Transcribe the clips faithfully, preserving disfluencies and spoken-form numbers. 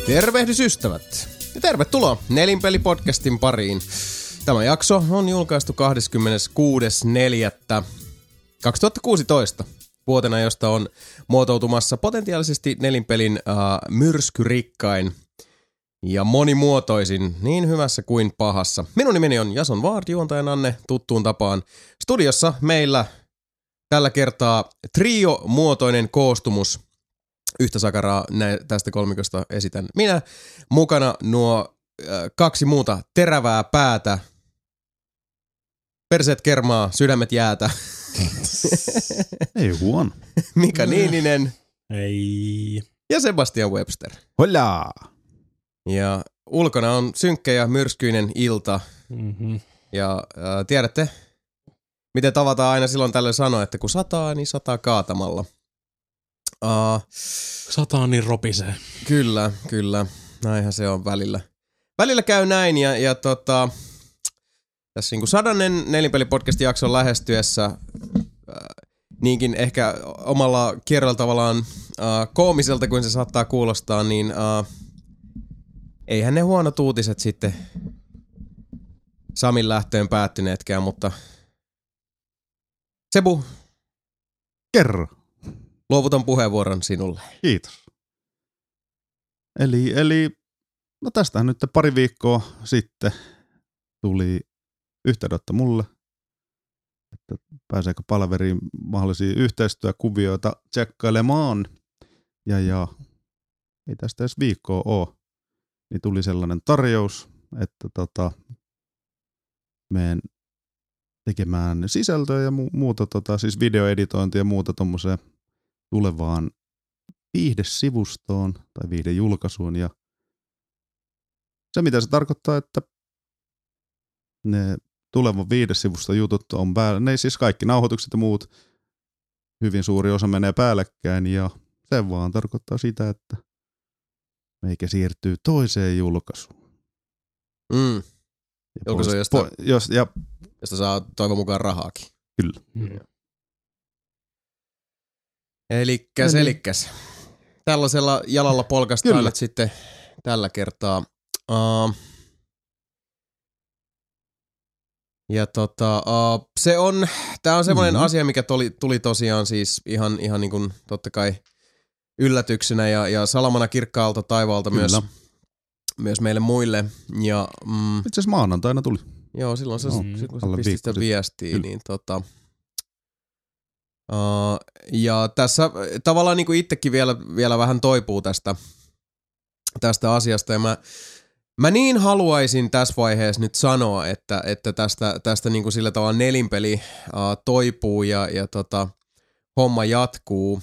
Tervehdys ystävät ja tervetuloa Nelinpeli-podcastin pariin. Tämä jakso on julkaistu kahdeskymmeneskuudes neljättä kaksituhattakuusitoista, vuotena josta on muotoutumassa potentiaalisesti Nelinpelin äh, myrskyrikkain ja monimuotoisin niin hyvässä kuin pahassa. Minun nimeni on Jason Ward, juontajan Anne tuttuun tapaan. Studiossa meillä tällä kertaa trio-muotoinen koostumus. Yhtä sakaraa nä- tästä kolmikosta esitän minä. Mukana nuo äh, kaksi muuta terävää päätä. Perseet kermaa, sydämet jäätä. Ei huono. Mika Niininen. Ei. Ja Sebastian Webster. Hola! Ja ulkona on synkkä ja myrskyinen ilta. Mm-hmm. Ja äh, tiedätte, miten tavataan aina silloin tällöin sanoa, että kun sataa, niin sataa kaatamalla. Uh, Sataa niin ropisee. Kyllä, kyllä. Näinhän se on välillä. Välillä käy näin ja, ja tota, tässä niin kuin sadannen Nelinpeli-podcastin jakson lähestyessä äh, niinkin ehkä omalla kierrolla tavallaan äh, koomiselta kuin se saattaa kuulostaa, niin äh, eihän ne huonot uutiset sitten Samin lähtöön päättyneetkään, mutta Sebu, Kerro. luovutan puheenvuoron sinulle. Kiitos. Eli, eli no tästähän nyt pari viikkoa sitten tuli yhteydenotto mulle, että pääseekö palveriin mahdollisia yhteistyökuvioita tsekkailemaan. Ja, ja ei tästä edes viikkoa ole. Niin tuli sellainen tarjous, että tota, menen tekemään sisältöä ja mu- muuta, tota, siis videoeditointia ja muuta tommoseen tulevaan viihdesivustoon tai viihdejulkaisuun. Ja se, mitä se tarkoittaa, että ne tulevan viihdesivuston jutut on päällä. Ne siis kaikki nauhoitukset ja muut, hyvin suuri osa menee päällekkäin ja se vaan tarkoittaa sitä, että meikä siirtyy toiseen julkaisuun. Mm. Julkaisu, josta, po- jos, ja, josta saa toivon mukaan rahaakin. Kyllä. Mm. Elikkäs, No niin. elikkäs. Tällaisella jalalla polkastaan Kyllä. nyt sitten tällä kertaa. Uh, ja tota, uh, se on, tää on semmoinen Mm-hmm. asia, mikä tuli, tuli tosiaan siis ihan, ihan niin kuin totta kai yllätyksenä ja, ja salamana kirkkaalta taivaalta myös, myös meille muille. Ja, mm, Itse asiassa maanantaina tuli. joo, silloin se, No, silloin kun sä alle pistit viikko sitä sitten. viestiä, Kyllä. niin tota... Uh, ja tässä tavallaan niin kuin itsekin vielä, vielä vähän toipuu tästä, tästä asiasta. Ja mä, mä niin haluaisin tässä vaiheessa nyt sanoa, että, että tästä, tästä niin kuin sillä tavalla nelinpeli uh, toipuu ja, ja tota, homma jatkuu.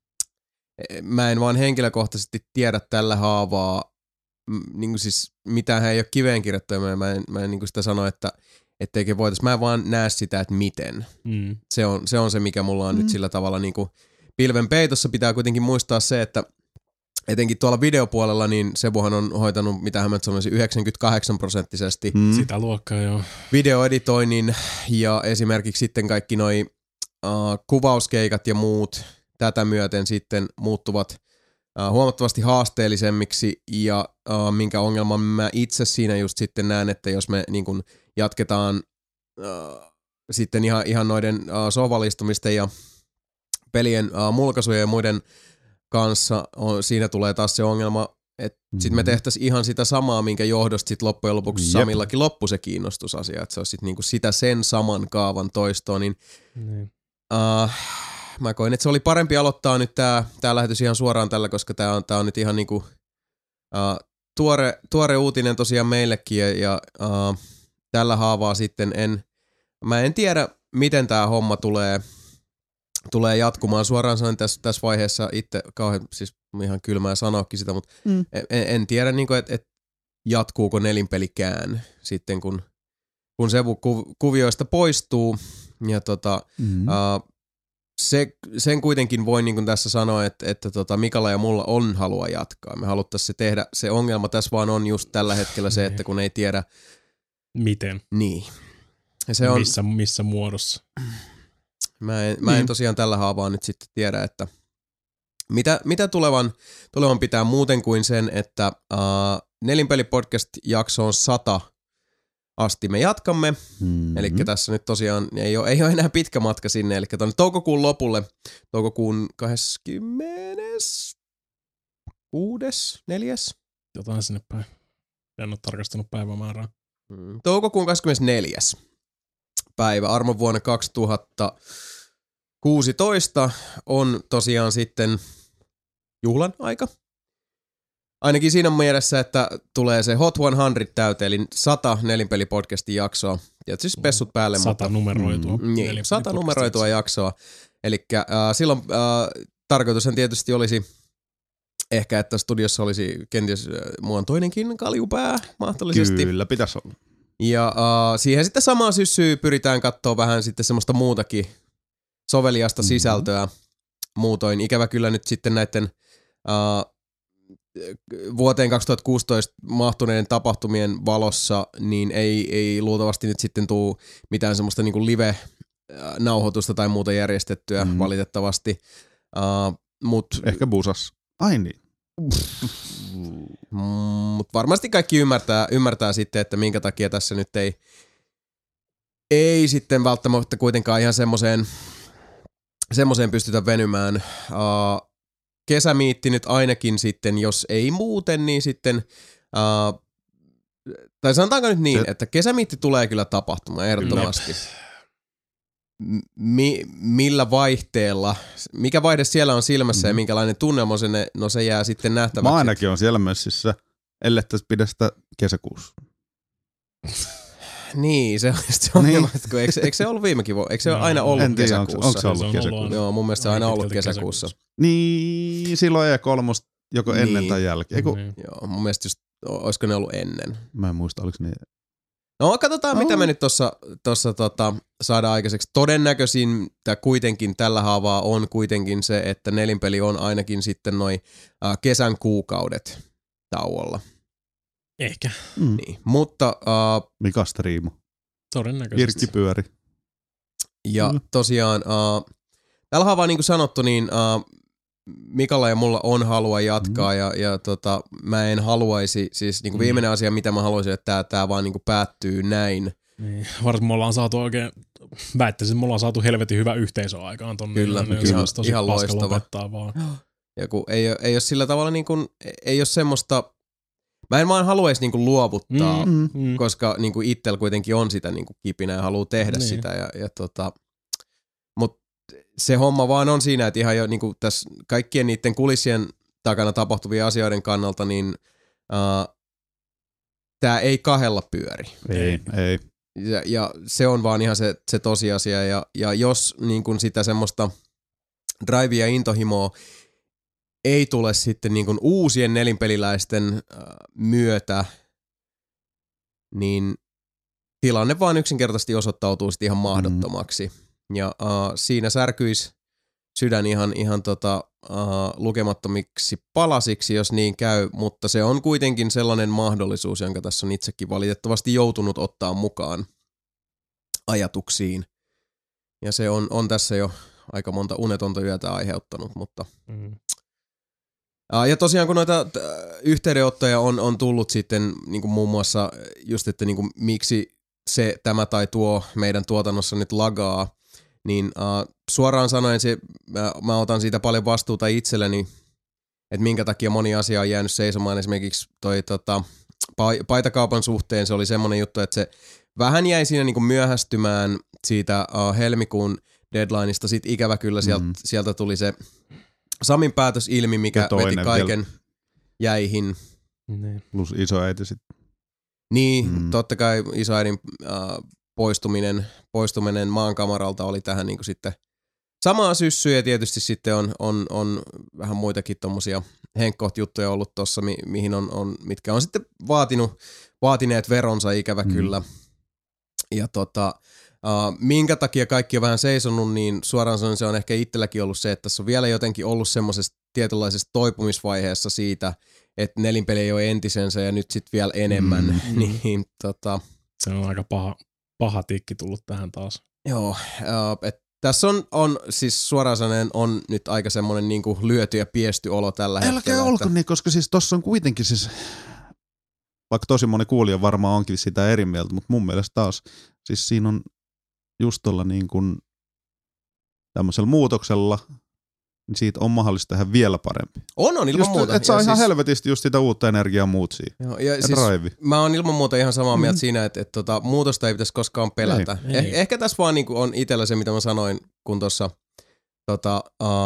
Mä en vaan henkilökohtaisesti tiedä tällä haavaa, niin kuin siis mitään ei ole kiveen kirjoittuja. Mä en, mä en niin kuin sitä sano, että etteikö voitaisiin. Mä en vaan näe sitä, että miten. Mm. Se on, se on se, mikä mulla on mm. nyt sillä tavalla niin kuin pilven peitossa. Pitää kuitenkin muistaa se, että etenkin tuolla videopuolella, niin Sebuhan on hoitanut, mitähän mä sanoisin, yhdeksänkymmentäkahdeksan prosenttisesti Mm. Sitä luokkaa, joo. videoeditoinnin ja esimerkiksi sitten kaikki noi uh, kuvauskeikat ja muut tätä myöten sitten muuttuvat uh, huomattavasti haasteellisemmiksi ja uh, minkä ongelman mä itse siinä just sitten näen, että jos me niin kun jatketaan uh, sitten ihan, ihan noiden uh, sohvallistumisten ja pelien uh, mulkaisujen ja muiden kanssa, on, siinä tulee taas se ongelma, että mm-hmm. sitten me tehtäisiin ihan sitä samaa, minkä johdosta sitten loppujen lopuksi Jep. Samillakin loppui se kiinnostusasia, että se olisi sitten niinku sitä sen saman kaavan toistoa, niin Niin. uh, mä koin, että se oli parempi aloittaa nyt tää, tää lähetys ihan suoraan tällä, koska tää on, tää on nyt ihan niinku uh, tuore, tuore uutinen tosiaan meillekin ja, ja uh, tällä haavaa sitten en, mä en tiedä, miten tää homma tulee, tulee jatkumaan. Suoraan sanon tässä, tässä vaiheessa itse kauhean, siis ihan kylmää sanoakin sitä, mutta Mm. en, en tiedä, niin että et jatkuuko nelinpelikään sitten, kun, kun se ku, kuvioista poistuu. Ja tota, Mm. uh, se, sen kuitenkin voin niin tässä sanoa, että, että tota Mikalla ja mulla on halua jatkaa. Me haluttaisiin se tehdä. Se ongelma tässä vaan on just tällä hetkellä se, että kun ei tiedä. Miten? Niin. Ja se on, missä, missä muodossa? mä en, mä en Niin. tosiaan tällä haavaa nyt sitten tiedä, että Mitä, mitä tulevan, tulevan pitää muuten kuin sen, että uh, Nelinpeli-podcast-jakso on sata asti me jatkamme. Mm-hmm. Eli tässä nyt tosiaan ei ole, ei ole enää pitkä matka sinne. Eli tuonne toukokuun lopulle, toukokuun kahdeskymmeneskuudes, neljäs Jotain sinne päin. En ole tarkastanut päivämäärää. Mm. Toukokuun kahdeskymmenesneljäs päivä, armon vuonna kaksituhattakuusitoista on tosiaan sitten juhlan aika. Ainakin siinä mielessä, että tulee se Hot sata täyteen, eli sata Nelinpeli-podcastin jaksoa. Tietysti siis pessut päälle. Sata mutta, numeroitua. Mm, niin, sata numeroitua jaksoa. Eli äh, silloin äh, tarkoitushan tietysti olisi ehkä, että studiossa olisi kenties äh, muuan toinenkin kaljupää mahdollisesti. Kyllä, pitäisi olla. Ja äh, siihen sitten samaan syssyyn pyritään katsoa vähän sitten semmoista muutakin soveliasta mm-hmm. sisältöä. Muutoin ikävä kyllä nyt sitten näiden äh, vuoteen kaksituhattakuusitoista mahtuneiden tapahtumien valossa, niin ei, ei luultavasti nyt sitten tule mitään semmoista niinku live-nauhoitusta tai muuta järjestettyä mm. valitettavasti. Uh, mut, Ehkä busas. Ai niin. Mutta varmasti kaikki ymmärtää, ymmärtää sitten, että minkä takia tässä nyt ei, ei sitten välttämättä kuitenkaan ihan semmoiseen, semmoiseen pystytä venymään. Uh, Kesämiitti nyt ainakin sitten, jos ei muuten, niin sitten, uh, tai sanotaanko nyt niin, se, että kesämiitti tulee kyllä tapahtumaan ehdottomasti. Mi, millä vaihteella, mikä vaihde siellä on silmässä mm. ja minkälainen tunnelma se, no se jää sitten nähtäväksi. Mä ainakin on siellä messissä, ellei tässä pidä sitä kesäkuussa. Niin, se, se on niin. Eikö, eikö se ollut viimekin vuonna? Eikö se no, aina ollut tiedä, kesäkuussa? Onko, onko se ollut kesäkuussa? Joo, mun mielestä se on aina ollut kesäkuussa. kesäkuussa. Niin, silloin E kolme joko niin. ennen tai jälkeen. Eiku... Niin. Joo, mun mielestä just, olisiko ne ollut ennen? Mä en muista, oliko ne... No katsotaan, oh. mitä me nyt tuossa tossa, tota, saadaan aikaiseksi. Todennäköisin tai kuitenkin tällä haavaa on kuitenkin se, että Nelinpeli on ainakin sitten noin äh, kesän kuukaudet tauolla. Ehkä. Mm. Niin, mutta... Uh, Mika striimu. Todennäköisesti. Irkki pyöri. Ja mm. tosiaan, uh, tällä haavaa niin kuin sanottu, niin uh, Mikalla ja mulla on halua jatkaa, mm. ja, ja tota, mä en haluaisi, siis niin kuin viimeinen mm. asia, mitä mä haluaisin, että tää, tää vaan niin kuin päättyy näin. Niin, varsinkin me ollaan saatu oikein, väittäisin, että me ollaan saatu helvetin hyvä yhteisö aikaan tonne. Kyllä, niin, ihan, tosi ihan loistava. Vaan. Ja kun ei, ei ole sillä tavalla niin kuin, ei ole semmoista, mä en vaan haluaisi niinku luovuttaa, mm, mm. koska niinku itsellä kuitenkin on sitä niinku kipinä ja haluaa tehdä niin. sitä. Ja, ja tota, mut se homma vaan on siinä, että ihan jo niinku tässä kaikkien niiden kulissien takana tapahtuvien asioiden kannalta, niin uh, tää ei kahdella pyöri. Ei, ei. Ja, ja se on vaan ihan se, se tosiasia. Ja, ja jos niinku sitä semmoista drivea ja intohimoa ei tule sitten niin kuin uusien nelinpeliläisten äh, myötä, niin tilanne vaan yksinkertaisesti osoittautuu sitten ihan mahdottomaksi. Mm. Ja äh, siinä särkyisi sydän ihan, ihan tota, äh, lukemattomiksi palasiksi, jos niin käy, mutta se on kuitenkin sellainen mahdollisuus, jonka tässä on itsekin valitettavasti joutunut ottaa mukaan ajatuksiin. Ja se on, on tässä jo aika monta unetonta yötä aiheuttanut, mutta... Mm. Ja tosiaan kun noita yhteydenottoja on, on tullut sitten niin kuin muun muassa just, että niin kuin miksi se, tämä tai tuo meidän tuotannossa nyt lagaa, niin uh, suoraan sanoen se, mä, mä otan siitä paljon vastuuta itselleni, että minkä takia moni asia on jäänyt seisomaan. Esimerkiksi toi tota, paitakaupan suhteen se oli semmoinen juttu, että se vähän jäi siinä niin kuin myöhästymään siitä uh, helmikuun deadlineista. Sitten ikävä kyllä sieltä, mm. sieltä tuli se Samin päätös ilmi, mikä veti kaiken vielä jäihin. Ne. Plus isoäiti sitten. Niin, mm. totta kai isoäidin äh, poistuminen, poistuminen maankamaralta oli tähän niin kuin sitten samaa syssyä, ja tietysti sitten on, on, on vähän muitakin tommosia henkkoht-juttuja ollut tossa, mi, mihin on, on, mitkä on sitten vaatinut, vaatineet veronsa ikävä mm. kyllä. Ja tota... Uh, minkä takia kaikki on vähän seisonut, niin suoraan sanoen se on ehkä itselläkin ollut se, että tässä on vielä jotenkin ollut semmoisessa tietynlaisessa toipumisvaiheessa siitä, että nelinpeli ei ole entisensä ja nyt sitten vielä enemmän. Mm. niin, tota, se on aika paha, paha tikki tullut tähän taas. Joo, uh, että Tässä on, on siis suoraan sanoen on nyt aika semmoinen niinku lyöty ja piesty olo tällä Älkää hetkellä. olko että... niin, koska siis tossa on kuitenkin siis, vaikka tosi moni kuulija varmaan onkin sitä eri mieltä, mutta mun mielestä taas, siis siinä on just tuolla niin kuin tämmöisellä muutoksella, niin siitä on mahdollista tehdä vielä parempi. On, on ilman just, muuta. Että saa ja ihan siis... helvetisti just sitä uutta energiaa muut siihen. Joo, ja, ja siis drive. mä oon ilman muuta ihan samaa mieltä Mm. siinä, että, että tota, muutosta ei pitäisi koskaan pelätä. Ei, Eh, ei. ehkä tässä vaan niin kuin on itsellä se, mitä mä sanoin, kun tuossa tota,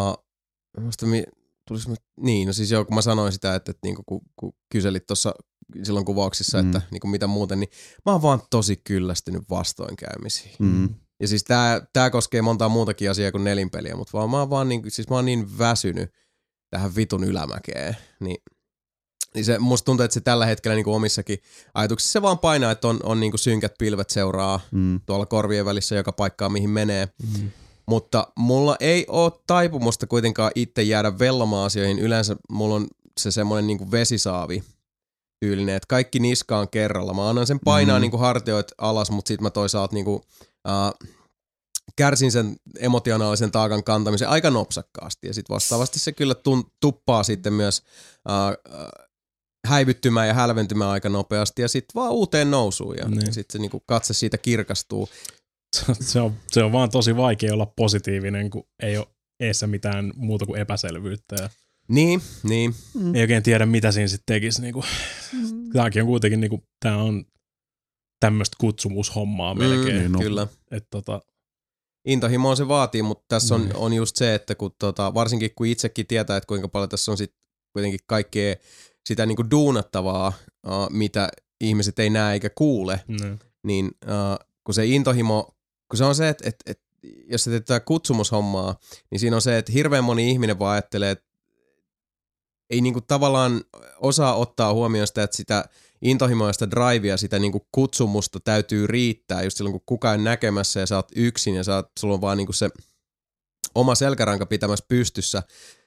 uh, mi, tulis, niin, no siis joo, kun mä sanoin sitä, että, että niin kuin, kun, kun kyselit tuossa silloin kuvauksissa, Mm. että niin kuin mitä muuten, niin mä oon vaan tosi kyllästynyt vastoinkäymisiin. Mm. Ja siis tää, tää koskee montaa muutakin asiaa kuin nelinpeliä, mutta vaan mä oon vaan niin, siis mä oon niin väsynyt tähän vitun ylämäkeen, niin, niin se, musta tuntuu, että se tällä hetkellä niin kuin omissakin ajatuksissa se vaan painaa, että on, on niin kuin synkät pilvet seuraa Mm. tuolla korvien välissä joka paikkaa, mihin menee. Mm. Mutta mulla ei ole taipumusta kuitenkaan itse jäädä vellomaan asioihin. Yleensä mulla on se semmoinen niin kuin vesisaavi tyylinen, että kaikki niskaan kerralla. Mä annan sen painaa Mm. niin kuin hartioit alas, mutta sit mä toisaalta niin kuin, äh, kärsin sen emotionaalisen taakan kantamisen aika nopsakkaasti. Ja sit vastaavasti se kyllä tun, tuppaa sitten myös äh, äh, häivyttymään ja hälventymään aika nopeasti ja sitten vaan uuteen nousuun ja, Niin. ja sitten se niinku katse siitä kirkastuu. Se on, se on vaan tosi vaikea olla positiivinen, kun ei ole eessä mitään muuta kuin epäselvyyttä. Ja Niin, niin. Mm. ei oikein tiedä, mitä siinä sitten tekisi. Niinku. Tämäkin on kuitenkin, niinku, tämä on tämmöistä kutsumushommaa melkein. niin on. Kyllä. Et tota, Intohimoa se vaatii, mutta tässä on, Niin. on just se, että kun tota, varsinkin kun itsekin tietää, että kuinka paljon tässä on sit kuitenkin kaikkea sitä niinku duunattavaa, uh, mitä ihmiset ei näe eikä kuule, ne. niin uh, kun se intohimo, kun se on se, että, että, että jos sä teet tätä kutsumushommaa, niin siinä on se, että hirveän moni ihminen vaan ajattelee, että ei niinku tavallaan osaa ottaa huomioon sitä, että sitä intohimoa ja sitä drivea, sitä niinku kutsumusta täytyy riittää just silloin, kun kukaan ei näkemässä ja sä oot yksin ja sä oot, sulla on vaan niinku se oma selkäranka pitämässä pystyssä.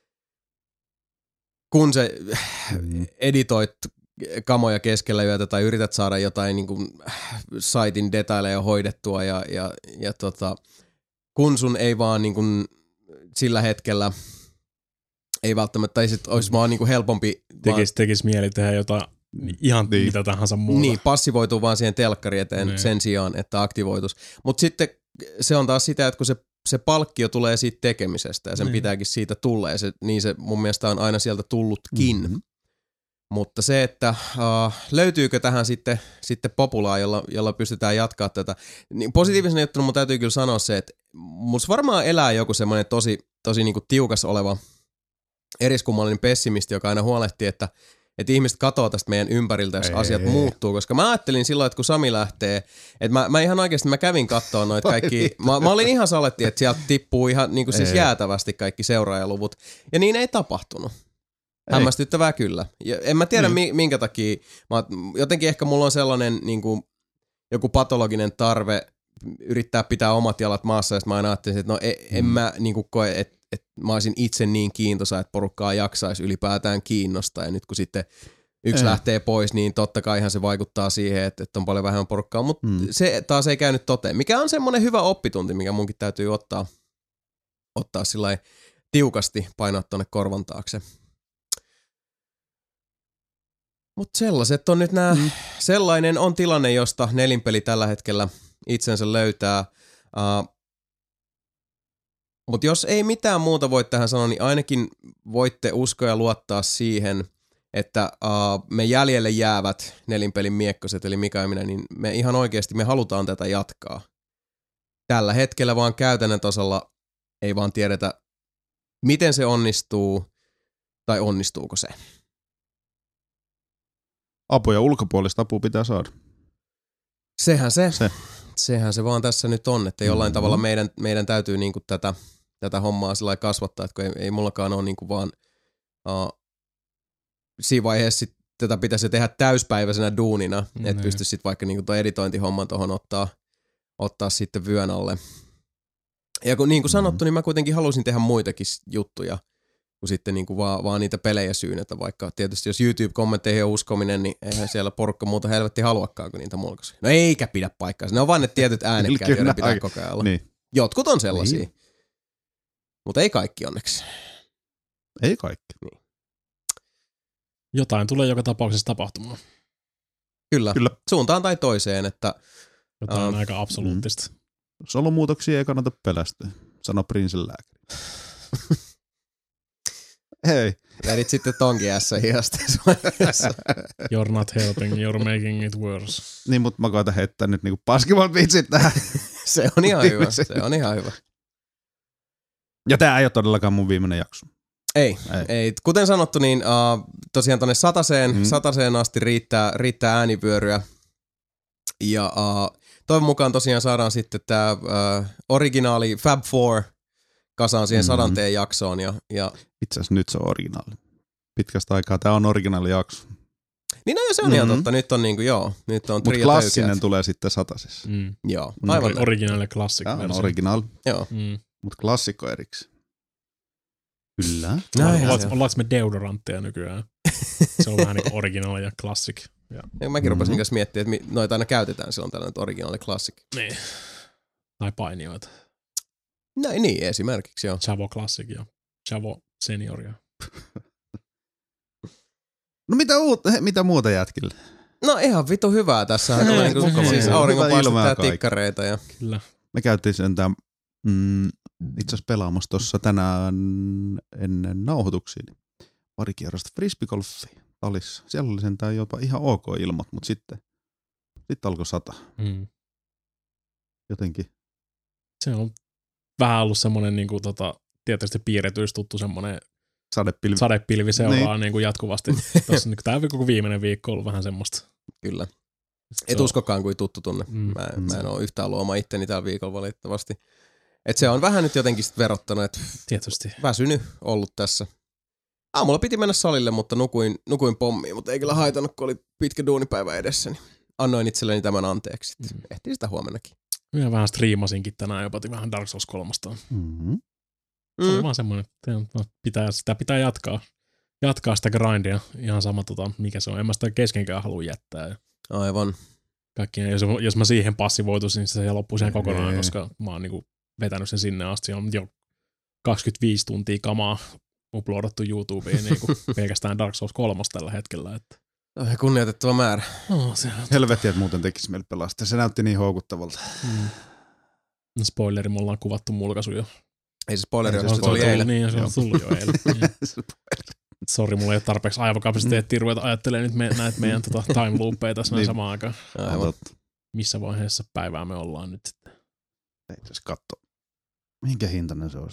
Kun se Mm. editoit kamoja keskellä yötä tai yrität saada jotain niin kuin saitin detaileja hoidettua ja, ja, ja tota, kun sun ei vaan niin kuin sillä hetkellä ei välttämättä, tai sit olisi vaan niin kuin helpompi Tekis, tekis mieli tehdä jotain ihan Niin. mitä tahansa muuta. niin, passivoituu vaan siihen telkkari eteen Niin. sen sijaan, että aktivoitus. Mutta sitten se on taas sitä, että kun se, se palkkio tulee siitä tekemisestä ja sen Niin. pitääkin siitä tulla ja se, niin se mun mielestä on aina sieltä tullutkin. Mhm. Mutta se, että uh, löytyykö tähän sitten, sitten populaa, jolla, jolla pystytään jatkaa tätä, niin positiivisena juttuna mun täytyy kyllä sanoa se, että musta varmaan elää joku semmoinen tosi, tosi niinku tiukas oleva eriskummallinen pessimisti, joka aina huolehtii, että, että ihmiset katoo tästä meidän ympäriltä, jos Ei, asiat ei, ei. muuttuu. Koska mä ajattelin silloin, että kun Sami lähtee, että mä, mä ihan oikeasti mä kävin kattoo noita kaikki, mä, mä olin ihan saletti, että sieltä tippuu ihan niin kuin siis Ei. jäätävästi kaikki seuraajaluvut. Ja niin ei tapahtunut. Hämmästyttävää kyllä. Ja en mä tiedä Niin. minkä takia. Mä, jotenkin ehkä mulla on sellainen niin kuin, joku patologinen tarve yrittää pitää omat jalat maassa, ja sit mä aina ajattelin, että no en, en Mm. mä niin kuin koe, että, että mä olisin itse niin kiintoisa, että porukkaa jaksaisi ylipäätään kiinnostaa. Ja nyt kun sitten yksi Ei. lähtee pois, niin totta kaihan se vaikuttaa siihen, että, että on paljon vähemmän porukkaa. Mutta Mm. se taas ei käynyt toteen. Mikä on semmoinen hyvä oppitunti, mikä munkin täytyy ottaa, ottaa sillai tiukasti painaa tuonne korvan taakse. Mutta sellaiset on nyt nämä, mm. sellainen on tilanne, josta nelinpeli tällä hetkellä itsensä löytää. Uh, Mutta jos ei mitään muuta voi tähän sanoa, niin ainakin voitte uskoa ja luottaa siihen, että uh, me jäljelle jäävät nelinpelin miekkoset, eli Mika ja minä, niin me ihan oikeasti me halutaan tätä jatkaa. Tällä hetkellä vaan käytännön tasolla ei vaan tiedetä, miten se onnistuu tai onnistuuko se. Apuja ulkopuolista apua pitää saada. Sehän se, Se. sehän se vaan tässä nyt on, että jollain Mm-hmm. tavalla meidän, meidän täytyy niinku tätä, tätä hommaa sillä lailla kasvattaa, että kun ei, ei mullakaan ole niinku vaan uh, siinä vaiheessa sit tätä pitäisi tehdä täyspäiväisenä duunina, että Niin. pystyisi sitten vaikka niinku tuo editointihomman tuohon ottaa, ottaa sitten vyön alle. Ja kun, niin kuin sanottu, niin mä kuitenkin halusin tehdä muitakin juttuja, kuin sitten niinku vaan, vaan niitä pelejä syynätä, vaikka tietysti jos YouTube-kommentteihin on uskominen, niin eihän siellä porukka muuta helvetti haluakaan kuin niitä mulkaisuja. No eikä pidä paikkaa. Ne on vaan ne tietyt äänekkäät, Kyllä, joiden pitää aika- koko ajan olla. Niin. Jotkut on sellaisia. Niin. Mutta ei kaikki onneksi. Ei kaikki. Niin. Jotain tulee joka tapauksessa tapahtumaan. Kyllä. Kyllä. Suuntaan tai toiseen, että Jotain Uh, aika absoluuttista. Mm. Solumuutoksia ei kannata pelästyä, sano Prinsen lääkäri. Hei. vedit sitten tonkin ässä hiasta. You're not helping, you're making it worse. Niin, mutta mä koitan heittää nyt niinku paskimmat vitsit tähän. Se on ihan hyvä, se on ihan hyvä. Ja tää ei ole todellakaan mun viimeinen jakso. Ei, ei. ei. Kuten sanottu, niin uh, tosiaan tonne sataseen, mm. sataseen asti riittää, riittää äänivyöryä. Ja uh, toivon mukaan tosiaan saadaan sitten tää uh, originaali Fab Four kasaan siihen mm. sadanteen jaksoon. Ja, ja... Itse asiassa nyt se on originaali. Pitkästä aikaa tää on originaali jakso. Niin no, se on mm-hmm. ihan totta. Nyt on niinku, joo. Nyt on Mutta klassinen tulee sitten satasessa. Mm. Joo, aivan. Mm. Originaali klassikko. Tämä on originaali. Joo. Mm. Mutta klassikko erikseen. Kyllä. No, Ollaanko ollaanko me deodorantteja nykyään? Se on vähän niin kuin originaali ja klassik. Ja. Ja mäkin rupesin mm-hmm. kanssa miettimään, että noita aina käytetään silloin tällainen originaali klassik. Niin. Tai painioita. No niin, esimerkiksi joo. Chavo Classic ja Chavo Senior. Ja. No mitä, uut, he, mitä muuta jätkille? No ihan vittu hyvää tässä. On niin kuin, siis auringonpaistetta ja tikkareita. Ja... Kyllä. Me käytiin sentään mm, itse asiassa pelaamassa tuossa tänään ennen nauhoituksia. Pari kierrosta frisbeegolfia talissa. Siellä oli sentään jopa ihan ok ilmat, mutta sitten, sitten alkoi sata. Mm. Jotenkin. Se on vähän ollut semmoinen niin kuin, tota, tietysti piirretyistuttu semmoinen sadepilvi, sadepilvi seuraa niin. Niin kuin jatkuvasti. Tuossa niin tämä koko viimeinen viikko on ollut vähän semmoista. Kyllä. Et uskokaan kuin tuttu tunne. Mm. Mä, mm. mä en ole yhtään luoma itteni tällä viikolla valitettavasti. Et se on vähän nyt jotenkin sit verottanut, että tietysti väsynyt ollut tässä. Aamulla piti mennä salille, mutta nukuin, nukuin pommiin, mutta ei kyllä haitannut, kun oli pitkä duunipäivä edessä. Niin annoin itselleni tämän anteeksi. Mm. Ehtiin sitä huomennakin. Minä vähän striimasinkin tänään jopa vähän Dark Souls kolmostaan. Mm-hmm. Se on mm. vaan semmoinen, että pitää, sitä pitää jatkaa, jatkaa sitä grindia. Ihan sama, tota, mikä se on. En mä sitä keskenkään halua jättää. Aivan. Kaikkien, jos, jos mä siihen passivoituisin, niin se loppuu siihen kokonaan, Eee. koska mä oon niinku vetänyt sen sinne asti. On jo kaksikymmentäviisi tuntia kamaa uploadattu YouTubeen niinku pelkästään Dark Souls kolme tällä hetkellä. Että. Oh, kunnioitettava määrä. No, se helvetti, että muuten tekisi meille pelastaa. Se näytti niin houkuttavalta. Mm. No, spoileri, me ollaan kuvattu mulkaisu jo. Ei se spoileri, jos se tuli eilen. Niin, se on tullut jo eilen. Niin. Sori, mulla ei ole tarpeeksi aivokapasiteettia ruveta ajattelemaan nyt me, näitä meidän tota, time loopeja tässä niin. Samaan aikaan. Aivan. Missä vaiheessa päivää me ollaan nyt sitten? Ei tässä katso. Minkä hintainen se on?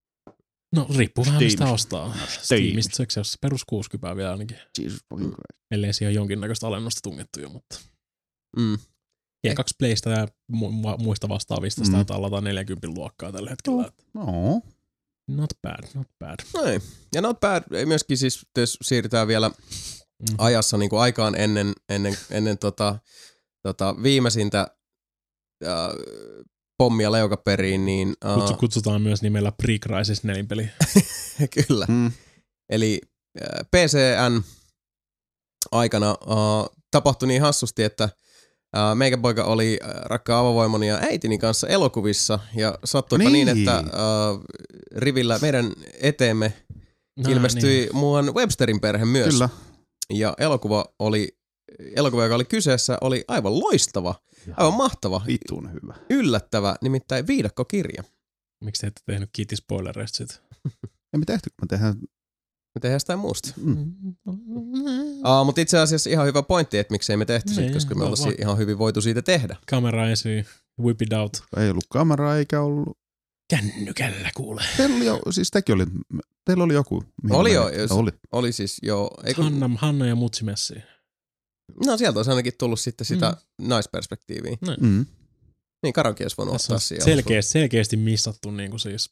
No riippuu vähän mistä ostaa. Steamista se on perus kuusikymmentä vielä ainakin. Jesus fucking Christ. Ellei siihen jonkinnäköistä alennusta tungettu jo, mutta... Mm. Ja kaksi Playsta ja mu- muista vastaavista mm. taitaa olla neljäkymmentä luokkaa tällä hetkellä. No. Not bad, not bad. No ei. Ja not bad, ei myöskin siis, jos siirrytään vielä mm. ajassa niin kuin aikaan ennen, ennen, ennen tota, tota viimeisintä äh, pommia leukaperiin, niin... Uh, Kutsu, kutsutaan myös nimellä Pre-Crisis nelinpeli. Kyllä. Mm. Eli äh, P C N aikana uh, tapahtui niin hassusti, että Uh, meikäpoika oli uh, rakkaan avovoimoni ja äitini kanssa elokuvissa ja sattuipa niin, niin että uh, rivillä meidän eteemme no, ilmestyi niin. Muuan Websterin perhe myös. Kyllä. Ja elokuva, oli, elokuva, joka oli kyseessä, oli aivan loistava, ja aivan mahtava. Vitun hyvä. Yllättävä, nimittäin viidakkokirja. Miksi te ette tehnyt kiitispoilereista sit? Ei me tehty, kun me tehdään... Me tehdään sitä muusta. Mm. Uh, mutta itse asiassa ihan hyvä pointti, että miksei me tehty siitä, koska me ollaan ihan hyvin voitu siitä tehdä. Kamera esiin, whip it out. Ei ollut kameraa eikä ollut... Kännykällä kuule. Teillä oli jo, siis tekin oli, teillä oli joku. Oli jo, jos, oli. oli siis jo. Eiku... Hanna, Hanna ja Mutsi messiin. No sieltä olisi ainakin tullut sitten sitä mm. naisperspektiiviä. Mm. Niin karaoke olisi voinut ottaa siihen. Selkeästi, selkeästi missattu niin kuin siis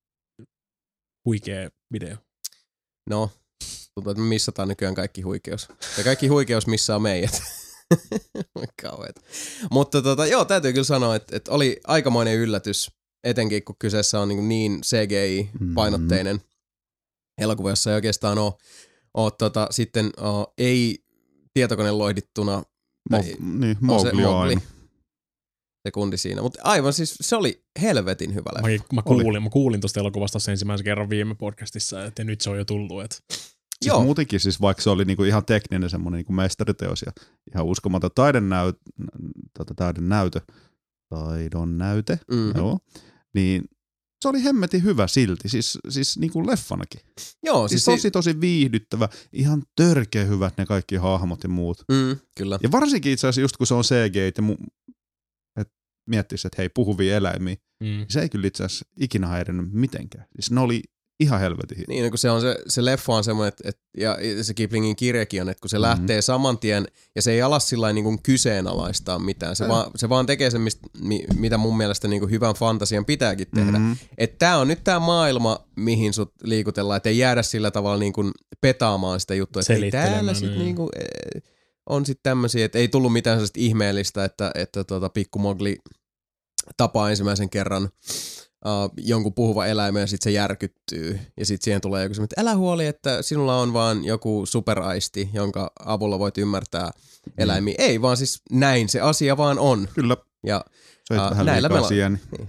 huikea video. No, tuntuu, että me missataan nykyään kaikki huikeus. Ja kaikki huikeus missaa meidät. Kauheeta. Mutta tota, joo, täytyy kyllä sanoa, että, että oli aikamoinen yllätys, etenkin kun kyseessä on niin, niin C G I-painotteinen mm-hmm. elokuva, jossa ei oikeastaan ole, ole tota, sitten uh, ei tietokoneen loihdittuna. Mo- niin, Mowgli on aina. Sekundi siinä. Mutta aivan siis se oli helvetin hyvä leffa. Mä, mä kuulin, mä kuulin tuosta elokuvasta sen ensimmäisen kerran viime podcastissa, että nyt se on jo tullut. Että... Siis Joo. muutenkin, siis vaikka se oli niinku ihan tekninen semmoinen niinku mestariteos ja ihan uskomaton taidenäyt, tota, taidenäytö, taidon näyte, mm-hmm. joo, niin se oli hemmetin hyvä silti, siis, siis niinku leffanakin. Joo, siis, siis tosi tosi viihdyttävä, ihan törkeä hyvät ne kaikki hahmot ja muut. Mm, kyllä. Ja varsinkin itse asiassa just kun se on C G, että mu- et miettis, että hei, puhuvia eläimiä, mm. se ei kyllä itse asiassa ikinä häirinyt mitenkään. Siis ne oli ihan helvetin hieno. Niin, kun se, on se, se leffa on semmoinen, että, että, ja se Kiplingin kirjakin on, että kun se mm-hmm. lähtee saman tien, ja se ei ala sillä niin kuin kyseenalaistaa mitään, se, vaan, se vaan tekee sen, mistä, mitä mun mielestä niin kuin hyvän fantasian pitääkin tehdä. Mm-hmm. Että tää on nyt tää maailma, mihin sut liikutellaan, että ei jäädä sillä tavalla niin kuin petaamaan sitä juttua, että ei täällä sit niin kuin, on sitten tämmöisiä, että ei tullut mitään sellaista ihmeellistä, että, että tota, Pikku Mowgli tapaa ensimmäisen kerran Uh, jonkun puhuva eläimen ja sitten se järkyttyy. Ja sitten siihen tulee joku semmoinen, että älä huoli, että sinulla on vaan joku superaisti, jonka avulla voit ymmärtää eläimiä. Mm. Ei, vaan siis näin se asia vaan on. Kyllä. Ja Söit uh, vähän näillä liikaa sieni. Niin.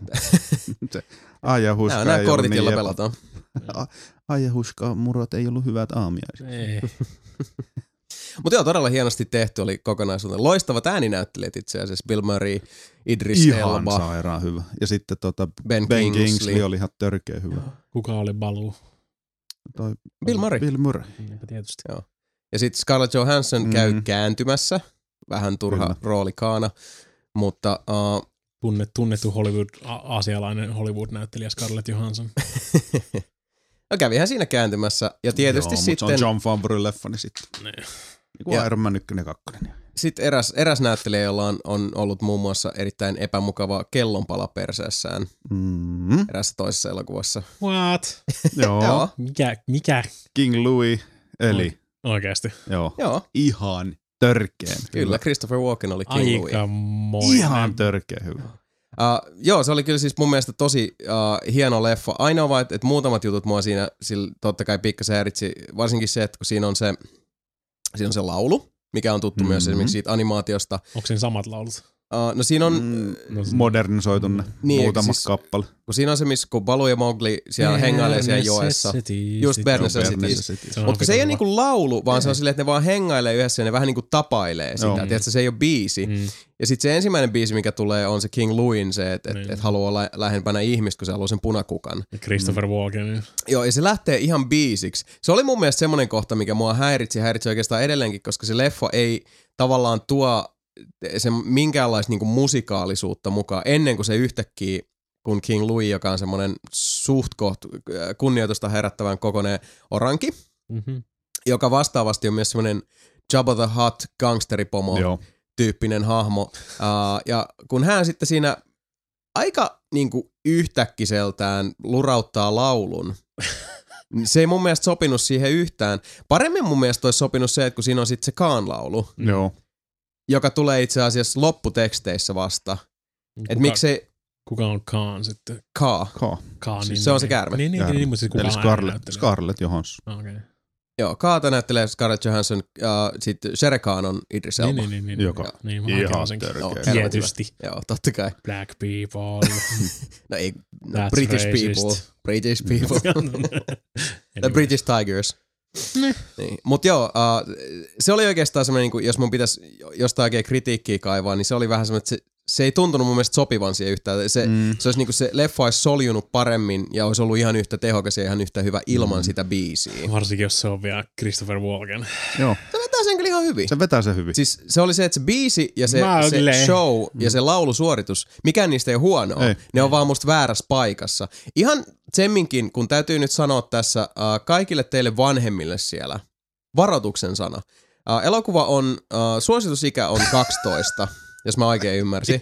Ajahuska nämä on kortit, joilla pelataan. Ajahuska murot ei ollut hyvät aamiaiset. Ei. Mutta joo, todella hienosti tehty oli kokonaisuuden. Loistavat ääninäyttelijät itse asiassa. Bill Murray, Idris ihan Elba. Ihan sairaan hyvä. Ja sitten tota Ben, Ben Kingsley. Kingsley oli ihan törkeä hyvä. Kuka oli Baloo? Toi, Bill Murray. Bill Murray. Niinpä tietysti. Joo. Ja sitten Scarlett Johansson mm. käy kääntymässä. Vähän turha Kyllä. rooli kaana. Mutta... Uh, Tunnet, tunnettu Hollywood, aasialainen Hollywood-näyttelijä Scarlett Johansson. No kävihän siinä kääntymässä. Ja tietysti Joo, sitten... se on John Favreau leffa, niin sitten. Niin kuin Iron Man yksi ja kaksi. Sitten eräs, eräs näyttelijä, jolla on, on ollut muun muassa erittäin epämukava kellonpala perseessään mm-hmm. erässä toisessa elokuvassa. What? Joo. Joo. Mikä? Mikä? King Louis, eli. Oikeasti. Joo. Joo. Ihan törkeän Kyllä, hyvä. Christopher Walken oli King Aika Louis. Aikamoinen. Ihan törkeän hyvä. Uh, joo, se oli kyllä siis mun mielestä tosi uh, hieno leffa. Ainoa vaan, että et muutamat jutut mua siinä sillä, totta kai pikkasen häiritsi. Varsinkin se, että kun siinä on se, siinä on se laulu, mikä on tuttu mm-hmm. myös esimerkiksi siitä animaatiosta. Onko siinä samat laulut? Uh, no siinä on... Mm, no, modernisoitu ne niin, muutama siis, kappale. Kun siinä on se, missä kun Baloo ja Mowgli siellä hengailee siellä joessa. Just Bare Necessities. Mutta se ei ole niinku laulu, vaan se on silleen, että ne vaan hengailee yhdessä ja ne vähän niinku tapailee sitä. Mm. Tiedätkö, se ei ole biisi. Mm. Ja sitten se ensimmäinen biisi, mikä tulee, on se King Louin, se, että et, et haluaa olla lähempänä ihmistä, kun se haluaa sen punakukan. Ja Christopher mm. Walken. Joo, ja se lähtee ihan biisiksi. Se oli mun mielestä semmoinen kohta, mikä mua häiritsi, häiritsi oikeastaan edelleenkin, koska se leffa ei tavallaan tuo se minkäänlaista niinku musikaalisuutta mukaan ennen kuin se yhtäkkiä, kun King Louis, joka on semmoinen suht koht kunnioitusta herättävän kokoinen oranki, mm-hmm. joka vastaavasti on myös semmoinen Jabba the Hutt gangsteripomo Joo. tyyppinen hahmo. Uh, ja kun hän sitten siinä aika niinku yhtäkkiseltään lurauttaa laulun, se ei mun mielestä sopinut siihen yhtään. Paremmin mun mielestä olisi sopinut se, että kun siinä on sitten se Khan-laulu. Joo. Joka tulee itse asiassa lopputeksteissä vasta. Kuka, Et miksei... kuka on Khan sitten? Kaa. Kaa. Kaa niin, se on se käärme. Niin, niin, niin, niin mutta siis kuka Eli Scarlett, Scarlett Johansson. Okay. Joo, Kaata näyttelee Scarlett Johansson, ja sitten Shere Khan on Idris Elba. Niin, niin, niin. Joka niin, ihan törkeä. No, tietysti. Joo, totta kai. Black people. no ei, no, British racist. people. British people. The British Tigers. Niin. Mutta joo, uh, se oli oikeastaan semmoinen, niin jos mun pitäisi jostain oikein kritiikkiä kaivaa, niin se oli vähän semmoinen, että se, se ei tuntunut mun mielestä sopivan siihen yhtään. Se, mm. se, olisi niin kuin se leffa olisi soljunut paremmin ja olisi ollut ihan yhtä tehokas ja ihan yhtä hyvä ilman mm. sitä biisiä. Varsinkin, jos se on vielä Christopher Walken. Joo. Se vetää sen kyllä ihan hyvin. Se vetää sen hyvin. Siis se oli se, että se biisi ja se, se show ja se laulusuoritus, mikään niistä ei ole huonoa. Ei. Ne on vaan musta väärässä paikassa. Ihan semminkin, kun täytyy nyt sanoa tässä uh, kaikille teille vanhemmille siellä, varoituksen sana. Uh, elokuva on, uh, suositusikä on kaksitoista, jos mä oikein ymmärsin.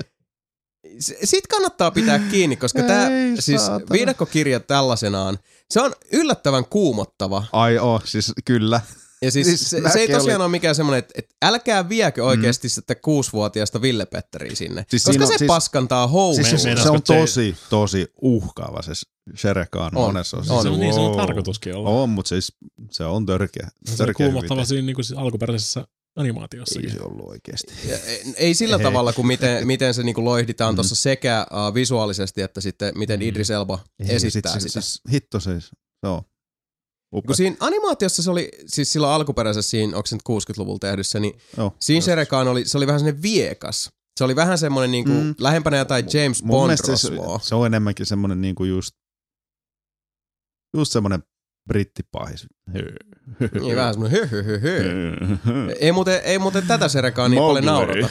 Sitten kannattaa pitää kiinni, koska tämä siis viidakkokirja tällaisenaan, se on yllättävän kuumottava. Ai oo, siis kyllä. Ja siis, siis se, se ei tosiaan oli... ole mikään semmoinen, että, että älkää viekö oikeasti mm. sitä kuusivuotiaasta Ville Petteriä sinne. Siis koska se on, paskantaa housua. Siis se, se on tosi, tosi uhkaava se Shere Khan monessa osassa. On, se on, niin, se on tarkoituskin olla. On, mutta siis se on törkeä. Se on kuumottava siinä niin kuin alkuperäisessä animaatiossa. Ei se ollut oikeasti. Ei, ei sillä tavalla kuin miten, miten se niinku loihditaan mm. tuossa sekä uh, visuaalisesti että sitten miten mm. Idris Elba ei, esittää sit, sitä. Siis, hitto se, se on. Kun siinä animaatiossa se oli, siis silloin alkuperäisessä siinä, onko se nyt kuusikymmentäluvulla tehdyssä, niin Joo, siinä Shere Khan oli, se oli vähän sellainen viekas. Se oli vähän semmoinen niinku mm. lähempänä jotain James Mun Bond-rosvoa. Se, se on enemmänkin semmoinen niinku just, just semmoinen brittipahis. Niin vähän semmoinen hö, hö, hö, hö. Ei muuten, ei muuten tätä Shere Khan niin paljon naurata.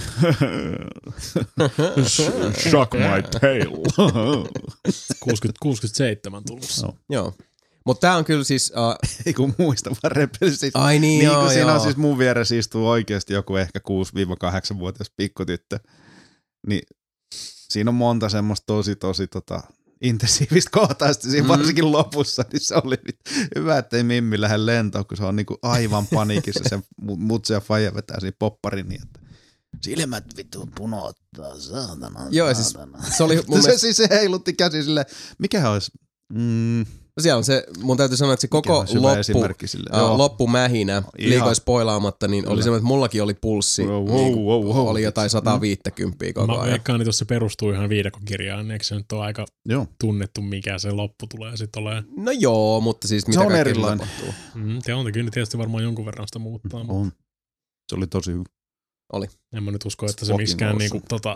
Shock my tail. kuusikymmentä, kuusikymmentäseitsemän tulossa. No. Joo. Mutta tää on kyllä siis... Uh... Ei kun muista vaan repelisit. Ai niin, niin joo, siinä joo. on siis mun vieressä istuu oikeasti joku ehkä kuusi kahdeksan-vuotias pikkutyttö. Niin siinä on monta semmoista tosi tosi tota, intensiivistä kohtaa siinä mm. varsinkin lopussa. Niin se oli hyvä, ettei Mimmi lähde lentoon, kun se on niinku aivan paniikissa. Se mutse ja faija vetää siinä popparin niin, että silmät vittu punottaa, saatana, joo, siis se oli mun se, mielestä... siis se heilutti käsi silleen, mikähän olisi... Mm. Siellä on se, mun täytyy sanoa, että se koko loppu, uh, loppumähinä, liikoin spoilaamatta, niin oli semmoinen, että mullakin oli pulssi, wow, niin wow, wow. oli jotain sata viisikymmentä koko ajan. Mä veikkaan, että jos se perustuu ihan viidakokirjaan, niin eikö se nyt ole aika joo. tunnettu, mikä se loppu tulee sitten olemaan? No joo, mutta siis mitä kaikkea tapahtuu. Mm, te on kyllä tietysti varmaan jonkun verran sitä muuttaa. On. Mutta... Se oli tosi hyvä. Oli. En mä nyt usko, että se miskään niinku tota...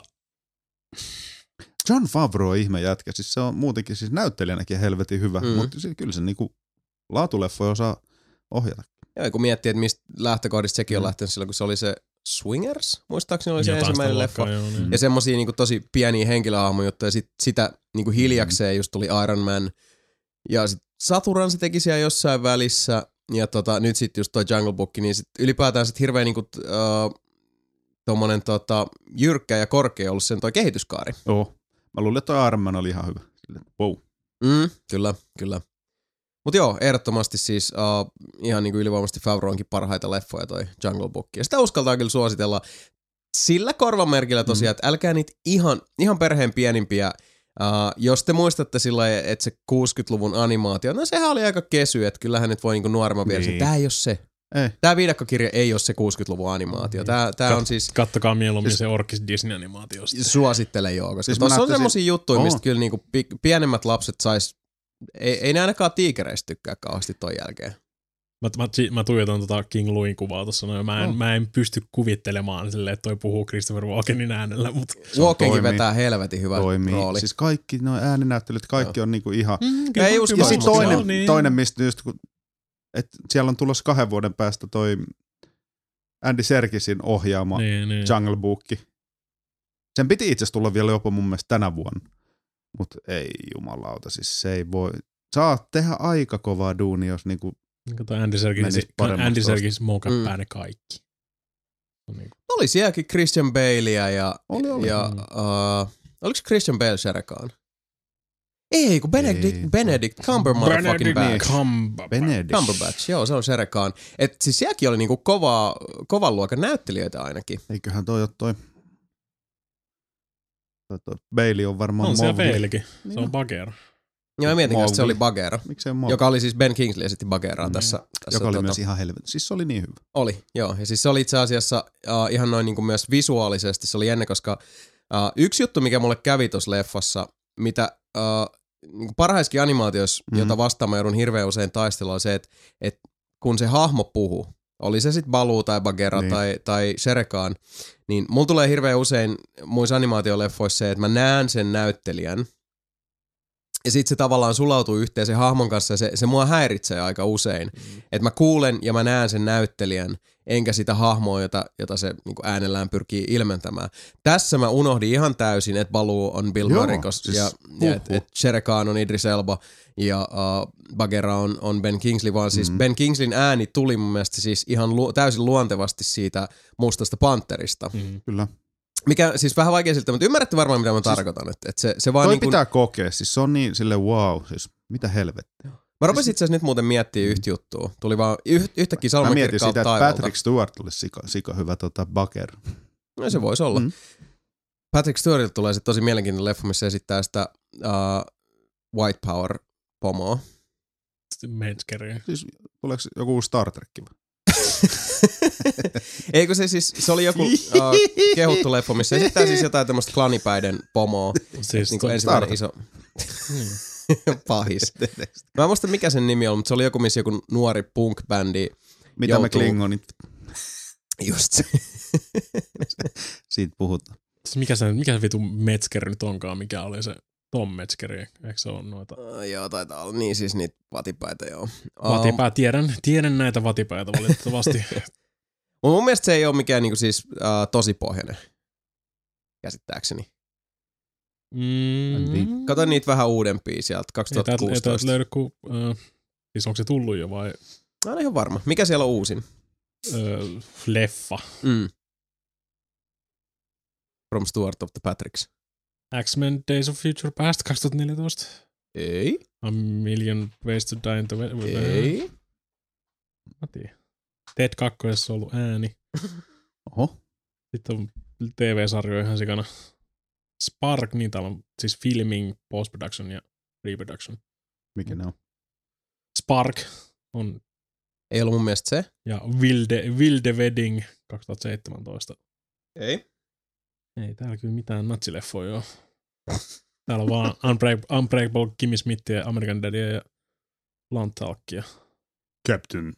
Jon Favreau on ihme jätkä, siis se on muutenkin siis näyttelijänäkin helvetin hyvä, mm. mutta se, kyllä se niinku laatuleffoja osaa ohjata. Joo, kun miettii, että mistä lähtökohdista sekin on mm. lähtenyt silloin, kun se oli se Swingers, muistaakseni oli se jotain ensimmäinen leffa. Luokkaa, joo, niin. Ja semmosia niinku tosi pieniä henkilöhahmojuttuja, ja sit sitä niinku hiljakseen mm. just tuli Iron Man. Ja sit Saturan se teki siellä jossain välissä, ja tota, nyt sit just toi Jungle Book, niin sit ylipäätään sit hirveän niinku... Uh, tommonen tota, jyrkkä ja korkea ollut sen toi kehityskaari. Joo. Mä luulin, että toi Iron Man oli ihan hyvä. Wow. Mm, kyllä, kyllä. Mut joo, ehdottomasti siis uh, ihan niinku ylivoimaisesti Favreau'nkin parhaita leffoja toi Jungle Book. Ja sitä uskaltaa kyllä suositella sillä korvamerkillä tosiaan, mm. että älkää niitä ihan, ihan perheen pienimpiä. Uh, jos te muistatte sillä että se kuusikymmentäluvun animaatio, no sehän oli aika kesy, että kyllähän nyt voi niinku nuoremman vielä niin. Tää ei oo se. Ei. Tää viidakkokirja ei ole se kuusikymmentäluvun animaatio. Tää, tää Kat, on siis... Kattokaa mieluummin siis, se Orkis Disney-animaatiosta. Suosittelen joo, koska siis tuossa on semmosia si- juttuja, oh. mistä kyllä niinku pienemmät lapset sais... Ei, ei ne ainakaan tiikereistä tykkää kauheasti ton jälkeen. Mä, mä, mä tuijotan tota King Louin kuvaa tossa noin. Mä en, oh. mä en pysty kuvittelemaan silleen, että toi puhuu Christopher Walkenin äänellä. Mut Walkenkin vetää helvetin hyvä toimii. rooli. Siis kaikki nuo ääninäyttelyt, kaikki no. on niinku ihan... Mm, kyllä, ja kyllä, sit toinen, niin. toinen, mistä just kun... Että siellä on tulossa kahden vuoden päästä toi Andy Serkisin ohjaama niin, niin. Jungle Book. Sen piti itse asiassa tulla vielä jopa mun mielestä tänä vuonna. Mutta ei jumalauta, siis se ei voi. Saa tehdä aika kovaa duunia, jos niinku Kato Andy Serkis, Andy Serkis mokat mm. päin ne kaikki. Niin oli sielläkin Christian Baleä ja... Oli, oli. ja uh, oliko Christian Bale Shere Khan? Ei, kun Benedict, ei. Benedict Cumberbatch. Benedict. Cumberbatch, joo, se on Shere Khan. Et siis sielläkin oli niinku kova, kovan luokan näyttelijöitä ainakin. Eiköhän toi ole toi... toi, toi Bailey on varmaan... On siellä Baileykin, niin se on Bagheera. Joo, mä mietin, että se oli Bagheera. Miksei Mowgli? Joka oli siis Ben Kingsley esitti Bagheeraa mm. tässä, tässä. Joka oli tota... myös ihan helvetin. Siis se oli niin hyvä. Oli, joo. Ja siis se oli itse asiassa uh, ihan noin niinku myös visuaalisesti. Se oli jännä, koska uh, yksi juttu, mikä mulle kävi tuossa leffassa, mitä... Uh, niin parhaissakin animaatioissa, mm-hmm. jota vastaan mä joudun hirveän usein taistella, on se, että, että kun se hahmo puhuu, oli se sitten Baloo tai Bagheera niin. tai, tai Shere Khan, niin mulla tulee hirveän usein muissa animaatioleffoissa se, että mä näen sen näyttelijän, ja sit se tavallaan sulautuu yhteen sen hahmon kanssa, ja se, se mua häiritsee aika usein. Mm. Että mä kuulen ja mä näen sen näyttelijän, enkä sitä hahmoa, jota, jota se niin äänellään pyrkii ilmentämään. Tässä mä unohdin ihan täysin, että Baloo on Bill Murray, siis, ja, ja että et Shere Khan on Idris Elba, ja uh, Bagheera on, on Ben Kingsley, vaan siis mm. Ben Kingsleyn ääni tuli mun mielestä siis ihan lu- täysin luontevasti siitä Mustasta Panterista. Mm. Kyllä. Mikä siis vähän vaikea siltä, mutta ymmärrätte varmaan, mitä mä siis, tarkoitan. Että, että se, se vaan toi niin kun... pitää kokea, siis se on niin silleen wow, siis mitä helvettiä. Mä rupesin itse asiassa nyt muuten miettimään yhtä juttua. Tuli vaan yh, yhtäkkiä Salma kirkkaat taivalta. Mä mietin sitä, että Patrick Stewart olisi sika, sika hyvä tota, Bagheera. No se voisi olla. Mm. Patrick Stewartilta tulee se tosi mielenkiintoinen leffa, missä esittää sitä uh, White Power-pomoa. Menskeriä. Siis tuleeko joku Star Trek? Eikö se siis, se oli joku uh, kehuttu leffa, missä esittää siis jotain tämmöistä klanipäiden pomoa. Siis niin kuin ensimmäinen iso pahis. Mä en muista mikä sen nimi on, mutta se oli joku, missä joku nuori punk-bändi Mitä joutuu... me klingonit? Just se. Siitä puhutaan. Mikä se, mikä se vitu Metzger nyt onkaan, mikä oli se Tom Metzgeri, eikö se ole noita? Uh, joo, taitaa olla. Niin siis niitä vatipäitä, joo. Vatipää, tiedän, tiedän näitä vatipäitä valitettavasti. Mun mielestä se ei ole mikään niinku siis uh, tosi pohjainen, käsittääkseni. Mm. Kato niitä vähän uudempia sieltä, kaksituhattakuusitoista. Ei täältä löydy, kun, uh, siis onko se tullut jo vai? Mä olen ihan varma. Mikä siellä on uusin? Uh, leffa. Mm. From Stuart of the Patricks. X-Men Days of Future Past kaksituhattaneljätoista. Ei. A Million Ways to Die in the West. Ei. Mä tiedän. Ted kakkosessa on ollut ääni. Oho. Sitten on T V-sarjoja ihan sikana. Spark, niin täällä on siis filming, post-production ja reproduction. Mikä ne on? Spark on... Ei ollut mun mielestä se. Ja Wilde, Wilde Wedding kaksituhattaseitsemäntoista. Ei. Ei täällä kyllä mitään natsileffoja ole. Täällä on vaan Unbreak- Unbreakable Kimmy Smithia, American Dadia ja Lantalkia. Captain.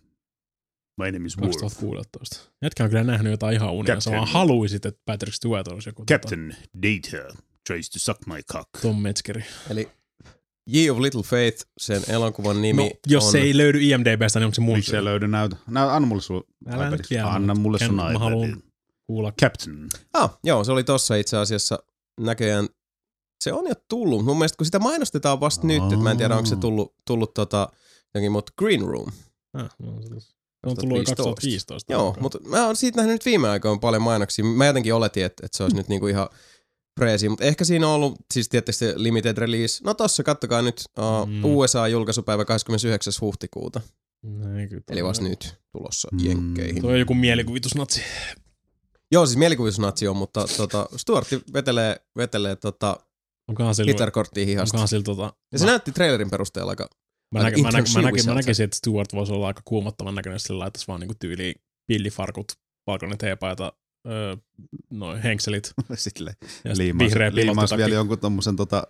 My name is Worf. kaksituhattakuusitoista. Jätkä on kyllä nähnyt jotain ihan unia. Sä vaan haluisit, että Patrick Stewart olisi joku... Captain tota, Data tries to suck my cock. Tom Metzgeri. Eli Ye of Little Faith, sen elokuvan nimi no, jos on... se ei löydy I M D B:stä, niin onko se mun Miksi se ei löydy? Näytä. Näytä, anna mulle sun Älä nyt vielä. Anna mulle sun iPadin. Mä haluan kuulla. Captain. Ah, joo, se oli tossa itse asiassa näköjään. Se on jo tullut. Mun mielestä kun sitä mainostetaan vasta nyt, että mä en tiedä onko se tullut, tullut tota, jokin, mutta Green Room. Ah, no, se on tullut kaksituhattaviisitoista. Joo, mutta mä oon siitä nähnyt nyt viime aikoina paljon mainoksia. Mä jotenkin oletin, että, että se olisi nyt niinku ihan freesi, mutta ehkä siinä on ollut, siis tietysti limited release. No tossa, kattokaa nyt uh, mm. U S A-julkaisupäivä kahdeskymmenesyhdeksäs huhtikuuta. Näin, kyllä, eli vasta nyt tulossa mm. jenkkeihin. Tuo on joku mielikuvitusnatsi. Joo, siis mielikuvitusnatsi on, mutta tota, Stuartti vetelee, vetelee tota, hitarkorttia hihasta. Onkohan sillä tota... Ja se mä... näytti trailerin perusteella aika... Mä, näki, mä, näki, mä, näki, mä näkisin, että Stuart voisi olla aika kuumottavan näköinen, jos sillä laittaisi vaan niinku tyyliin pillifarkut, valkoinen teepaita, öö, noin henkselit. Silleen. Ja liimaisi, liimaisi vielä jonkun tommosen tota...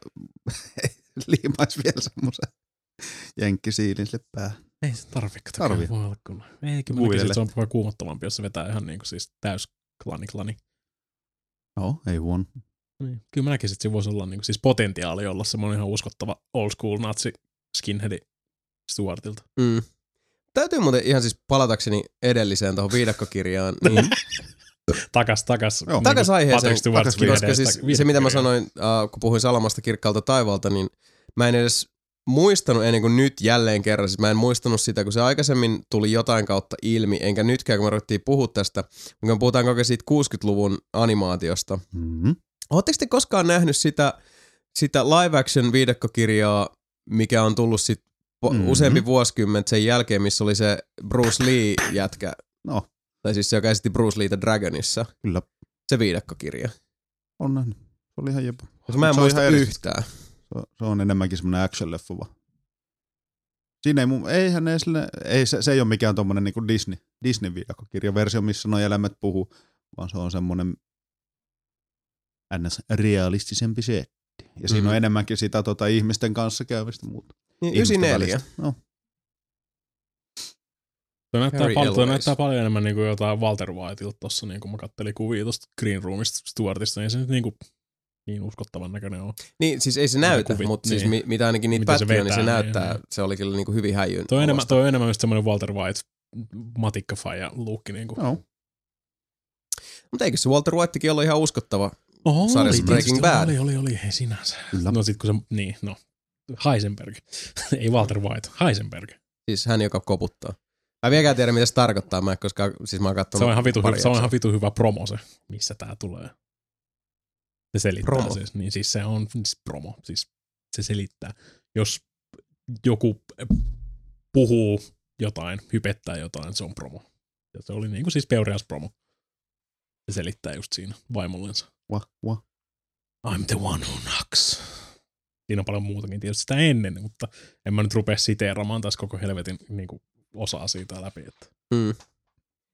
liimaisi vielä semmosen jenkkisiilin sille päähän. Ei se tarvitse. Tarvii. Ei, kyllä mä näkisin, että se on paljon kuumottavampi, jos se vetää ihan niinku siis täys klani-klani. No, ei huono. Niin. Kyllä mä näkisin, että se voisi olla niinku siis potentiaali olla semmoinen ihan uskottava old school natsi skinheadi Stuartilta. Mm. Täytyy muuten ihan siis palatakseni edelliseen tuohon viidakkokirjaan. Niin takas, takas. Joo. Takas aiheeseen, koska siis se mitä mä sanoin, uh, kun puhuin Salamasta kirkkaalta taivalta, niin mä en edes muistanut ennen kuin nyt jälleen kerran. Siis mä en muistanut sitä, kun se aikaisemmin tuli jotain kautta ilmi, enkä nytkään, kun me ruvettiin puhua tästä, kun me puhutaan koko siitä kuusikymmentäluvun animaatiosta. Mm-hmm. Oletteko te koskaan nähnyt sitä, sitä live action viidakkokirjaa, mikä on tullut sit mm-hmm. useampi vuosikymmentä sen jälkeen, missä oli se Bruce Lee-jätkä? No. Tai siis se, joka esitti Bruce Leeta Dragonissa. Kyllä. Se viidakkokirja. On nähnyt. Se oli ihan jepo. Mä en muista yhtään. Se, se on enemmänkin semmoinen action-leffa vaan. Siinä ei mun, eihän ne sille, ei, se, se ei ole mikään tommonen niinku Disney, Disney-viidakkokirjaversio, missä nuo eläimet puhuu, vaan se on semmonen ns. Realistisempi setti. Ja mm-hmm. siinä on enemmänkin sitä tota, ihmisten kanssa käyvistä muuta. Niin, yhdeksänkymmentäneljä. No. Tuo näyttää, pal- tuo näyttää paljon enemmän niin kuin jotain Walter Whiteilta tossa, niin kuin mä kattelin kuvia tosta Green Roomista Stuartista, niin se nyt niin, kuin, niin uskottavan näköinen on. Niin, siis ei se näytä, kuvit, mutta niin. siis mitä ainakin niitä pätkiä, niin se näyttää, niin, se oli kyllä niin kuin hyvin häijyn. Tuo on enemmän, toi on enemmän just semmoinen Walter White matikkafaija luukki. Niin kuin. No. Mutta eikö se Walter Whitekin ollut ihan uskottava Oho, sarjassa Breaking Bad? Oli, oli, oli, hei sinänsä. Kyllä. No sit kun se, niin, no, Heisenberg. Ei Walter White, Heisenberg. Siis hän, joka koputtaa. Mä vieläkään tiedä, mitä se tarkoittaa, mä, koska siis mä oon katsonut. Se on ihan vitu, hy- se on ihan vitu hyvä promo se, missä tää tulee. Se selittää promo. Siis, niin siis se on siis promo, siis se selittää. Jos joku puhuu jotain, hypettää jotain, se on promo. Ja se oli niinku siis peureas promo. Se selittää just siinä vaimollensa. Wah, wah. I'm the one who knocks. Siinä on paljon muutakin tietysti sitä ennen, mutta en mä nyt rupea siteeramaan tässä koko helvetin niinku osaa siitä läpi. Että. Mm.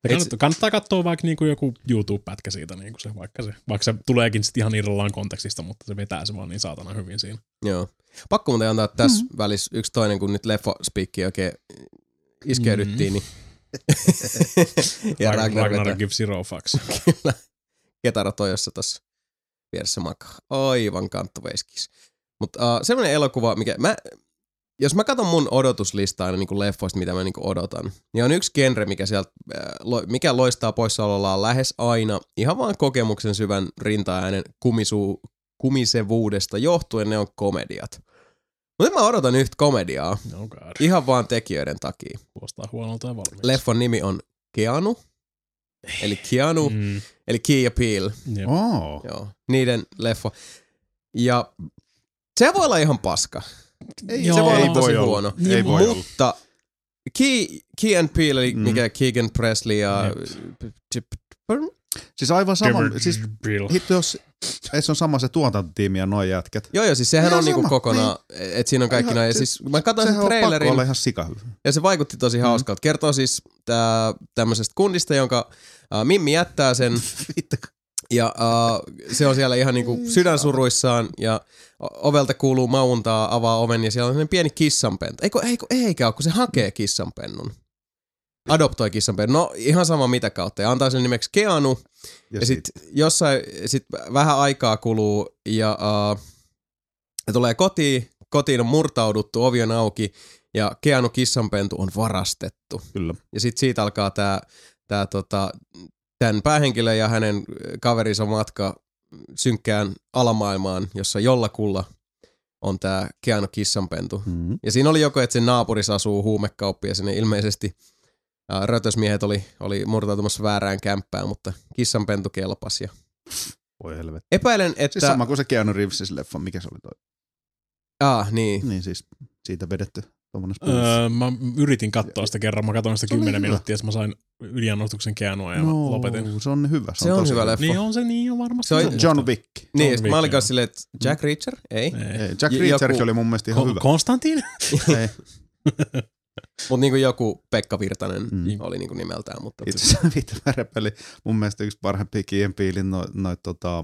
Kannattaa, kannattaa katsoa vaikka niinku joku YouTube-pätkä siitä, niinku se, vaikka, se, vaikka se tuleekin sitten ihan irrallaan kontekstista, mutta se vetää se vaan niin saatana hyvin siinä. Joo. Pakko muuten antaa tässä mm-hmm. välissä yksi toinen, kun nyt leffa-spiikki oikein iskeydyttiin, mm-hmm. niin... ja Ragnar, Ragnar give zero fucks. Kyllä. Ketara Tojossa tossa vieressä makaa. Aivan kanttoveiskis. Mutta uh, semmoinen elokuva, mikä... Mä, jos mä katson mun odotuslistaa aina niin leffoista, mitä mä niin odotan, niin on yksi genre, mikä, sieltä, mikä loistaa poissaolollaan lähes aina ihan vaan kokemuksen syvän rinta-äänen kumisu, kumisevuudesta johtuen, ne on komediat. Mutta mä odotan yhtä komediaa, oh ihan vaan tekijöiden takia. Kuulostaa huonolta ja valmiiksi. Leffon nimi on Keanu, eli Keanu, mm. eli Key ja Peele. Yep. Oh. Joo, niiden leffa. Ja se voi olla ihan paska. Ei, Joo, se voi ei olla tosi voi huono. Olla. Ei voi mutta Key, Key and Peele, eli mm. mikä Keegan Presley ja... Siis aivan sama. Siis hitto, jos ei se on sama se tuotantotiimi ja noi jätkät. Joo, joo, siis sehän ihan on niinku kokonaan, niin. Että siinä on kaikki noin. Se, siis mä katsoin sen trailerin. Sehän on pakko olla ihan sikahyvä. Ja se vaikutti tosi hauskalta. Mm. Kertoo siis tää, tämmöisestä kundista, jonka äh, Mimmi jättää sen. Ja uh, se on siellä ihan niinku sydänsuruissaan ja ovelta kuuluu mauntaa, avaa oven ja siellä on sellainen pieni kissanpentu. Eikö, eikö, eikä ole, kun se hakee kissanpennun. Adoptoi kissanpennun. No ihan sama mitä kautta. Ja antaa sen nimeksi Keanu. Ja, ja sitten sit jossain sit vähän aikaa kuluu ja, uh, ja tulee kotiin. Kotiin on murtauduttu, ovi on auki ja Keanu kissanpentu on varastettu. Kyllä. Ja sitten siitä alkaa tää, tää tota... tämän päähenkilön ja hänen kaverinsa matka synkkään alamaailmaan, jossa jollakulla on tämä Keanu kissanpentu. Mm-hmm. Ja siinä oli joko, että sen naapurissa asuu huumekauppi ja sinne ilmeisesti ää, rötösmiehet oli, oli murtautumassa väärään kämppään, mutta kissanpentu kelpasi. Ja... Voi helvetti. Epäilen, että... Siis sama kuin se Keanu Reevesin leffa, mikä se oli toi? Ah, niin. Niin siis siitä vedetty. Öö, mä yritin katsoa sitä kerran, mä katsoin sitä kymmenen minuuttia, ja mä sain yliannostuksen Keanua ja no, lopetin. Se on hyvä. Se, se on, on hyvä leffa. Niin on se niin on varmasti. Se on John Wick. Niin, John Wick, mä olin kanssa silleen, että Jack Reacher? Ei. Ei. Jack J- Reacherkin oli mun mielestä ihan Ko- hyvä. Konstantin? Ei. Mutta niinku joku Pekka Virtanen mm. oli niinku nimeltään. Mutta... Itse asiassa viitä värepeli. Mun mielestä yksi parhaimpia Key and Peelen noit noi, tota,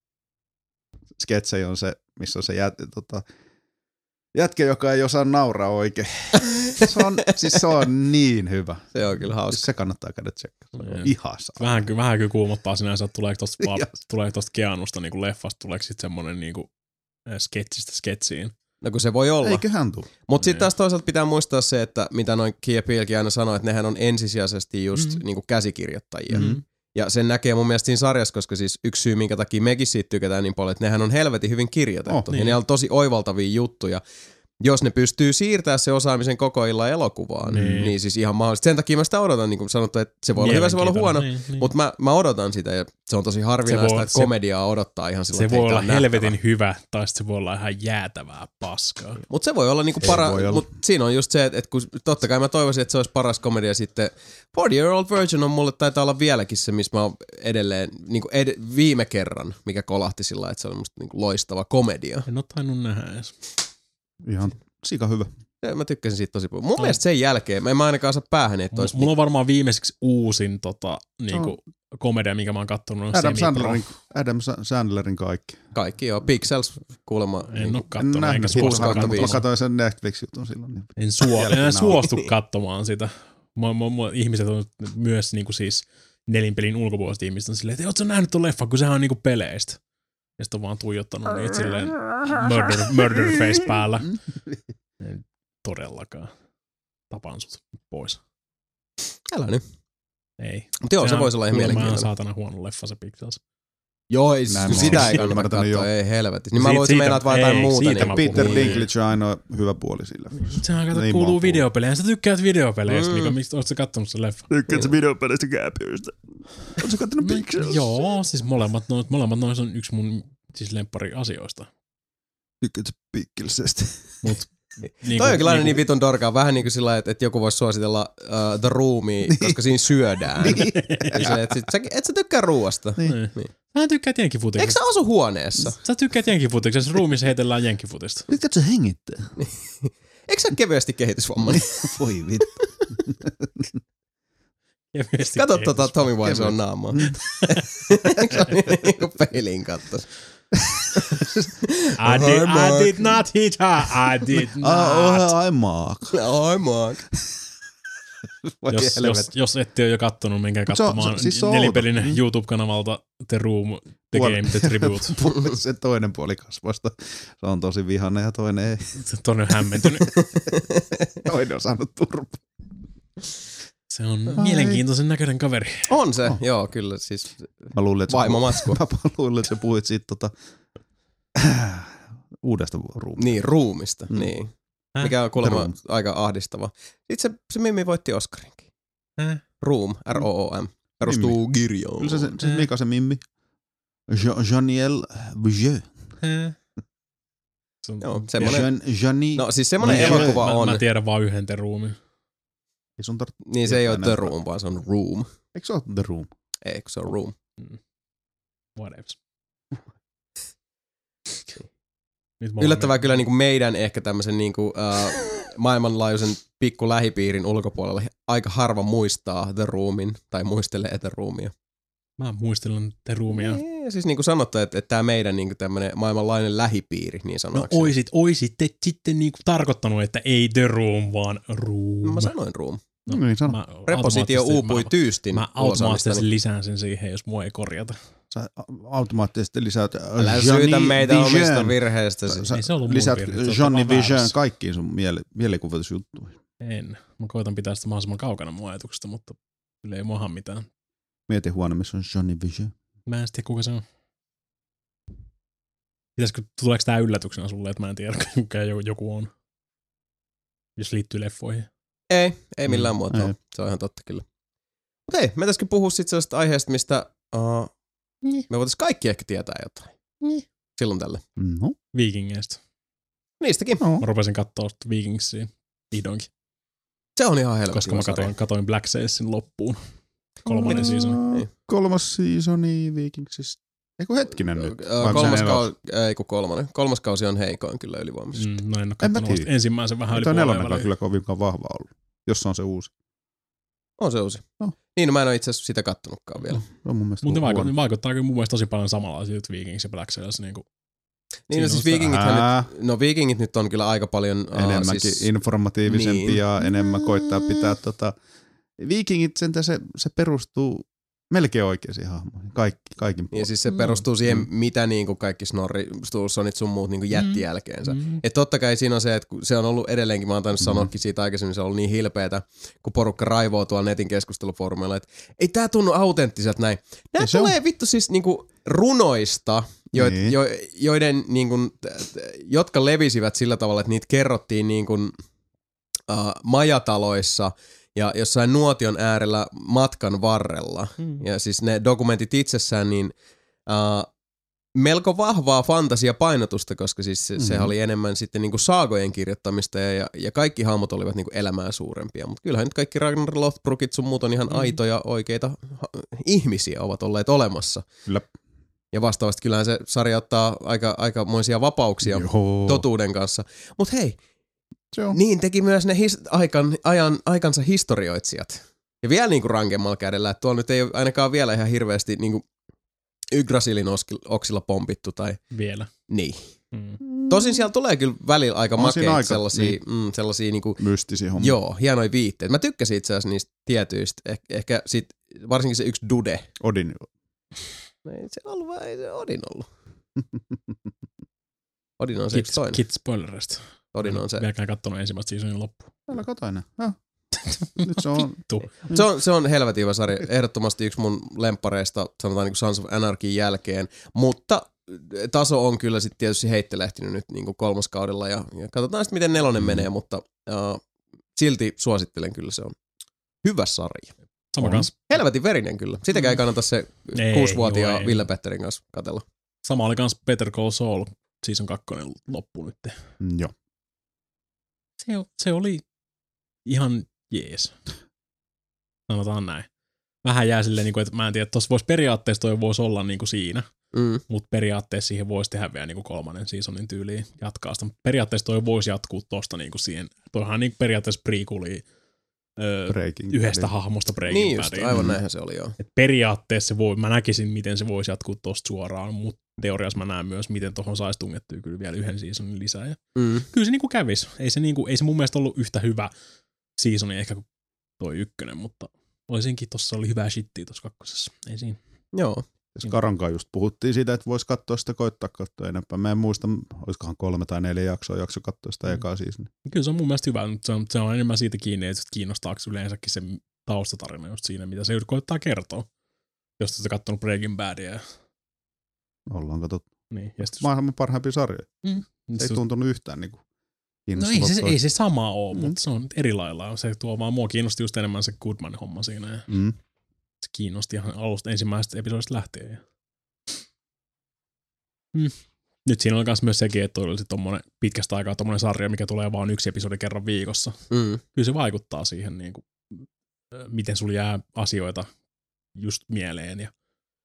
sketsejä on se, missä on se jät, tota, jätkä, joka ei osaa nauraa oikein. Se on, siis se on niin hyvä. Se on kyllä hauska. Siis se kannattaa käydä tsekkaa. Ihan saa. Vähän, vähän kyllä kuumottaa sinänsä, että tuleeko tosta, tulee tosta Keanusta niin kuin leffasta, tuleeko sitten semmoinen niin kuin sketsistä sketsiin. No kun se voi olla. Eiköhän tule. Mutta sitten taas toisaalta pitää muistaa se, että mitä noin Key ja Peelekin aina sanoo, että nehän on ensisijaisesti just mm-hmm. niinku käsikirjoittajia. Mm-hmm. Ja sen näkee mun mielestä siinä sarjassa, koska siis yksi syy, minkä takia mekin siitä tykätään niin paljon, että nehän on helvetin hyvin kirjoitettu. Oh, niin. Ja ne on tosi oivaltavia juttuja. Jos ne pystyy siirtämään se osaamisen koko illan elokuvaan, niin, niin siis ihan mahdollisesti. Sen takia mä sitä odotan, niin kuin sanottu, että se voi olla hyvä, se voi olla huono, niin, niin. mutta mä, mä odotan sitä ja se on tosi harvinaista, voi, että se, komediaa odottaa ihan sillä. Se voi olla helvetin nähtävä. Hyvä, tai se voi olla ihan jäätävää paskaa. Mutta se voi olla niinku paras, mutta siinä on just se, että, että kun, totta kai mä toivoisin, että se olisi paras komedia sitten. forty year old virgin on mulle taitaa olla vieläkin se, missä mä oon edelleen, niinku ed, viime kerran, mikä kolahti sillä, että se oli musta niinku loistava komedia. En oo tainnut nähdä edes. Ihan sika hyvä. Mä tykkäsin siitä tosi paljon. Mun no. mielestä sen jälkeen, mä en ainakaan saa päähän, että olisi... Mulla on varmaan viimeiseksi uusin tota, niinku, no. komedia, mikä mä oon kattonut. Adam Sandlerin, Adam Sandlerin kaikki. Kaikki joo. Pixels kuulemma. En niin, oo kattonut. En nähnyt. Mä katsoin sen Netflix-jutun silloin. Niin en, suo, en suostu katsomaan sitä. Mä, mä, mä, ihmiset on myös niinku siis nelinpelin ulkopuoliset ihmiset on silleen, että ootko sä nähnyt ton leffan, kun sehän on niinku peleistä. Ja sitten on vaan tuijottanut niitä silleen murder, murder face päällä. En todellakaan. Tapan sut pois. Älä nyt. Ei. Mutta joo, se voisi olla ihan mielenkiintoinen. Mä saatana huono leffa se Pixels. Joo, ei, sitä ei kannata katsoa, ei helvetti. Niin mä luulisin, meinaat vaan jotain muuta. Niin. Peter Dinklage on ainoa hyvä puoli sillä. Sehän kato, niin kuuluu videopelejä. Sä tykkäät videopeleistä, mm. Mika. Miksi oot sä kattonut sen leffa? Tykkäät sä videopeleistä kääpiöistä? Oot sä kattonut Pixels? Joo, siis molemmat noista molemmat nois on yksi mun siis lemppari asioista. Tykkäät sä Pixelsistä? Mut Niin toi onkin niinku, niin vitun dorkaa, vähän niin kuin sillä, että, että joku voisi suositella uh, The Roomia, niin. koska siinä syödään. Niin. Se, et, sit, sä, et sä tykkää ruuasta. Niin. Niin. Mä tykkään jenkifutiksesta. Eikö sä asu huoneessa? Sä tykkäät jenkifutiksesta, Roomissa heitellään jenkifutista. Tykkäätkö sä hengittää? Eikö sä kevyesti kehitysvammainen? Voi vittu. Kato tota Tommy Wiseau naamaa. Se on niinku peiliin kattos. I did, I did not hit her. I did not. Oh, I Mark. Oi Mark. Jos, jos, jos ette ole jo kattonut, menkää katsomaan siis nelipelin mm. YouTube-kanavalta The Room, The Puol- Game, The Tribute. Se toinen puoli kasvoista. Se on tosi vihainen ja toinen ei. Toinen on hämmentynyt. Toinen on saanut turpa. Se on Ai. mielenkiintoisen näköinen kaveri. On se, oh. joo, kyllä. Siis mä luulin, että vaimomatskua. Mä luulin, että sä puhuit siitä tota, uudesta ruumista. Niin, ruumista, mm. niin. Äh? Mikä on kuulemma aika ahdistava. Sitten se, se Mimmi voitti Oscarinkin. Äh? Room, R O O M. Perustuu kirjoon. Kyllä se, se, se mikä on se Mimmi? Jean-Niel Vigeux. Äh? Joo, semmoinen. Jean, no siis semmoinen elokuva on. Mä, mä tiedän vaan yhden The Roomin. Niin se ei ole The Room, vaan se on Room. Eikö se ole The Room? Eikö se ole Room? Mm. Whatever. Yllättävää kyllä niin kuin meidän ehkä tämmöisen niin kuin, uh, maailmanlaajuisen pikku lähipiirin ulkopuolella aika harva muistaa The Roomin tai muistelee The Roomia. Mä muistelen The Roomia. Niin, siis niin kuin sanottu, että, että tämä meidän niin kuin tämmöinen maailmanlainen lähipiiri, niin sanoakseni. No oisit, oisit te sitten niin kuin tarkoittanut, että ei The Room, vaan Room. No, mä sanoin Room. No, niin sano. Prepositio uupui mä, tyystin. Mä automaattisesti lisään sen siihen, jos mua ei korjata. Sä automaattisesti lisäät Älä syytä meitä omista virheistä. Sä lisäät Johnny Vision kaikkiin sun miele- mielikuvitusjuttuihin. En. Mä koitan pitää sitä mahdollisimman kaukana mun ajatuksesta, mutta kyllä ei muahan mitään. Mieti huone, missä on Johnny Vision. Mä en tiedä, kuka se on. Pitäisikö, tuleeko tää yllätyksenä sulle, että mä en tiedä, kuka joku on? Jos liittyy leffoihin. Ei, ei millään mm, muotoa. Ei. Se on ihan totta kyllä. Mutta hei, me pitäisikö puhua sitten sellaista aiheesta, mistä uh, niin. me voitaisiin kaikki ehkä tietää jotain. Niin. Silloin tälle. No. Viikingeistä. Niistäkin. No. Mä rupesin katsoa Vikingsia vihdoinkin. Se on ihan helvetin. Koska mä katoin, katoin Black Sailsin loppuun. Kolmannen no, seasoni. Niin. Kolmas seasoni Vikingsistä. Eiku hetkinen nyt. Uh, kolmas, kausi, ei kun kolmonen. kolmas kausi on heikoin kyllä ylivoimaisesti. Mm, no en ole katsonut ensimmäisen vähän yli puoleen väliin. Nelonen on kyllä kovinkaan vahva ollut, jos se on se uusi. On se uusi. No. Niin, no mä en ole itse asiassa sitä kattonutkaan vielä. No, mun mielestä mutta vaikuttaa, vaikuttaa kyllä mun mielestä tosi paljon samanlaisia Vikings ja Black Sails. Niin, niin no siis Vikingithän nyt, no Vikingit nyt on kyllä aika paljon uh, enemmänkin siis, informatiivisempia niin. ja enemmän koittaa pitää tota... Vikingit sentä se, se perustuu melkein oikeisiin hahmoihin, kaikki, kaikin puolin. Ja siis se perustuu siihen, mm. mitä niin kuin kaikki Snorri, Sturlusonit sun muut niin kuin jätti jälkeensä. Mm. Että totta kai siinä on se, että se on ollut edelleenkin, mä oon tainnut mm. sanoakin siitä aikaisemmin, se on ollut niin hilpeätä, kun porukka raivoo tuolla netin keskustelufoorumeilla, että ei tää tunnu autenttiselta näin. Nää tulee on. vittu siis niin kuin runoista, jo, niin. jo, joiden, niin kuin, jotka levisivät sillä tavalla, että niitä kerrottiin niin kuin, uh, majataloissa, ja jossain nuotion äärellä matkan varrella. Mm. Ja siis ne dokumentit itsessään, niin uh, melko vahvaa fantasiapainotusta, koska siis se, mm-hmm. se oli enemmän sitten niinku saagojen kirjoittamista ja, ja, ja kaikki hahmot olivat niinku elämää suurempia. Mutta kyllähän nyt kaikki Ragnar Lothbrokit sun muut on ihan mm-hmm. aitoja, oikeita ha- ihmisiä ovat olleet olemassa. Kyllä. Ja vastaavasti kyllähän se sarja ottaa aika, aikamoisia vapauksia Joo. totuuden kanssa. Mutta hei, niin teki myös ne his- aikan, ajan, aikansa historioitsijat. Ja vielä niinku rankemmalla kädellä, että tuolla nyt ei ole ainakaan vielä ihan hirveästi niinku Yggdrasilin oksilla pompittu tai... Vielä. Niin. Mm. Tosin siellä tulee kyllä välillä aika makeita aika, sellaisia, niin. mm, sellaisia niinku... mystisiä hommia. Joo, hienoja viitteitä. Mä tykkäsin itse asiassa niistä tietyistä. Eh- ehkä sit, varsinkin se yksi Dude. Odin. Ei se ollut vaan, ei se Odin ollut. Odin on se yksi toinen. Kit spoilerista. Odin on se. Vieläkään kattonut ensimmäistä seasonin loppuun. Älä kato enää. No. Nyt se on. se on. Se on helvetin hyvä sarja. Ehdottomasti yksi mun lemppareista, sanotaan niin kuin Sons of Anarchy jälkeen. Mutta taso on kyllä sitten tietysti heittelehtinyt nyt niin kuin kolmoskaudella. Ja, ja katsotaan sitten, miten nelonen mm. menee, mutta uh, silti suosittelen kyllä, se on hyvä sarja. Sama kanssa. Helvetin verinen kyllä. Sitäkään ei kannata se kuusivuotiaan Ville Petterin kanssa katsella. Sama oli kans Better Call Saul, season kakkonen loppu nyt. Mm, joo. Se, se oli ihan jees. Sanotaan näin. Vähän jää silleen, että mä en tiedä, että tossa voisi periaatteessa toi voisi olla niin kuin siinä, mm. mutta periaatteessa siihen voisi tehdä vielä niin kuin kolmannen seasonin tyyliin jatkaa sitä. Periaatteessa toi voisi jatkuu tosta niin kuin siihen. Toihan niin periaatteessa prequelia öö, Breaking yhdestä Bad. hahmosta Breaking Niin just, Badiin. aivan näinhän se oli joo. Et periaatteessa se voi, mä näkisin, miten se voisi jatkuu tosta suoraan, mutta teoriassa mä näen myös, miten tohon saisi tungettua kyllä vielä yhden seasonin lisää. Ja Mm. kyllä se niinku kävisi. Ei se, niinku, ei se mun mielestä ollut yhtä hyvä seasoni ehkä kuin toi ykkönen, mutta olisinkin tossa oli hyvää shittiä tossa kakkosessa. Ei siinä. Joo. Jos Karankaan just puhuttiin siitä, että voisi katsoa sitä, koittaa katsoa enempää. Mä en muista, olisikohan kolme tai neljä jaksoa jakso katsoa sitä mm. ekaa siis. Kyllä se on mun mielestä hyvä, mutta se on, se on enemmän siitä kiinni, että kiinnostaako yleensäkin se taustatarina just siinä, mitä se koittaa kertoa. Jos olette kattonut Breaking Badia. Ollaan katsottu. Niin, maailman parhaimpia sarjoja. Mm. Ei tuntunut yhtään niin kuin no ei se, ei se sama ole, mm. mutta se on eri lailla. Se tuo vaan mua kiinnosti just enemmän se Goodman-homma siinä. Ja mm. Se kiinnosti ihan alusta ensimmäisestä episodista lähtien. Ja mm. Nyt siinä on myös sekin, että oli tommonen pitkästä aikaa tommonen sarja, mikä tulee vaan yksi episodi kerran viikossa. Mm. Kyllä se vaikuttaa siihen, niin kuin, miten sulla jää asioita just mieleen. Ja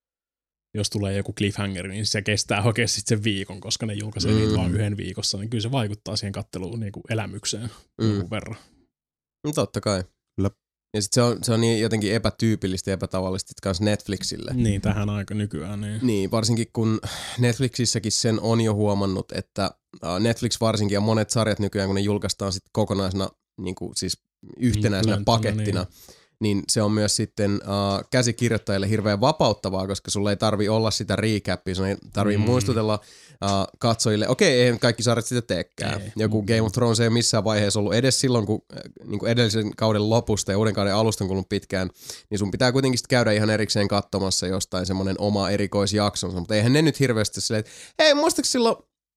jos tulee joku cliffhanger, niin se kestää oikeasti sitten sen viikon, koska ne julkaisee mm. niitä vaan yhden viikossa. Niin kyllä se vaikuttaa siihen katteluun niin kuin elämykseen mm. jonkun verran. No totta kai. Kyllä. Ja sit se on, se on niin jotenkin epätyypillistä ja epätavallista kans Netflixille. Niin, tähän aika nykyään. Niin. niin, varsinkin kun Netflixissäkin sen on jo huomannut, että Netflix varsinkin ja monet sarjat nykyään, kun ne julkaistaan sit kokonaisena niin kuin siis yhtenäisenä mm, pakettina, niin. niin se on myös sitten uh, käsikirjoittajille hirveän vapauttavaa, koska sulla ei tarvi olla sitä recapia, sun ei tarvi mm. muistutella uh, katsojille, okei, eihän kaikki sarjat sitä teekään. Ei. Joku Game of Thrones ei missään vaiheessa ollut edes silloin, kun niin kuin edellisen kauden lopusta ja uuden kauden alusta on kulunut pitkään, niin sun pitää kuitenkin käydä ihan erikseen katsomassa jostain semmoinen oma erikoisjaksonsa, mutta eihän ne nyt hirveästi silleen, että hei, muistatko silloin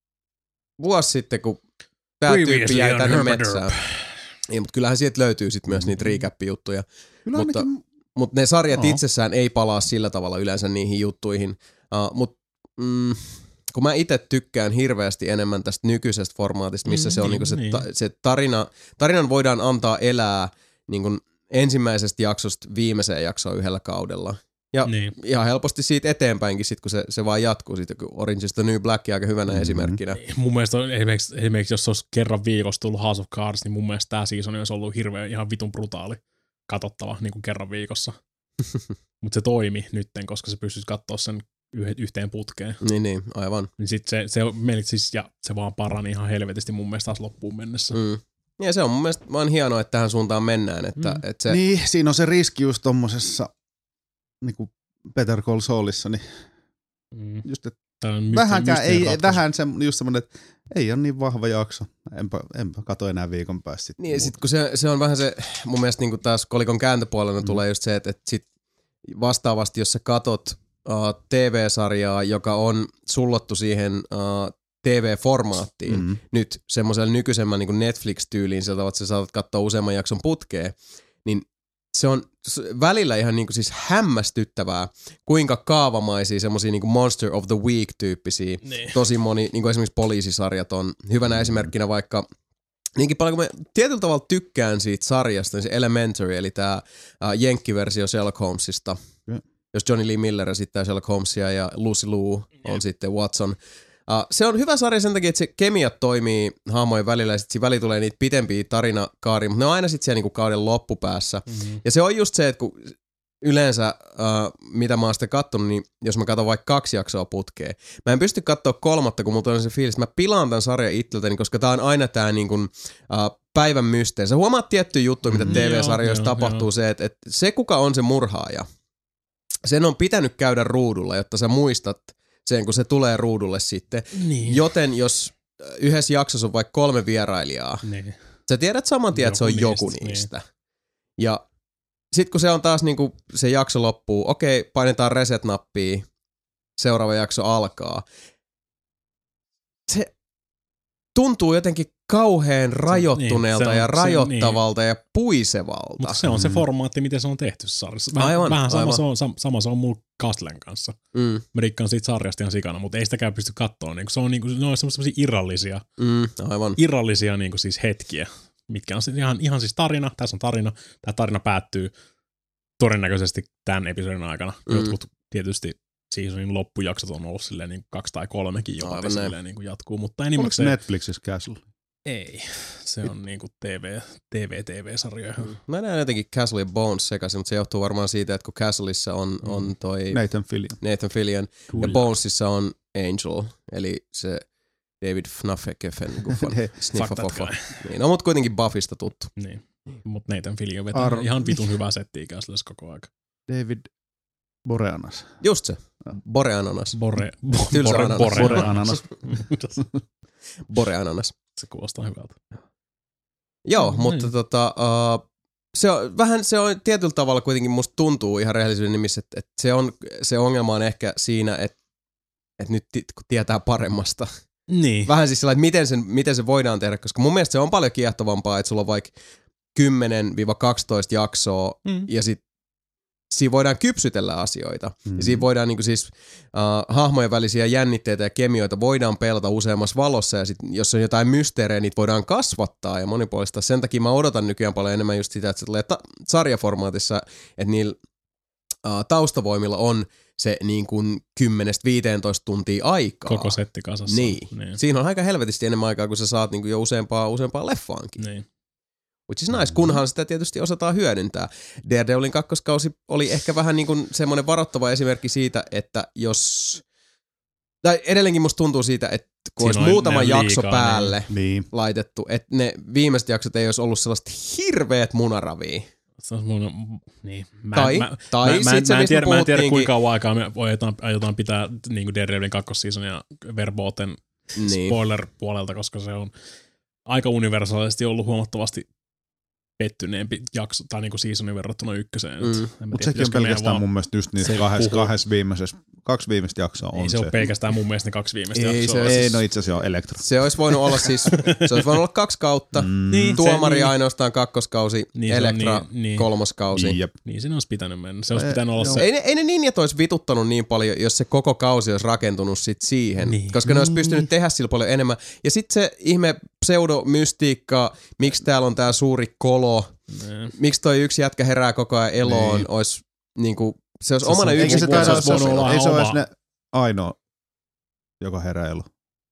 vuosi sitten, kun tää tyyppi jäi tänne metsään. Ei, mutta kyllähän sieltä löytyy sitten myös niitä recap-juttuja. Mutta, ainakin... mutta ne sarjat no. itsessään ei palaa sillä tavalla yleensä niihin juttuihin. Uh, mutta mm, kun mä itse tykkään hirveästi enemmän tästä nykyisestä formaatista, missä mm, se on niin, niinku se, niin. ta, se tarina, tarinan voidaan antaa elää niinku ensimmäisestä jaksosta viimeiseen jaksoon yhdellä kaudella. Ja niin. ihan helposti siitä eteenpäinkin, sit, kun se, se vaan jatkuu. Siitä, kun Orange is the New Black aika hyvänä mm-hmm. esimerkkinä. Mun mielestä on, esimerkiksi, esimerkiksi jos olisi kerran viikossa tullut House of Cards, niin mun mielestä tämä season olisi ollut hirveän ihan vitun brutaali katsottava niin kuin kerran viikossa. Mutta se toimi nytten, koska se pystyisi katsoa sen yhteen putkeen. Niin, niin, aivan. Niin sit se, se, siis, ja se vaan parani ihan helvetisti mun mielestä taas loppuun mennessä. Mm. Ja se on mun mielestä vaan hienoa, että tähän suuntaan mennään. Että, mm. että se... Niin, siinä on se riski just tommosessa niin kuin Better Call Saulissa, niin mm. just, että vähänkään, ei, vähän se, just semmoinen, että ei ole niin vahva jakso. Enpä, enpä kato enää viikon päästä. Sit niin, sit kun se, se on vähän se, mun mielestä niin kuin taas kolikon kääntöpuolella mm. tulee just se, että, että sit vastaavasti, jos sä katot uh, T V-sarjaa, joka on sullottu siihen uh, T V-formaattiin, mm. nyt semmoisella nykyisemmän niin kuin Netflix-tyyliin, sieltä että sä saatat katsoa useamman jakson putkeen, niin se on välillä ihan niinku siis hämmästyttävää, kuinka kaavamaisia semmosia niinku Monster of the Week-tyyppisiä. Niin. Tosi moni, niinku esimerkiksi poliisisarjat on hyvänä mm. esimerkkinä vaikka, niinkin paljon kun mä tietyllä tavalla tykkään siitä sarjasta, niin se Elementary, eli tää uh, jenkkiversio Sherlock Holmesista, mm. jos Johnny Lee Miller esittää Sherlock Holmesia ja Lucy Liu on mm. sitten Watson. Uh, se on hyvä sarja sen takia, että se kemiat toimii hahmojen välillä ja sitten siinä väliin tulee niitä pitempiä tarinakaaria, mutta ne on aina sitten siellä niinku kauden loppupäässä. Mm-hmm. Ja se on just se, että kun yleensä, uh, mitä mä oon sitten kattonut, niin jos mä katson vaikka kaksi jaksoa putkeen, mä en pysty katsoa kolmatta, kun mulla on se fiilis, että mä pilaan tämän sarjan itseltäni, koska tää on aina tää niinku, uh, päivän mysteeri. Sä huomaat tiettyjä juttuja, mitä mm-hmm. T V-sarjoissa joo, tapahtuu, joo. se, että, että se kuka on se murhaaja, sen on pitänyt käydä ruudulla, jotta sä muistat sen, kun se tulee ruudulle sitten. Niin. Joten jos yhdessä jaksossa on vaikka kolme vierailijaa, niin. sä tiedät saman tien, että se on joku niistä. niistä. Niin. Ja sit kun se on taas niinku, se jakso loppuu, okei, painetaan reset-nappia, seuraava jakso alkaa. Se tuntuu jotenkin kauhean rajoittuneelta niin, ja on, rajoittavalta se, niin. ja puisevalta. Mutta se on se formaatti, miten se on tehty sarjassa. Vähän, aivan, vähän sama, aivan. Se on, sama se on mulla Castlen kanssa. Mm. Mä rikkaan siitä sarjasta ihan sikana, mutta ei sitäkään pysty katsoa. Niin se on, niin kuin, ne on semmoisia irrallisia, mm, aivan. irrallisia niin kuin siis hetkiä, mitkä on ihan, ihan siis tarina. Tässä on tarina. Tämä tarina päättyy todennäköisesti tämän episodin aikana. Mm. Jotkut tietysti seasonin loppujaksot on ollut silleen niin kaksi tai kolmekin jopa silleen niin kuin jatkuu, mutta enimmäkseen. Oliko Netflixissä Castle? Ei, se on niinku T V, T V, T V-sarjoja. Mm. Mä näen jotenkin Castle ja Bones sekaisin, mutta se johtuu varmaan siitä, että kun Castleissa on, mm. on toi Nathan Fillion. Nathan Fillion ja Bonesissa on Angel, eli se David Fnafekefen sniffafoffa. Niin, no mut kuitenkin Buffysta tuttu. Niin, mut Nathan Fillion vetää Ar- ihan vitun hyvää settiä Castlessa koko aika. David Boreanas. Just se. Boreananas. Bore, bo, Tylsä bore, ananas. bore, Boreananas. Boreananas. Se kuulostaa hyvältä. Joo, No, mutta niin. tota, uh, se on, vähän se on tietyllä tavalla kuitenkin musta tuntuu ihan rehellisyyden nimissä, että, että se, on, se ongelma on ehkä siinä, että, että nyt kun tietää paremmasta. Niin. Vähän siis sellainen, että miten, sen, miten se voidaan tehdä, koska mun mielestä se on paljon kiehtovampaa, että sulla on vaikka kymmenen kaksitoista jaksoa Mm. ja sit siinä voidaan kypsytellä asioita. Mm. Ja siinä voidaan niinku siis uh, hahmojen välisiä jännitteitä ja kemioita voidaan pelata useammassa valossa ja sit, jos on jotain mysteerejä, niitä voidaan kasvattaa ja monipuolistaa. Sen takia mä odotan nykyään paljon enemmän just sitä, että se tulee ta- sarjaformaatissa, että niillä uh, taustavoimilla on se niin kuin kymmenestä viiteentoista tuntia aikaa. Koko setti kasassa. Niin. niin. Siinä on aika helvetisti enemmän aikaa, kun sä saat niin kuin jo useampaa, useampaa leffaankin. Niin. Which is nice, kunhan sitä tietysti osataan hyödyntää. Daredevilin kakkoskausi oli ehkä vähän niin kuin semmoinen varoittava esimerkki siitä, että jos... Tai edelleenkin musta tuntuu siitä, että kun Siinä olisi muutama liikaa, jakso niin. päälle Niin. laitettu, että ne viimeiset jaksot ei olisi ollut sellaista hirveät munaravia. Se on mun, niin. Mä, Tai- mä, tai mä, sit mä, se, mä, en mistä tiedä, mä en tiedä puhuttiinkin- kuinka kauan aikaa me aiotaan, aiotaan pitää niin kuin Daredevilin kakkosseasonia verboten Niin. spoiler-puolelta, koska se on aika universaalisti ollut huomattavasti pettyneempi jakso, tai niinku seasonin verrattuna ykköseen. Mm. Mutta sekin on pelkästään mun mielestä just niissä kahdessa, kahdessa viimeisessä, kaksi viimeistä jaksoa on ei se. Ei se ole pelkästään mun mielestä ne kaksi viimeistä Ei, jaksoa. se Ei, siis- no itse asiassa on Elektro. Se olisi voinut olla siis, se olisi voinut olla kaksi kautta, Mm. Niin. tuomari Se- niin. ainoastaan kakkoskausi, Niin, se on Elektra niin- niin. kolmoskausi. Niin, jep. Niin siinä olisi pitänyt mennä. Se olisi Ei, pitänyt olla joo. se. Ei ne, ei ne ninjat olisi vituttanut niin paljon, jos se koko kausi olisi rakentunut sit siihen, Niin. koska ne olisi Niin. pystynyt tehdä sillä paljon enemmän. Ja sitten se ihme pseudomystiikka, miksi täällä on tää suuri kolo, Ne. miksi toi yksi jätkä herää koko ajan eloon, Niin. olisi niinku, se olisi Se- omana se- Eikä se yksinkertaisena. taida olisi voinut olla ei se ole oma- edes ne ainoa, joka herää elo.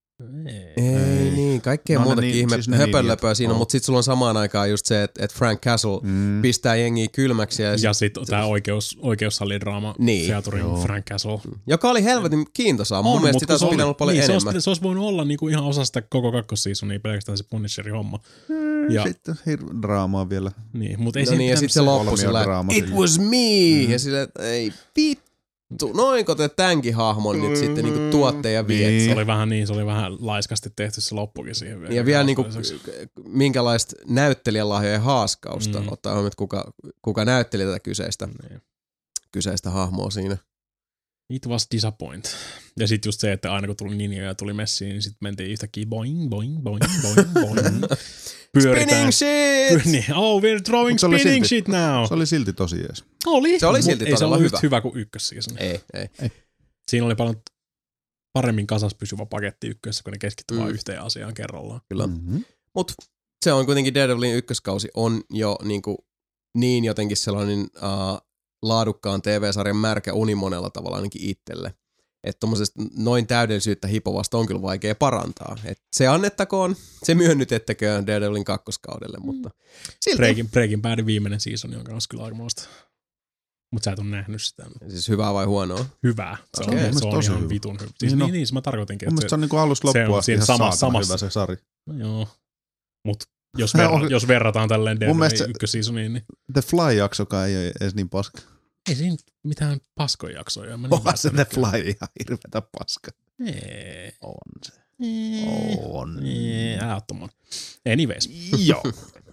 Ei. Ei, Ei. niin, kaikkea No ne muutakin niin- ihme siis ne höpönlöpöä ninjat. siinä, Oh. mutta sitten sulla on samaan aikaan just se, että et Frank Castle Mm. pistää jengiä kylmäksi. Ja, Ja sit, sitten tämä oikeus, oikeussalidraama, Niin. featuring Joo. Frank Castle. joka oli helvetin kiintosaa. Mun On, mielestä mut sitä kun olisi se oli- pitänyt olla paljon niin, se enemmän. olisi, se olisi voinut olla niinku ihan osa sitä koko kakkosseasonia, pelkästään se Punisherin homma. Ja- Sitten hirveän draamaa vielä. Niin, mutta ei No siinä niin, ja pitänyt sitten se loppu sillä, kolmiodraama it sillä. was me, Mm. ja sillä, että ei vittu, noinko te tämänkin hahmon nyt sitten niinku tuotte ja viet. Niin. Se oli vähän niin, se oli vähän laiskasti tehty se loppukin siihen vielä. Ja vielä niinku, Lisäksi. minkälaista näyttelijänlahjojen haaskausta, Mm. ottaa huomioon, että kuka, kuka näytteli tätä kyseistä, Niin. kyseistä hahmoa siinä. It was disappoint. Ja sitten just se, että aina kun tuli ninja ja tuli messiin, niin sitten mentiin yhtäkkiä boing, boing, boing, boing, boing. Pyöritään. Spinning shit! Py- niin, oh, we're throwing Mut se oli spinning silti- shit now. Se oli silti tosi jees. Oli. Se oli Mut silti ei se todella ollut hyvä. yhtä hyvä kuin ykkösseason. Ei, ei. Siinä oli paljon paremmin kasas pysyvä paketti ykkössä, kun ne keskittyi Mm. vain yhteen asiaan kerrallaan. Kyllä. Mm-hmm. Mut se on kuitenkin Daredevilin ykköskausi on jo niinku niin jotenkin sellainen uh, laadukkaan T V-sarjan märkä uni monella tavalla ainakin itselle. Että tommosesta noin täydellisyyttä hipovasta on kyllä vaikea parantaa. Et se annettakoon, se myönnytettäköön Daredevilin kakkoskaudelle, mutta silti. Breaking, Breaking Badin viimeinen season on kanssa kyllä aikamoista. Mutta sä et ole nähnyt sitä. Siis hyvää vai huonoa? Hyvää. Se Okei. on, Mun se on mielestä ihan tosi vitun hyvä. Siis Niin niin, on. niin, se mä tarkoitinkin. Mun Että mielestä se se, on niinku alusta se on loppuun asti siinä ihan sama- saatana samassa- hyvä se sari. no joo. Mut jos, No, verra, on- jos verrataan tälleen Mun mielestä Daredevilin se- ykkösseasoniin, niin The Fly-jaksokaan ei ole edes niin paska. ei siinä mitään paskoja jaksoja. Mä Onhan se The väittänyt Fly ihan hirveetä paska. kyllä. Ei. On se. Ei. On. Ei, älä oo tommonen. Anyways. Joo.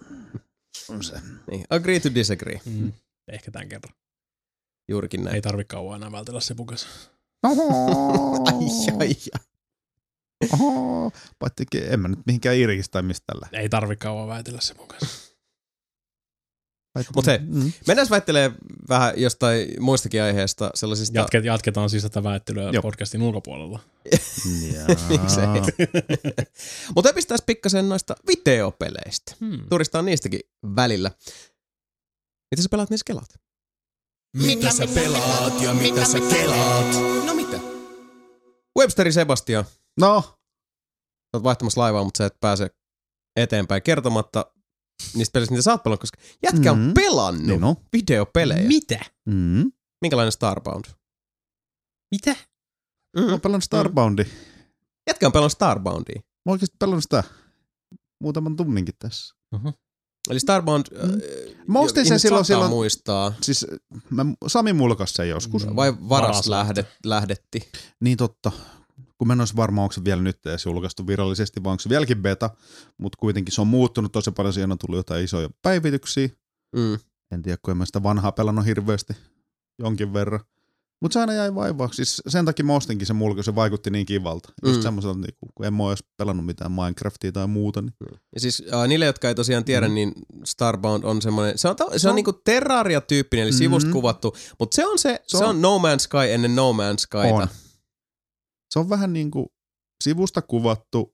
On se. Niin, agree to disagree. Mm, ehkä tämän kerran. Juurikin näin. Ei tarvi kauan enää vältellä se pukas. Ai, ai, ai. Oho. Paitsi en mä nyt mihinkään irkistä tai mistä tällä. Ei tarvi kauan väitellä se pukas. Mut hei, Mm. mennään väittelee vähän jostain muistakin aiheesta, sellaisista... Jatket, jatketaan siis tätä väittelyä Joo. podcastin ulkopuolella. Miksei? Mutta pistäis pikkasen noista videopeleistä. Hmm. Turistaan niistäkin välillä. Mitä sä pelaat niissä kelaat? Mitä sä pelaat ja mitä sä kelaat? No mitä? Websteri Sebastian. No, Sä oot vaihtamassa laivaa, mutta sä et pääse eteenpäin kertomatta niistä pelistä, mitä sä oot pelannut, koska jätkä Mm. on pelannut Niin on. videopelejä. Mitä? Mm. Minkälainen Starbound? Mitä? Mä oon pelannut Starboundi. Jätkä on pelannut Starboundia. Mä oon oikeesti pelannut sitä muutaman tunninkin tässä. Eli Starbound, Mm. mm. Mä ostin sen silloin, silloin muistaa. siis mä, Sami mulkas sen joskus. Mm. Vai varas Varas lähdet, lähdetti? Niin totta. Kun mä en olisi varma, onko se vielä nyt edes julkaistu virallisesti, vai onko se vieläkin beta, mutta kuitenkin se on muuttunut tosi paljon, siihen on tullut jotain isoja päivityksiä. Mm. En tiedä, kun en mä sitä vanhaa pelannut hirveästi jonkin verran. Mutta se aina jäi vaivaaksi. Siis sen takia mä ostinkin sen mulkaisu, se vaikutti niin kivalta. Just Mm. semmoiselta, niin kun en mä ole edes pelannut mitään Minecraftia tai muuta. Niin. Ja siis äh, niille, jotka ei tosiaan tiedä, Mm. niin Starbound on semmoinen, se on, ta- se Se on on- niinku Terraria-tyyppinen, eli Mm. sivusta kuvattu, mutta se on se, se, Se se on- on No Man's Sky ennen No Man's Skyta. On. Se on vähän niin kuin sivusta kuvattu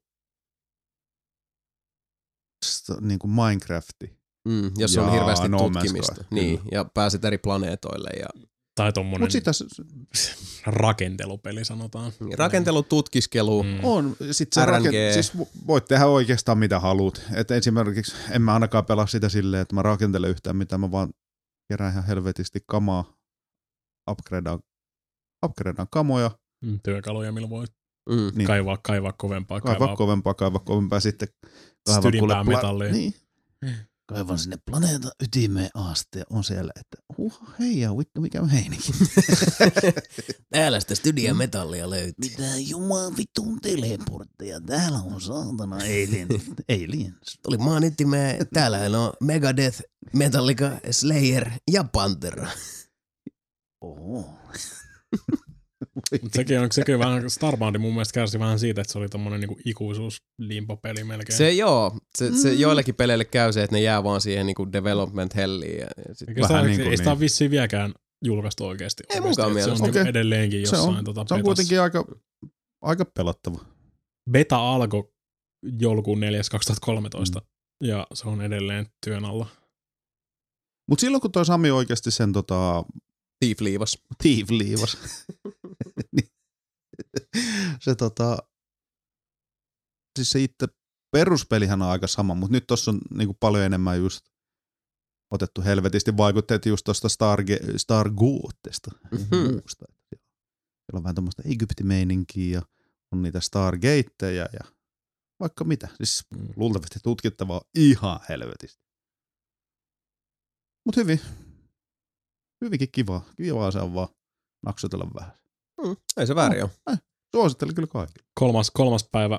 st- niin kuin Minecrafti. Mm, jos on Jaa, hirveästi No Man's tutkimista. Sky, Niin, kyllä. ja pääset eri planeetoille. Ja Tai tommonen Mutta sitä s- rakentelupeli sanotaan. rakentelu, tutkiskelu. Mm. on. Sit se R N G. rakent- siis vo- voit tehdä oikeastaan mitä haluat. Et esimerkiksi en mä ainakaan pelaa sitä silleen, että mä rakentelen yhtään mitään, mä vaan kerään ihan helvetisti kamaa, upgradeaan, upgradeaan kamoja, Mm, Työkaluja, millä voi Mm. niin. kaivaa, kaivaa kovempaa, kaivaa kaivaa kovempaa, kaivaa kovempaa, sitten kaivan stydimpää kuule pla- metallia. Niin. Kaivan sinne planeetan ytimeen asti ja on siellä, että huh, hei ja vittu, mikä on heininki. Täällä sitä studiametallia löytyy. Mitä juman vitun teleportteja, täällä on saatana alien, aliens. Tuli maan ytimeen. Täällä on Megadeth, Metallica, Slayer ja Pantera. Oho. Mut sekin on, sekin on vähän, Starboundi mun mielestä kärsi vähän siitä, että se oli tommonen niinku ikuisuuslimpopeli melkein. Se joo, se, se Mm. joillekin peleille käy se, että ne jää vaan siihen niinku development helliin. Ja, ja sit, Eikä vähän sitä, niin kuin ei sitä niin. ole vissiin vieläkään julkaistu oikeasti. Ei oikeasti, munkaan että se on mielestä. niinku Okei. edelleenkin Se jossain on, tota se on betassa. kuitenkin aika, aika pelattava. Beta alkoi joulukuun neljäs kaksituhattakolmetoista Mm. ja se on edelleen työn alla. Mutta silloin kun toi Sami oikeasti sen tota, Thief liivas. Thief liivas, niin se tota, siis se itse peruspelihän on aika sama, mutta nyt tossa on niinku paljon enemmän just otettu helvetisti vaikutteet just tosta Starge- Stargootesta ja Mhm. muusta. Siellä on vähän tommoista Egyptimeininkiä ja on niitä Stargateja ja vaikka mitä. Siis Mm. luultavasti tutkittavaa ihan helvetisti. Mut hyvin. Hyvinkin kivaa. Kivaa se on vaan naksutella vähän. Mm, ei se väärin ole. Suosittelen kyllä kaikille. Kolmas, kolmas päivä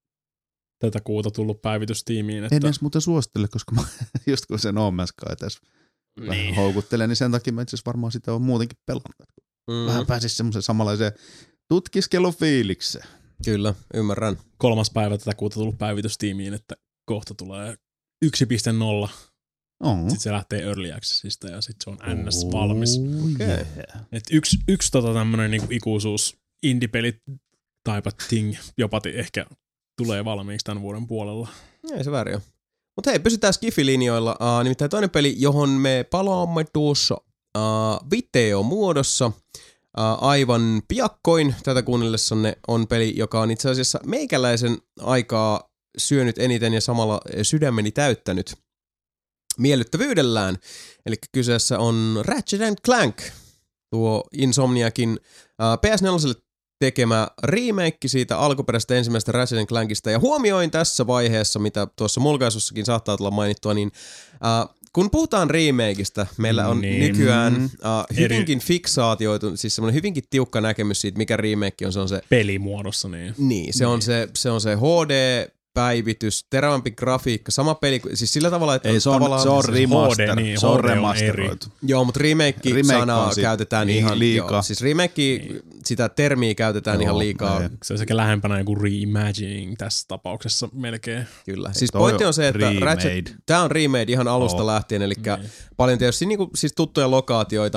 tätä kuuta tullut päivitys tiimiin. Että En edes muuten suosittele, koska mä, just kun se No Man's Sky tässä vähän niin. houkuttelee, niin sen takia mä itse asiassa varmaan sitä on muutenkin pelannut. Mm, Vähän pääsis semmoisen samanlaiseen tutkiskelufiilikseen. Kyllä, ymmärrän. kolmas päivä tätä kuuta tullut päivitys tiimiin, että kohta tulee yksi piste nolla. Oh. Sitten se lähtee Early Accessista ja sitten se on ns. valmis. Okei. Yeah. Et yksi, yksi tota tämmönen niinku ikuisuus indie-pelit type of thing jopa ti- ehkä tulee valmiiksi tämän vuoden puolella. Ei se väärin ole. Mutta hei, pysytään Skifi-linjoilla. Uh, nimittäin toinen peli, johon me palaamme tuossa uh, videomuodossa uh, aivan piakkoin tätä kuunnellessanne, on peli, joka on itse asiassa meikäläisen aikaa syönyt eniten ja samalla sydämeni täyttänyt miellyttävyydellään. Eli kyseessä on Ratchet and Clank, tuo Insomniakin uh, P S neljä tekemä remake siitä alkuperäisestä ensimmäisestä Ratchet and Clankista. Ja huomioin tässä vaiheessa, mitä tuossa mulkaisussakin saattaa tulla mainittua, niin uh, kun puhutaan remakeista, meillä on Niin. nykyään uh, Eri- hyvinkin fiksaatioitu, siis semmoinen hyvinkin tiukka näkemys siitä, mikä remake on. Se on se, Pelimuodossa, niin. niin, se, on se, se on se H D-päivitys, terävämpi grafiikka, sama peli, siis sillä tavalla, että Ei, se on, tavallaan... se on H D, remaster. niin, se on H D on remasteroitu. Joo, mutta Remake remake-sanaa on sit käytetään niin ihan liikaa. Joo, siis remake, Niin. sitä termiä käytetään Joo, ihan liikaa. ei. Se on sekä lähempänä joku reimagining tässä tapauksessa melkein. Kyllä. Siis toi pointti on on se, että remade. Ratchet, tää on remade ihan alusta Oo. lähtien, eli Niin. paljon tietysti niinku, siis tuttuja lokaatioita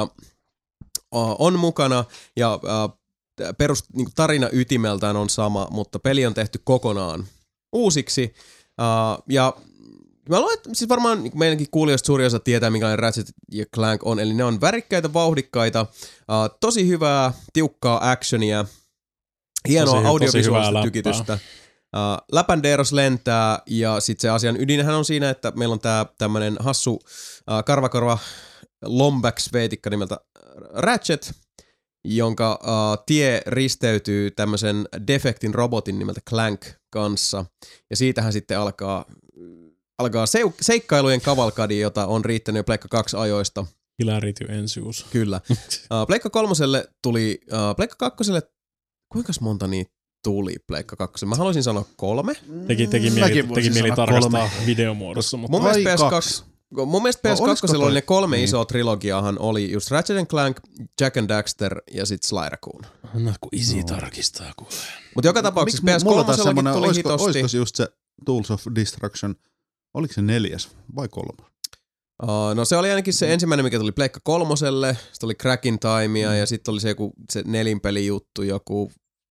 uh, on mukana ja uh, perus, niinku tarina ytimeltään on sama, mutta peli on tehty kokonaan uusiksi. Uh, ja mä luulen, että siis varmaan niin meidänkin kuulijoista suuri osa tietää, minkälainen Ratchet ja Clank on, eli ne on värikkäitä, vauhdikkaita, uh, tosi hyvää, tiukkaa actionia, hienoa Tosi hy- tosi hyvää audiovisuaalista läppää. tykitystä. Uh, Läpänderos lentää ja sitten se asian ydinhän on siinä, että meillä on tää tämmönen hassu uh, karvakorva Lombax-veitikka nimeltä Ratchet, jonka uh, tie risteytyy tämmöisen defektin robotin nimeltä Clank kanssa. Ja siitähän sitten alkaa, alkaa seu- seikkailujen kavalkadi, jota on riittänyt jo Pleikka kaksi ajoista. Hilarity ensuus. Kyllä. Uh, Pleikka kolmoselle tuli, uh, Pleikka kakkoselle, kuinka monta niitä tuli Pleikka kakkoselle? Mä haluaisin sanoa kolme. Teki, teki mieli, teki mieli tarkastaa videomuodossa. Mutta mun mielestä P S kaksi... Mun mielestä P S kaksi oli ne kolme niin. isoa trilogiaahan oli just Ratchet and Clank, Jack and Daxter ja sit Sly Raccoon. No kun isi no. tarkistaa kuule. Mut joka tapauksessa P S kolme tuli olisiko, hitosti. Olisiko just se Tools of Destruction, oliko se neljäs vai kolmas? Uh, no se oli ainakin se ensimmäinen, mikä tuli Pleikka kolmoselle, sitten oli Cracking Timea mm. ja sitten oli se joku se nelinpelijuttu, joku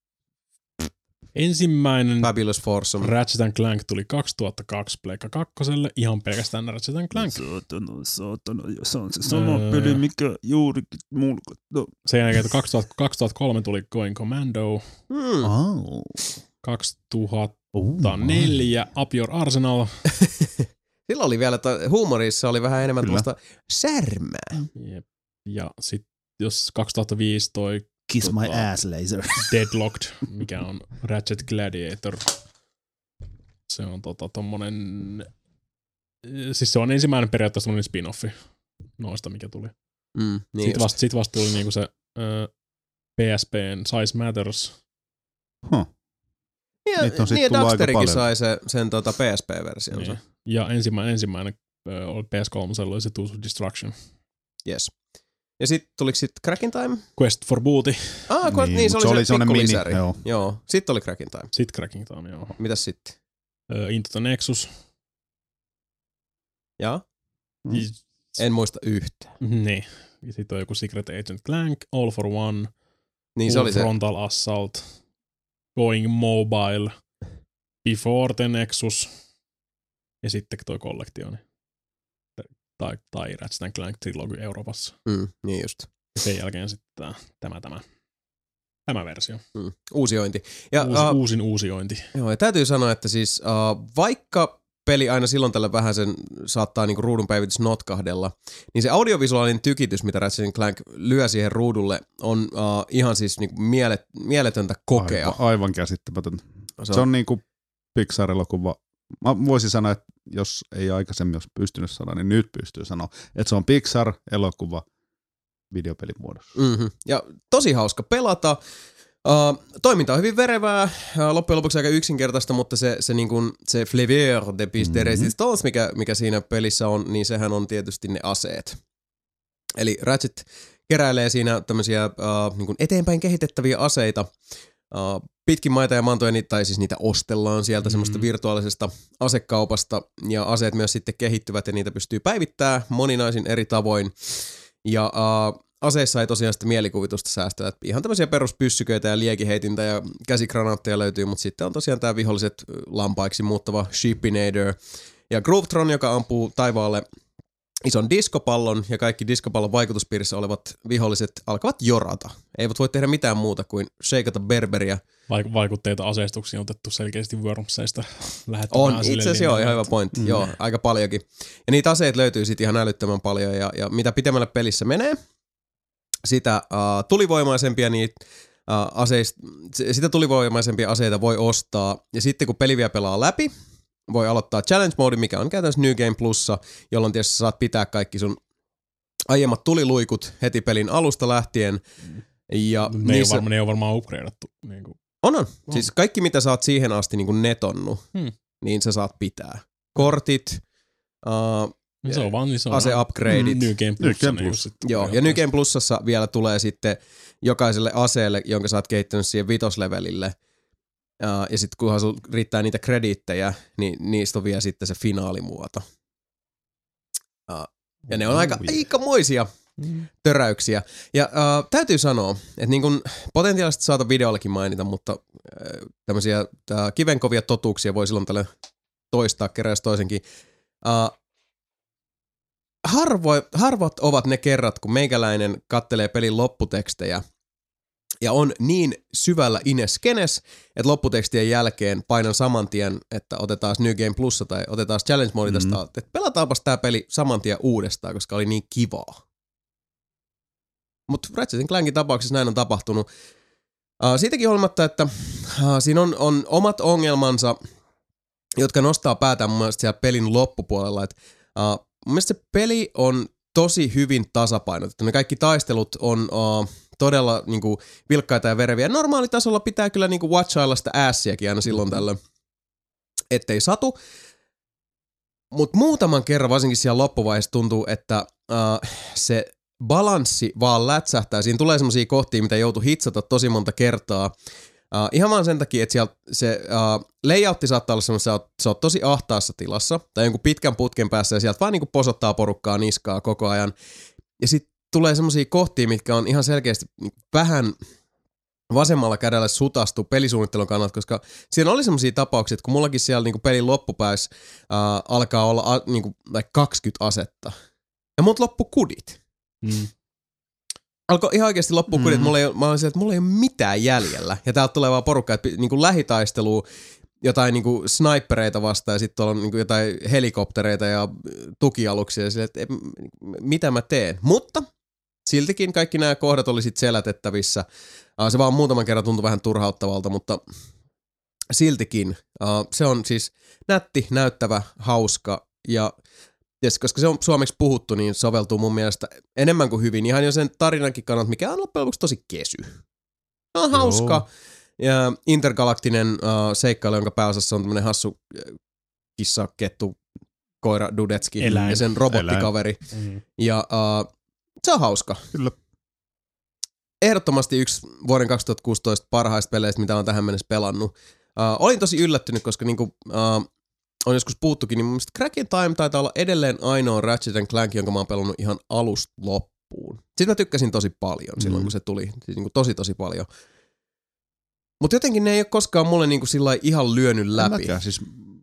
ensimmäinen Fabulous Foursome. Ratchet and Clank tuli kaksituhattakaksi Pleikka kakkoselle, ihan pelkästään Ratchet and Clank. Saatana, saatana, se on se sama öö. peli, mikä juurikin mulkot. No. Sen jälkeen kaksituhattakolme tuli Going Commando. Hmm. Oh. kaksituhattaneljä oh. Up Your Arsenal. Silloin oli vielä, että huumorissa oli vähän enemmän tuosta särmää. Jep. Ja sitten jos kaksituhattaviisi toi Kiss tota, my ass laser. Deadlocked, mikä on Ratchet Gladiator. Se on tota tommonen, siis se on ensimmäinen periaatteessa tommonen spin-offi noista, mikä tuli. Mm, niin sitten, vasta, sitten vasta tuli niinku se uh, P S P:n Size Matters. Huh. Ja, niin ja Daxterikin sai se, sen tota P S P-versionsa. Niin. Ja ensimmäinen, ensimmäinen uh, P S kolme oli se Tools of Destruction. Yes. Ja sitten tuliko sitten Cracking Time? Quest for Booty. Ah, niin, niin se oli se, se pikkulisäri. Joo. joo. Sitten oli Cracking Time. Sitten Cracking Time, joo. Mitäs sitten? Uh, Into the Nexus. Jaa? Mm. En muista yhtään. Niin. Ja sitten on joku Secret Agent Clank, All for One, niin se oli Frontal se. Assault, Going Mobile, Before the Nexus ja sitten toi kollektioni. Tai, tai Ratchet and Clank Trilogy Euroopassa. Mm, niin just. Ja sen jälkeen sitten tämä, tämä, tämä, tämä versio. Mm, uusiointi. Ja, Uusi, uh, uusin uusiointi. Joo, ja täytyy sanoa, että siis uh, vaikka peli aina silloin tällä vähän sen saattaa niinku ruudun päivitys notkahdella, niin se audiovisuaalinen tykitys, mitä Ratchet and Clank lyö siihen ruudulle, on uh, ihan siis niinku mielet, mieletöntä kokea. Aivan, aivan käsittämätöntä. Se, se on niinku Pixar-elokuva. Mä voisin sanoa, että jos ei aikaisemmin olisi pystynyt sanoa, niin nyt pystyy sanoa, että se on Pixar-elokuva videopelin muodossa. Mm-hmm. Ja tosi hauska pelata. Uh, toiminta on hyvin verevää, uh, loppujen lopuksi aika yksinkertaista, mutta se, se, niin kuin, se flavor de piste mm-hmm. resistance, mikä, mikä siinä pelissä on, niin sehän on tietysti ne aseet. Eli Ratchet keräilee siinä tämmöisiä uh, niin kuin eteenpäin kehitettäviä aseita, Uh, pitkin maita ja mantoja, tai siis niitä ostellaan sieltä mm. semmoista virtuaalisesta asekaupasta, ja aseet myös sitten kehittyvät, ja niitä pystyy päivittämään moninaisin eri tavoin. Ja uh, aseissa ei tosiaan sitä mielikuvitusta säästöä. Ihan tämmöisiä peruspyssyköitä ja liekiheitintä ja käsikranaatteja löytyy, mutta sitten on tosiaan tämä viholliset lampaiksi muuttava Shipinator. Ja Groovetron, joka ampuu taivaalle ison diskopallon, ja kaikki diskopallon vaikutuspiirissä olevat viholliset alkavat jorata. Eivät voi tehdä mitään muuta kuin shakeata berberiä. Vaik- vaikutteita aseistuksia on otettu selkeästi Wormseista. On, itse asiassa joo, ihan hyvä pointti. Mm. Joo, aika paljonkin. Ja niitä aseita löytyy sitten ihan älyttömän paljon, ja, ja mitä pitemmälle pelissä menee, sitä uh, tulivoimaisempia niitä uh, aseista, sitä tulivoimaisempia aseita voi ostaa, ja sitten kun peli vielä pelaa läpi, voi aloittaa challenge mode, mikä on käytännössä New Game Plussa, jolloin tietysti saat pitää kaikki sun aiemmat tuliluikut heti pelin alusta lähtien. Ja ne, niissä... ei varma, ne ei ole varmaan upgradeattu. Niin kuin. On, on. on. Siis kaikki, mitä sä oot siihen asti niin kuin netonnut, hmm. niin sä saat pitää. Kortit, uh, se on vaan, se on ase-upgradeit. New Game Plussa. New Game Plus. Joo, ja New Game Plussassa vielä tulee sitten jokaiselle aseelle, jonka sä oot kehittänyt siihen vitoslevelille. Uh, ja sitten kunhan sulla riittää niitä krediittejä, niin niistä on vielä sitten se finaalimuoto. Uh, ja ne on aika aikamoisia mm. töräyksiä. Ja uh, täytyy sanoa, että niin kun potentiaalisesti saata videollakin mainita, mutta uh, tämmöisiä uh, kivenkovia totuuksia voi silloin tälle toistaa keräys toisenkin. Uh, harvo, harvat ovat ne kerrat, kun meikäläinen kattelee pelin lopputekstejä ja on niin syvällä ineskenes, että lopputekstien jälkeen painan saman tien, että otetaan New Game Plussa tai otetaan Challenge Mode tästä, mm-hmm. että pelataanpas tää peli saman tien uudestaan, koska oli niin kivaa. Mutta Ratchet and Clankin tapauksessa näin on tapahtunut. Uh, siitäkin huolimatta, että uh, siinä on, on omat ongelmansa, jotka nostaa päätään mun mielestä siellä pelin loppupuolella. Et, uh, mun mielestä se peli on tosi hyvin tasapainotettu. Ne kaikki taistelut on uh, todella niinku, vilkkaita ja vereviä. Normaalitasolla pitää kyllä niinku, watchailla sitä ässiäkin aina silloin tällöin, ettei satu. Mutta muutaman kerran, varsinkin siellä loppuvaiheessa, tuntuu, että uh, se balanssi vaan lätsähtää. Siinä tulee semmosia kohtia, mitä joutuu hitsata tosi monta kertaa. Uh, ihan vaan sen takia, että siellä se uh, layoutti saattaa olla semmoinen, että sä oot tosi ahtaassa tilassa tai jonkun pitkän putken päässä ja sieltä vaan niinku posottaa porukkaa niskaa koko ajan. Ja sit tulee semmosia kohtia, mitkä on ihan selkeästi vähän vasemmalla kädellä sutastu pelisuunnittelun kannalta, koska siinä oli semmosia tapauksia, että kun mullakin siellä niinku pelin loppupäissä uh, alkaa olla a, niinku, like kaksikymmentä asetta. Ja mut loppu kudit. Mm. Alkoi ihan oikeasti loppuun, mm. että mulla ei, mä olin siellä, että mulla ei ole mitään jäljellä. Ja täältä tulee vaan porukka, että niinku lähitaistelua, jotain niinku snipereita vastaan ja sitten tuolla on niinku jotain helikoptereita ja tukialuksia ja sille, että et, mitä mä teen. Mutta siltikin kaikki nämä kohdat oli sitten selätettävissä. Uh, se vaan muutaman kerran tuntui vähän turhauttavalta, mutta siltikin uh, se on siis nätti, näyttävä, hauska ja yes, koska se on suomeksi puhuttu, niin soveltuu mun mielestä enemmän kuin hyvin. Ihan jo sen tarinankin kannalta, mikä on loppujen lopuksi tosi kesy. Se on hauska ja intergalaktinen uh, seikkailu, jonka pääosassa on tämmönen hassu uh, kissa, kettu, koira, Dudetski Eläin. Ja sen robottikaveri. Mm. Ja uh, se on hauska. Kyllä. Ehdottomasti yksi vuoden kaksituhattakuusitoista parhaista peleistä, mitä olen tähän mennessä pelannut. Uh, olin tosi yllättynyt, koska niinku... Uh, on joskus puuttukin, niin mun mielestä Crack in Time taitaa olla edelleen ainoa Ratchet and Clank, jonka mä oon pelannut ihan alusta loppuun. Sitten mä tykkäsin tosi paljon silloin, mm. kun se tuli. Siis niin kuin tosi tosi paljon. Mutta jotenkin ne ei ole koskaan mulle niin kuin sillai ihan lyönyt läpi. Mäkään, siis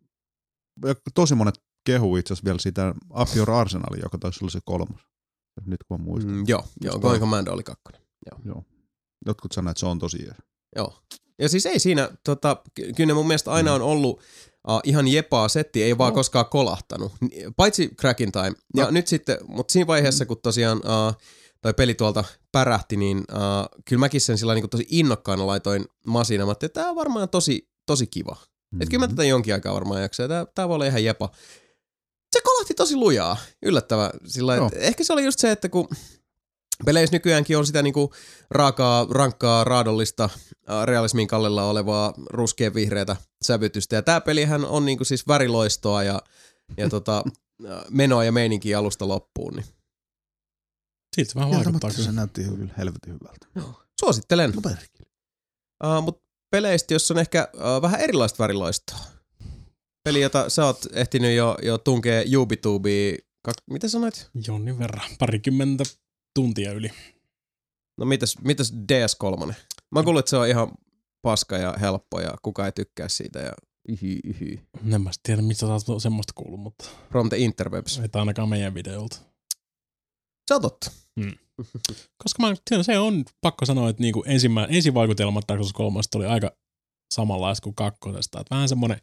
tosi monet kehuu itse asiassa vielä sitä Up Your Arsenal, joka taisi olla se kolmas. Nyt kun mä muistan. Mm, joo, joo Going Commando oli kakkonen. Joo. joo. Jotkut sanoo, että se on tosi jees. Joo. Ja siis ei siinä, tota, kyllä ne mun mielestä aina mm. on ollut uh, ihan jepaa setti, ei vaan no. koskaan kolahtanut. Paitsi Crack in Time. Ja no. nyt sitten, mutta siinä vaiheessa, kun tosiaan uh, toi peli tuolta pärähti, niin uh, kyllä mäkin sen sillä niin tosi innokkaana laitoin masina. Mä ajattelin, että tää on varmaan tosi, tosi kiva. Mm-hmm. Että kyllä mä tätä jonkin aikaa varmaan jaksaa. Tää, tää voi olla ihan jepa. Se kolahti tosi lujaa. Yllättävää. Sillä, no. Ehkä se oli just se, että kun peleissä nykyäänkin on sitä niinku raakaa, rankkaa, raadollista, äh, realismin kallella olevaa ruskean vihreätä sävytystä. Ja tää pelihän on niinku siis väriloistoa ja, ja tota, menoa ja meininkiä alusta loppuun. Niin. Siitä se vähän vaikuttaa. Se näytti kyllä helvetin hyvältä. No, suosittelen. No, uh, Mutta peleistä, jos on ehkä uh, vähän erilaista väriloistoa. Peli, jota sä oot ehtinyt jo, jo tunkea YouTubeen. Kak- mitä sanoit? Jonnin verran. Parikymmentä tuntia yli. No mitäs, mitäs D S kolme? Mä kuulin, että se on ihan paska ja helppo ja kukaan ei tykkää siitä ja yhy, yhy. En mä tiedä, mistä sä oot semmoista kuullut, mutta... From the interwebs. Ei ainakaan meidän videolta. Se on totta. Hmm. Koska mä, se on pakko sanoa, että niinku ensimmä, ensivaikutelmat Dark Souls kolme oli aika samanlaista kuin kakkosesta. Että vähän semmoinen...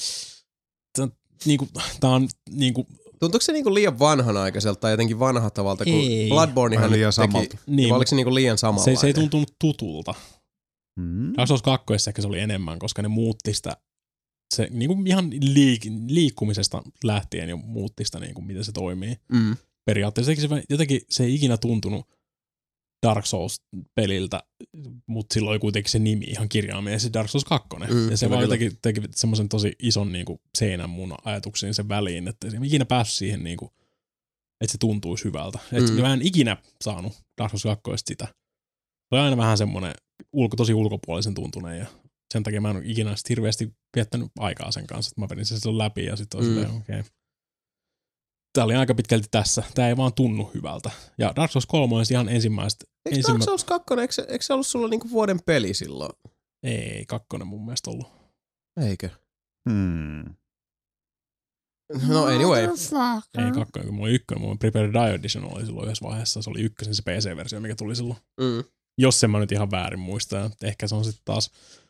Niinku, tää on niinku... Tuntuuko se niinku liian vanhanaikaiselta tai jotenkin vanhatavalta, kun Bloodbornehan liian teki, niin, oliko se niinku liian samanlainen? Se, se ei tuntunut tutulta. Mm. Dark Souls kaksi ehkä se oli enemmän, koska ne muutti sitä, se niinku ihan liik, liikkumisesta lähtien jo muutti sitä, niinku, miten se toimii. Mm. Periaatteessa se, jotenkin se ei ikinä tuntunut Dark Souls-peliltä, mutta silloin oli kuitenkin se nimi ihan kirjaimellisesti Dark Souls kaksi. Mm, ja se vaan jotenkin teki semmoisen tosi ison niinku, seinän mun ajatuksiin sen väliin, että en ikinä päässyt siihen, niinku, että se tuntuisi hyvältä. Mm. Et mä en ikinä saanut Dark Souls kaksi sitä. Se oli aina vähän semmoinen ulko, tosi ulkopuolisen tuntuneen ja sen takia mä en ole ikinä hirveästi viettänyt aikaa sen kanssa, että mä vedin sen silloin läpi ja sitten mm. okei. Okay. Tää oli aika pitkälti tässä. Tää ei vaan tunnu hyvältä. Ja Dark Souls kolme on ihan ensimmäistä. Eikö ensimmä... Dark Souls kaksi, eikö, eikö se ollut sulla niinku vuoden peli silloin? Ei, kakkonen mun mielestä ollut. Eikö? Hmm. No anyway. Ei kakkonen, kun mulla oli ykkönen. Mulla Prepare to Die Edition oli silloin yhdessä vaiheessa. Se oli ykkösen se P C-versio, mikä tuli silloin. Mm. Jos en mä nyt ihan väärin muista. Ja ehkä se on sitten taas,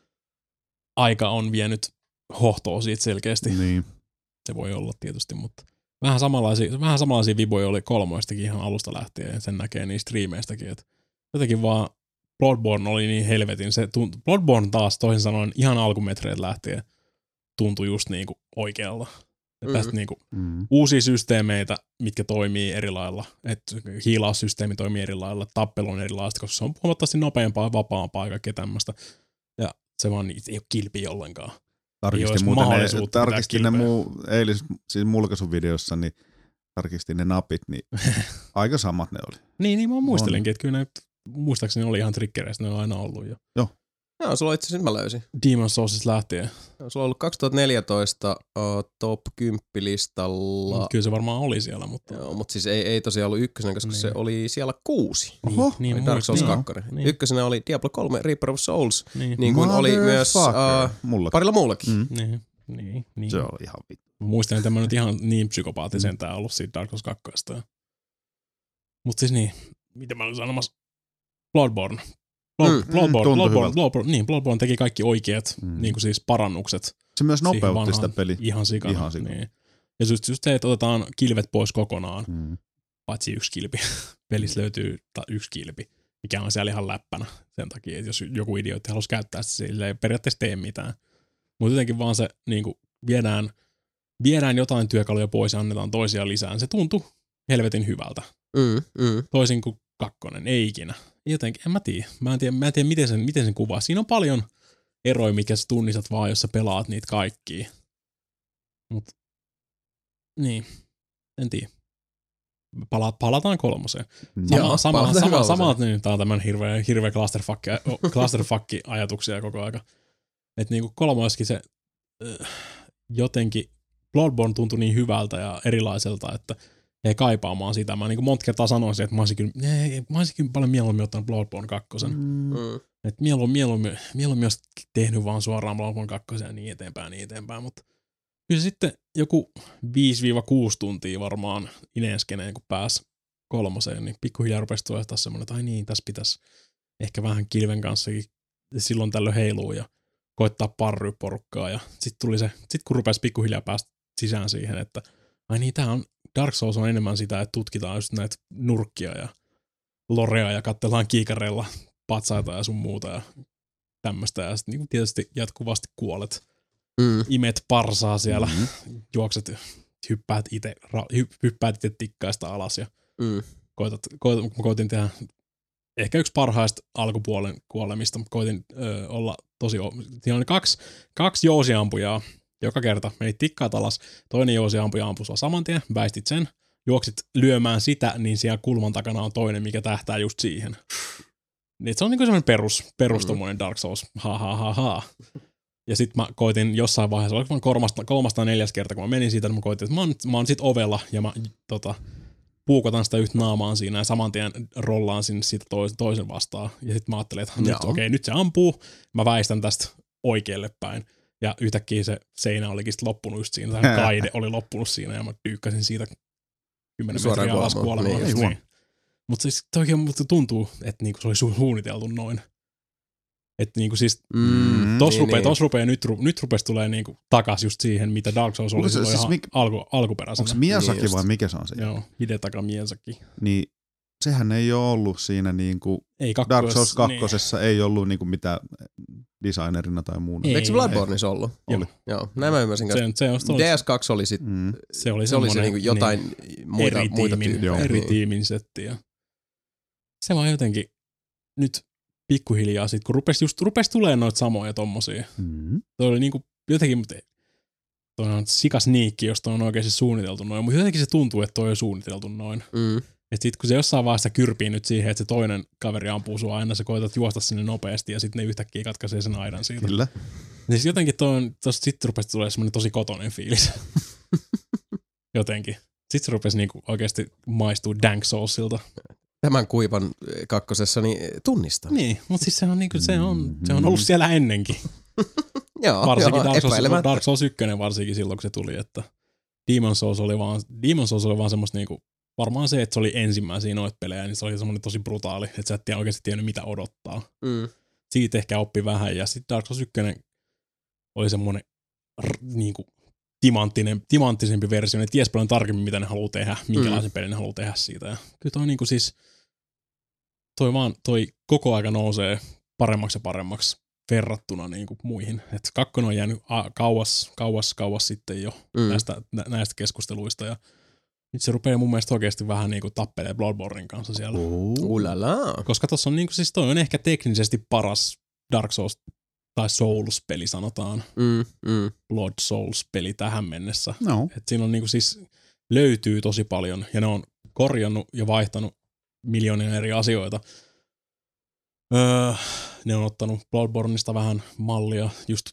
aika on vienyt hohtoa siitä selkeästi. Niin. Se voi olla tietysti, mutta vähän samanlaisia, vähän samanlaisia viboja oli kolmoistakin ihan alusta lähtien, ja sen näkee niistä striimeistäkin, että jotenkin vaan Bloodborne oli niin helvetin, se tunt, Bloodborne taas toisin sanoen ihan alkumetreiltä lähtien tuntui just niinku oikealla. Ja tästä mm. niinku Mm. uusia systeemeitä, mitkä toimii eri lailla, että hiilaussysteemi toimii eri lailla, tappelu on erilaista, koska se on huomattavasti nopeampaa ja vapaampaa ja kaikkea tämmöistä, ja se vaan ei ole kilpi ollenkaan. Tarkistin muuten ne, tarkistin ne muu, eilis, siis mulkaisuvideossa, niin tarkistin ne napit, niin aika samat ne oli. Niin, niin mä muistelinkin, että kyllä ne muistaakseni oli ihan triggereistä, ne on aina ollut jo. Joo. Joo, sulla itse asiassa mä löysin. Demon's Soulsista lähtien. Joo, sulla on ollut kaksituhattaneljätoista uh, top kymmenen listalla. Kyllä se varmaan oli siellä, mutta... Joo, mutta siis ei, ei tosiaan ollut ykkösenä, koska niin. se oli siellä kuusi. Oho. Niin, niin, Dark Souls niin, kaksi. niin. Ykkösenä oli Diablo kolme Reaper of Souls, Niin, niin kuin oli myös uh, parilla muullakin. Mm. niin, niin, niin. Se oli ihan vittu. Muistan, että mä nyt ihan niin psykopaatisen tää ollut siitä Dark Souls kaksi. Mutta siis niin, mitä mä olin sanomassa? Bloodborne. Blood, Mm, mm, Bloodborne, tuntui Bloodborne, hyvältä. Bloodborne, niin, Bloodborne teki kaikki oikeat Mm. niin kuin siis parannukset. Se myös siihen nopeutti vanhaan- sitä peliä. Ihan sikana. Ihan sikana. Niin. Ja just, just se, että otetaan kilvet pois kokonaan, Mm. paitsi yksi kilpi. Pelissä löytyy ta, yksi kilpi, mikä on siellä ihan läppänä sen takia, että jos joku idiootti haluaisi käyttää sitä, sillä ei periaatteessa tee mitään. Mutta jotenkin vaan se niin kuin viedään, viedään jotain työkaluja pois ja annetaan toisia lisää. Se tuntui helvetin hyvältä. Mm, mm. Toisin kuin kakkonen, ei ikinä. Jotenkin, en mä tiedä. Mä en tiedä, mä en tiedä miten, sen, miten sen kuvaa. Siinä on paljon eroja, mikä sä tunnistat vaan, jos sä pelaat niitä kaikkia. Mut, niin, en tiedä. Pala, palataan kolmoseen. Sama, Joo, sama, palataan sama, kolmoseen. sama, niin, tää on tämmönen hirveä, hirveä clusterfuck- clusterfuck-ajatuksia koko aika. Että niinku kolmoskin se äh, jotenkin, Bloodborne tuntui niin hyvältä ja erilaiselta, että ei kaipaamaan sitä. Mä niin kuin monta kertaa sanoisin, että mä olisin kyllä, ei, mä olisin kyllä paljon mieluummin ottanut Bloodborne kakkosen. Mm. Mm. Että mieluummin, mieluummin, mieluummin olisi tehnyt vaan suoraan Bloodborne kakkosen ja niin eteenpäin, niin eteenpäin. Mutta kyllä sitten joku viisi kuusi tuntia varmaan Ineskeneen, kun pääsi kolmoseen, niin pikkuhiljaa rupesi tuoda taas semmoinen, että ai niin, tässä pitäisi ehkä vähän kilven kanssakin silloin tällöin heiluu ja koittaa parryä porukkaa. Ja sitten tuli se, sit kun rupesi pikkuhiljaa päästä sisään siihen, että ai niin, tää on Dark Souls on enemmän sitä, että tutkitaan just näitä nurkkia ja lorea ja katsellaan kiikareilla patsaita ja sun muuta ja tämmöistä. Ja sitten niin tietysti jatkuvasti kuolet. Mm. Imet parsaa siellä, Mm-hmm. juokset, hyppäät itse hyppäät ite tikkaista alas ja Mm. koitat, koitat, mä koitin tehdä ehkä yksi parhaista alkupuolen kuolemista, mutta koitin ö, olla tosi, siinä oli kaksi, kaksi jousiampujaa. Joka kerta menit tikkaat alas, toinen jousiampuja ampui sua saman tien, väistit sen, juoksit lyömään sitä, niin siellä kulman takana on toinen, mikä tähtää just siihen. Niin se on niinku semmoinen perus, perus tommoinen Dark Souls, ha ha ha ha. Ja sit mä koitin jossain vaiheessa, oliko vaan kolmasta, kolmasta tai neljäs kerta, kun mä menin siitä, niin mä koitin, että mä oon, mä oon sit ovella ja mä tota, puukotan sitä yhtä naamaan siinä ja saman tien rollaan sinne siitä toisen vastaan. Ja sit mä ajattelin, että nyt, okei, okay, nyt se ampuu, mä väistän tästä oikealle päin. Ja yhtäkkiä se seinä olikin loppunut just siinä, tai kaide oli loppunut siinä, ja mä dyykkäsin siitä kymmenen metriä alas kuolemaan. Niin, niin. Mutta siis oikein tuntuu, että niinku se oli suunniteltu noin. Että niinku siis Mm, tos niin, rupee, niin. tos rupee, nyt, nyt rupesi tulee niinku takas just siihen, mitä Dark Souls oli se, silloin siis ihan mik- alku, alkuperäisenä. Onko se Miyazaki Niin vai just. mikä se on se? Joo, Hidetaka Miyazaki. Niin sehän ei ole ollut siinä niinku Ei Dark Souls kakkosessa, kakkosessa ei ollut niinku mitään designerina tai muuna. Ei. Eikö se Bloodborneissa ollut? Oli. Joo, näin mä ymmärsin kanssa. Se, se, on, se, oli, D S kaksi oli sit, Mm. se oli, se oli se semmoinen, niinku jotain niin, muita, eri muita tiimin, tyyppejä. eri Niin. tiimin setti. Ja se vaan jotenkin nyt pikkuhiljaa sit, kun rupesi just rupesi tulemaan noita samoja tommosia. Mm. Toi oli niinku jotenkin, mutta toi on sikasniikki, jos toi on oikeasti suunniteltu noin, mutta jotenkin se tuntuu, että toi on suunniteltu noin. Mm. Et sit kun se jossain vaiheessa kyrpii nyt siihen, että se toinen kaveri ampuu sua aina, sä koetat juosta sinne nopeasti ja sitten ne yhtäkkiä katkaisee sen aidan siitä. Kyllä. Niin siis jotenkin toi on, tosta sitten rupesi tulee semmoinen tosi kotoinen fiilis. Jotenkin. Sitten se rupesi niinku oikeasti maistuu Dank Soulsilta. Tämän kuivan kakkosessa niin tunnistan. Niin, mutta siis se on, niinku, se, on, se on ollut siellä ennenkin. Joo, Varsinkin joo, Dark Souls, epäilemättä. Dark Souls yksi varsinkin silloin, kun se tuli, että Demon's Souls oli vaan, Demon's Souls oli vaan semmoista niinku varmaan se, että se oli ensimmäisiä noita pelejä, niin se oli semmoinen tosi brutaali, että sä et tiedä oikeasti tiennyt mitä odottaa. Mm. Siitä ehkä oppi vähän, ja sitten Dark Souls yksi oli semmoinen r- niinku timanttinen, timanttisempi versio, ne ties paljon tarkemmin, mitä ne haluaa tehdä, minkälaisen mm. pelin ne haluaa tehdä siitä. Ja kyllä toi niinku siis, toi vaan, toi koko aika nousee paremmaksi ja paremmaksi verrattuna niinku muihin. Et kakkonen on jäänyt a- kauas, kauas, kauas sitten jo mm. näistä, nä- näistä keskusteluista, ja nyt se rupeaa mun mielestä oikeasti vähän niinku tappelee Bloodbornein kanssa siellä. Ulala. Koska tossa on niinku siis toi on ehkä teknisesti paras Dark Souls tai Souls-peli sanotaan. Mm, mm. Blood Souls-peli tähän mennessä. No. Et siinä on niinku siis löytyy tosi paljon ja ne on korjannut ja vaihtanut miljoonia eri asioita. Öö, ne on ottanut Bloodborneista vähän mallia, just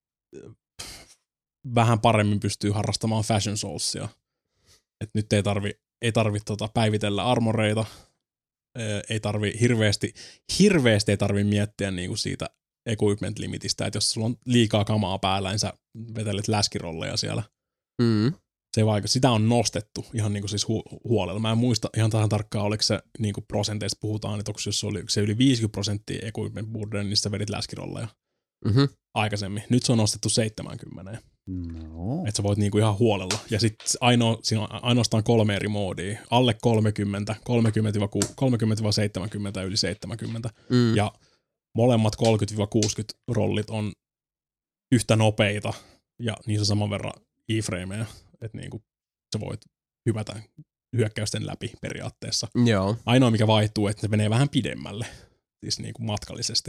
vähän paremmin pystyy harrastamaan Fashion Soulsia. Et nyt ei tarvi, ei tarvi tota päivitellä armoreita, ei tarvi hirveästi, hirveästi ei tarvi miettiä niinku siitä equipment limitistä, että jos sulla on liikaa kamaa päällä, niin sä vetelet läskirolleja siellä. Mm. Se vaikka, sitä on nostettu ihan niinku siis hu- huolella. Mä en muista ihan tähän tarkkaan, oliko se niinku prosenteista puhutaan, että onko se, oli, se yli viisikymmentä prosenttia equipment burden, niin sä vedit läskirolleja Mm-hmm. aikaisemmin. Nyt se on nostettu seitsemänkymmentä. No. Että sä voit niinku ihan huolella. Ja sitten aino, siinä on ainoastaan kolme eri moodia. Alle kolmekymmentä, kolmekymmentä seitsemänkymmentä ja yli seitsemänkymmentä. Mm. Ja molemmat kolmekymmentä kuusikymmentä rollit on yhtä nopeita ja niissä on saman verran iframeja, että niinku sä voit hypätä hyökkäysten läpi periaatteessa. Joo. Ainoa mikä vaihtuu, että se menee vähän pidemmälle, siis niinku matkallisesti.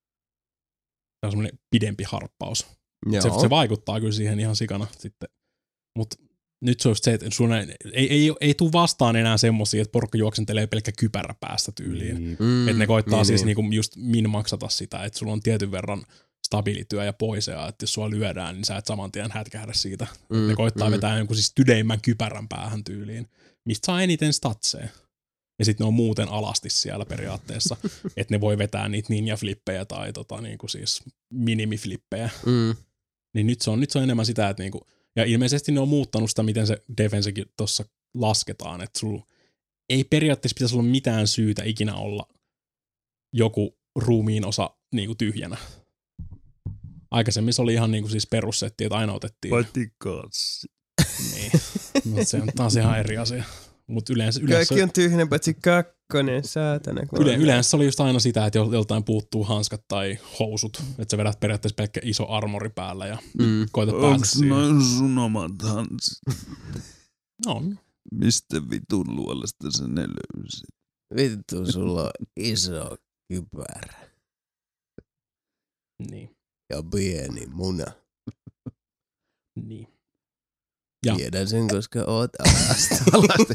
Se on semmoinen pidempi harppaus. Se, se vaikuttaa kyllä siihen ihan sikana sitten. Mutta nyt se on se, että sun ei, ei, ei, ei tule vastaan enää semmosia, että porukka juoksentelee pelkkä kypärä päästä tyyliin. Mm, että ne koittaa niin, siis niin. Niinku just min-maksata sitä, että sulla on tietyn verran stabilityä ja poisea, että jos sua lyödään, niin sä et saman tien hätkähdä siitä. Mm, ne koittaa mm. vetää jonkun siis tydeimmän kypärän päähän tyyliin, mistä saa eniten statseja. Ja sitten ne on muuten alasti siellä periaatteessa, että ne voi vetää niitä ninja-flippejä tai tota, niinku siis minimiflippejä. Mm. Niin nyt se, on, nyt se on enemmän sitä, että niinku, ja ilmeisesti ne on muuttanut sitä, miten se defensekin tuossa lasketaan, että sulla ei periaatteessa pitäisi olla mitään syytä ikinä olla joku ruumiin osa niinku tyhjänä. Aikaisemmin se oli ihan niinku siis perussetti, että aina otettiin. Patikassi. Niin, mutta se on taas ihan eri asia. Mut yleensä, yleensä, Kaikki on tyhjänä, paitsi kakkonen, saatana. Yle, yleensä se oli just aina sitä, että joltain puuttuu hanskat tai housut. Että sä vedät periaatteessa pelkkä iso armori päällä ja mm. koetat päästä siihen. Onks noin sun omat hansit? On. Mistä vitun luolasta sä ne löysit? Vittu, sulla on iso kypärä. Niin. Ja pieni muna. Niin. Ja. Tiedän sen, koska oot alasti. alasti.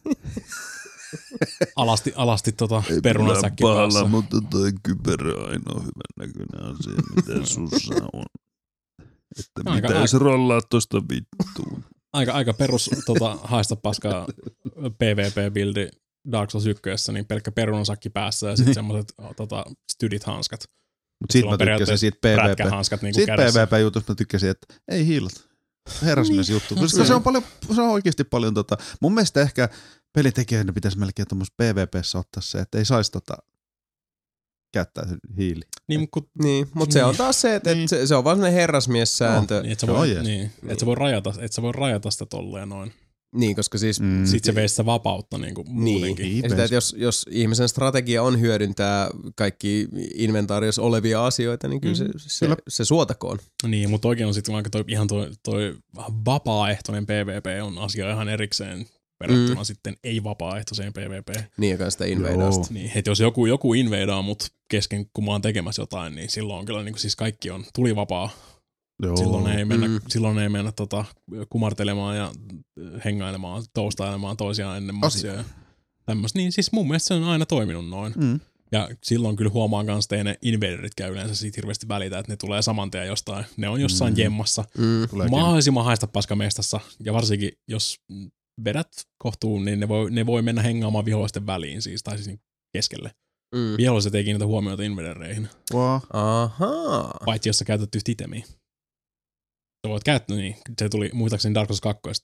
alasti, alasti tota perunasäkki päässä. Mutta toi kypärä on ainoa hyvän näköinen asia, mitä sussa on. Että aika, mitä aika, rollaa tosta vittuun. Aika, aika perus tota, haista paskaa PvP-bildi Dark Souls ykkössä, niin pelkkä perunasakki päässä ja sitten semmoiset tota, stydit hanskat. Mut sit mä tykkäsin siitä PvP. Niin siitä PvP-jutusta mä tykkäsin, että ei hiilata. Herrasmies juttu. Koska se on, paljon, se on oikeasti paljon tota, mun mielestä ehkä pelitekijänä pitäisi melkein tuommoisessa PvPssä ottaa se, että ei saisi tota käyttää hiili. Niin, kun, niin mutta se on taas se, että niin. se, se on vaan sellainen herrasmies-sääntö. No, niin, että sä voi, niin, niin. Et sä voi rajata, et sä voi rajata sitä tolleen noin. Niin, koska siis... Mm. Sitten se veisi sitä vapautta niin kuin muutenkin. Niin, ja sitä, että jos, jos ihmisen strategia on hyödyntää kaikki inventaariossa olevia asioita, niin kyllä, mm. se, se, se suotakoon. Niin, mutta oikein on sitten vaikka toi, ihan toi, toi vapaaehtoinen PvP on asia ihan erikseen verrattuna mm. sitten ei-vapaaehtoiseen PvP. Niin, joka sitä invadeasta. Niin, että jos joku, joku invadaa mut kesken, kun mä oon tekemässä jotain, niin silloin on kyllä niin kuin siis kaikki on tuli vapaa. Joo. Silloin ei mennä, mm. silloin ei mennä tota, kumartelemaan ja hengailemaan, toustailemaan toisiaan ennen matsia ja tämmöistä. Niin siis mun mielestä se on aina toiminut noin. Mm. Ja silloin kyllä huomaan kanssa, että ne invaderit käy yleensä siitä hirveästi välitä, että ne tulee saman tien jostain. Ne on jossain mm. jemmassa. Mm. Mahdollisimman haista paskamestassa. Ja varsinkin jos vedät kohtuun, niin ne voi, ne voi mennä hengaamaan vihollisten väliin siis, tai siis keskelle. Mm. Viholliset ei kiinnitä huomiota invadereihin. Wow. Ahaa. Paitsi jos sä käytät yhtä itemiä. Sä voit käyttää, niin se tuli, muistaakseni Dark Souls kaksi tuli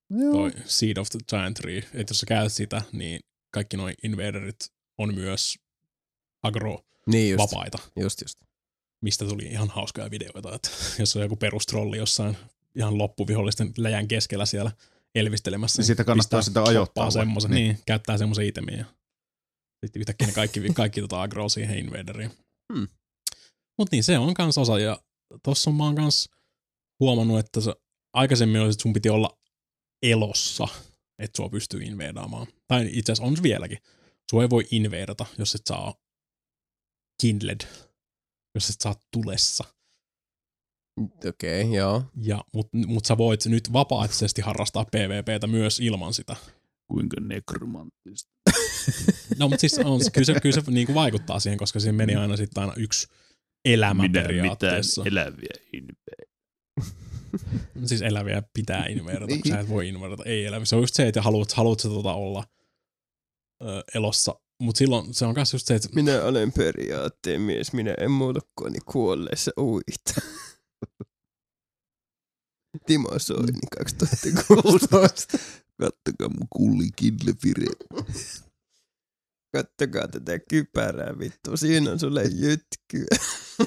toi Seed of the Giant Tree. Että jos sä käyt sitä, niin kaikki noi invaderit on myös agro-vapaita. Niin just, just, just. Mistä tuli ihan hauskoja videoita, että jos on joku perustrolli jossain ihan loppuvihollisten läjän keskellä siellä elvistelemässä. Niin siitä kannattaa sitä ajoittaa. Semmoisen, niin. niin, käyttää semmoisen itemiä. Ja sitten yhtäkkiä ne kaikki, kaikki tota agroa siihen invaderiin. Hmm. Mut niin, se on kans osa. Ja tossa mä oon kans huomannut, että se, aikaisemmin olisi, että sun piti olla elossa, että sua pystyy invadaamaan. Tai itse asiassa on se vieläkin. Sua ei voi invadata, jos et saa kindled, jos et saa tulessa. Okei, okay, joo. Ja, mut, mut sä voit nyt vapaaehtoisesti harrastaa PvPtä myös ilman sitä. Kuinka nekromanttista. No, mutta siis on, kyllä se, kyllä se niin kuin vaikuttaa siihen, koska siinä meni aina sitten aina yksi elämä Minä periaatteessa. mitään eläviä inveitä. Siis eläviä pitää inverata, niin. Sä et voi inverata, ei eläviä. Se on just se, että haluat, haluat sä tota olla ö, elossa. Mutta silloin se on myös just se, että... Minä olen periaatteen mies, minä en muutokkooni kuolleessa uita. Timo Soini kaksituhattakuusitoista. Kattokaa mun kulli kindlefire. Kattokaa tätä kypärää vittu, siinä on sulle jytkyä.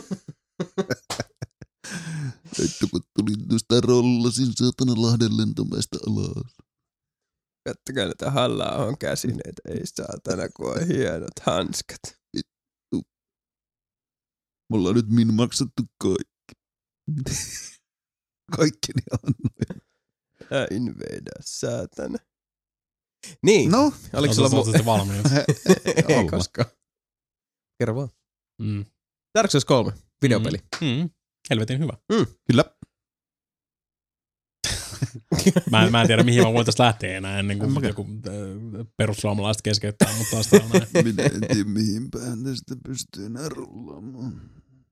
Että kun tulin tuosta rollasin saatana Lahden lentomäestä alas. Kattokaa näitä Halla-ahon käsineitä, ei saatana kun on hienot hanskat. Vittu. Mulla on nyt min maksettu kaikki. Kaikkeni annoin. Ää invadaa, saatana. Niin. No. Oliko sulla mu- valmiita? Ei koskaan. Kerro vaan. Mm. Dark Souls kolme, videopeli. Mm. Mm. Helvetin hyvä. Mm. Kyllä. mä, mä en tiedä, mihin mä voin tästä lähteä enää ennen kuin joku äh, perussuomalaiset keskeyttää, mutta taas tää on näin. Minä en tiedä, mihin päin tästä pystyy enää rullaamaan.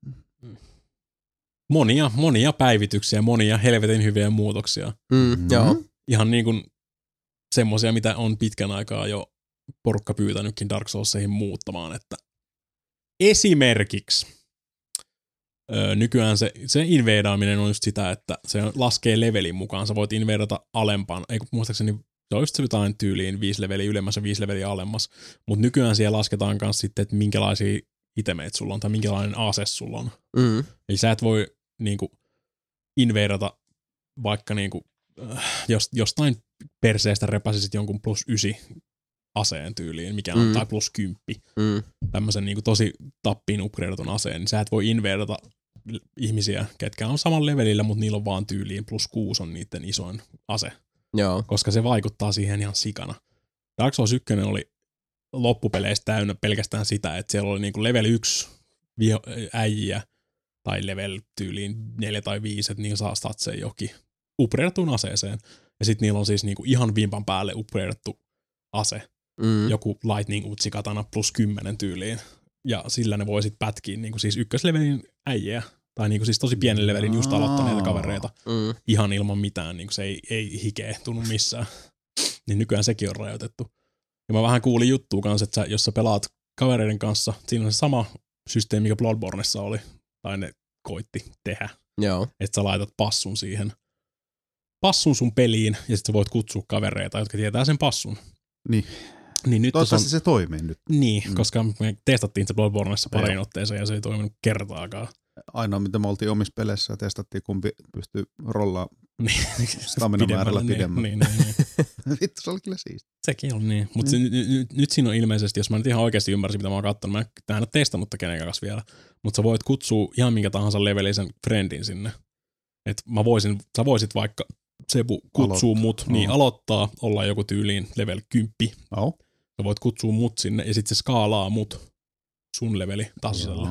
Monia, monia päivityksiä, monia helvetin hyviä muutoksia. Mm, joo. Ihan niin kuin semmoisia, mitä on pitkän aikaa jo porukka pyytänytkin Dark Soulsihin muuttamaan, että esimerkiksi öö, nykyään se, se invedaaminen on just sitä, että se laskee levelin mukaan. Sä voit invadata alempaan, ei muistaakseni se on just se jotain tyyliin viisi leveliä ylemmäs ja viisi leveliä alemmas, mutta nykyään siellä lasketaan myös sitten, että minkälaisia itemeitä sulla on tai minkälainen ase sulla on. Mm. Eli sä et voi niinku invadata vaikka niinku, äh, jos, jostain perseestä repäsisit jonkun plus ysi aseen tyyliin, mikä on, mm. tai plus kymppi, mm. tämmöisen niinku tosi tappiin upgradeatun aseen, niin sä et voi invadata ihmisiä, ketkä on saman levelillä, mutta niillä on vaan tyyliin plus kuusi on niiden isoin ase. Joo. Koska se vaikuttaa siihen ihan sikana. Dark Souls yksi oli loppupeleistä täynnä pelkästään sitä, että siellä oli niinku level yksi äijiä, tai level tyyliin neljä tai viisi, että niillä saa statseen jokin upgradeattuun aseeseen. Ja sit niillä on siis niinku ihan vimpan päälle upgradeattu ase. Mm. Joku lightning utsikatana plus kymmenen tyyliin. Ja sillä ne voi sit pätkiä niinku siis ykköslevelin äijää. Tai niinku siis tosi pienen levelin just aloittaneita kavereita. Mm. Ihan ilman mitään. Niinku se ei, ei hikeä tunnu missään. Niin nykyään sekin on rajoitettu. Ja mä vähän kuulin juttua kanssa, että sä, jos sä pelaat kavereiden kanssa, siinä on se sama systeemi, mikä Bloodbornessa oli. Tai ne koitti tehdä. Joo. Että sä laitat passun siihen. Passun sun peliin, ja sit sä voit kutsua kavereita, jotka tietää sen passun. Niin. Niin nyt toivottavasti on... se toimii nyt. Niin, mm. koska me testattiin se Bloodbornessa parin otteeseen, ja se ei toiminut kertaakaan. Ainoa, mitä me oltiin omissa peleissä ja testattiin, kumpi pystyy rollaa niin. stamina määrällä pidemmän. Niin, niin, niin. Vittu, se oli kyllä siisti. Sekin on niin. Mutta mm. nyt, nyt, nyt siinä on ilmeisesti, jos mä nyt ihan oikeasti ymmärsin, mitä mä oon katsonut, mä en ole testannut kenenkään kanssa vielä, mutta sä voit kutsua ihan minkä tahansa levelisen friendin sinne. Että mä voisin, sä voisit vaikka Sebu kutsuu Aloittaa. mut, niin oh. aloittaa, olla joku tyyliin level kymmenen. Oh. Sä voit kutsua mut sinne, ja sitten se skaalaa mut sun leveli tasoiselle.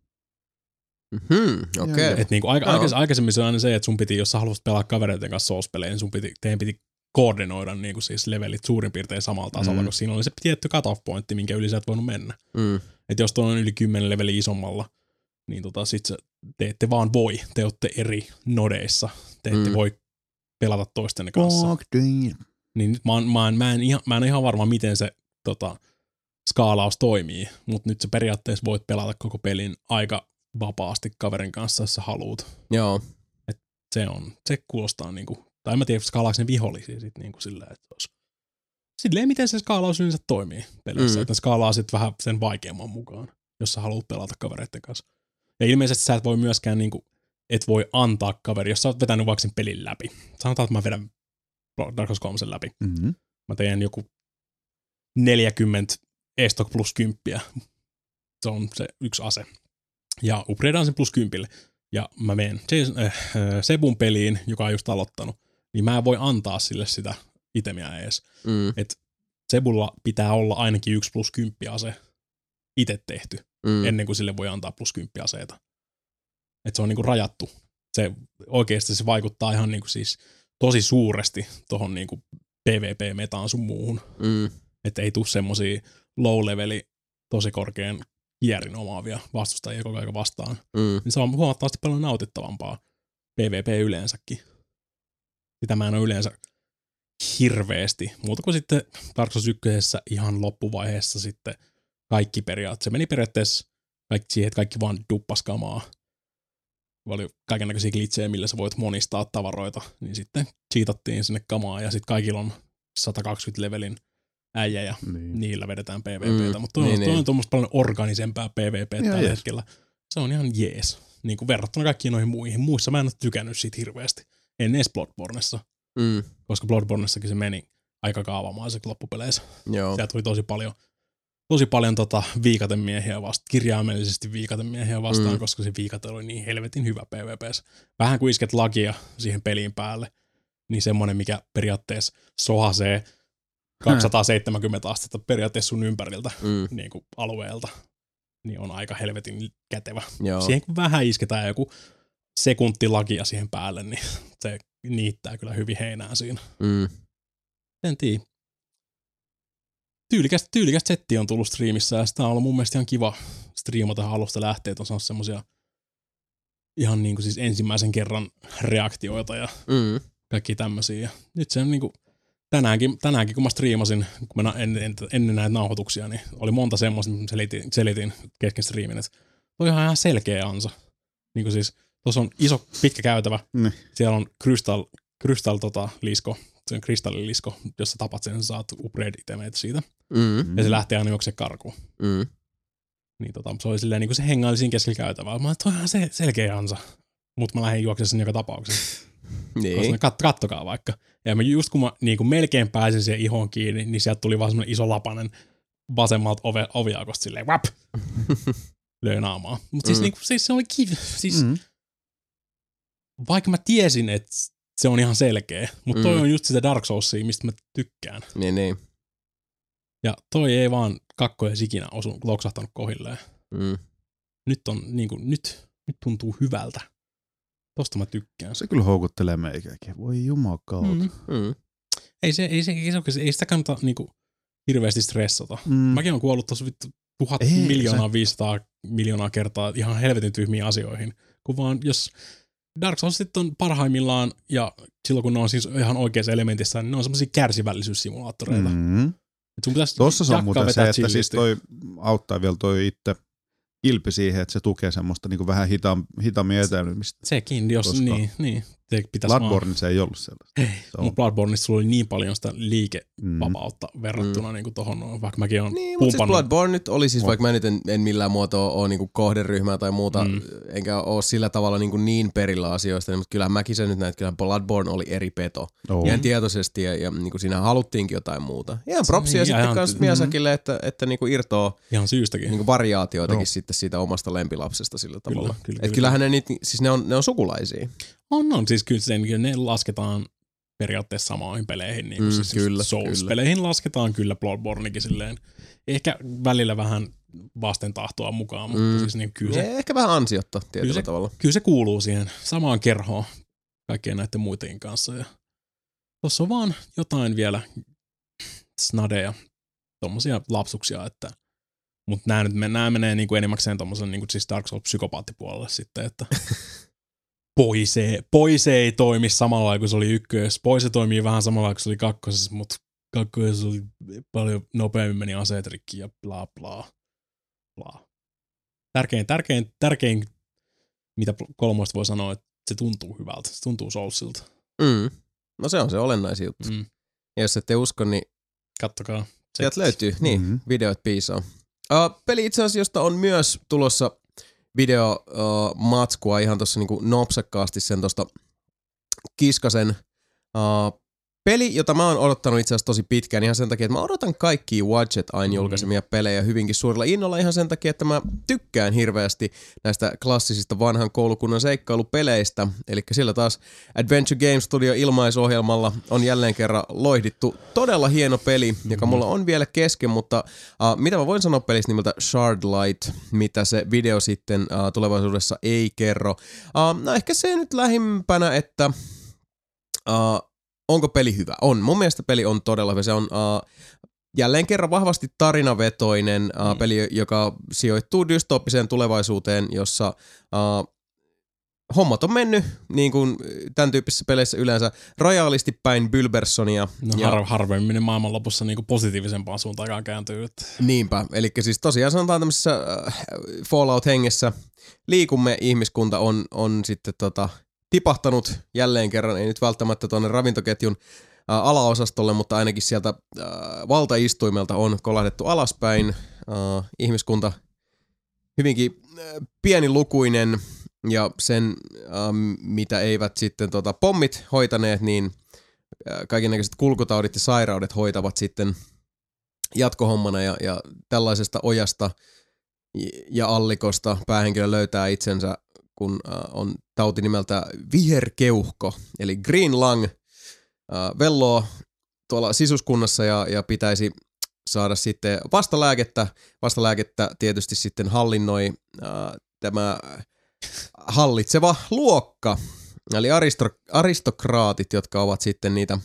Mm-hmm, okei. Okay. Et niinku aika, no. Aikaisemmin se on aina se, että sun piti, jos sä haluaisit pelaa kavereiden kanssa Souls-pelejä, niin sun piti, teidän piti koordinoida niinku siis levelit suurin piirtein samalla tasolla, mm. koska siinä oli se tietty cut-off pointti, minkä yli sä et voinut mennä. Mm. Että jos tuolla on yli kymmenen leveli isommalla, niin tota sit sä, te ette vaan voi, te olette eri nodeissa, te ette mm. voi pelata toistenne kanssa. Oh, niin nyt mä, oon, mä, en, mä, en ihan, mä en ihan varma, miten se tota, skaalaus toimii, mutta nyt sä periaatteessa voit pelata koko pelin aika vapaasti kaverin kanssa, jos sä haluut. Joo. Et se on, se kuulostaa niinku Tai en mä tiedä, skaalaako ne vihollisia sit niinku silleen, että olisi. Silleen, miten se skaalaus yleensä toimii pelissä, mm. että ne skaalaa sitten vähän sen vaikeamman mukaan, jos sä haluat pelata kavereiden kanssa. Ja ilmeisesti sä et voi myöskään niinku, et voi antaa kaveri, jos sä oot vetänyt vaikka sen pelin läpi. Sanotaan, että mä vedän Dark Souls kolme läpi. Mm-hmm. Mä teen joku neljäkymmentä estok plus kymppiä. Se on se yksi ase. Ja upgradeaan sen plus kympille. Ja mä menen äh, Sebun peliin, joka on just aloittanut. Niin mä en voi antaa sille sitä itemiä edes. Mm. Et Sebulla pitää olla ainakin yksi plus kymppi ase itse tehty, mm. ennen kuin sille voi antaa plus kymppi aseita. Et se on niinku rajattu. Se oikeasti se vaikuttaa ihan niinku siis tosi suuresti tohon niinku PvP-metaan sun muuhun. Mm. Että ei tuu semmosia low-leveli, tosi korkean kierin omaavia vastustajia koko ajan vastaan. Mm. Niin se on huomattavasti paljon nautittavampaa PvP yleensäkin. Sitä mä en ole yleensä hirveästi. Muuta kuin sitten Dark Souls ykkösessä ihan loppuvaiheessa sitten kaikki periaatteessa. Se meni periaatteessa kaikki siihen, että kaikki vaan duppaskamaa. Oli kaikennäköisiä glitchejä, millä sä voit monistaa tavaroita. Niin sitten cheatattiin sinne kamaa ja sitten kaikilla on sata kaksikymmentä levelin äijä ja niin. Niillä vedetään PvPtä. Mm, mutta toi, niin, on, toi on tuommoista paljon organisempää PvP tällä jees. Hetkellä. Se on ihan jees. Niin kuin verrattuna kaikkiin noihin muihin. Muissa mä en ole tykännyt siitä hirveästi. En edes Bloodbornessa. Mm. Koska Bloodbornessakin se meni aika kaavamaiseksi loppupeleissä. Joo. Sieltä tuli tosi paljon, tosi paljon tota viikatemiehiä vastaan, kirjaimellisesti viikatemiehiä vastaan, mm. koska se viikate oli niin helvetin hyvä PvPssä. Vähän kuin isket lagia siihen peliin päälle, niin semmoinen, mikä periaatteessa sohasee kaksisataaseitsemänkymmentä astetta periaatteessa sun ympäriltä mm. niin kuin alueelta, niin on aika helvetin kätevä. Joo. Siihen kun vähän isketään joku sekunti lagia siihen päälle, niin se niittää kyllä hyvin heinää siinä. Mm. En tiedä. Tyylikästä, tyylikästä settiä on tullut striimissä ja sitä on ollut mun mielestä ihan kiva striimata alusta lähtee, että on saanut semmosia ihan niinku siis ensimmäisen kerran reaktioita ja mm. kaikki tämmösiä. Ja nyt se on niinku tänäänkin, tänäänkin kun mä striimasin, kun mä en, en, ennen näitä nauhoituksia, niin oli monta semmoista, mitä selitin, selitin kesken striimin, että toi on ihan selkeä ansa. Niinku siis tuossa on iso pitkä käytävä. Mm. Siellä on krystal, krystal tota, lisko, se on kristallilisko, jos sä tapat sen, sä saat upgrade-itemeitä siitä. Mm. Ja se lähtee aina juokse karkuun. Mm. Niin tota, se oli silleen, niin kuin se hengaili siinä keskellä käytävää. Mä olin, toi on ihan se, selkeä ansa. Mutta mä lähdin juoksemaan sen joka tapauksessa. Niin. Koska kat, kattokaa vaikka. Ja mä just kun mä niin kuin melkein pääsin siihen ihoon kiinni, niin sieltä tuli vaan semmoinen iso lapanen vasemmalta ove, oviaukosta silleen, wap! Löi naamaa. Mutta siis, mm. niin siis se oli kivi. Siis, mm. vaikka mä tiesin, että se on ihan selkeä, mutta toi mm. on just sitä Dark Soulsia, mistä mä tykkään. Niin, niin. Ja toi ei vaan kakkoja ikinä osu, loksahtanut kohilleen. Mm. Nyt on niinku, nyt, nyt tuntuu hyvältä. Tosta mä tykkään. Se kyllä houkuttelee meikäkin. Voi jumakauta. Mm. Mm. Ei, se, ei, se, ei, se, ei sitä kannata niinku hirveästi stressata. Mm. Mäkin on kuollut tossa vittu tuhat ei, miljoonaa, viisisataa miljoonaa kertaa ihan helvetin tyhmiin asioihin. Kun vaan jos Dark Souls on parhaimmillaan, ja silloin kun ne on siis ihan oikeassa elementissä, niin ne on semmosia kärsivällisyyssimulaattoreita. Mm. Tuossa se on muuten se, että siis toi auttaa vielä toi itse kilpi siihen, että se tukee semmoista niin vähän hitaam, hitaammin etenemistä. Sekin, jos koska niin, niin. Se Bloodborne se ei ollut sellaista. Ei, se mutta Bloodborneissa sulla oli niin paljon sitä liikevapautta mm. verrattuna mm. niin tuohon, vaikka mäkin olen niin, mutta siis Bloodborne nyt oli siis, vaikka mä nyt en, en millään muotoa ole niin kohderyhmää tai muuta, mm. enkä ole sillä tavalla niin, niin perillä asioista, niin, mutta kyllähän mäkin sen nyt näin, että kyllähän Bloodborne oli eri peto. Oh. Ihan tietoisesti, ja, ja niin siinä haluttiinkin jotain muuta. Ihan propsia sitten ihan kans Miyazakille, että, että niin irtoo ihan syystäkin. Niin variaatioitakin no. sitten siitä omasta lempilapsesta sillä tavalla. Kyllä, kyllä, kyllä. Kyllähän ne, niitä, siis ne, on, ne on sukulaisia. On, on. Siis kyllä sen, ne lasketaan periaatteessa samoihin peleihin. Niin kuin mm, siis kyllä, Souls-peleihin kyllä. Lasketaan kyllä Bloodbornekin silleen. Ehkä välillä vähän vasten tahtoa mukaan, mutta mm. siis niin kyllä se... Ehkä vähän ansiotta tietyllä kyllä se, tavalla. Kyllä se kuuluu siihen samaan kerhoon kaikkien näiden muiden kanssa. Ja tossa on vaan jotain vielä snadeja, tommosia lapsuksia, että... Mutta nämä, nyt, nämä menee niinku enimmäkseen tommosen niinku siis Dark Souls-psykopaattipuolelle sitten, että... Poise, Poise ei toimi samalla lailla kuin se oli ykkös. Poise toimii vähän samalla lailla kuin se oli kakkosessa, mutta kakkosessa oli paljon nopeammin meni aseet rikki ja bla bla bla. Tärkein, tärkein, tärkein, mitä kolmoista voi sanoa, että se tuntuu hyvältä. Se tuntuu Soulsilta. Mm. No se on se olennaisin juttu. Mm. Ja jos ette usko, niin Kattokaa. sieltä löytyy. Niin, Mm-hmm. videot piisaa. Uh, peli itse asiassa on myös tulossa videomatskua uh, ihan tuossa niinku nopsakkaasti sen tuosta kiskasen. Uh, peli, jota mä oon odottanut itse asiassa tosi pitkään ihan sen takia, että mä odotan kaikkia Wadget aina julkaisemia pelejä hyvinkin suurella innolla ihan sen takia, että mä tykkään hirveästi näistä klassisista vanhan koulukunnan seikkailupeleistä. Eli sillä taas Adventure Game Studio ilmaisohjelmalla on jälleen kerran loihdittu todella hieno peli, mm-hmm. joka mulla on vielä kesken, mutta uh, mitä mä voin sanoa pelistä nimeltä Shardlight, mitä se video sitten uh, tulevaisuudessa ei kerro. Uh, no ehkä se nyt lähimpänä, että uh, onko peli hyvä? On. Mun mielestä peli on todella hyvä. Se on uh, jälleen kerran vahvasti tarinavetoinen uh, mm. peli, joka sijoittuu dystoppiseen tulevaisuuteen, jossa uh, hommat on mennyt, niin kuin tämän tyyppisissä peleissä yleensä, rajaalisti päin Bylbersonia. No ja har- harvemmin maailmanlopussa niin kuin positiivisempaan suuntaan kääntyy. Että. Niinpä. Eli siis tosiaan sanotaan tämmöisessä uh, Fallout-hengessä liikumme, ihmiskunta on, on sitten tota... tipahtanut jälleen kerran, ei nyt välttämättä tuonne ravintoketjun ää, alaosastolle, mutta ainakin sieltä ää, valtaistuimelta on kolahdettu alaspäin. Ää, ihmiskunta hyvinkin ää, pienilukuinen ja sen, ää, mitä eivät sitten tota, pommit hoitaneet, niin ää, kaikennäköiset kulkutaudit ja sairaudet hoitavat sitten jatkohommana ja, ja tällaisesta ojasta ja allikosta päähenkilö löytää itsensä, kun äh, on tauti nimeltä viherkeuhko, eli Green Lung, äh, velloo tuolla sisuskunnassa ja, ja pitäisi saada sitten vastalääkettä. Vastalääkettä tietysti sitten hallinnoi äh, tämä hallitseva luokka, eli aristo- aristokraatit, jotka ovat sitten niitä...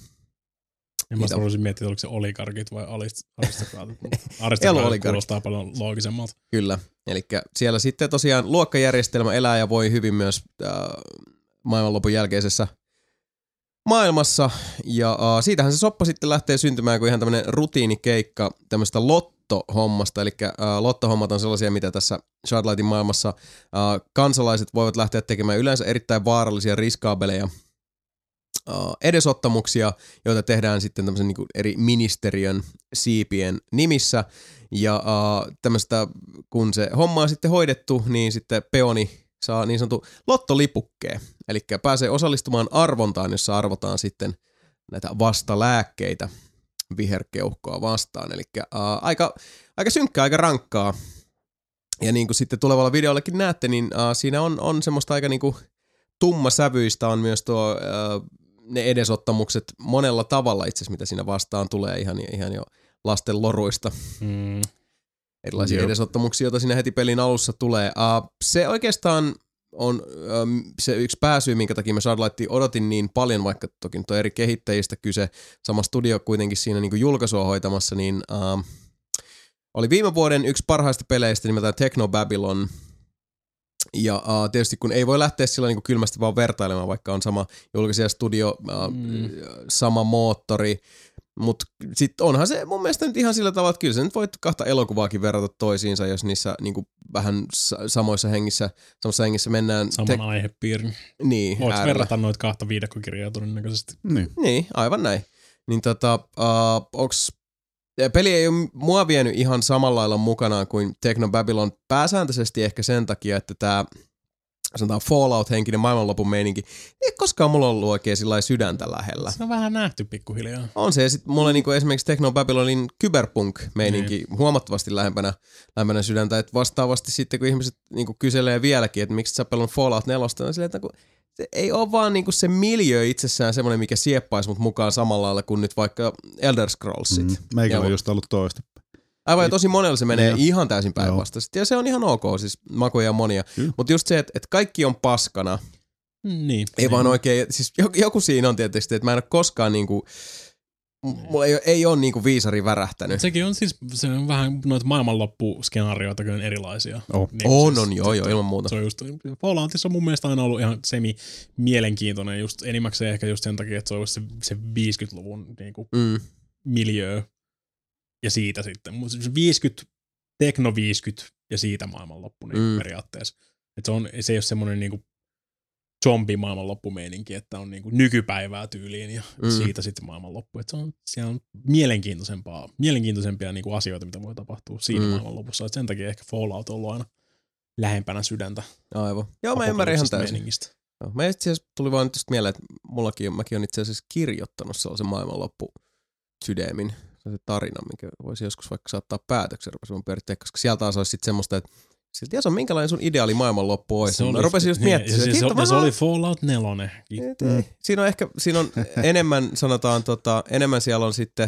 Ja mä haluaisin miettiä, oliko se oligarkit vai alist- aristokraatit. Aristokraatit kuulostaa paljon loogisemmalta. Kyllä, eli siellä sitten tosiaan luokkajärjestelmä elää ja voi hyvin myös äh, maailmanlopun jälkeisessä maailmassa. Ja äh, siitähän se soppa sitten lähtee syntymään kuin ihan tämmöinen rutiinikeikka tämmöistä lottohommasta. Eli äh, lottohommat on sellaisia, mitä tässä Shardlightin maailmassa äh, kansalaiset voivat lähteä tekemään yleensä erittäin vaarallisia riskaabeleja Uh, edesottamuksia, joita tehdään sitten tämmöisen niin kuin eri ministeriön siipien nimissä. Ja uh, tämmöistä, kun se homma on sitten hoidettu, niin sitten peoni saa niin sanottu lottolipukkeen. Eli pääsee osallistumaan arvontaan, jossa arvotaan sitten näitä vastalääkkeitä viherkeuhkoa vastaan. Eli uh, aika, aika synkkää, aika rankkaa. Ja niin kuin sitten tulevalla videollakin näette, niin uh, siinä on, on semmoista aika niin kuin tummasävyistä on myös tuo... Uh, ne edesottamukset monella tavalla itse asiassa, mitä siinä vastaan tulee ihan, ihan jo lasten loruista. Mm. Erilaisia Joo. edesottamuksia, joita siinä heti pelin alussa tulee. Uh, se oikeastaan on um, se yksi pääsyy, minkä takia mä Shardlightia odotin niin paljon, vaikka toki nyt on eri kehittäjistä kyse, sama studio kuitenkin siinä niin kuin julkaisua hoitamassa, niin uh, oli viime vuoden yksi parhaista peleistä nimeltään Techno Babylon. Ja uh, tietysti kun ei voi lähteä sillä niin kuin kylmästi vaan vertailemaan, vaikka on sama julkaisija studio, uh, mm. sama moottori, mutta sitten onhan se mun mielestä nyt ihan sillä tavalla, että kyllä sä nyt voit kahta elokuvaakin verrata toisiinsa, jos niissä niin kuin vähän samoissa hengissä, samassa hengissä mennään. Saman te- aihepiirin. Niin. Voit äärellä. verrata noita kahta viidekkokirjaa todennäköisesti. Niin. niin, aivan näin. Niin tota, uh, onks peli ei ole mua vienyt ihan samalla lailla mukanaan kuin Techno Babylon pääsääntöisesti ehkä sen takia, että tämä sanotaan Fallout-henkinen maailmanlopun meininki ei koskaan mulla ollut oikein sillä sydäntä lähellä. Se on vähän nähty pikkuhiljaa. On se, ja sitten mulla niinku esimerkiksi Techno Babylonin cyberpunk-meininki niin. huomattavasti lähempänä, lähempänä sydäntä, että vastaavasti sitten kun ihmiset niinku kyselee vieläkin, että miksi sä pelannut Fallout neljä, niin silleen, että kun se ei ole vaan niinku se miljö itsessään semmoinen, mikä sieppaisi mut mukaan samalla lailla kuin nyt vaikka Elder Scrollsit. Mm, meikä on just ollut toista. Aivan, ja tosi monella se menee ja. ihan täysin päinvastaisesti. Ja se on ihan ok, siis makuja monia. Mutta just se, että et kaikki on paskana. Niin. Ei niin. vaan oikein, siis joku siinä on tietysti, että mä en ole koskaan niinku, mulla ei, ei ole niinku viisari värähtänyt. Sekin on siis, se on vähän noita maailmanloppuskenaarioita kyllä erilaisia. Oh. Niin, on, siis, on, joo, joo, ilman muuta. Se on just, Falloutissa on mun mielestä aina ollut ihan semi-mielenkiintoinen, just enimmäkseen ehkä just sen takia, että se on se, se viisikymmentäluvun niinku mm. miljöö. Ja siitä sitten. viisikymmentä, tekno viisikymmentä ja siitä maailmanloppu niin mm. periaatteessa. Et se, on, se ei ole semmoinen niinku zombimaailmanloppumeininki, että on niinku nykypäivää tyyliin ja mm. siitä sitten maailmanloppu. Että se on, siellä on mielenkiintoisempaa, mielenkiintoisempia niinku asioita, mitä voi tapahtua siinä mm. maailmanlopussa. Et sen takia ehkä Fallout on ollut aina lähempänä sydäntä. Aivan. Joo, mä ymmärrän ihan täysin. Meiningistä. Joo, mä itse asiassa tuli vaan nyt mieleen, että mullakin on, mäkin on itse asiassa kirjoittanut sellaisen maailmanloppu sydämin, se tarina, minkä voisi joskus vaikka saattaa päätöksen rupesin pyörittää, koska sieltä taas olisi sitten semmoista, että silti on minkälainen sun ideaali maailmanloppu olisi. Se oli, mä rupesin just miettimään. Ja, ja, se, ja se oli Fallout neljä. Mm. Siinä on ehkä, siinä on enemmän, sanotaan, tota, enemmän siellä on sitten,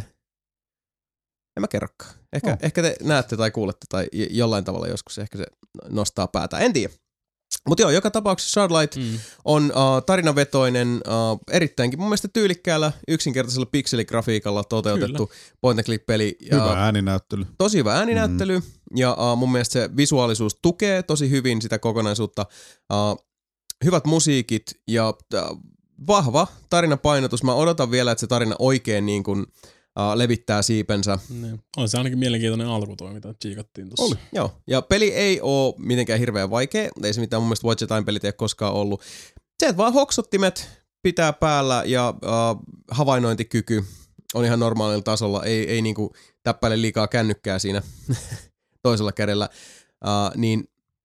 en mä kerrokaan. Ehkä, oh. ehkä te näette tai kuulette tai jollain tavalla joskus ehkä se nostaa päätä. En tiedä. Mutta joo, joka tapauksessa Shardlight mm. on uh, tarinavetoinen, uh, erittäinkin mun mielestä tyylikkäällä, yksinkertaisella pikseligrafiikalla toteutettu point and click peli. Ja hyvä ääninäyttely. Tosi hyvä ääninäyttely, mm. ja uh, mun mielestä se visuaalisuus tukee tosi hyvin sitä kokonaisuutta. Uh, hyvät musiikit ja uh, vahva tarinapainotus. Mä odotan vielä, että se tarina oikein niin kuin Uh, levittää siipensä. Ne. On se ainakin mielenkiintoinen alku toi, mitä tsiikattiin tossa. Oli, joo. Ja peli ei oo mitenkään hirveän vaikea. Ei se mitään mun mielestä Watch Time pelit ei ole koskaan ollut. Se, että vaan hoksottimet pitää päällä ja uh, havainnointikyky on ihan normaalilla tasolla. Ei, ei niinku täppäile liikaa kännykkää siinä toisella kädellä. Uh, niin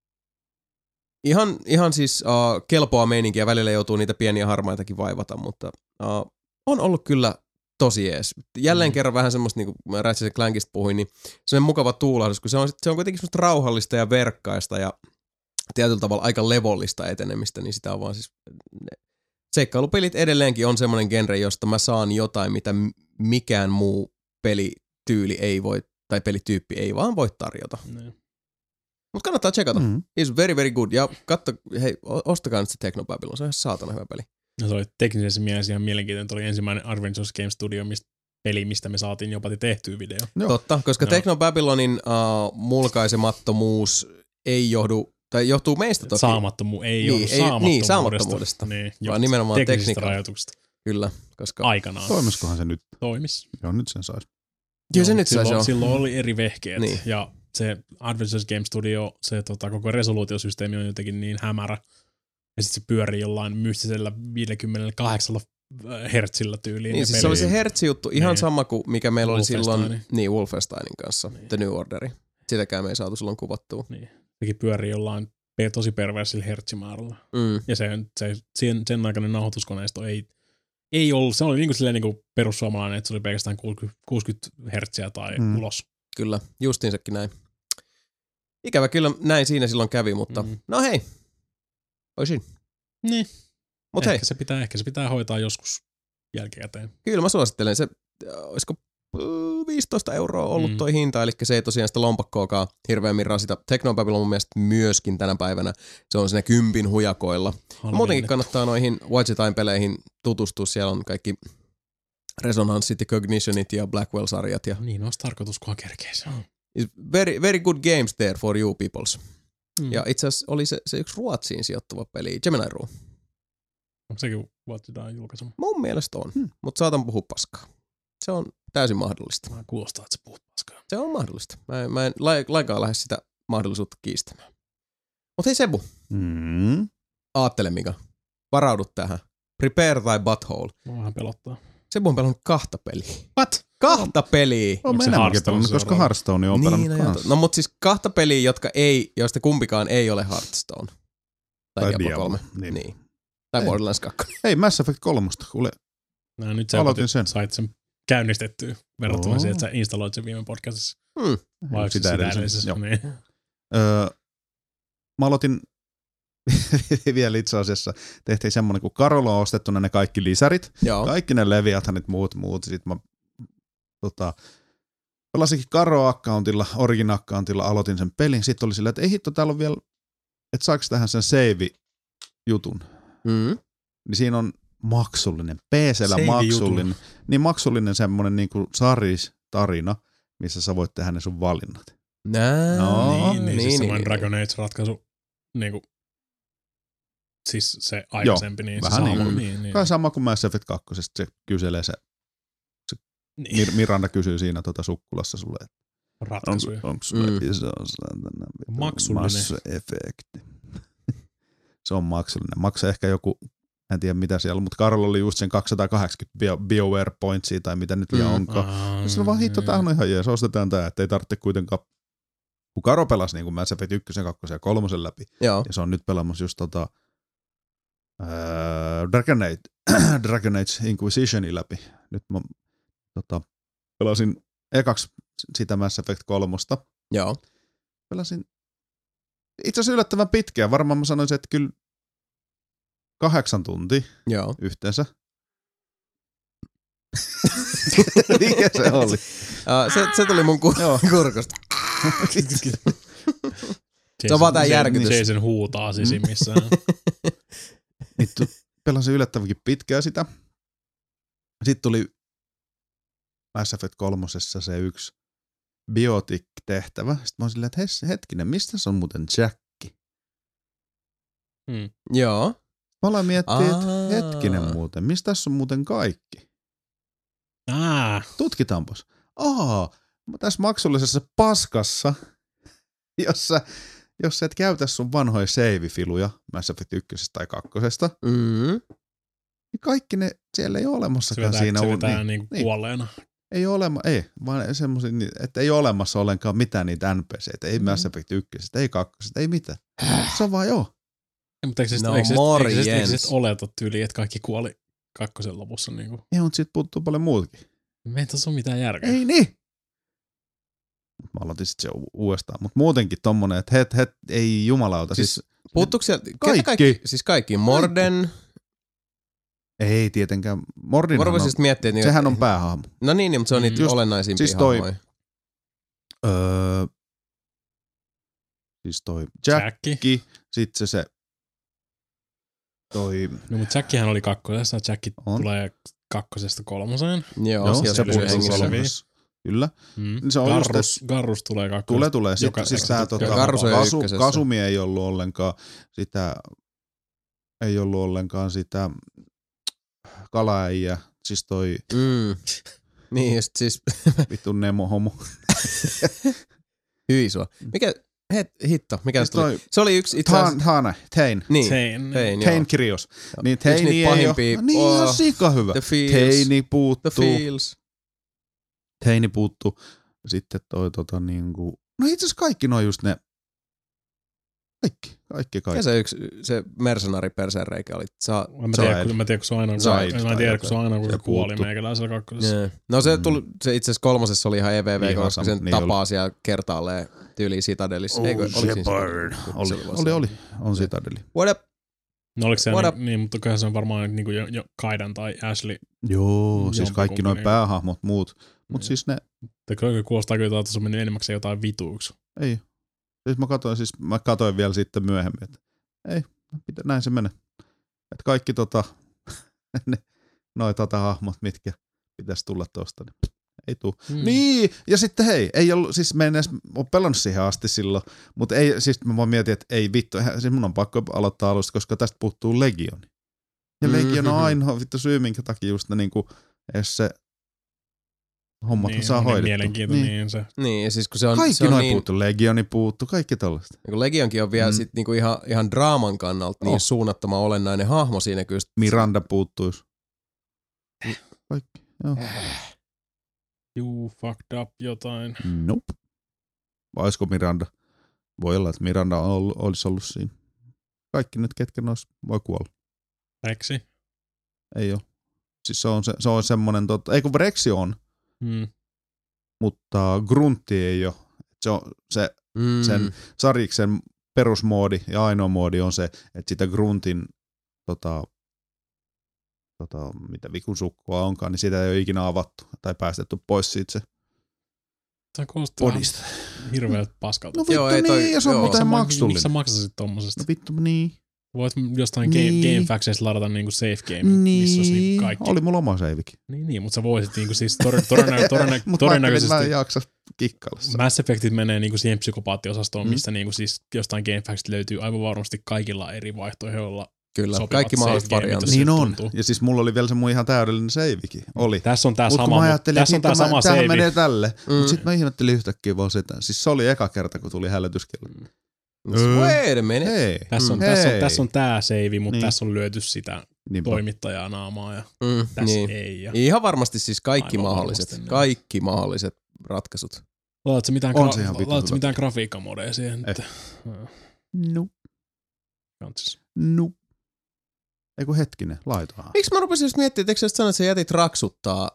ihan, ihan siis uh, kelpoa meininkiä. Välillä joutuu niitä pieniä harmaitakin vaivata, mutta uh, on ollut kyllä tosi jees. Jälleen mm. kerran vähän semmoista, niin kuin Ratchet Clankista puhuin, niin se on mukava tuulahdus, kun se on, se on kuitenkin semmoista rauhallista ja verkkaista ja tietyllä tavalla aika levollista etenemistä, niin sitä on vaan siis... Seikkailupelit edelleenkin on semmoinen genre, josta mä saan jotain, mitä mikään muu pelityyli ei voi, tai pelityyppi ei vaan voi tarjota. Mm. Mutta kannattaa tsekata. Mm. It's very, very good. Ja katso, hei, ostakaa nyt se Technobabylon, se on ihan saatana hyvä peli. No, se oli teknisessä mielessä ihan mielenkiintoinen. Tuo oli ensimmäinen Adventures Game Studio mistä, peli, mistä me saatiin jopa tehtyä video. Joo. Totta, koska Technobabylonin uh, mulkaisemattomuus ei johdu, tai johtuu meistä toki. Saamattomuus ei niin, johdu ei, saamattomuudesta. Niin, saamattomuudesta. Niin, vaan nimenomaan teknisistä rajoituksista. Kyllä. Koska... Aikanaan. Toimiskohan se nyt? Toimis. Joo, nyt sen saisi. Kyllä se nyt silloin, saisi, joo. Silloin oli eri vehkeet. Niin. Ja se Adventures Game Studio, se tota, koko resoluutiosysteemi on jotenkin niin hämärä. Ja sitten se pyörii jollain mystisellä viisikymmentäkahdeksan hertsillä tyyliin. Niin, siis se oli se hertsi-juttu ihan niin. Sama kuin mikä meillä oli silloin niin, Wolfensteinin kanssa, niin. The New Orderi. Sitäkään me ei saatu silloin kuvattua. Niin. Sekin pyörii jollain tosi perversillä hertsimäärällä. Mm. Ja se, se, sen, sen aikainen nauhoituskoneisto ei, ei ollut, se oli niin kuin silleen niin kuin perussuomalainen, että se oli pelkästään kuusikymmentä hertsiä tai mm. ulos. Kyllä, justiinsakin näin. Ikävä kyllä näin siinä silloin kävi, mutta mm. no hei. Oisin. Niin. Mut ehkä, hei. Se pitää, ehkä se pitää hoitaa joskus jälkikäteen. Kyllä mä suosittelen. Se, olisiko viisitoista euroa ollut mm. toi hinta, eli se ei tosiaan sitä lompakkoakaan hirveämmin rasita. Technobabylon mun mielestä myöskin tänä päivänä. Se on siinä kympin hujakoilla. Muutenkin kannattaa noihin Watch Time-peleihin tutustua. Siellä on kaikki Resonanceit ja Cognitionit ja Blackwell-sarjat. Ja niin, olisi tarkoitus, kunhan kerkeisi. Very, very good games there for you peoples. Mm. Ja itse asiassa oli se, se yksi Ruotsiin sijoittuva peli, Gemini Rue. Onko sekin Watch Time julkaisema? Mun mielestä on, hmm. mutta saatan puhua paskaa. Se on täysin mahdollista. Mä kuulostaa, että sä puhut paskaa. Se on mahdollista. Mä en, mä en laikaan lähde sitä mahdollisuutta kiistämään. Mutta hei Sebu, mm. aattele Mika, varaudu tähän. Prepare thy butthole. Mä vähän pelottaa. Sebu on pelannut kahta peliä. What? Kahta peliä. On mä enemmänkin pelannut, koska Hearthstone on pelannut niin, kanssa. No mut siis kahta peliä, jotka ei, joista kumpikaan ei ole Hearthstone. Tai, tai Diablo kolme. Niin. niin. Tai Borderlands kaksi. Ei, Mass Effect kolme. Kuule, no, nyt sä aloitin sen. Sait sen käynnistettyä verrattuna siihen, että sä installoit sen viime podcastissa. Hmm. Vai sitä, sitä edellisessä? Niin. Öö, mä aloitin vielä itse asiassa, tehtiin semmoinen, kun Karolla on ostettu ne kaikki lisärit. Joo. Kaikki ne Leviathanit, muut, muut. Sitten mä tota, pelasinkin Karo-akkauntilla, Origin-akkauntilla, aloitin sen pelin. Sitten oli silleen, että ei hitto, täällä on vielä, että saako tähän sen save-jutun. Mm. Niin siinä on maksullinen, P C:llä maksullinen, niin maksullinen semmoinen niin kuin saris-tarina, missä sä voit tehdä ne sun valinnat. Nää, no, niin, niin, niin, siis semmoinen niin, Dragon Age-ratkaisu, niin kuin, siis se aikaisempi, joo, niin vähän se niin, sama. Niin, niin. Kai sama kuin Mass Effect kaksi, se kyselee se, se niin. Miranda kysyy siinä tota sukkulassa sulle, että ratkaisuja. On, onko sulle mm. iso maksullinen Mass Effect? se on maksullinen. Maksaa ehkä joku, en tiedä mitä siellä, mutta Karolla oli just sen kaksisataakahdeksankymmentä Bio, BioWare Pointsia tai mitä nyt vielä Mm. onkaan. Ah, Ja sitten vaan hitto, tää on ihan jees, ostetaan tää, ettei tarvitse kuitenkaan. Kun Karo pelasi niin kuin Mass Effect yksi, kaksi ja kolme läpi, Joo. ja se on nyt pelaamassa just tota äh, Dragon Age, Dragon Age Inquisitionin läpi. Nyt mä tota, pelasin ekaksi sitä Mass Effect kolmosta. Joo. Pelasin itse asiassa yllättävän pitkään. Varmaan mä sanoisin, että kyllä kahdeksan tuntia Joo. yhteensä. Mikä se oli? Uh, se, se tuli mun ku- kurkusta. Se on vaan tää järkytys. Jason huutaa sisimmissään. Vittu, pelasin yllättävänkin pitkään sitä. Sitten tuli Mass Effect kolmosessa se yksi Biotic-tehtävä. Sitten mä oon silleen, että hetkinen, mistä se on muuten Jacki? Hmm. Joo. Mä aloin miettiä, että Aa. hetkinen muuten, mistä tässä on muuten kaikki? Ah, Tutkitaanpas. Aa, tässä maksullisessa paskassa, jossa, jos sä et käytä sun vanhoja save-filuja Mass Effect yksi tai kakkosesta, Mm. niin kaikki ne siellä ei ole se olemassakaan vetää, siinä. se u- vetää niin, niinku niin. kuolleena. Ei ole olema, ei, vaan semmoisia, että ei ole olemassa ollenkaan mitään niitä N P C:itä, ei Mm. Mass Effect yksi, ei kakkosesta, ei mitään. Se on vaan joo. Mutta eikö se sit- No eikö se sit- eikö se sit- eikö se morjens. sit oleta tyyli, että kaikki kuoli kakkosen lopussa? Niinku. Ei, mutta siitä puuttuu paljon muutakin. Me ei tässä ole mitään järkeä. Ei niin. Mä aloitin sitten se u- uudestaan, mutta muutenkin tommonen, että het, het, ei jumalauta. Siis, Siis puuttuuko sieltä? ketä Kaikki. kaikki? Siis kaikki. Morden. ei tietenkään. Mordinhan Mä on, rupesin sitten miettimään. Niin, sehän että- on päähahmo. No niin, niin, mutta se on niitä Just- olennaisimpia siis toi- hahmoja. Öö, siis toi Jacki, Jacki. sit se se toi, No mutta Jackihän oli kakkosessa. Jacki On. tulee kakkosesta kolmoseen. Joo, joo, siellä se pysyy pysyy puuttuu hengissä. hengissä. kolmessa. Kyllä. Mm. Niin se on just, Garrus, Garrus tulee kakkosesta. Tulee, tulee. Joka- Sitten siis tää joka- tota, Garrus on jo kasu, ykkösessä. Kasumi ei ollut ollenkaan sitä, ei ollut ollenkaan sitä kalaäijä, siis toi Mm. Niin, just siis vittu Nemo homo. hyi sua. Mikä, het, hitto, mikä Siis se tuli? toi Se oli yksi itse asiassa. Taan, Taane, Tein. Niin, Tein. Tein, Tein joo. Kirios. Niin Yksi Teini niitä ei pahimpia. ole. Niin Oh, ihan sika hyvä. The Feels. Teini The puuttuu. Feels. Teini puuttuu. Sitten toi tota niinku, no itse asiassa kaikki noin just ne, kaikki, kaikki, Mikä kaikki. se yksi, se mercenari perseenreikä oli? Sa, En mä Zaid. tiedä, kun, mä tiedä, kun se on aina, Zaid kun, mä tai tiedä, kun se on aina, kun se se kuoli puuttuu. meikäläisellä kakkosessa. yeah. No se, Mm. tuli, se itse asiassa kolmosessa oli ihan E V V, Ihan koska sama, sen niin tapaa siellä kertaalleen tyyliin Citadelissa. Oh, Eikö, oliko siinä Shepard. Citadel? Oli, Se vaan oli, se. oli, on Citadeli. What up? No oliko se, What niin, niin, mutta kyllähän se on varmaan niin kuin jo, jo Kaidan tai Ashley. Joo, siis Jompikumpi kaikki noin niinku. päähahmot, muut. Mutta Niin. siis ne, Tai kyllä kuulostaa kyllä, että se on mennyt enimmäkseen jotain vituiksi. ei. Siis mä katoin, siis mä katoin vielä sitten myöhemmin, että ei, pitä, näin se menee. Että kaikki tota, ne, noi tota hahmot, mitkä pitäisi tulla tosta, niin ei tuu. Mm. Niin, ja sitten hei, ei ollut, siis mä en edes ole pelannut siihen asti silloin, mutta ei, siis mä vaan mietin, että ei vittu, eihän- siis mun on pakko aloittaa alusta, koska tästä puuttuu Legioni. Ja Mhm. Legion on ainoa vittu syy, minkä takia just ne niinku, edes se hommat niin, saa on niin hoidettua. mielenkiintoinen, niin. niin se. Niin, ja siis kun se on, Kaikki se on noin niin, puuttuu, Legioni puuttuu, kaikki tällaista. niin kun Legionkin on vielä Mm. sit niinku ihan, ihan draaman kannalta niin Oh. suunnattoman olennainen hahmo siinä kyllä. Miranda puuttuisi. Kaikki, joo. You fucked up jotain. Nope. Vai olisiko Miranda? Voi olla, että Miranda on ollut, olisi ollut siinä. Kaikki nyt, ketkä nois, voi kuolla. Rexi. Ei ole. Siis se on, se, se on semmonen, tota, ei kun Rexi on, Mm. mutta Gruntti ei ole. Se on se Mm. sen Sariksen perusmoodi ja ainoa moodi on se, että sitä Gruntin tota, tota, mitä vikun sukkua onkaan, niin sitä ei ole ikinä avattu tai päästetty pois siitä se Se kuulostaa podista. hirveältä paskalta. No vittu Joo, ei niin, toi- ja se on joo. muuten Sä ma- maksullinen. Miksi sä maksasit tommosesta? No vittu niin. Voit jostain Niin. Game, Gamefaxista ladata niinku save game, missä olisi niinku Niin, kaikki. oli mulla oma seivikin. Niin, niin, mutta sä voisit niinku siis todennä, todennä, todennä, Mutta mä ajattelin, että mä todennäköisesti en jaksa kikkailla. Mass Effectit menee niinku siihen psykopaattiosastoon, Mm. mm. missä niinku siis jostain Gamefaxista löytyy aivan varmasti kaikilla eri vaihtoehdoilla. Kyllä, sopivat kaikki mahdolliset save gameit, variantit. jos Niin se on. tuntuu. Ja siis mulla oli vielä se mun ihan täydellinen seivikin. Oli. Tässä on tää Mutta kun sama, mä mut, ajattelin, tässä on että tää hitto, sama mä, tämähän save. menee tälle. Mm. Mutta sitten mä ihmettelin yhtäkkiä vaan sitä. Siis se oli eka kerta, kun tuli hälytyskello. Wait a minute. Hei. Tässä on, Mm. tässä on, Hei. tässä on tää seivi, mutta Niin. tässä on lyöty sitä Niinpä. toimittajaa naamaa ja Mm, tässä niin. ei. Ja... Ihan varmasti siis kaikki Aivan mahdolliset, varmasti, niin. kaikki mahdolliset ratkaisut. Laitatko mitään, On se ihan gra- vitun laitatko hyvä. mitään grafiikkamodeja siihen? Eh. Että... No, Kantsis. no. Eiku hetkinen, laitohan. Miksi mä rupesin just miettimään, että eikö sä just sanoa, että sä jätit raksuttaa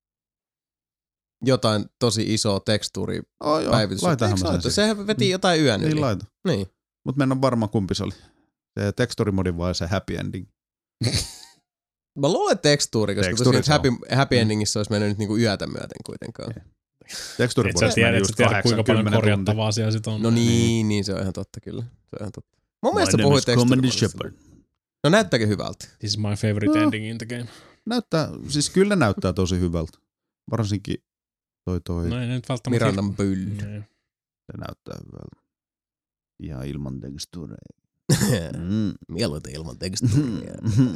jotain tosi isoa tekstuuripäivitystä? Oh, laitahan mä sen siihen. Sehän veti jotain yön yli. Niin laita. Niin. Mut mä en ole varma kumpi se oli. Se teksturimodi vai se happy ending. Mä luulen tekstuuri, koska Tekstuuri tosiaan se on. happy, happy endingissä olisi mennyt nyt niinku yötä myöten kuitenkaan. Et Teksturimodissa sä tiedä, meni et just sä tiedä kuinka paljon kahdeksankymmentä korjattavaa siellä sit on. No niin, niin se on ihan totta kyllä. Se on ihan totta. Mun mielestä My sä name puhuit is Comedy tekstuurimodista. Shepherd. No näyttääkö hyvältä? This is my favorite No. ending in the game. Näyttää, siis kyllä näyttää tosi hyvältä. Varsinkin toi toi, No ei ne nyt välttämättä... Mirandan Bull. Niin. se näyttää hyvältä. Ihan ilman tekstuureja. Mm. Mieluiten ilman tekstuuria.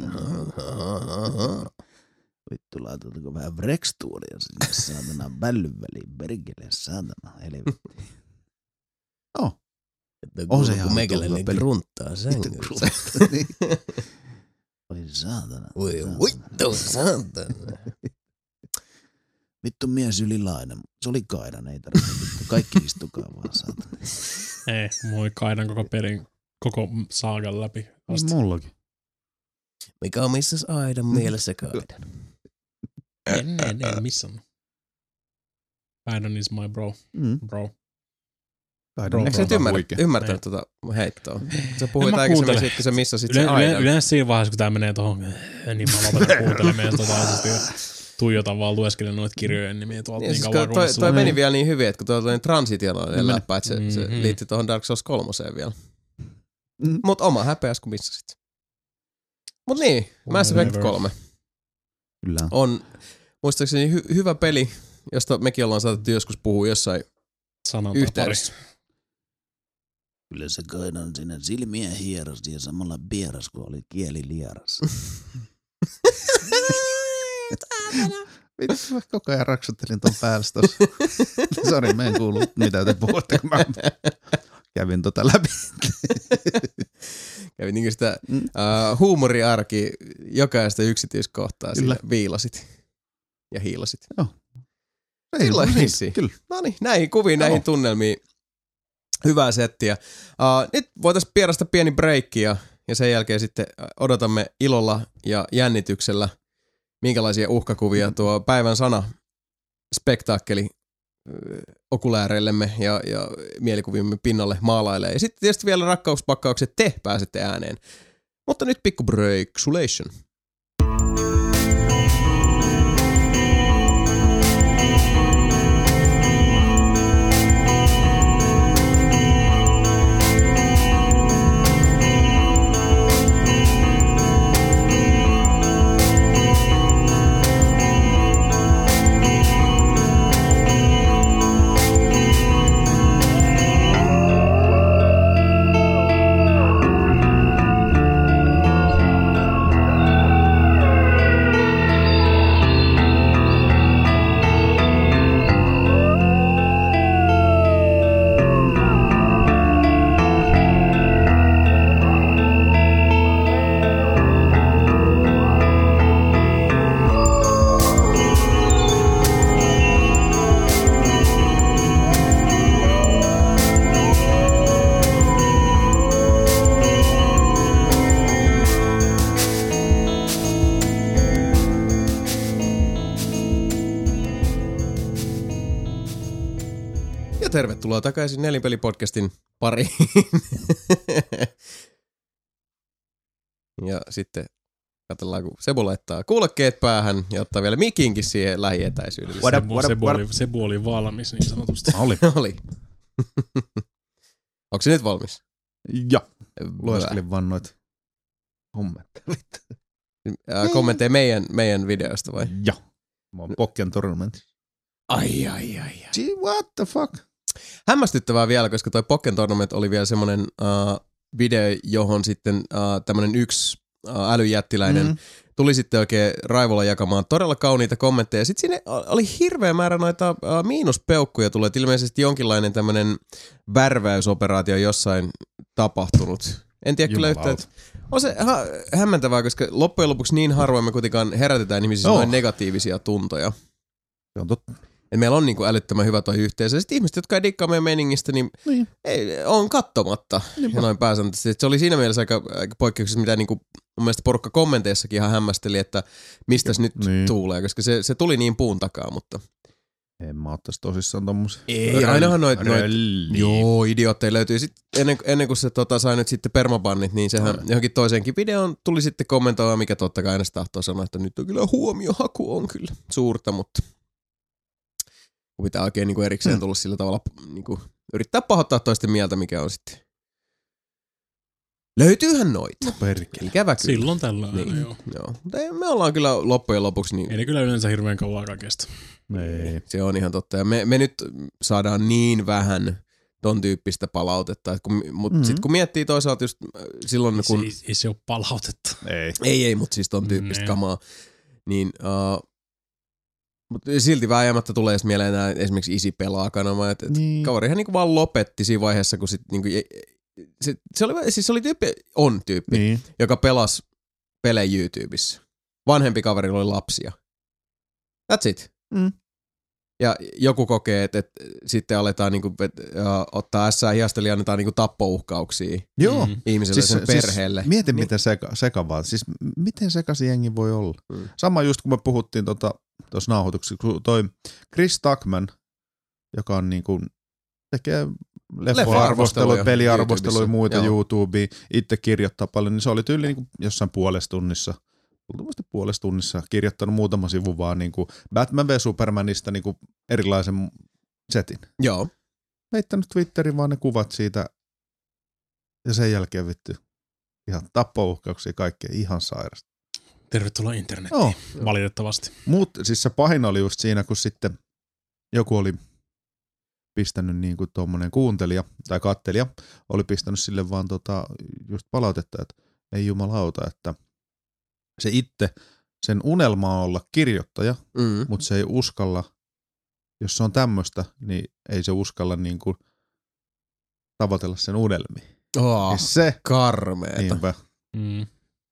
Vittu, laitatko vähän vrekstuuria sinne saatana vällyn väliin, perkele, saatana, helvetti. Oh, On se ihan kun meikäläinen vittu hyvä peli. grunttaa sängyssä. niin. Oi saatana. Voi saatana. vittu saatana. Vittu mies ylilainen. Se oli kaidan, ei tarvitse vittu. Kaikki istukaa vaan, saatana. Ei, moi kaidan koko perin, koko saagan läpi asti. Niin mullakin. Mikä on missäs aidan mielessä kaidan? En, en, en missannut. Kaidan is my bro. Mm. Bro. Kaidan Eikö Eikö sä on nyt ymmärrä, huikea. ymmärtänyt tuota heittoa? Sä En puhuit mä aikaisemmin kuuntele. siitä, kun sä missasit Yle, sen yle, aidan. yleensä siinä vaiheessa, kun tää menee tohon, niin mä lopetan kuuntelemaan totaisesti ja tuijotan vaan lueskelen noita kirjojen nimiä tuolta Niin, niin siis kauan toi, toi, toi mulla- meni vielä niin hyvin, että kun toi oli transitionaalinen Niin meni. läppä, että se, se Mhm. liittyi tuohon Dark Souls kolmoseen vielä. Mm. Mut oma häpeäs, kun missasit. Mut niin, Mass Effect Whatever. kolme Kyllä. on muistaakseni hy- hyvä peli, josta mekin ollaan saatettu joskus puhua jossain Sanan tai yhteydessä. Kyllä se kaidan sinne silmiä hierasti ja samalla pieras, kun oli kieli lieras. Vittu, mä koko ajan raksuttelin ton päällä tossa. Sori, mä en kuullut, mitä te puhutte, kun mä kävin tota läpi. Kävit niinku sitä Mm. uh, huumoriarki jokaista yksityiskohtaa Kyllä. sillä viilasit ja hiilasit. Ei, Silloin niin, hissi. Kyllä. No niin, näihin kuviin, näihin Joo. tunnelmiin. Hyvää settiä. Uh, nyt voitaisiin pierasta pieni breikki ja, ja sen jälkeen sitten odotamme ilolla ja jännityksellä, minkälaisia uhkakuvia tuo päivän sana spektaakkeli okulääreillemme ja, ja mielikuvimme pinnalle maalailee. Ja sitten tietysti vielä rakkauspakkaukset, te pääsette ääneen. Mutta nyt pikku breaksulation. Ja tervetuloa takaisin Nelinpeli-podcastin pariin. Ja sitten katsellaan, kun Sebu laittaa kuulokkeet päähän ja ottaa vielä mikinkin siihen lähietäisyydelle. What up, Sebu, what up, Sebu, what oli, Sebu oli valmis niin sanotusti. Oli. Oli. Onko se nyt valmis? Ja, lueskelin vaan noit kommentteja. Äh, kommentteja meidän, meidän videosta vai? Ja. Mä oon Pokken Tournament. Ai, ai, ai, ai. Gee, what the fuck? Hämmästyttävää vielä, koska toi Pokken Tournament oli vielä semmonen uh, video, johon sitten uh, tämmönen yksi uh, älyjättiläinen Mm. tuli sitten oikein raivolla jakamaan todella kauniita kommentteja. Sitten sinne oli hirveä määrä noita uh, miinuspeukkuja tulee. Ilmeisesti jonkinlainen tämmönen värväysoperaatio jossain tapahtunut. En tiedä kyllä yhtään, että on se ha- hämmentävää, koska loppujen lopuksi niin harvoin me kuitenkaan herätetään ihmisissä Joo. noin negatiivisia tuntoja. Se on totta. Et meillä on niinku älyttömän hyvä toi yhteisö. Ja sitten ihmiset, jotka ei dikkaa meidän meningistä, niin, Niin. ei, on kattomatta. Niinpä. Ja noin pääsääntöisesti. Et se oli siinä mielessä aika, aika poikkeuksessa, mitä niinku, mun mielestä porukka kommenteissakin ihan hämmästeli, että mistäs nyt Niin. tuulee, koska se, se tuli niin puun takaa, mutta... En mä ottaisi tosissaan tommosia. Ei, ainahan noit, noit Rölli. joo, idiootteja löytyy. Sitten ennen, ennen kuin se tota, sai nyt sitten permabannit, niin sehän No. johonkin toiseenkin videoon tuli sitten kommentoimaan, mikä totta kai aina tahtoo sanoa, että nyt on kyllä huomiohaku on kyllä suurta, mutta kun pitää oikein niin kuin erikseen tulla sillä tavalla, niin kuin, yrittää pahoittaa toisten mieltä, mikä on sitten. Löytyyhän noita. No perkele. Ikävä kyllä. Silloin tällöin, Niin, joo. joo. Mutta ei, me ollaan kyllä loppujen lopuksi niin... Ei ne kyllä yleensä hirveän kauan aikaa kestä. Ei. Se on ihan totta. Ja me, me nyt saadaan niin vähän ton tyyppistä palautetta. Että kun, mutta Mhm. sitten kun miettii toisaalta just silloin, kun... Ei, ei se ole palautetta. Ei. Ei, ei, mutta siis ton tyyppistä Ne. kamaa. Niin, uh, mutta silti vääjäämättä tulee edes mieleen nää esimerkiksi Isi pelaa kanava. Että et Niin. kaverihan niinku vaan lopetti siinä vaiheessa, kun sit niinku... Se, se, oli, siis se oli tyyppi, on tyyppi, Niin. joka pelasi pelejä YouTubessa. Vanhempi kaverilla oli lapsia. That's it. Mm. Ja joku kokee, että, että sitten aletaan niinku, et, uh, ottaa ässää hiasta, ja annetaan niinku tappouhkauksia Joo. Mm. ihmiselle Siis, siis, perheelle. Siis, mieti, Niin. miten seka, sekavaa. Siis m- miten sekaisin jengi voi olla? Mm. Sama just kun me puhuttiin tuossa tota, nauhoituksessa, kun toi Chris Tuckman, joka on niin kuin, tekee leffa-arvosteluja, Leffa-arvosteluja peliarvosteluja ja YouTubessa. muita Joo. YouTubeen, itse kirjoittaa paljon, niin se oli tyyli niin kuin jossain puolessa tunnissa, luultavasti puolessa tunnissa, kirjoittanut muutama sivu vaan niin kuin Batman v Supermanista niin kuin erilaisen setin. Joo. Heittänyt Twitterin vaan ne kuvat siitä ja sen jälkeen vittu ihan tappouhkauksia kaikkea ihan sairasta. Tervetuloa internettiin, Oh. valitettavasti. Mutta siis se pahin oli just siinä, kun sitten joku oli pistänyt niin kuin tuommoinen kuuntelija tai kattelija, oli pistänyt sille vaan tota just palautetta, että ei jumalauta, että se itse, sen unelma on olla kirjoittaja, Mm. mutta se ei uskalla, jos se on tämmöistä, niin ei se uskalla niin kuin tavoitella sen unelmia. Oh, Ja se, karmeeta. niinpä. Mm.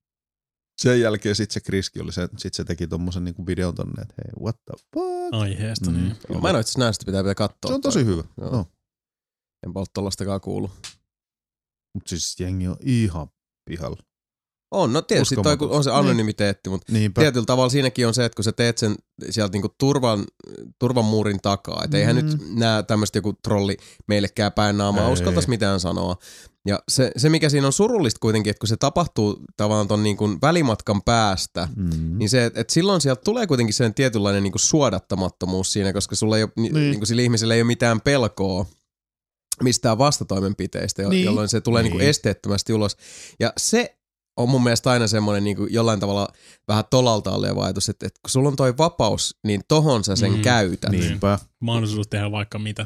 Sen jälkeen sitten se Kriski oli se, sit se teki tommosen niinku videon tonne, että hei, what the fuck? Aiheesta, Mm. niin. Mä en oo itse asiassa näin, sitä pitää, pitää katsoa. Se on tosi hyvä. Joo. No. En ole tollastakaan kuullut. Mutta siis jengi on ihan pihalla. On, no tietysti toi, kun on se anonymiteetti, mutta Niinpä. tietyllä tavalla siinäkin on se, että kun sä teet sen sieltä niinku turvan, turvan muurin takaa, että eihän Mm. nyt nää tämmöistä joku trolli meillekään päin naamaa Ei. uskaltaisi mitään sanoa. Ja se, se, mikä siinä on surullista kuitenkin, että kun se tapahtuu tavallaan ton niinku välimatkan päästä, Mm. niin se, että et silloin sieltä tulee kuitenkin sen tietynlainen niinku suodattamattomuus siinä, koska sulla ei ole, niin. niinku sillä ihmisellä ei ole mitään pelkoa mistään vastatoimenpiteistä, jo, Niin. jolloin se tulee Niin. niinku esteettömästi ulos. Ja se on mun mielestä aina semmoinen niinku jollain tavalla vähän tolalta oleva ajatus, että, että kun sulla on toi vapaus, niin tohon sä sen Mm. käytät. Niinpä. Mahdollisuus tehdä vaikka mitä.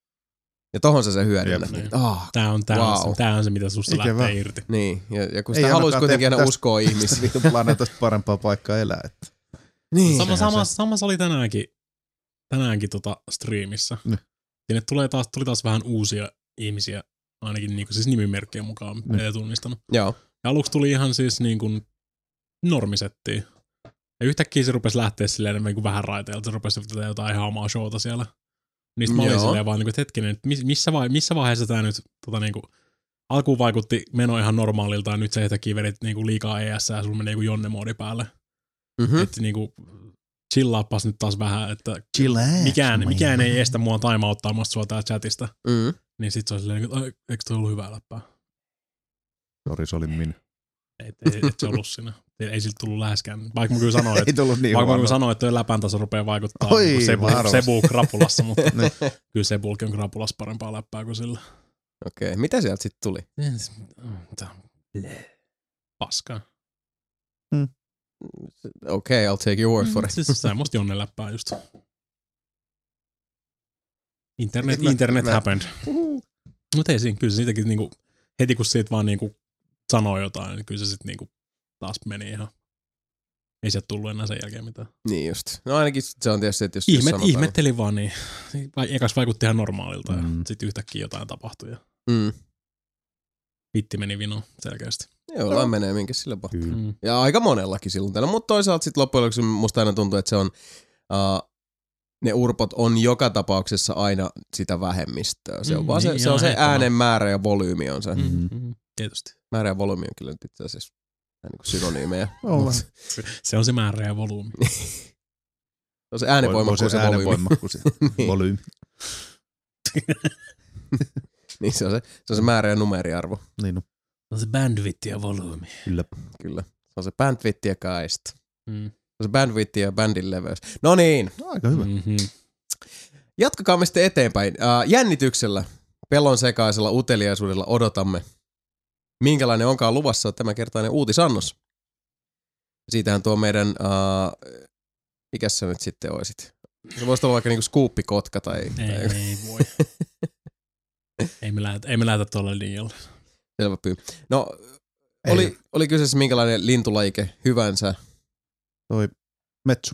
Ja tohon sä sen hyödynnät. Jep. Niin, ah, Tää on, tää Wow. on, se, tää on se, mitä susta Ikävä. lähtee irti. niin. Ja, ja kun Ei sitä haluaisi ainakaan kuitenkin tee aina tästä- uskoa ihmisiä. Vittu planeetasta parempaa paikkaa elää. Että. niin. Sama, sehän sama, se. sama se oli tänäänkin, tänäänkin tota striimissä. Ne. Sinne tulee taas, tuli taas vähän uusia ihmisiä, ainakin niinku, siis nimimerkkejä mukaan, mitä ei tunnistanut. Joo. Ja aluksi tuli ihan siis niin kuin normisettiin. Ja yhtäkkiä se rupesi lähteä silleen enemmän kuin vähän raiteilta. Se rupesi tehdä jotain ihan omaa showta siellä. Niistä mä olin Joo. silleen vaan, niin kuin, että hetkinen, että missä, vai, missä vaiheessa tämä nyt tota, niin kuin, alkuun vaikutti meno ihan normaalilta ja nyt se yhtäkkiä vedit niin kuin liikaa E S ja sulla menee niin Jonne-moodi päälle. Mm-hmm. Että niin kuin, chillaapas nyt taas vähän, että Chillax, mikään, man. mikään ei estä mua timeouttaamasta sua täällä chatista. Mm. Niin sit se on silleen, että ai, eikö toi ollut hyvää läppää? Sori, se oli minä. Et, et, et se ollut siinä. Ei siltä tullut läheskään. Vaikka mä kyllä sanoin, että Ei tullut niin Vaikka mä huono. kyllä sanoin, että toi läpän taso rupeaa vaikuttaa Oi, niin Sebu, varmasti. Sebu krapulassa, mutta Niin. kyllä Sebulkin on krapulassa parempaa läppää kuin sillä. Okei, okay. Mitä sieltä sitten tuli? Paskaa. Okei, okay, I'll take your word for it. Siis semmoista Jonne läppää just. Internet, Mä- internet mä- happened. Mutta ei siinä, kyllä se siitäkin niinku, heti kun siitä vaan niinku sanoi jotain, niin kyllä se sitten niinku taas meni ihan. Ei sieltä tullut enää sen jälkeen mitään. Niin just. No ainakin se on tietysti, että jos... Ihmet, jos sanotaan- ihmettelin vaan niin. Vai- Ekas vaikutti ihan normaalilta ja Mm. sitten yhtäkkiä jotain tapahtui. Ja Mm. Hitti meni vino selkeästi. Jollain menee minkä sillä paha. Mm. Ja aika monellakin silloin tällä, mutta toisaalta sitten loppujen lopuksi musta aina tuntuu, että se on, uh, ne urpot on joka tapauksessa aina sitä vähemmistöä. Se on, Mm, vaan se, niin, se, on ihan se ehdottomasti. äänen määrä ja volyymi on se. Mm. Mm. Tietysti. Määrä ja volyymi on kyllä nyt itse asiassa vähän niin kuin synonyymejä. Ollaan. Se on se määrä ja volyymi. Se on se äänenvoimakkuus ja volyymi. Äänenvoimakkuus ja Niin. volyymi. Niin se on se, se on se määrä ja numeriarvo. Niin no, Se on se bandwidth ja volyymi. kyllä. Kyllä. Se on se bandwidth ja kaista. Mm. Se on se bandwidth ja bandin leveys. No niin, No, aika hyvä. Mm-hmm. jatkakaa me sitten eteenpäin. Uh, jännityksellä, pelon sekaisella uteliaisuudella odotamme, minkälainen onkaan luvassa tämänkertainen uutisannos. Siitähän tuo meidän, uh, mikäs sä nyt sitten oisit? Se voisi olla vaikka niinku skuuppikotka tai... Ei, tai ei voi. ei me lähetä, ei me lähetä tuolle linjalle. selvä pyy. No, oli, oli kyseessä minkälainen lintulajike hyvänsä Toi metsu.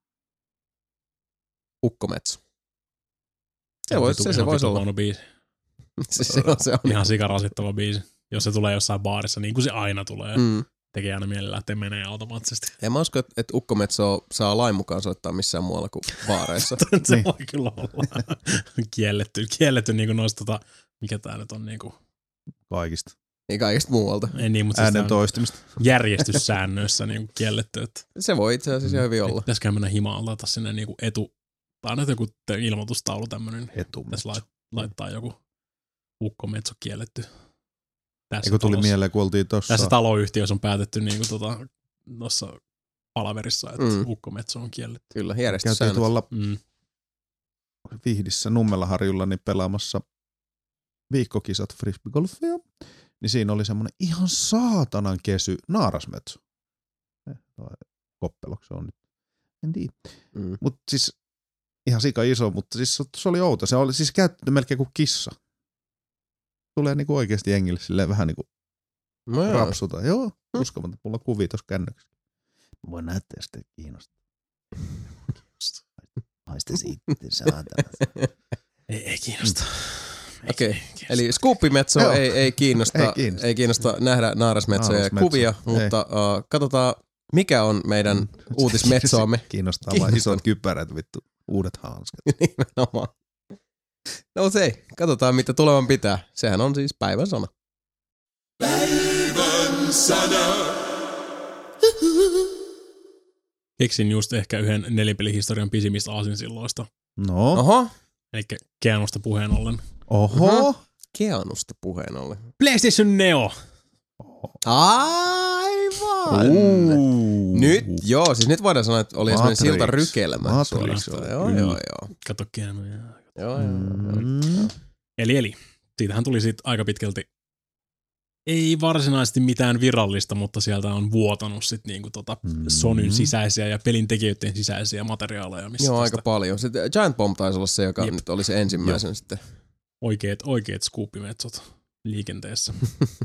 ukkometso. Se voisi se, se vois olla. Huono biisi. Se, se on, se on. Ihan sikarasittava biisi. Jos se tulee jossain baarissa, niin kuin se aina tulee. Mm. Tekee aina mielellä, että menee automaattisesti. En mä usko, että, että ukkometso saa lain mukaan soittaa missään muualla kuin baareissa. se Niin. voi kyllä olla. kielletty, kielletty niin kuin noista, tota, mikä tää nyt on niin kuin, Kaikista. Ei kaikesta muualta. ei niin, mutta siis Äänen tää on toistamista. järjestyssäännöissä niin kuin kielletty. Että Se voi itse asiassa ihan hyvin olla. pitäisikään mennä himaan laittaa sinne niin kuin etu, tai nyt joku te- ilmoitustaulu tämmönen. Etu. Tässä lait, laittaa joku ukkometso kielletty. Tässä, Eikö tuli talossa- mieleen, kun oltiin tossa. tässä taloyhtiössä on päätetty niin kuin tota, noissa palaverissa, että Mm. mm. ukkometso on kielletty. Kyllä, Käytiin järjestyssäännöt. tuolla Mm. Vihdissä Nummellaharjulla niin pelaamassa viikkokisat frisbeegolfia. Niin siinä oli semmonen ihan saatanan kesy naarasmetso. Eh, toi Koppelo, se on nyt. En tiedä. Mm. Mut siis ihan sika iso, mutta siis se- se oli outo. Se oli siis käytetty melkein kuin kissa. Tulee niinku oikeesti jengille silleen vähän niinku No joo. rapsuta. Joo, uskomatta. Mulla on kuvia tossa kännykässä. Mä voin näyttää sitä kiinnostaa. Haista sitten, saatana. Ei, ei kiinnosta. Ei, Okei, ei kiinnosta. eli skuuppimetso Joo. ei, ei, kiinnosta, Ei ei, kiinnosta. kiinnosta. ei kiinnosta nähdä naarasmetsoja ja Naarasmetso. kuvia, Ei. mutta uh, katsotaan, mikä on meidän uutismetsoamme. Kiinnostaa vaan Kiinnostaa. isot kypärät, vittu. Uudet hanskat. Nimenomaan. No se ei, katsotaan mitä tulevan pitää. Sehän on siis päivän sana. Päivän sana. Keksin just ehkä yhden nelipelihistorian pisimmistä aasinsilloista. No, Oho, Eli Keanusta puheen ollen. oho. Keanusta puheen ollen. PlayStation Neo. Aivan! Uh. Nyt, joo, siis nyt voidaan sanoa, että oli semmoinen Matrix. silta rykelmä Matrix. suorastaan. Joo, Kyllä. joo, joo. Kato Keanu. Ja... joo, joo, joo. Mm. Eli, eli. Siitähän tuli siitä aika pitkälti, ei varsinaisesti mitään virallista, mutta sieltä on vuotanut sit niinku tota Mm. Sonyn sisäisiä ja pelintekijöiden sisäisiä materiaaleja, missä Joo, tästä aika paljon. Sitten Giant Bomb taisi olla se, joka Jep. nyt oli se ensimmäisen sitten. oikeat, oikeat skuuppimetsot liikenteessä.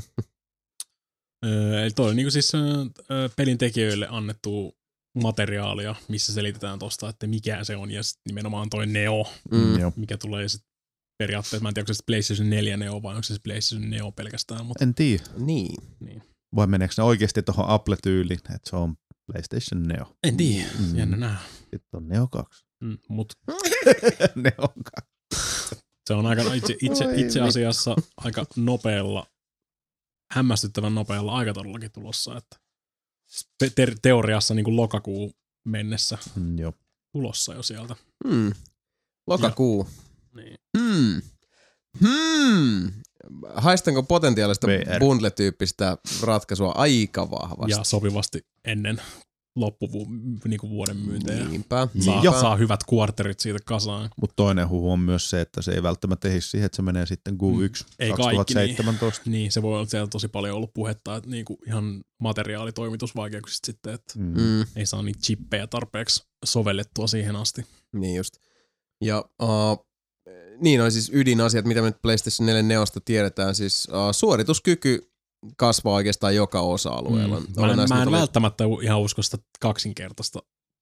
Öö, eli toi on niinku siis öö, pelintekijöille annettu materiaalia, missä selitetään tosta, että mikä se on, ja sit nimenomaan toi Neo, Mm. Joo. mikä tulee sit periaatteessa, mä en tiedä, onko se PlayStation neljä Neo vai onko se PlayStation Neo pelkästään, mutta En tiedä. Niin. niin. Vai meneekö ne oikeasti tuohon Apple-tyyliin, että se on PlayStation Neo. En tiedä, Mm. jännä nähdä. Sitten on Neo kaksi. Mm, mut Neo kaksi. se on aika itse, itse, Oi itse vittu. asiassa aika nopealla, hämmästyttävän nopealla aikataulullakin tulossa, että te- te- teoriassa niin kuin lokakuun mennessä Mm, joo. tulossa jo sieltä. Hmm. Lokakuu. Niin. Hmm. Hmm. Haistanko potentiaalista V R. bundle-tyyppistä ratkaisua aika vahvasti? Ja sopivasti ennen loppuvuoden niin vuoden myyntejä. Niinpä. Saa, Niinpä. saa hyvät kuarterit siitä kasaan. Mutta toinen huhu on myös se, että se ei välttämättä ehdi siihen, että se menee sitten Q yksi Mm. Ei kaikki, kaksituhattaseitsemäntoista. Niin, se voi olla, että siellä tosi paljon ollut puhetta, että niinku ihan materiaalitoimitusvaikeuksista sitten, että Mm. Mm. ei saa niitä chippejä tarpeeksi sovellettua siihen asti. Niin just. Ja uh, niin on siis ydinasiat, mitä me nyt PlayStation neljä Neosta tiedetään. Siis uh, suorituskyky kasvaa oikeastaan joka osa-alueella. Mm. Mä en, Olennaista mä en oli- välttämättä ihan usko sitä kaksinkertaista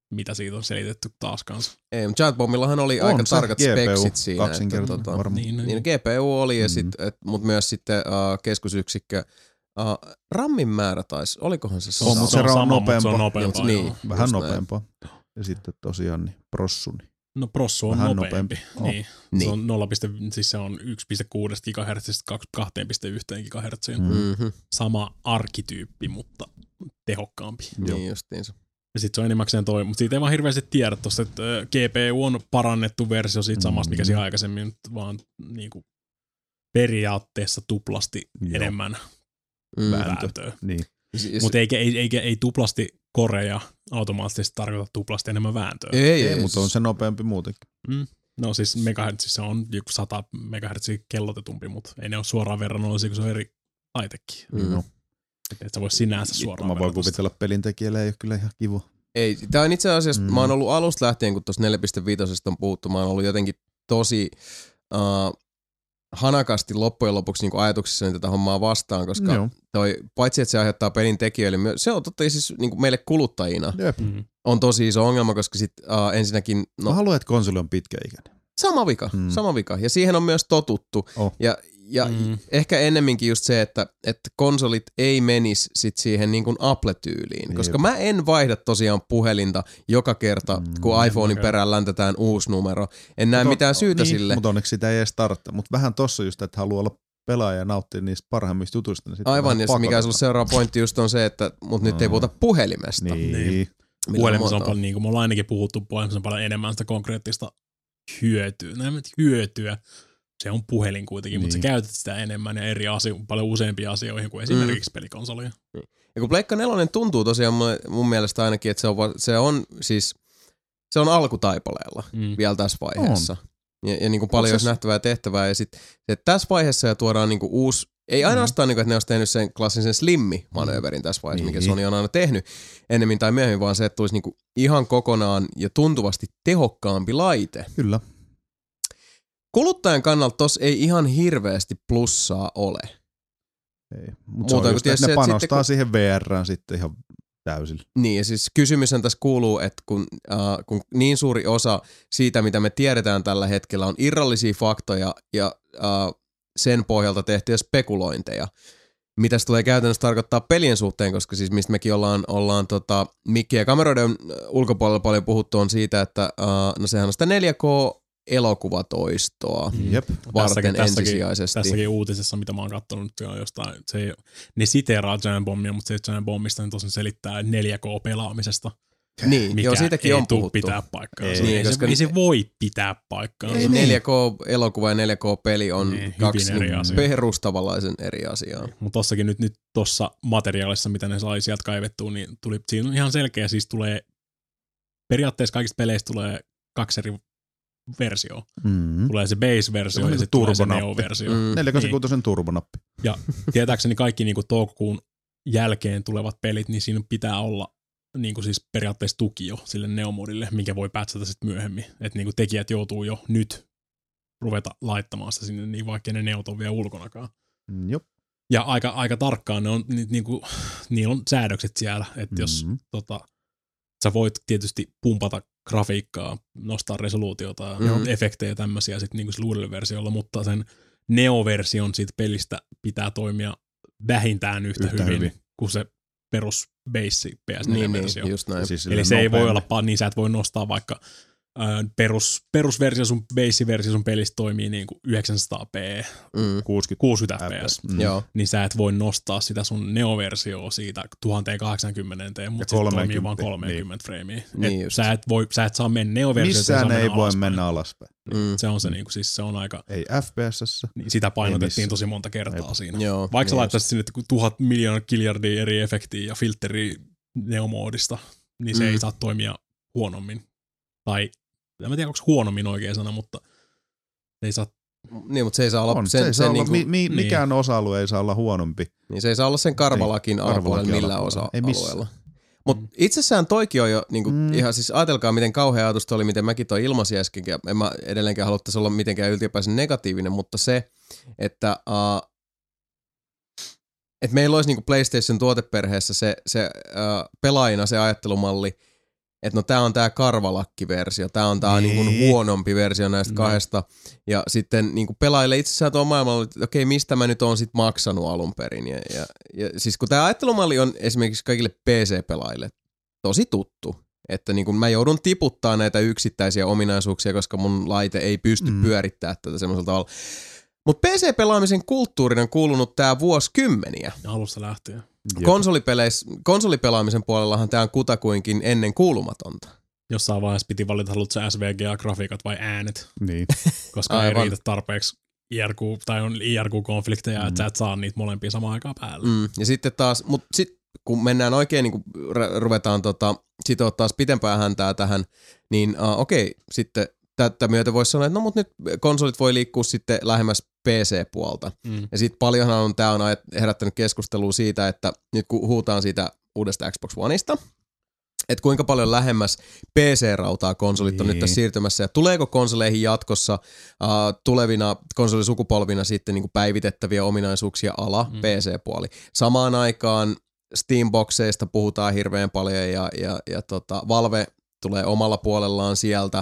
mitä siitä on selitetty taas kanssa. Ei, mutta Giant Bombillahan oli On aika se tarkat G P U, speksit siinä. kaksinkertainen Tota, varmaan. Niin, niin G P U oli, ja sit, Mm. et, mutta myös sitten uh, keskusyksikkö. Uh, rammin määrä taisi, olikohan se On, mutta se on sama, mutta se nopeampaa. on nopeampaa. Niin. Joo. Vähän just näin. nopeampaa. Ja sitten tosiaan niin prossu. Niin. No prossu on Vähän nopeampi. nopeampi. Niin. Niin. Se on nolla, siis se on yksi pilkku kuusi gigahertsistä kaksi pilkku yksi gigahertsiin. Mm. Mm-hmm. Sama arkityyppi, mutta tehokkaampi. Niin justiinsa. Ja sit se on enimmäkseen toi, mutta siitä ei vaan hirveästi tiedä tosta, että ö, G P U on parannettu versio siitä samasta, mikä siinä aikaisemmin, vaan niinku periaatteessa tuplasti Joo. enemmän Mm. Vääntö. vääntöä. Niin. Siis- Mutta eikä, ei, eikä, ei tuplasti koreja automaattisesti tarkoita tuplasti enemmän vääntöä. Ei, ei, Ei, ei, mutta on se nopeampi muutenkin. Mm. No siis megahertsissä on joku sata megahertsiä kellotetumpi, mutta ei ne ole suoraan verrannollisia, kun se on eri laitekin. Mm. No. Että sä voi sinänsä suoraan Mä voin verrata sitä. kuvitella pelintekijällä ei ole kyllä ihan kiva. Ei, tää on itse asiassa, Mm. mä oon ollut alusta lähtien, kun tuossa neljä pilkku viisi on puhuttu, mä oon ollut jotenkin tosi uh, hanakasti loppujen lopuksi niin ajatuksissani tätä hommaa vastaan, koska Joo. toi, paitsi että se aiheuttaa pelin tekijöille, se on totta siis niin kuin meille kuluttajina Jep. Mm. on tosi iso ongelma, koska sit uh, ensinnäkin, No. Mä haluan, että konsoli on pitkäikäinen. sama vika, Mm. sama vika. Ja siihen on myös totuttu. Oh. Ja, ja Mm. ehkä ennemminkin just se, että, että konsolit ei menisi sit siihen niin kuin Apple-tyyliin. Koska Jep. mä en vaihda tosiaan puhelinta joka kerta, Mm. kun iPhonein mäkään. perään läntetään uusi numero. En näe Mut on- mitään syytä niin, sille. Mutta onneksi sitä ei edes tarvitse. Mutta vähän tossa just, että haluaa olla pelaaja ja nauttia niistä parhaimmista jutuista. Niin sitten Aivan, vähän ja se, mikä olisi ollut pakotetaan. seuraava pointti just on se, että mut nyt ei Mm. puhuta puhelimesta. Niin. Niin. millään Puhelimessa on muotoa. paljon, niin kuin me ollaan ainakin puhuttu, puhelimessa on paljon enemmän sitä konkreettista hyötyä. Näin, että hyötyä. Se on puhelin kuitenkin, niin. mutta sä Niin. käytät sitä enemmän ja eri asio- paljon useampia asioihin kuin esimerkiksi mm. pelikonsolia. Ja kun Pleikka nelonen tuntuu tosiaan mun, mun mielestä ainakin, että se on, va- se on siis, se on alkutaipaleella Mm. vielä tässä vaiheessa. Ja, ja niin kuin paljon olisi nähtävää ja tehtävää. Ja sitten tässä vaiheessa ja tuodaan niin kuin uusi, ei ainoastaan niin kuin, että ne olisi tehnyt sen klassisen slimmi-manööverin tässä vaiheessa, mikä Niin. Sony on aina tehnyt ennemmin tai myöhemmin, vaan se, että tulisi niin kuin ihan kokonaan ja tuntuvasti tehokkaampi laite. Kyllä. Kuluttajan kannalta tossa ei ihan hirveästi plussaa ole. Ei. Mutta se Muuta on kuin just, tietysti että ne se, että panostaa sitten kun- siihen V Rään sitten ihan täysillä. Niin, ja siis kysymyshän tässä kuuluu, että kun, äh, kun niin suuri osa siitä, mitä me tiedetään tällä hetkellä, on irrallisia faktoja ja äh, sen pohjalta tehtyjä spekulointeja, mitä se tulee käytännössä tarkoittaa pelien suhteen, koska siis mistä mekin ollaan, ollaan tota, mikki- ja kameroiden ulkopuolella paljon puhuttu on siitä, että äh, no sehän on sitä neljä K-elokuvatoistoa Jep. varten tässäkin, ensisijaisesti. Tässäkin uutisessa, mitä mä oon katsonut, se on jostain, se ei, ne siteeraa Giant Bombia, mutta se Giant Bombista niin tosin selittää neljä K-pelaamisesta, Niin, mikä joo, siitäkin ei on tuu puhuttu. pitää paikkaa. Ei, Ei, niin, ei, koska- se, ei se voi pitää paikkaa. Ei Ei, niin. neljä K-elokuva ja neljä K-peli on Niin, kaksi hyvin eri niin asia. perustavanlaisen eri asiaa. Mutta tossakin nyt, nyt tossa materiaalissa, mitä ne sai sieltä kaivettua, niin tuli, siinä on ihan selkeä, siis tulee, periaatteessa kaikista peleistä tulee kaksi eri versioa. Mm. Tulee se base-versio Se on ja niinku sitten tulee se turbonappi. Neo-versio. Mm. neljäkymmentäkuusi turbonappi. Ja tietääkseni kaikki niinku toukokuun jälkeen tulevat pelit, niin siinä pitää olla niinku siis periaatteessa tuki jo sille Neo-modille, minkä voi pätsätä sitten myöhemmin. Että niinku tekijät joutuu jo nyt ruveta laittamaan sitä sinne, niin vaikka ne Neot on vielä ulkonakaan. Mm, Jop. Ja aika, aika tarkkaan ne on, ni, niinku, niillä on säädökset siellä, että jos Mhm. tota, sä voit tietysti pumpata grafiikkaa, nostaa resoluutiota ja Mhm. efektejä ja tämmöisiä sitten niinku sillä uudella versiolla, mutta sen Neo-version siitä pelistä pitää toimia vähintään yhtä, Yhtä hyvin, hyvin. kuin se perus base P S Niin, neljä-versio. niin, just näin. Siis Eli silleen se ei voi nopeammin. olla, pa- niin sä et voi nostaa vaikka ää, perus, perusversio sun base-versio sun pelistä toimii niin kuin yhdeksänsataa p, Mm. kuusikymmentä kuusikymmentä f p s. Mm. Joo. Niin sä et voi nostaa sitä sun Neo-versioa siitä tuhat kahdeksankymmentä, mutta se toimii kolmekymmentä, vaan kolmekymmentä freimiä. Niin Et just. sä, et voi, sä et saa mennä Neo-versioon, Missään ei voi alaspäin. mennä alaspäin. Mm. Se on se, niin kuin, siis se on aika, Ei F P S:ssä. niin sitä painotettiin missään. tosi monta kertaa Ei. siinä. Joo. Vaikka sä niin laittaisit sinne tuhat miljoonaa kiljardia eri efektiä ja filtteriä Neo-moodista, niin se Mm. ei saa toimia huonommin. Tai, en mä tiedä, onko huonommin oikea sana, mutta se ei saa, just. Niin, mutta se ei saa olla On. sen, se ei saa sen olla, niinku, mi, mi, niin. mikään osa-alue ei saa olla huonompi. niin se ei saa olla sen karvalakin Niin, alapuolella karvalakin millään alapuolella. Ei missään. osa-alueella. Mutta itsessään toikin on jo, niinku, Mm. ihan siis ajatelkaa miten kauhea ajatus toi oli, miten mäkin toi ilmasin äsken, ja en mä edelleenkään haluttaisi olla mitenkään yltiöpäisen negatiivinen, mutta se, että uh, et meillä olisi niinku PlayStation tuoteperheessä se, se uh, pelaajina se ajattelumalli, että no tää on tää karvalakkiversio, tää on tää niin. niinku huonompi versio näistä No. kahdesta. Ja sitten niinku pelaajille itsessään tuo maailmalla, että okei, mistä mä nyt oon sit maksanut alun perin. Ja, ja, ja siis kun tää ajattelumalli on esimerkiksi kaikille P C-pelaajille tosi tuttu, että niin kun mä joudun tiputtaa näitä yksittäisiä ominaisuuksia, koska mun laite ei pysty mm. pyörittämään tätä semmoisella tavalla. Mutta P C-pelaamisen kulttuurin on kuulunut tää vuosikymmeniä. Alusta lähtien. Konsolipeleissä, konsolipelaamisen puolellahan tää on kutakuinkin ennen kuulumatonta. Jossain vaiheessa piti valita, haluatko sä S V G-grafiikat vai äänet, Niin. koska Aivan. ei riitä tarpeeksi I R Q, tai on I R Q-konflikteja, mm. että sä et saa niitä molempia samaan aikaan päälle. Mm. Ja sitten taas, mutta sitten kun mennään oikein, niin kun ruvetaan tota, sitoa taas pitempään häntää tähän, niin uh, okei, sitten tätä myötä voisi sanoa, että no mut nyt konsolit voi liikkua sitten lähemmäs P C-puolta. Mm. Ja sitten paljonhan on, tää on herättänyt keskustelua siitä, että nyt kun huutaan siitä uudesta Xbox Oneista, että kuinka paljon lähemmäs P C-rautaa konsolit niin. on nyt tässä siirtymässä, ja tuleeko konsoleihin jatkossa uh, tulevina konsolisukupolvina sitten niin kuin päivitettäviä ominaisuuksia ala mm. P C-puoli. Samaan aikaan Steamboxeista puhutaan hirveän paljon, ja, ja, ja tota, Valve tulee omalla puolellaan sieltä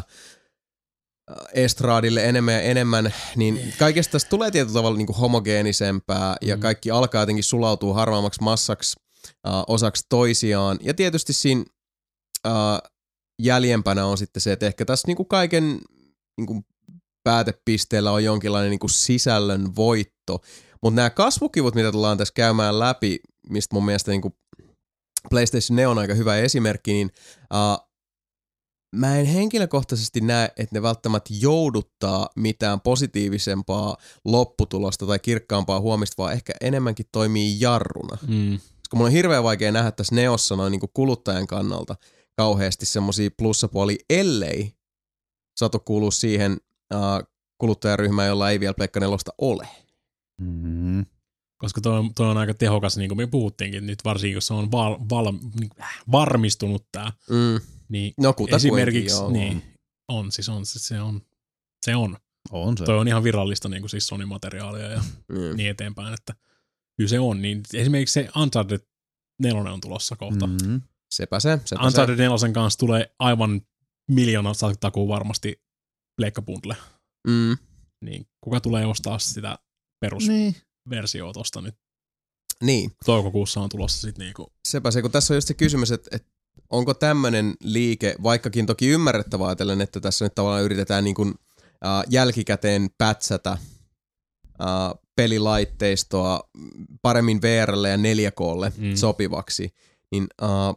estraadille enemmän ja enemmän, niin kaikesta tästä tulee tietyllä tavalla niin kuin homogeenisempää, mm. ja kaikki alkaa jotenkin sulautua harvaammaksi massaksi uh, osaksi toisiaan, ja tietysti siinä Uh, jäljempänä on sitten se, että ehkä tässä niinku kaiken niinku päätepisteellä on jonkinlainen niinku sisällön voitto, mutta nämä kasvukivut, mitä tullaan tässä käymään läpi, mistä mun mielestä niinku PlayStation Neo on aika hyvä esimerkki, niin uh, mä en henkilökohtaisesti näe, että ne välttämättä jouduttaa mitään positiivisempaa lopputulosta tai kirkkaampaa huomista, vaan ehkä enemmänkin toimii jarruna. Mm. Koska mun on hirveän vaikea nähdä tässä Neossa noin niinku kuluttajan kannalta kauheasti semmosia plussapuolia, ellei satu kuulua siihen uh, kuluttajaryhmään, jolla ei vielä Pleikka nelosta ole. Mm-hmm. Koska toi on, toi on aika tehokas, niin kuin me puhuttiinkin nyt, varsinkin jos se on val, val, niin, varmistunut tää. Mm. Niin no esimerkiksi joo, niin, on, siis on, siis se on, se on. On se. Toi on ihan virallista niin kuin siis Sony-materiaalia ja mm. niin eteenpäin, että kyllä se on. Niin esimerkiksi se Uncharted neljä on tulossa kohta. Mm-hmm. Sepä se. Sepä Uncharted se. neljä kanssa tulee aivan miljoona takuu varmasti Pleikka-bundle. Mm. Niin kuka tulee ostaa sitä perusversioa tosta nyt? Niin. Toukokuussa on tulossa sitten niinku. Sepä se, kun tässä on just se kysymys, että, että onko tämmöinen liike, vaikkakin toki ymmärrettävää ajatellen, että tässä nyt tavallaan yritetään niin kuin, äh, jälkikäteen pätsätä äh, pelilaitteistoa paremmin V R:lle ja neljä K:lle mm. sopivaksi, niin äh,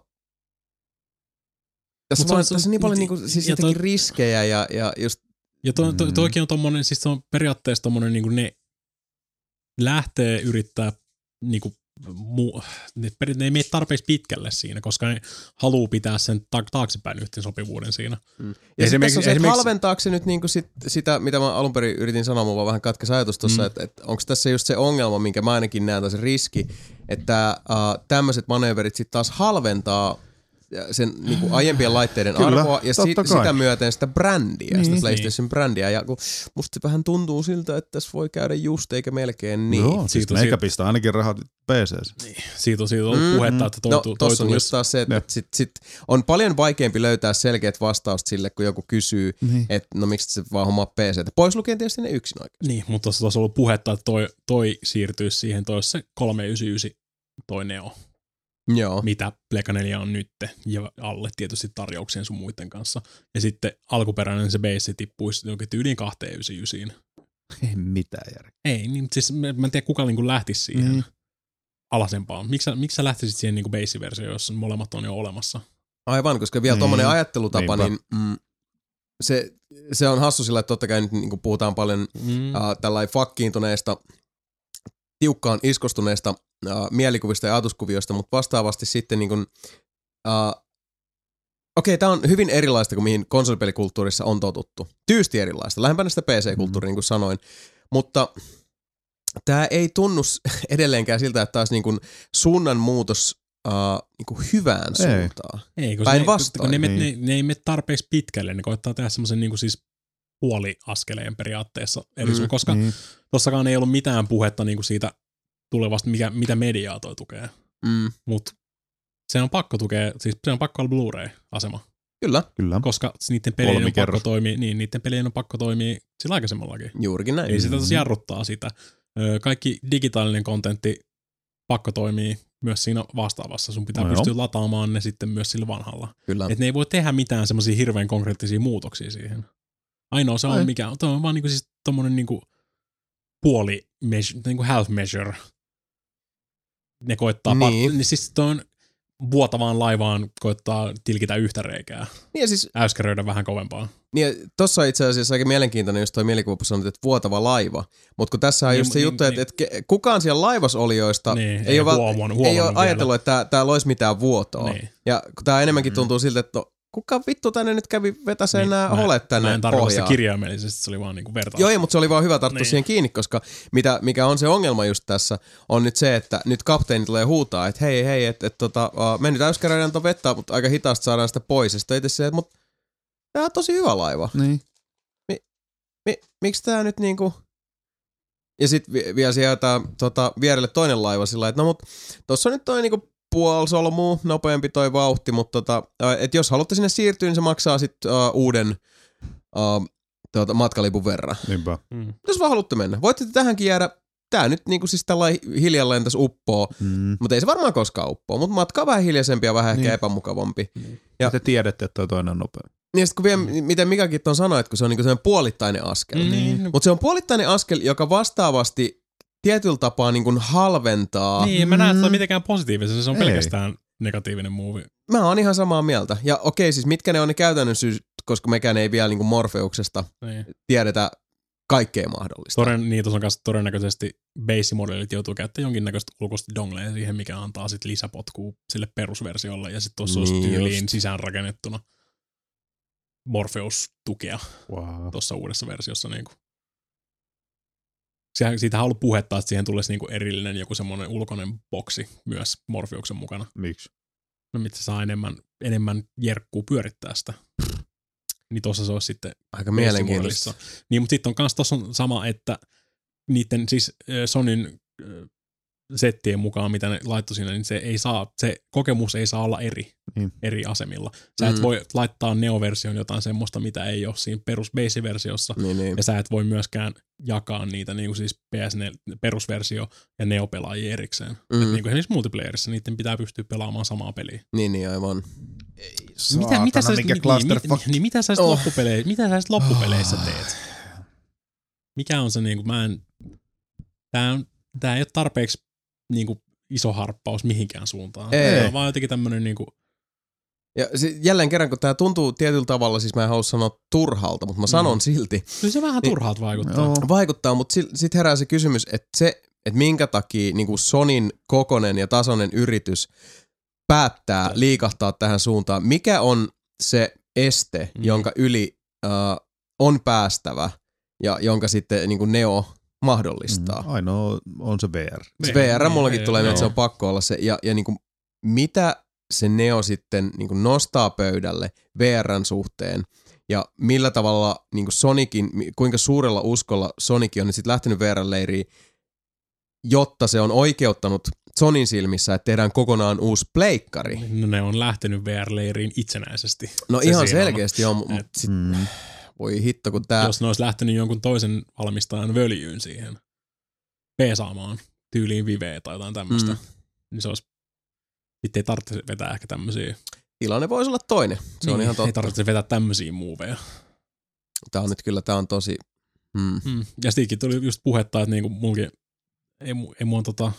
tässä, Mut on, se, tässä on niin paljon niinku, siis ja jotenkin toi, riskejä ja, ja just... Ja to, to, toikin on tommonen, siis se on periaatteessa tommonen niinku ne lähtee yrittää niinku mu, ne, ne ei mene tarpeeksi pitkälle siinä, koska ne haluaa pitää sen ta- taaksepäin yhteensopivuuden siinä. Mm. Ja sitten tässä on se, että halventaako se nyt niinku sit, sitä, mitä mä alun perin yritin sanoa, mulla vähän katkesi ajatus tuossa, mm. että et onko tässä just se ongelma, minkä mä ainakin näen, tai se riski, että uh, tämmöiset manööverit sitten taas halventaa sen niinku aiempien laitteiden Kyllä, arvoa ja si- sitä myöten sitä brändiä, niin, sitä PlayStation-brändiä. Ja kun musta se vähän tuntuu siltä, että tässä voi käydä just eikä melkein niin. Joo, siis meikä pistää ainakin rahat P C:ssä. Niin. Siitä on, siitä on mm, puhetta, että toi, no, toi tossa tulisi. on just taas se, että et sit, sit on paljon vaikeampi löytää selkeät vastaukset sille, kun joku kysyy, niin. että no miksi se vaan hommaa P C:tä. Pois lukien tietysti ne yksin oikeasti. Niin, mutta tuossa on ollut puhetta, että toi, toi siirtyisi siihen, toi se kolmesataayhdeksänkymmentäyhdeksän toi Neo. Joo. Mitä Pleikka neljä on nyt, ja alle tietysti tarjouksien sun muiden kanssa. Ja sitten alkuperäinen se base tippuisi jokin tyyliin kaksisataayhdeksänkymmentäyhdeksän. Ei mitään järkeä. Ei, niin siis mä en tiedä kuka niin lähtisi siihen mm. alasempaan. Miksi sä, miksi sä lähtisit siihen niin base-versioon, jos molemmat on jo olemassa? Aivan, koska vielä mm. tommonen ajattelutapa, Niinpä. niin mm, se, se on hassu sillä, että totta kai nyt niin puhutaan paljon mm. äh, tällainen fakkiintuneesta, tiukkaan iskostuneesta Uh, mielikuvista ja ajatuskuvioista, mutta vastaavasti sitten niin kuin, uh, okei, okay, tämä on hyvin erilaista kuin mihin konsolipelikulttuurissa on totuttu. Tyysti erilaista, lähempänä sitä P C-kulttuuria, mm. niin kuin sanoin, mutta tämä ei tunnu edelleenkään siltä, että taas niin kuin suunnanmuutos uh, niin kuin hyvään suuntaan. Ei, päinvastoin. Ne, ne, ne, ne ei mene tarpeeksi pitkälle, ne koittaa tehdä semmoisen niin kuin siis puoliaskeleen periaatteessa, eli mm. koska mm. tossakaan ei ollut mitään puhetta niin kuin siitä tulevasta, mikä, mitä mediaa toi tukee. Mm. Mutta se on pakko tukea, siis se on pakko olla Blu-ray-asema. Kyllä. Kyllä. Koska niiden pelien on pakko Kolmikerros. toimia, niin niiden pelien on pakko toimia sillä aikaisemmallakin. Juurikin näin. Ei sitä taas jarruttaa sitä. Ö, Kaikki digitaalinen kontentti pakko toimii myös siinä vastaavassa. Sun pitää No pystyä joo. lataamaan ne sitten myös sillä vanhalla. Kyllä. Et ne ei voi tehdä mitään semmoisia hirveän konkreettisia muutoksia siihen. Ainoa se on Ai. mikä, tuo on vaan niinku siis tommonen niinku puoli measure, niinku half measure. Ne koittaa, Niin. pat- niin siis tuon vuotavaan laivaan koittaa tilkitä yhtä reikää. Niin ja siis, Äyskäröidä vähän kovempaa. niin ja tossa on itse asiassa aika mielenkiintoinen just toi mielikuva, kun sanoit, että vuotava laiva. Mutta kun tässä on Niin, just se niin, juttu, että, niin. että kukaan siellä laivasolijoista Niin, ei, ei ole, val- huomannut- ei ole huomannut ajatellut, että tämä loisi mitään vuotoa. Niin. Ja kun tämä enemmänkin Mm. tuntuu siltä, että no, kuka vittu tänne nyt kävi vetäseen Niin, nämä mä- holet tänne Mä en tarkoita sitä pohjaan. kirjaimellisesti, se oli vaan niinku vertaus. Joo, ei, mutta se oli vaan hyvä tarttua Niin. siihen kiinni, koska mitä, mikä on se ongelma just tässä, on nyt se, että nyt kapteeni tulee huutaa, että hei, hei, että et, tota, uh, me nyt äyskäröidään tuon vettä, mutta aika hitaasti saadaan sitä pois. Ja sitten itse se, että mut, tää on tosi hyvä laiva. Niin. Mi, miksi tää nyt niinku... Ja sit vi, vielä sieltä tota, vierelle toinen laiva sillä että no mut tossa on nyt toi niinku puoli solmua, nopeampi toi vauhti, mutta tota, että jos haluatte sinne siirtyä, niin se maksaa sit uh, uuden uh, tuota, matkalipun verran. Niinpä. Mm. Jos vaan haluatte mennä. Voitte tähänkin jäädä, tää nyt niinku siis tällainen hiljalleen tässä uppoo, Mm. mutta ei se varmaan koskaan uppoo, mutta matka on vähän hiljaisempi ja vähän Niin. ehkä epämukavampi. Ja- Ja te tiedätte, että toi toinen on nopea. Niin sit kun vielä, miten Mikakin ton sanoi, että kun se on niinku sellainen puolittainen askel. Niin. Mutta se on puolittainen askel, joka vastaavasti tietyllä tapaa niin kuin halventaa. Niin, mä näen, että se on Mm. mitenkään positiivista, se on Ei. pelkästään negatiivinen movie. Mä oon ihan samaa mieltä. Ja okei, siis mitkä ne on ne käytännön syyt, koska mekään ei vielä niin kuin Morpheuksesta Niin. tiedetä kaikkea mahdollista. Toden, niin, tuossa on kanssa todennäköisesti base-modellit joutuu käyttämään jonkinnäköistä ulkoista donglea siihen, mikä antaa sit lisäpotkua sille perusversiolle, ja sitten tuossa olisi Niin tyyliin just. sisäänrakennettuna Morpheus-tukea Wow. tuossa uudessa versiossa. Niin kuin. Sehän, siitähän on ollut puhetta, että siihen tulisi niin kuin erillinen joku semmoinen ulkoinen boksi myös Morpheuksen mukana. Miksi? No mitä saa enemmän, enemmän jerkkuu pyörittää sitä. Niin tuossa se olisi sitten Aika mielenkiintoista. base-modelissa. Niin, mutta sitten on kans tossa on sama, että niiden siis äh, Sonyn äh, settien mukaan, mitä ne laittoi siinä, niin se ei saa, se kokemus ei saa olla eri, Niin. eri asemilla. Sä et Mm. voi laittaa Neo-versioon jotain semmoista, mitä ei ole siinä perus base-versiossa, Niin, niin. ja sä et voi myöskään jakaa niitä niin kuin siis P S neljä perusversio ja Neo-pelaajia erikseen. Mm. Et niin kuin esimerkiksi multiplayerissa niiden pitää pystyä pelaamaan samaa peliä. niin, niin aivan. Mitä, mitä, sä, mikä niin, clusterfuck. niin, niin, mitä sä sit Oh. loppupeleissä, mitä sä sit loppupeleissä teet? Mikä on se niinku, mä en, tää, on, tää ei ole tarpeeksi niinku iso harppaus mihinkään suuntaan. Ei. Tää on vaan jotenkin tämmönen niinku, Ja sit jälleen kerran, kun tää tuntuu tietyllä tavalla, siis mä en halua sanoa turhalta, mutta mä sanon Mm. silti. kyllä se vähän Niin. turhalta vaikuttaa. Joo. Vaikuttaa, mutta sitten herää se kysymys, että se, että minkä takia niin kuin Sonyn kokonen ja tasoinen yritys päättää liikahtaa tähän suuntaan. Mikä on se este, Mm. jonka yli äh, on päästävä ja jonka sitten niin kuin Neo mahdollistaa? Mm, ainoa on se V R. Se V R mullakin Niin, tulee, joo. että se on pakko olla se. Ja, ja niin kuin, mitä se Neo sitten niin kuin nostaa pöydälle V R:n suhteen ja millä tavalla niin kuin Sonicin, kuinka suurella uskolla Sonic on sitten lähtenyt V R-leiriin, jotta se on oikeuttanut Sonin silmissä, että tehdään kokonaan uusi pleikkari. No ne on lähtenyt V R-leiriin itsenäisesti. No Se ihan siinä on. selkeästi on, mutta Et sit, Mm. voi hitto, kun tää... Jos ne olisi lähtenyt jonkun toisen valmistajan völjyyn siihen peesaamaan tyyliin Viveä tai jotain tämmöistä, Mm. niin se olisi, sitten ei tarvitse vetää ehkä tämmöisiä. Tilanne voisi olla toinen, se niin, on ihan Ei totta. tarvitse vetää tämmöisiä moveja. Tää on nyt kyllä, tää on tosi... Hmm. Mm. Ja sittenkin tuli just puhetta, että niinku mulki, ei, mu- ei mua tota,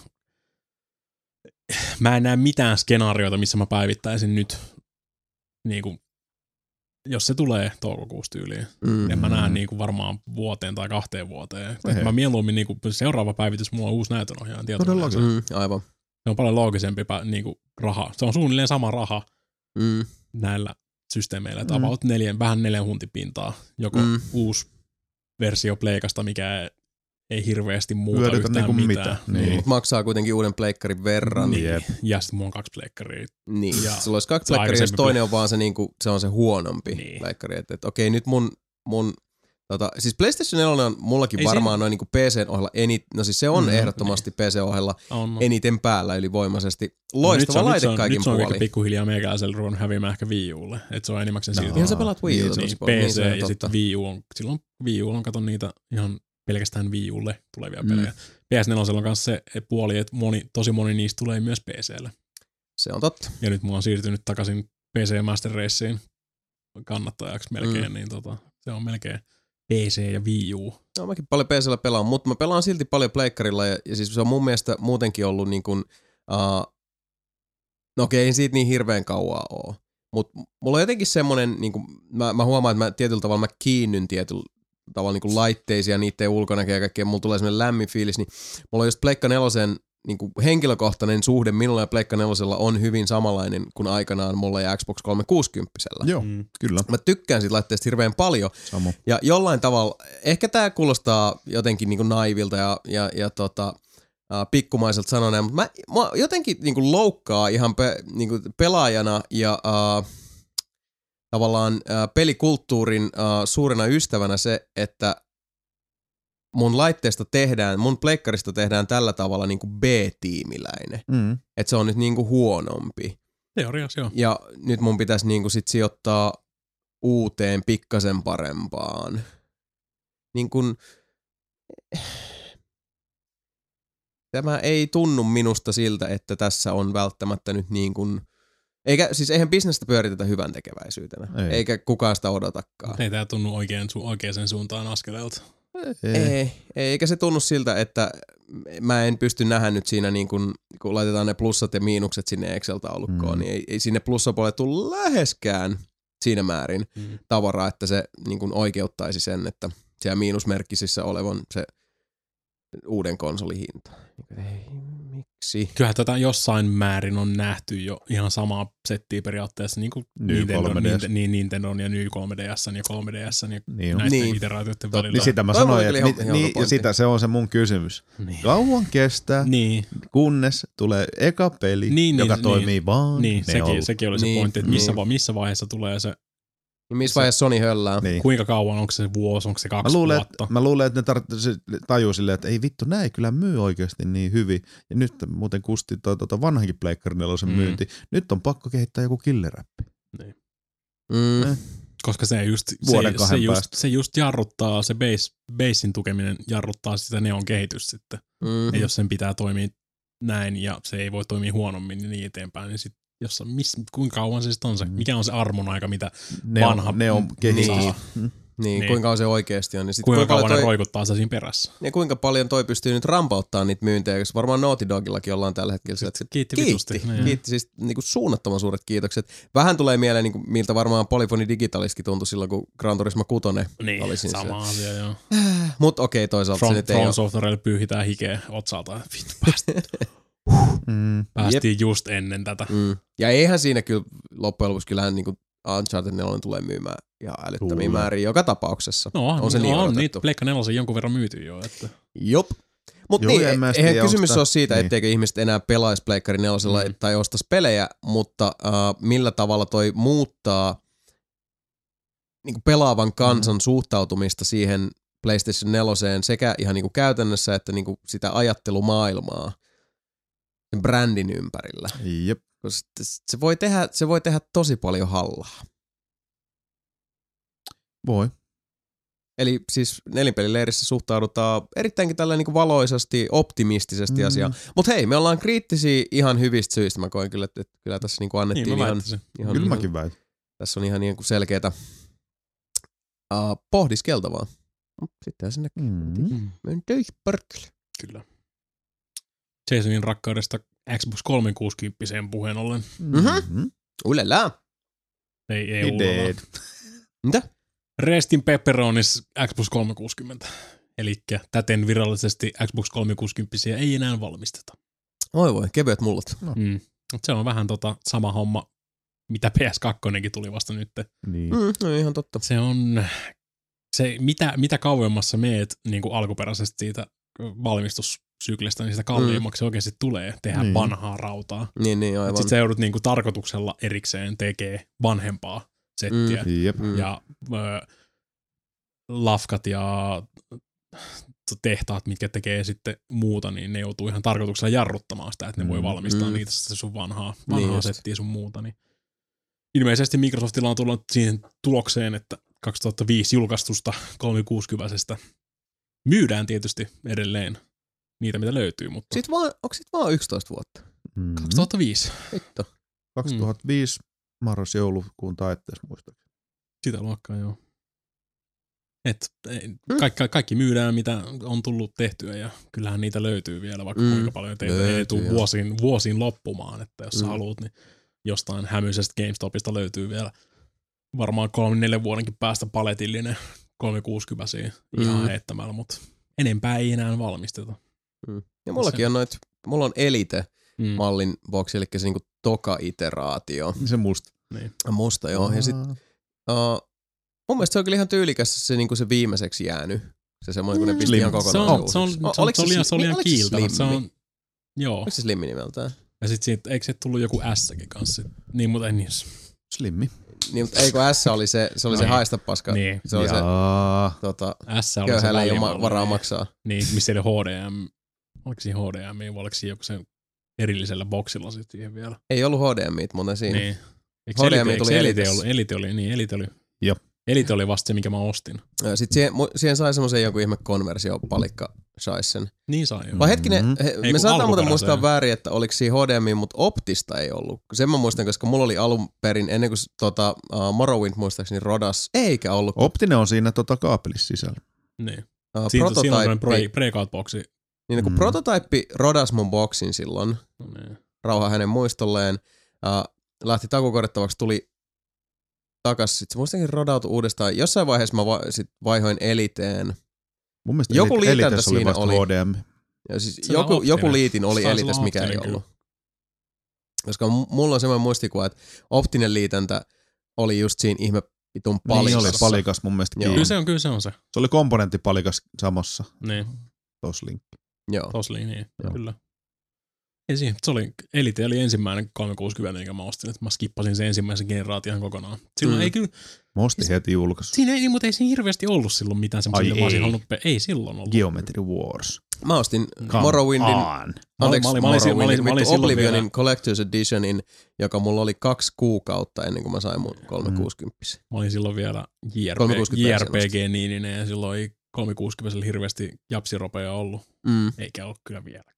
mä en näe mitään skenaarioita, missä mä päivittäisin nyt, niinku, jos se tulee toukokuussa tyyliin. Mm. En mä näe niinku varmaan vuoteen tai kahteen vuoteen. Et Ei. mä mieluummin niinku, seuraava päivitys mulla on uusi näytönohjaaja tietokoneessa. Todellakin. Mm, aivan. Se on paljon loogisempi pä- niinku, raha. Se on suunnilleen sama raha Mm. näillä systeemeillä. Että Mm. about neljän, vähän neljän huntipintaa. Joko Mm. mm. uusi versio pleikasta, mikä ei, ei hirveästi muuta Hyödytä yhtään niinku mitään. mitä. Niin. Mut maksaa kuitenkin uuden pleikkarin verran. Niin. Jep. Ja sitten mulla on kaksi pleikkaria. Niin, Ja sulla olisi kaksi se pleikkaria, jos aikaisempi toinen ple- on vaan se, niinku, se, on se huonompi Niin. pleikkari. Että et, okei, nyt mun, mun Tota, siis PlayStation neljä on mullakin Ei varmaan siinä- noin niinku P C:n ohella eniten, no siis se on Mm, ehdottomasti P C ohella On. eniten päällä ylivoimaisesti. No Loistava nyt se on, laite nyt se on, kaikin nyt se on puolin. ehkä pikkuhiljaa meikäläisellä ruvennut häviämään ehkä Wii Ulle. Että se on enimmäkseen No. siltä. Ihan sä pelaat Wii Uta Niin, tossa P paljon, niin C se on ja totta. sitten Wii U on, silloin Wii U on, katon niitä ihan pelkästään Wii Ulle tulevia Mm. pelejä. P S neljä on kanssa se puoli, että moni, tosi moni niistä tulee myös P C:lle. Se on totta. Ja nyt mulla on siirtynyt takaisin P C Master Raceen kannattajaksi melkein, Mm. niin tota, se on melkein P C ja Wii U. No mäkin paljon P C:llä pelaan, mutta mä pelaan silti paljon pleikkarilla ja, ja siis se on mun mielestä muutenkin ollut niin kuin, uh, no okei, ei siitä niin hirveän kauaa oo. Mutta mulla on jotenkin semmonen, niin kuin, mä, mä huomaan, että mä tietyllä tavalla mä kiinnyn tietyllä tavalla niin kuin laitteisia, niiden ulkonäköä ja kaikkea, mulla tulee semmoinen lämmin fiilis, niin mulla on just Pleikka nelosen niin kuin henkilökohtainen suhde minulla ja Pleikka nelosella on hyvin samanlainen kuin aikanaan mulla ja Xbox kolmesataakuusikymmentä. Joo, Mm. kyllä. Mä tykkään siitä laitteesta hirveän paljon. Samu. Ja jollain tavalla, ehkä tää kuulostaa jotenkin niinku naivilta ja, ja, ja tota, äh, pikkumaiselta sanoneen, mutta mä, mä jotenkin niinku loukkaa ihan pe, niinku pelaajana ja äh, tavallaan äh, pelikulttuurin äh, suurena ystävänä se, että mun laitteesta tehdään, mun pleikkarista tehdään tällä tavalla niinku B-tiimiläinen. Mm. Että se on nyt niinku huonompi. Teoriassa joo. Ja nyt mun pitäisi niinku sit sijoittaa uuteen pikkasen parempaan. Niin kun, tämä ei tunnu minusta siltä, että tässä on välttämättä nyt niin kuin, eikä, siis eihän bisnestä pyöritetä hyvän tekeväisyytenä, Ei. eikä kukaan sitä odotakaan. Ei tää tunnu oikein, su- oikeaan suuntaan askeleelta. Ei. Ei, eikä se tunnu siltä, että mä en pysty nähdä nyt siinä, niin kun, kun laitetaan ne plussat ja miinukset sinne Excel-taulukkoon, Mm. niin ei, ei sinne plussapuolelle tule läheskään siinä määrin Mm. tavaraa, että se niin kun oikeuttaisi sen, että siellä miinusmerkkisissä olevan se uuden konsolin hinta. Ei, miksi? Kyllähän tätä jossain määrin on nähty jo ihan samaa settiä periaatteessa niin kuin Ny Nintendo, kolme D S. Ninte, niin Nintendon ja Ny kolme D S ja kolme D S ja Niin on. näiden Niin. iteraatioiden Tot, välillä. niin sitä mä Toi sanoin, oli että ihan- ni, ihan niin, hyvä ja pointti. sitä se on se mun kysymys. Niin. Kauan kestää, Niin, kunnes tulee eka peli, Niin, joka niin, toimii niin. vaan niin ne on- sekin, sekin oli se Niin, pointti, että missä, niin. va, missä vaiheessa tulee se, Niin missä vaiheessa Sony höllää? Niin. kuinka kauan, onko se vuosi, onko se Mä kaksi luulen, vuotta. että, mä luulen, että ne tar- se tajuu silleen, että ei vittu, nää ei kyllä myy oikeasti niin hyvin. Ja nyt muuten kusti tuo tuota vanhankin Pleikkari nelosen Mm. myynti. Nyt on pakko kehittää joku killeräppi. Mm. Eh. Koska se just, se, Vuoden se, kahden just, päästä. se just jarruttaa, se base, basein tukeminen jarruttaa sitä neon kehitystä sitten. Mm. Ja jos sen pitää toimia näin ja se ei voi toimia huonommin niin, niin eteenpäin, niin sitten jossa, miss, kuinka kauan se sitten on se, Mm. mikä on se armon aika, mitä, Ne Vanha- on, ne on kehitys. Niin. Mm. Niin, Niin. kuinka kauan se oikeasti on. Niin sit kuinka kuinka, kauan paljon ne toi, roikuttaa sitä siinä perässä. ja kuinka paljon toi pystyy nyt rampauttaa niitä myyntejä, koska varmaan Naughty Dogillakin ollaan tällä hetkellä sillä, että Kiitti kiitti, vitusti. Niin. kiitti siis niinku suunnattoman suuret kiitokset. Vähän tulee mieleen, niinku, miltä varmaan Polyphony Digitalistkin tuntui silloin, kun Gran Turismo kuusi Niin, oli siinä. sama asia joo. Mutta okei, toisaalta From, se nyt ei from ole. Softwarelle pyyhitään hikeä otsalta. Vittu, päästiin, Mm. päästiin just ennen tätä. Mm. Ja eihän siinä kyllä loppujen lopuksi kyllähän niinku Uncharted neljä tulee myymään ihan älyttömiä Tulee. määriä joka tapauksessa. No on, On se niin on odotettu. niitä Pleikka nelosen jonkun verran myyty jo. Että. Jop. Mutta Joo, niin, en mä eihän tiedä, kysymys onks tää- ole siitä, niin. etteikö ihmiset enää pelaisi Pleikkari nelosella Mm. tai ostaisi pelejä, mutta uh, millä tavalla toi muuttaa niin pelaavan kansan mm. suhtautumista siihen PlayStation neloseen sekä ihan niin käytännössä että niin sitä ajattelumaailmaa sen brändin ympärillä. Jep. Koska se voi tehdä, se voi tehdä tosi paljon hallaa. Voi. Eli siis nelinpelileirissä suhtaudutaan erittäinkin tällä niin valoisasti, optimistisesti Mm. asiaan. Mutta hei, me ollaan kriittisiä ihan hyvistä syistä. Mä koen kyllä, että, että kyllä tässä niin annettiin Niin, mä ihan, väittäisin. ihan, Kyllä ihan, mäkin väitän. tässä on ihan niin selkeätä uh, pohdiskeltavaa. Mut sittenhän sinne Mm. menen töihin perkele. Kyllä. Jasonin rakkaudesta Xbox kolmesataakuusikymmentä puheen ollen. Mm-hmm. Ulelää. Ei, ei He uudella. dead. Mitä? Restin pepperonis Xbox kolmesataakuusikymmentä. Elikkä täten virallisesti Xbox kolmesataakuusikymmentä ei enää valmisteta. Oi voi, kevyet mullat. Mm. Mut se on vähän tota sama homma, mitä P S kaksi tuli vasta nyt. Niin. Mm, no ihan totta. Se on, se, mitä, mitä kauemmassa meet niin kuin alkuperäisestä siitä valmistussyklistä, niin sitä kalliimmaksi se oikeasti tulee tehdä Niin. vanhaa rautaa. Niin, niin, aivan. Sitten sä joudut niin kuin tarkoituksella erikseen tekee vanhempaa settiä. Jep. Mm. Ja ö, lafkat ja tehtaat, mitkä tekee sitten muuta, niin ne joutuu ihan tarkoituksella jarruttamaan sitä, että ne voi valmistaa mm. niitä sitä sun vanhaa, vanhaa niin settiä sun muuta. Niin ilmeisesti Microsoftilla on tullut siihen tulokseen, että kaksituhattaviisi julkaistusta kolmesataakuusikymmentä myydään tietysti edelleen niitä, mitä löytyy. Mutta sit vaan, onko sit vaan yksitoista vuotta? Mm. kaksituhattaviisi. Hitto. kaksituhattaviisi mm. marras-joulukuun taitteessa muistaakseni. Sitä luokkaa, joo. Et, kaikki, kaikki myydään, mitä on tullut tehtyä, ja kyllähän niitä löytyy vielä, vaikka mm. kuinka paljon teitä ei tule vuosiin, vuosiin loppumaan, että jos mm. sä haluat, niin jostain hämyisestä GameStopista löytyy vielä varmaan kolmen neljän vuodenkin päästä paletillinen kolmesataakuusikymmentä ihan mm. heittämällä, mutta enempää ei enää valmisteta. Mm. Ja mullakin se on noit, mulla on Elite-mallin mm. boksi, eli se niinku toka-iteraatio. Se musta. Niin. Musta, joo. Ja sit, uh, mun mielestä se on kyllä ihan tyylikäs se, niinku se viimeiseksi jäänyt. Se semmoinen, kun ne pisti ihan kokonaan se on, se on, se on, oliko se, se, se oli ihan kiiltävä. Se on, joo. Oliko se Slimmi nimeltään? Ja sit siitä, eikö se tullut joku S-kin kanssa? Niin, mutta ei niin. Slimmi. Niin, mutta eikö S oli se, se oli no, se haista paska. Niin. Se oli se, tota, S oli köyhällä se ei ole varaa maksaa. Niin, missä oli H D M. Oliko siinä H D M, vai oliko siinä joku sen erillisellä boksilla sitten siihen vielä? Ei ollut H D M, mutta siinä. Niin. Eikö H D M Elite, tuli Elite, ollut, Elite oli, niin Elite oli. Joo. Elite oli vasta se, minkä mä ostin. Sitten siihen, siihen sai semmoisen joku ihme konversio palikka saisen. Niin sai joo. Vai hetkinen, mm-hmm. he, me saattaa muuten muistaa väärin, että oliko siinä H D M, mutta Optista ei ollut. Sen mä muistan, koska mulla oli alun perin, ennen kuin tota, uh, Morrowind muistaakseni rodas, eikä ollut. Optinen on siinä tota kaapelissa sisällä. Niin. Uh, siinä, siinä on sellainen breakout-boksi. Niin kun mm. Prototype rodas mun boksin silloin, no niin. Rauha hänen muistolleen, uh, lähti takukorjattavaksi, tuli takas, sit se muistakin rodautui uudestaan. Jossain vaiheessa mä va- sit vaihoin Eliteen. Mun mielestä joku Elite, liitäntä siinä oli. oli. H D M. Ja siis joku, joku liitin oli Elites, mikä ei ollut. Koska mulla on semmoinen muistikuva, että optinen liitäntä oli just siinä ihme vitun palikassa. Niin oli palikas mun mielestä. Kyllä se on, kyllä se on se. Se oli komponenttipalikas samassa. Niin. Toslink. Joo. Toslink, niin. Joo. Kyllä. Ei siinä, se oli, Elite oli ensimmäinen kolmesataakuusikymmentä, minkä mä ostin, että mä skippasin sen ensimmäisen generaation kokonaan. Silloin mm. ei kyllä. Mä ostin heti julkaisu. Siinä ei, mutta ei siinä hirveästi ollut silloin mitään semmoisia, mä olisin halunnut, ei silloin ollut. Geometry Wars. Mä ostin Come Morrowindin, on. anteeksi, mä olin, Morrowindin, mä olin, mä olin Oblivionin vielä Collector's Editionin, joka mulla oli kaksi kuukautta ennen kuin mä sain mun kolmesataakuusikymmentä. Mä olin silloin vielä J R P G-niininen ja silloin ei kolmesataakuusikymmentä hirveästi japsiropeja ollut, mm. eikä ole kyllä vieläkään.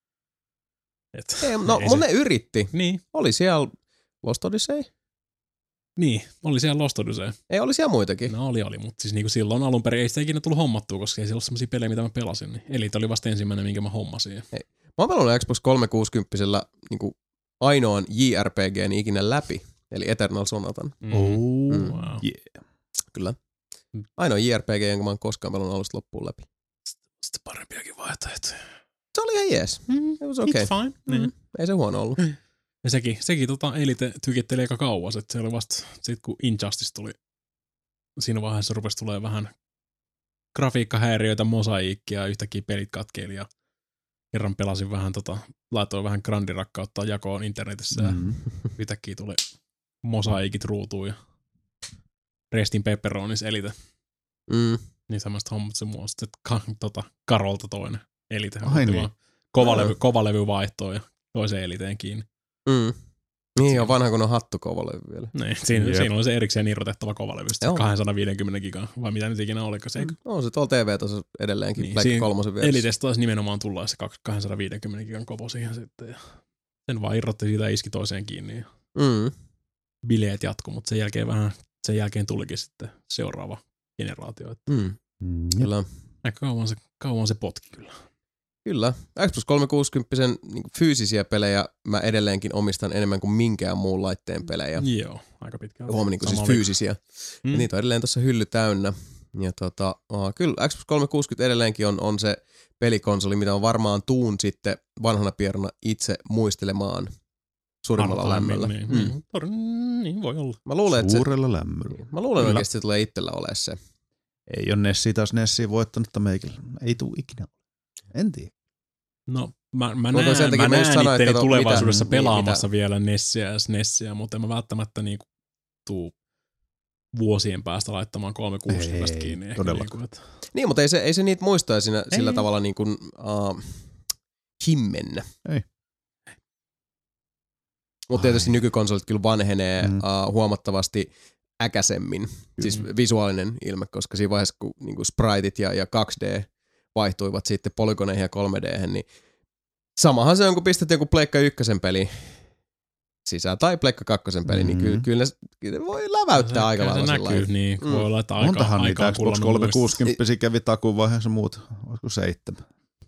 Et, ei, no ei mun se. Ne yritti. Niin. Oli siellä Lost Odyssey. Niin, oli siellä Lost Odyssey. Ei, oli siellä muitakin. No oli, oli, mutta siis niinku silloin alun perin ei sitä ikinä tullut hommattua, koska ei siellä ole semmosia pelejä, mitä mä pelasin. Niin. Elite oli vasta ensimmäinen, minkä mä hommasin. Ei. Mä oon pelannut Xbox kolmesataakuusikymmentä niinku ainoan J R P G:n ikinä läpi, eli Eternal Sonatan. Mm. Oh, mm. wow. Yeah. Kyllä. Ainoa J R P G, jonka mä oon koskaan pelannut alusta loppuun läpi. Sitten parempiakin vaihtoehtoja. Se oli ihan jees. Mm, it was okay. It's fine. Mm. Mm. Ei se huono ollut. Ja sekin, sekin tota Elite tykitteli aika kauas, että se oli vasta sit kun Injustice tuli, siinä vaiheessa rupesi tulee vähän grafiikkahäiriöitä, mosaiikkia ja yhtäkkiä pelit katkeili ja kerran pelasin vähän tota, laitoin vähän grandirakkautta jakoon internetissä ja mm. yhtäkkiä tuli mosaiikit ruutuun ja Restin Pepperonis Elite. Mm. Niin semmoista hommat se mua sitten ka, tota, Karolta toinen Elite. Ai niin. Kova, levy, kova levy vaihtoon ja toiseen Eliteen kiinni. Mm. Niin on vanha kun on hattu kovalevy vielä. Niin, siinä, yep. siinä oli se erikseen irrotettava kovalevy, kaksisataaviisikymmentä gigaa, vai mitä nyt ikinä olikaan se. Mm. On se tuolla T V-tasossa edelleenkin, niin, Black kolmosen vieressä. Elitestä taisi nimenomaan tulla se kaksisataaviisikymmentä gigan kovo siihen sitten. Ja sen vaan irrotti siitä ja iski toiseen kiinni. Ja mm. bileet jatku, mutta sen jälkeen vähän, sen jälkeen tulikin sitten seuraava generaatio. Mm. Mm. Kyllä. Aika kauan se, kauan se potki kyllä. Kyllä. Xbox kolmesataakuusikymmentä niin fyysisiä pelejä mä edelleenkin omistan enemmän kuin minkään muun laitteen pelejä. Joo, aika pitkään. Huomenna niin siis fyysisiä. Mm. Ja niitä on edelleen tuossa hylly täynnä. Ja tota, uh, kyllä Xbox kolmesataakuusikymmentä edelleenkin on, on se pelikonsoli, mitä on varmaan tuun sitten vanhana pieruna itse muistelemaan suurimmalla lämmöllä. Niin, mm. mm. niin voi olla. Mä luulen, Suurella se, lämmöllä. Mä luulen oikeasti, että se tulee itsellä olemaan se. Ei ole Nessi taas Nessiä voittanutta meikillä. Ei tule ikinä. En tiedä. No, mä, mä näen, sen takia mä näen sanoa, itteni tulevaisuudessa mitä, pelaamassa niin, vielä Nessiä ja Snessiä, mutta en mä välttämättä niinku tuu vuosien päästä laittamaan kolmesataakuusikymmentä Ei, kiinni. Ehkä todellakaan. niin kuin, että... Niin, mutta ei se, ei se niitä muistoja siinä, Ei. sillä tavalla niin kuin, uh, himmennä. Ei. Mutta tietysti Ai. nykykonsolit kyllä vanhenee Mm. uh, huomattavasti äkäisemmin, siis visuaalinen ilme, koska siinä vaiheessa, kun niin kuin spriteit ja, ja kaksi D vaihtuivat sitten polygoneihin ja kolme D:hen, niin samahan se on, kun pistät joku Pleikka ykkösen peli sisään tai Pleikka kakkosen peli, mm-hmm. niin kyllä, kyllä, ne, kyllä ne voi läväyttää se, aika lailla se sillä näkyy, lailla. niin. Mm. Voi olla, että aika, Montahan niitä aikaa Xbox kolmesataakuusikymmentä kävi takuun vaiheessa muut. Olisiko seitsemän?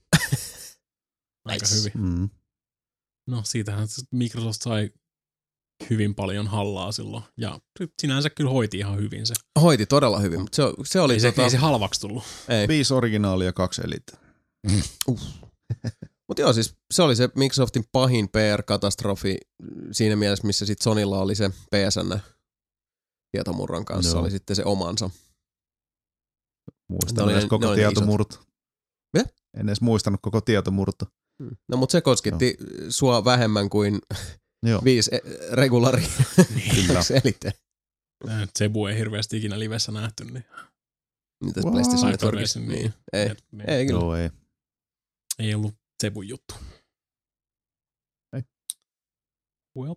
Aika Nice. hyvin. Mm. No siitähän Microsoft sai hyvin paljon hallaa silloin. Ja sinänsä kyllä hoiti ihan hyvin se. Hoiti todella hyvin, mutta se, se oli... Ei se, tota, ei se halvaksi tullut. ei. Viisi originaalia, kaksi elitä. Mutta joo, siis se oli se Microsoftin pahin P R-katastrofi siinä mielessä, missä sitten Sonylla oli se P S N-tietomurron kanssa, Joo. oli sitten se omansa. Muistan oli edes ne- koko ne oli ne tietomurto. Mitä? En edes muistanut koko tietomurto. No mutta se kosketti sua vähemmän kuin Joo. viisi regularia Kyllä. elite. Zebu ei hirveästi ikinä livessä nähty, niin Mitäs What? PlayStation Aika Networkissa? yleensä, Niin. Ei, Et- niin. ei kyllä. Joo, ei. Ei ollut Zebun juttu. Ei. Well.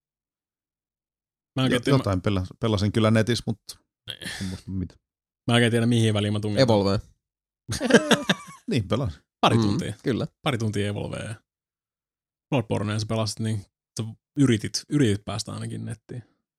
Mä en Jo, oikein tiedä, jotain pelasin, pelasin kyllä netissä, mutta Ei. en muista mitä. mä en oikein tiedä mihin väliin mä tunnin. Evolve. Niin, pelasin. Pari Mm, tuntia. kyllä. Pari tuntia Evolvea. Bloodborneen sä pelasit, niin sä yritit, yritit päästä ainakin nettiin.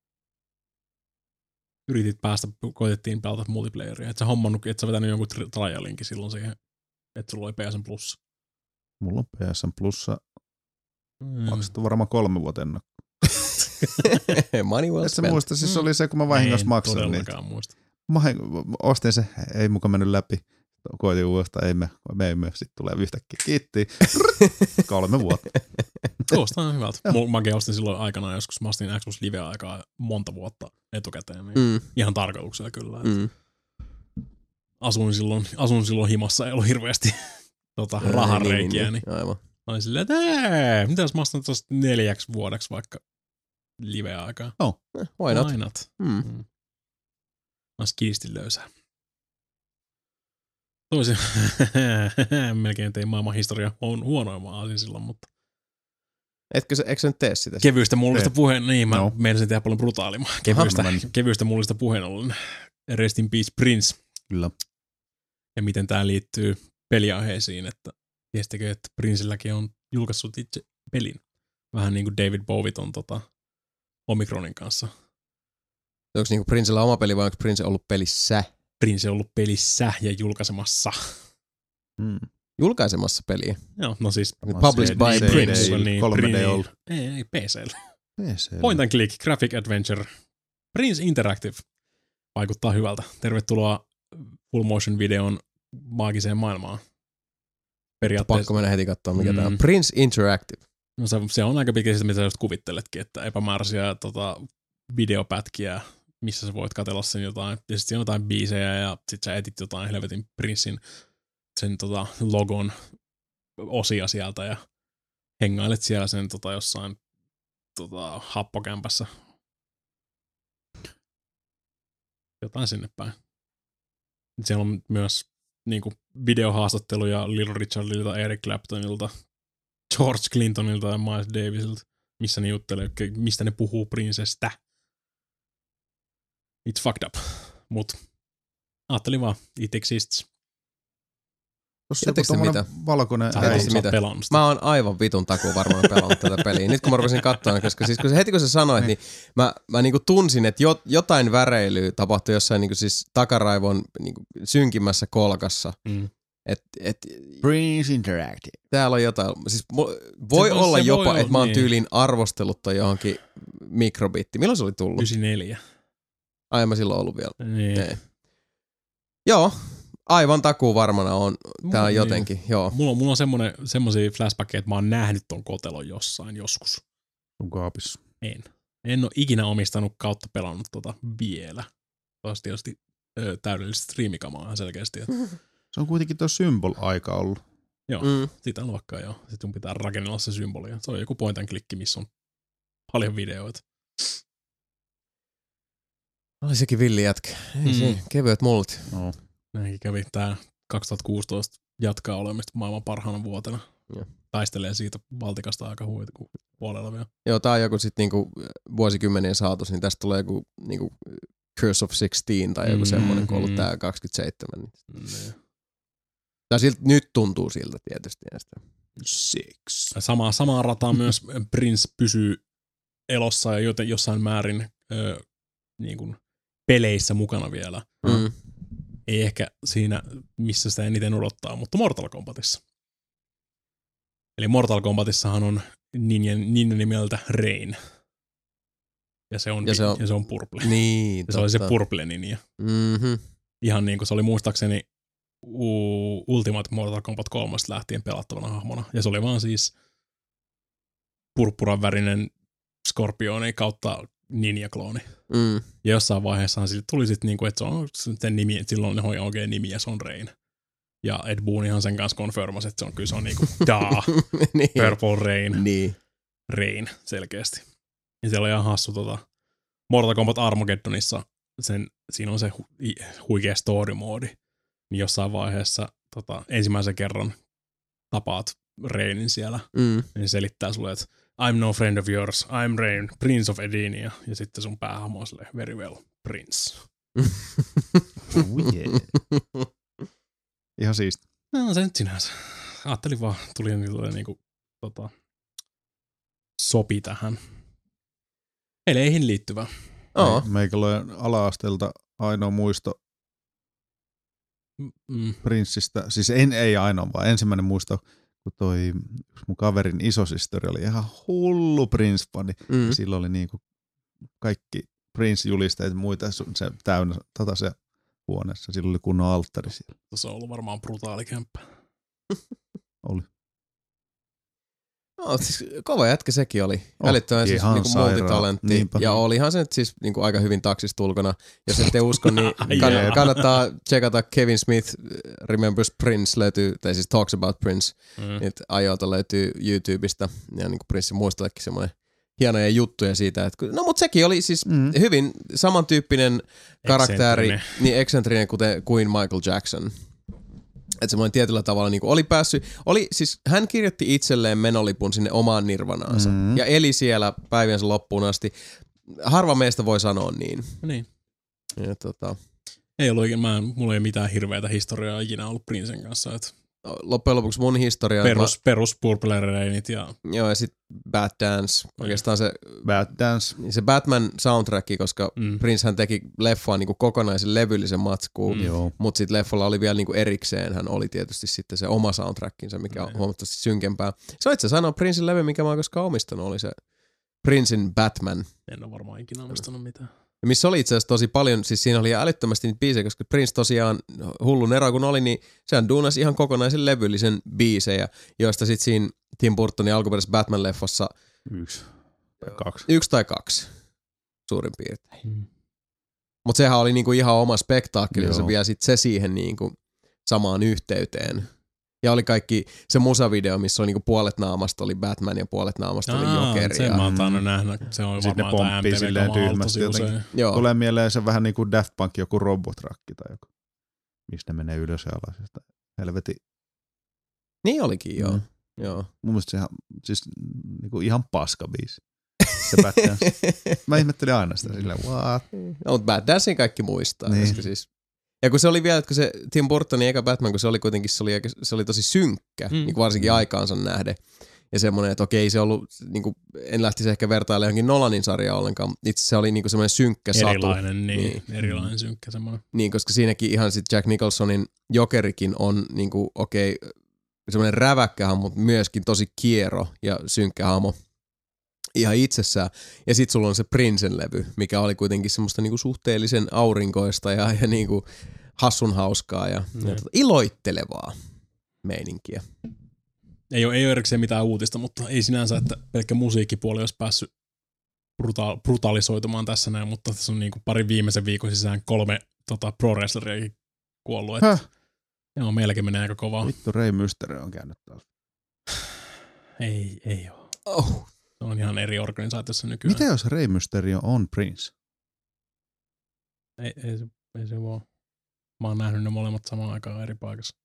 Yritit päästä, koitettiin pelata multiplayeria. Et sä hommannut, et sä vetänyt jonkun tri- trialinkin silloin siihen, että sulla oli P S N Plus. Mulla on P S N Plussa Mm. maksettu varmaan kolme vuotta ennen. Money well Et sä spent. muista, siis Mm. oli se, kun mä vahingossa En maksoin niin. todellakaan muista. Mä ostin se, ei muka mennyt läpi. Koitin uudestaan, ei me, me ei me. Sitten tulee yhtäkkiä, kiitti. Kolme vuotta. Kuulostaa hyvältä. Joo. Mulla- Mäkin ostin silloin aikanaan joskus, mä ostin Xbox Live-aikaa monta vuotta etukäteen. Niin Mm, ihan tarkoituksella kyllä. mm. Asuin, silloin, asun silloin himassa, ei ollut hirveästi tota, Ää, rahareikiä. Niin, niin, niin. Aivan. Mä olin silleen, että ee, mitä jos mä ostan tuosta neljäksi vuodeksi vaikka live-aikaa? Eh, Why not? Why not? Mm. Mm. Mä kiistin löysää. Toisin, melkein tein maailman historia on huonoimman aasin silloin, mutta Etkö sä, eikö sä nyt tee sitä? kevyistä mullista Teet. puheen, niin mä No. meinasin tehdä paljon brutaalimman. Kevyistä, Aha, no kevyistä mullista puheen ollen. Rest in peace Prince. Kyllä. Ja miten tää liittyy peliaiheisiin, että tiesittekö, että Princelläkin on julkaissut itse pelin. Vähän niin kuin David Bowie on tota Omicronin kanssa. Onko niinku Princella oma peli vai onko Prince ollut pelissä? Prince on ollut pelissä ja julkaisemassa. Mm. Julkaisemassa peliä. Joo, no siis Published by C D, Prince. niin, kolme D Prin- ollut. Ei, ei, P C:llä. P C. Point and click, graphic adventure. Prince Interactive. Vaikuttaa hyvältä. Tervetuloa full motion videon maagiseen maailmaan. Periaatteessa. Pakko mennä heti katsoa, mikä Mm. tää on. Prince Interactive. No se, se on aika pitkä sitä, mitä sä just kuvitteletkin, että epämääräisiä tota, videopätkiä, missä sä voit katsella sen jotain. Ja sitten on jotain biisejä ja sit sä etit jotain helvetin Princein sen tota, logon osia sieltä ja hengailet siellä sen tota, jossain tota, happokämpässä. Jotain sinne päin. Siellä on myös niinku videohaastatteluja Little Richardilta, Eric Claptonilta, George Clintonilta ja Miles Davisilta, missä ne juttelee, mistä ne puhuu Princestä. It's fucked up. Mut ajattelin vaan, it exists. Tuossa joku Tiedättekö te tommonen valkoinen Sä Heti oot se sä oot mitä? pelannut sitä. Mä oon aivan vitun takuu varmaan pelannut tätä peliä. Nyt kun mä rupesin katsoa, koska siis kun se, heti kun sä sanoit, niin mä, mä niinku tunsin, että jo, jotain väreilyä tapahtui jossain niinku siis takaraivon niinku synkimmässä kolkassa. Mm. Et, et, Prince Interactive. täällä on jotain, siis mu- voi Se- olla se voi jopa, olla, että mä oon niin. tyylin arvostellut toi johonkin mikrobitti. Milloin se oli tullut? yhdeksänkymmentäneljä. Ai en mä silloin ollut vielä. Niin. Ei. Joo, aivan takuu varmana on. Tää on Niin. jotenkin, joo. Mulla on, mulla on semmonen, semmosia flashbackeja, että mä oon nähnyt ton kotelon jossain joskus. Sun kaapissa. En. En ole ikinä omistanut kautta pelannut tota vielä. Toisi tietysti ö, täydellistä striimikamaa selkeästi. Että, Se on kuitenkin tuo symbol-aika ollut. joo, Mm. sitä on vaikka joo. Sitten sun pitää rakennella se symboli. Se on joku point and click, missä on paljon videoita. Oli sekin villi jätkä. Ei Mm. se, kevyet multi. No. Näinkin kävi tää kaksituhattakuusitoista jatkaa olemista maailman parhaana vuotena. Joo. Taistelee siitä valtikasta aika huitu puolella vielä. Joo, tää on joku sit niinku vuosikymmenien saatos, niin tästä tulee joku niinku Curse of sixteen tai joku Mm, semmonen, kun on ollut mm. tää kaksikymmentäseitsemän. Mm. Tai siltä nyt tuntuu siltä tietysti. Ja sitä. Six. Samaa, samaa rataa myös Prince pysyy elossa ja joten jossain määrin ö, niin kuin peleissä mukana vielä. Mm. Ei ehkä siinä, missä sitä eniten odottaa, mutta Mortal Kombatissa. Eli Mortal Kombatissahan on ninjan, ninjan nimeltä Rain. Ja se on, Ja se on- ja se on purple. Niin, Ja se oli se totta. purple ninja. Mm-hmm. Ihan niin kuin se oli muistaakseni u- Ultimate Mortal Kombat kolme lähtien pelattavana hahmona. Ja se oli vaan siis purppuran värinen skorpioni kautta ninja-klooni. Mm. Ja jossain vaiheessahan sille tuli sitten niinku, että se on sen nimi, että silloin on oikein nimi ja se on Rain. Ja Ed Boonihan sen kanssa konfirmasi, että se on kyllä se on niinku daa, niin. Purple Rain, Niin. Rain selkeästi. Ja siellä on ihan hassu tota, Mortal Kombat Armageddonissa, sen, siinä on se hu, i- huikea story-moodi. Niin jossain vaiheessa tota, ensimmäisen kerran tapaat Rainin siellä, Mm. niin selittää sulle, että I'm no friend of yours, I'm Rain, Prince of Edenia. Ja sitten sun päähahmo on silleen, very well, Prince. Oh yeah. Ihan siisti. No se nyt sinänsä. Ajattelin vaan, tuli niin, niinku, tota, sopi tähän. Peleihin liittyvä. Oo. Meikällä on ala-asteelta ainoa muisto Mm. Princeistä. Siis en, ei ainoa, vaan ensimmäinen muisto, kun toi yksi mun kaverin isosistori oli ihan hullu Prince-fani. Mm. Silloin oli niinku kaikki Prince-julisteet ja muita se täynnä tota se huoneessa. Silloin oli kunnon alttari siellä. Se on ollut varmaan brutaali kämppä. Oli. No, siis kova jätkä sekin oli. Oh, Älyttömän siis ihan niinku sairaan. multitalentti. Niinpä. Ja olihan se nyt siis niinku aika hyvin taksista ulkona. Jos ette usko, niin kann- Jep. kannattaa checkata Kevin Smith Remembers Prince löytyy, tai siis Talks About Prince. Mm. Niitä ajoilta löytyy YouTubesta. Ja niinku Princein muistellekin semmoinen hienoja juttuja siitä. Että, no mut sekin oli siis Mm. hyvin samantyyppinen karakteri, Eksentrinen. niin eksentrinen kuten kuin Michael Jackson. Että semmoinen tietyllä tavalla niin oli päässyt, oli siis, hän kirjoitti itselleen menolipun sinne omaan nirvanaansa Mm. ja eli siellä päiviensä loppuun asti. Harva meistä voi sanoa niin. Niin. Ja, tota, Ei ollut ikinä, mä en, mulla ei mitään hirveätä historiaa ikinä ollut Princen kanssa. Et loppujen lopuksi mun historia... perus, perus Purple Rainit ja Mä, joo, ja sitten Bad Dance. Oikeastaan se, Bad Dance. se Batman soundtrack, koska Mm. Prince hän teki leffaan niin kokonaisen levyllisen matskuun. Mm. Joo. Mutta sitten leffalla oli vielä niinku erikseen, hän oli tietysti sitten se oma soundtrackinsa, mikä on Näin. huomattavasti synkempää. Se on itse asiassa ainoa Princein levy, mikä mä oon koskaan omistanut, oli se Princein Batman. en ole varmaan ikinä omistanut mitään. Ja missä oli itse asiassa tosi paljon, siis siinä oli älyttömästi niitä biisejä, koska Prince tosiaan hullun ero kun oli, niin sehän duunasi ihan kokonaisen levyllisen biisejä, joista sitten siinä Tim Burtonin alkuperäisessä Batman-leffassa Yksi. Tai kaksi. yksi tai kaksi suurin piirtein. Mm. Mutta sehän oli niinku ihan oma spektaakkeli, se Joo. vielä sit se siihen niinku samaan yhteyteen. Ja oli kaikki se musavideo, missä oli niinku puolet naamasta oli Batman ja puolet naamasta oli Jokeri. sen Ja, mä oon tainnut nähdä. Se on Sitten ne varmaan jotain pomppii silleen M T V-kamaa ollut tyhmästi tosi jotenkin. usein. joo, Tulee mieleen se vähän niin kuin Daft Punk, joku robotrakki tai joku. Mistä ne menee ylös ja alas. Sitä helvetin. niin olikin joo. Mm. joo. Mun mielestä se ihan, siis niin kuin ihan paska biisi. Se Bad Dance. Mä ihmettelin aina sitä silleen, what? No, mutta Bad Dancein kaikki muistaa. Niin. Koska siis, ja kun se oli vielä, että kun se Tim Burtonin eka Batman, kun se oli kuitenkin, se oli, aika- se oli tosi synkkä, Mm. niin kuin varsinkin aikaansa nähden. Ja semmoinen, että okei, se ollut, niin kuin, en lähtisi ehkä vertailemaan johonkin Nolanin sarjaa ollenkaan. Itse se oli niin kuin semmoinen synkkä satu. Erilainen, niin, Niin. niin. Erilainen synkkä semmoinen. Niin, koska siinäkin ihan sit Jack Nicholsonin Jokerikin on niin kuin, okei, semmoinen räväkkä hahmo, mutta myöskin tosi kiero ja synkkä hahmo ihan itsessään. Ja sit sulla on se Princen levy, mikä oli kuitenkin semmoista niinku suhteellisen aurinkoista ja, ja niinku hassun hauskaa ja, Mm. ja tota, iloittelevaa meininkiä. Ei ole, ei ole erikseen mitään uutista, mutta ei sinänsä, että pelkkä musiikkipuoli olisi päässyt bruta- brutalisoitumaan tässä näin, mutta tässä on niin kuin pari viimeisen viikon sisään kolme tota, pro-wrestleriakin kuollut. Että, Häh? joo, meilläkin menee aika kovaa. Vittu, Rey Mysterio on käynyt taas. Ei, ei ole. Oh. Se on ihan eri organisaatiossa nykyään. Mitä jos Rey Mysterio on Prince? Ei, ei, se, ei se vaan. Mä oon nähnyt ne molemmat samaan aikaan eri paikassa.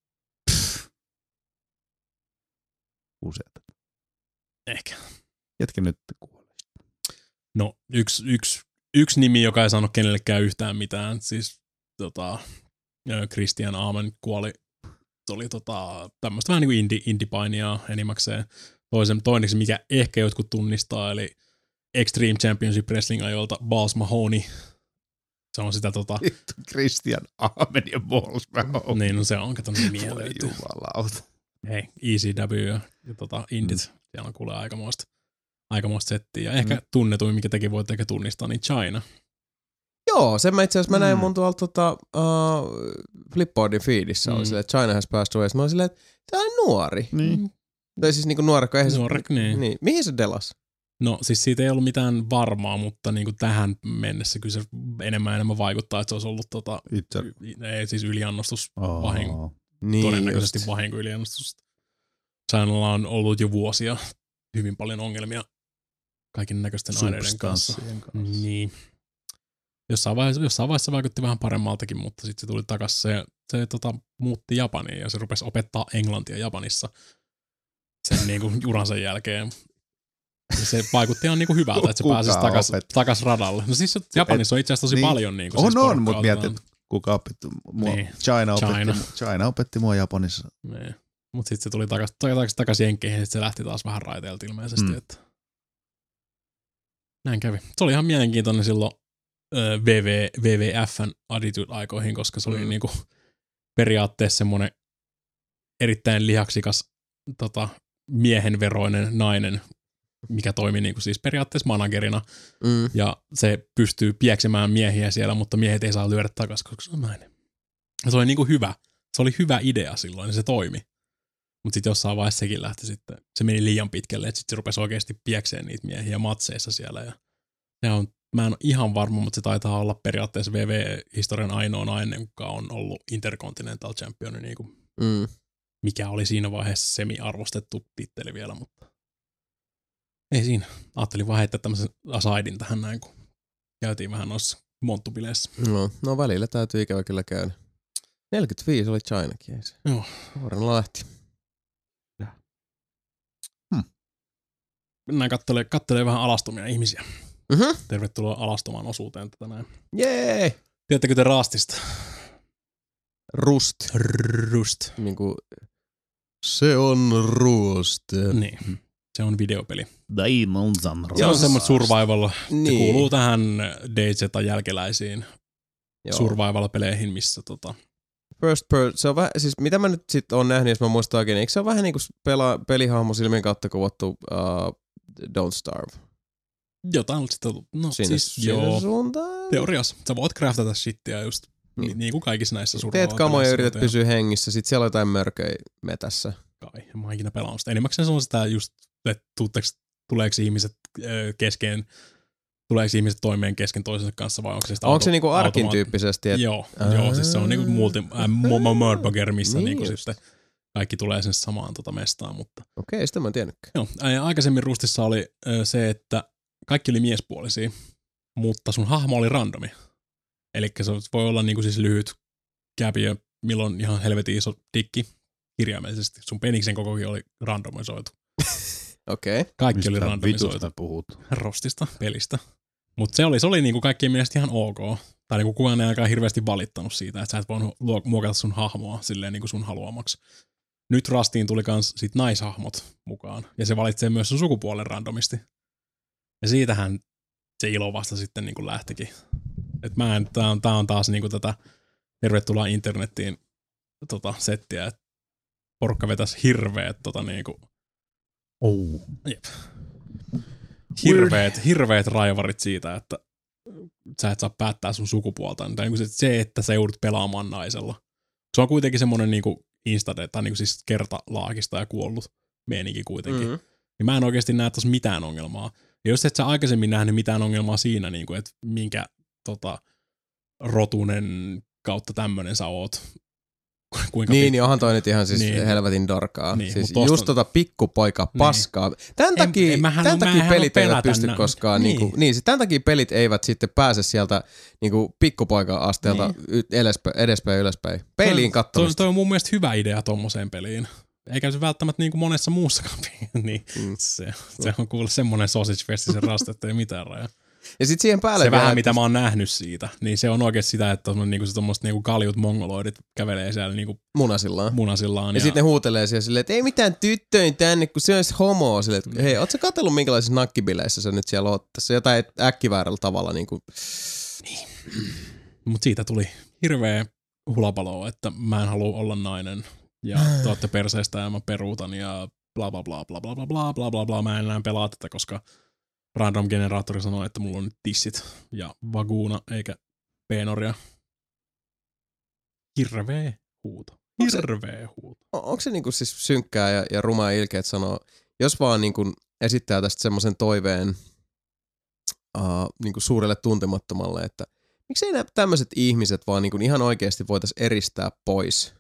Useat. Ehkä. Jätkä nyt kuolee. No, yksi, yksi, yksi nimi, joka ei saanut kenellekään yhtään mitään. Siis tota, Christian Amen kuoli. Se oli tota, tämmöistä vähän niin kuin indie, indie-painia enimmäkseen. Toisen, toineksi, mikä ehkä jotkut tunnistaa, eli Extreme Championship Wrestling ajoilta Balls Mahoney. Se on sitä tota... Christian Amen ja Balls Mahoney. Niin, no se on, kato nimiä Voi löytyy. jumalauta. Hei, E C W ja, ja tota, Indit. Mm. Siellä on kuule aikamoista, aikamoista settiä. Ja ehkä mm. tunnetuin, mikä tekin voit ehkä tunnistaa, niin China. Joo, sen mä itse asiassa mä näin Mm. mun tuolta tota, uh, Flipboardin feedissä. Mm. Oli silleen, että China has passed away. Mä olin silleen, että se on nuori. Niin. Tai siis niinku nuorekko. Eihän se- Nuorek, niin. niin. Mihin se delas? No siis siitä ei ollut mitään varmaa, mutta niin kuin tähän mennessä kyllä se enemmän enemmän vaikuttaa, että se olisi ollut tota, Itse. y- ei, siis yliannostus, Oh. vahinko, Niin todennäköisesti just. vahinko yliannostus. Chinalla on ollut jo vuosia hyvin paljon ongelmia kaiken näköisten aineiden kanssa. Substanssien kanssa. Niin. Jossain vaiheessa, jossain vaiheessa vaikutti vähän paremmaltakin, mutta sitten se tuli takaisin. Se, se tota, muutti Japaniin ja se rupesi opettaa englantia Japanissa sen niinku uransa jälkeen. Ja se vaikutti ihan niinku hyvältä, että se Kuka pääsisi takaisin opetti? takas radalle. No siis Japanissa on itse asiassa tosi niin. paljon niinku On, siis on, porukkaa, mutta mietit, joka on- että kuka opetti mua. Niin. China, opetti, China. China. China opetti mua Japanissa. Niin. Mutta sitten se tuli takaisin takas, takas Jenkkeihin ja sit se lähti taas vähän raiteelta ilmeisesti. Mm. Että näin kävi. Se oli ihan mielenkiintoinen silloin ö, V V, W W F:n Attitude-aikoihin, koska se oli Mm. niinku periaatteessa semmoinen erittäin lihaksikas tota, miehenveroinen nainen, mikä toimi niinku siis periaatteessa managerina. Mm. Ja se pystyy pieksemään miehiä siellä, mutta miehet ei saa lyödä takaisin, koska se on nainen. Ja se oli niinku hyvä. Se oli hyvä idea silloin ja se toimi. Mutta sitten jossain vaiheessa sekin lähti sitten, se meni liian pitkälle, että sitten se rupesi oikeasti piekseen niitä miehiä matseissa siellä. Ja ne on, mä en ole ihan varma, mutta se taitaa olla periaatteessa W W-historian ainoa nainen, joka on ollut Intercontinental Champion, niin kuin, Mm. mikä oli siinä vaiheessa semi-arvostettu titteli vielä, mutta ei siinä. Ajattelin vaan heittää tämmöisen asaidin tähän näin, kun käytiin vähän noissa monttubileissä. No, no välillä täytyy ikävä kyllä käydä. neljäkymmentäviisi oli Chinakin, ei se. Joo. Nuorena lähti. Mennään kattelee, kattelee vähän alastomia ihmisiä. Mhm. Tervetuloa alastomaan osuuteen tätä näin. Jee! Tiedättekö te Rastista? Rust. Rust. Niinku, se on rust. Niin. Se on videopeli. Diamonds and Se on Rust. semmoinen survival. Se Niin. kuuluu tähän DayZ:n jälkeläisiin Joo. survival-peleihin, missä tota... First person, se on vähän, siis mitä mä nyt sit oon nähnyt, jos mä muistan oikein, eikö se ole vähän niinku pela, pelihahmo silmien kautta kuvattu uh, Don't Starve? Jotain sitä, no Sinne, siis sinne joo, suuntaan. teoriassa. Sä voit craftata shittiä just Niin. niin, niin kuin kaikissa näissä Teet survival-peleissä. kamoja ja yrität tehdään. pysyä hengissä, sit siellä on jotain mörköjä metässä. Kai, en mä oon ikinä pelannut sitä. Enimmäkseen se on sitä just, että tuutteks, tuleeko ihmiset ö, kesken, tuleeko ihmiset toimeen kesken toisensa kanssa vai onko se sitä Onko se auto- niinku arkin automaat- tyyppisesti? Et, Joo, Aa. joo, siis se on niinku multi, äh, Murburger, missä Niin niinku just. sitten kaikki tulee sen samaan tota mestaan, mutta Okei, sitä mä en tiennytkään. joo, ää, aikaisemmin Rustissa oli ö, se, että kaikki oli miespuolisia, mutta sun hahmo oli randomi. Eli se voi olla niinku siis lyhyt käpiö, milloin ihan helvetin iso dikki kirjaimellisesti. Sun peniksen kokokin oli randomisoitu. Okei. Kaikki Mistä oli randomisoitu. vitusta puhut? Rostista, pelistä. Mutta se oli, se oli niinku kaikkien mielestä ihan ok. Tai niinku kukaan ei ainakaan hirveästi valittanut siitä, että sä et voinut luo- muokata sun hahmoa silleen niinku sun haluamaksi. Nyt Rustiin tuli kans sit naishahmot mukaan. Ja se valitsee myös sun sukupuolen randomisti. Ja siitähän se ilo vasta sitten niinku lähtikin. Et mä en, tää on, tää on taas niinku tätä tervetuloa internettiin tota settiä, että porukka vetäisi hirveet tota niinku Oh. Jep. Hirveet, hirveet raivarit siitä, että sä et saa päättää sun sukupuolta. Tai niin kuin se, se, että sä joudut pelaamaan naisella. Se on kuitenkin semmoinen niin instade, tai niin kuin siis kertalaakista ja kuollut meininki kuitenkin. Mm. Niin mä en oikeasti näe tuossa mitään ongelmaa. Ja jos et sä aikaisemmin nähnyt mitään ongelmaa siinä, niin kuin, että minkä tota, rotunen kautta tämmönen sä oot, kuinka Niin, pitkä. niin onhan toi nyt ihan siis Niin. helvetin dorkaa. Niin, siis mut tosta- just tota pikkupoika paskaa. Niin. Tämän takia, En- en mähän tämän oo- takia mähän pelit oo eivät pelätä pysty nä- koskaan, niin. niin. Kuin, niin, tämän takia pelit eivät sitten pääse sieltä niin kuin pikkupoika-asteelta Niin. y- edespäin, edespäin ylöspäin. Peiliin Toi, toi, kattomista. toi on mun mielestä hyvä idea tommoseen peliin. Eikä se välttämättä niin kuin monessa muussakaan peliin. niin Mm. se, se on kuule semmonen sausage festi sen rasta, että ei mitään rajaa. Ja sitten siihen päälle Se vielä, vähän, että- mitä mä oon nähnyt siitä, niin se on oikeasti sitä, että on niinku se tommoset niinku kaljut mongoloidit kävelee siellä niinku munasillaan. munasillaan. Ja, ja sitten ne huutelee siellä silleen, että ei mitään tyttöin tänne, kun se olisi homoa. Silleen, että hei, ootko sä katsellut minkälaisissa nakkibileissä sä nyt siellä oot? Tässä jotain äkkiväärällä tavalla. Niin kuin... Mut siitä tuli hirveä hulapalo, että mä en halua olla nainen. Ja te ootte perseestä ja mä peruutan ja bla bla bla bla bla bla bla bla bla bla. Mä en enää pelaa tätä, koska random generaattori sanoi, että mulla on nyt tissit ja vaguuna eikä penoria. Hirveä huuto. Onko se- Hirveä huuto. On- Onko se niinku siis synkkää ja, ja rumaa ilkeä, että sanoo, jos vaan niinku esittää tästä semmoisen toiveen uh, niinku suurelle tuntemattomalle, että miksei nämä tämmöiset ihmiset vaan niinku ihan oikeasti voitaisiin eristää pois?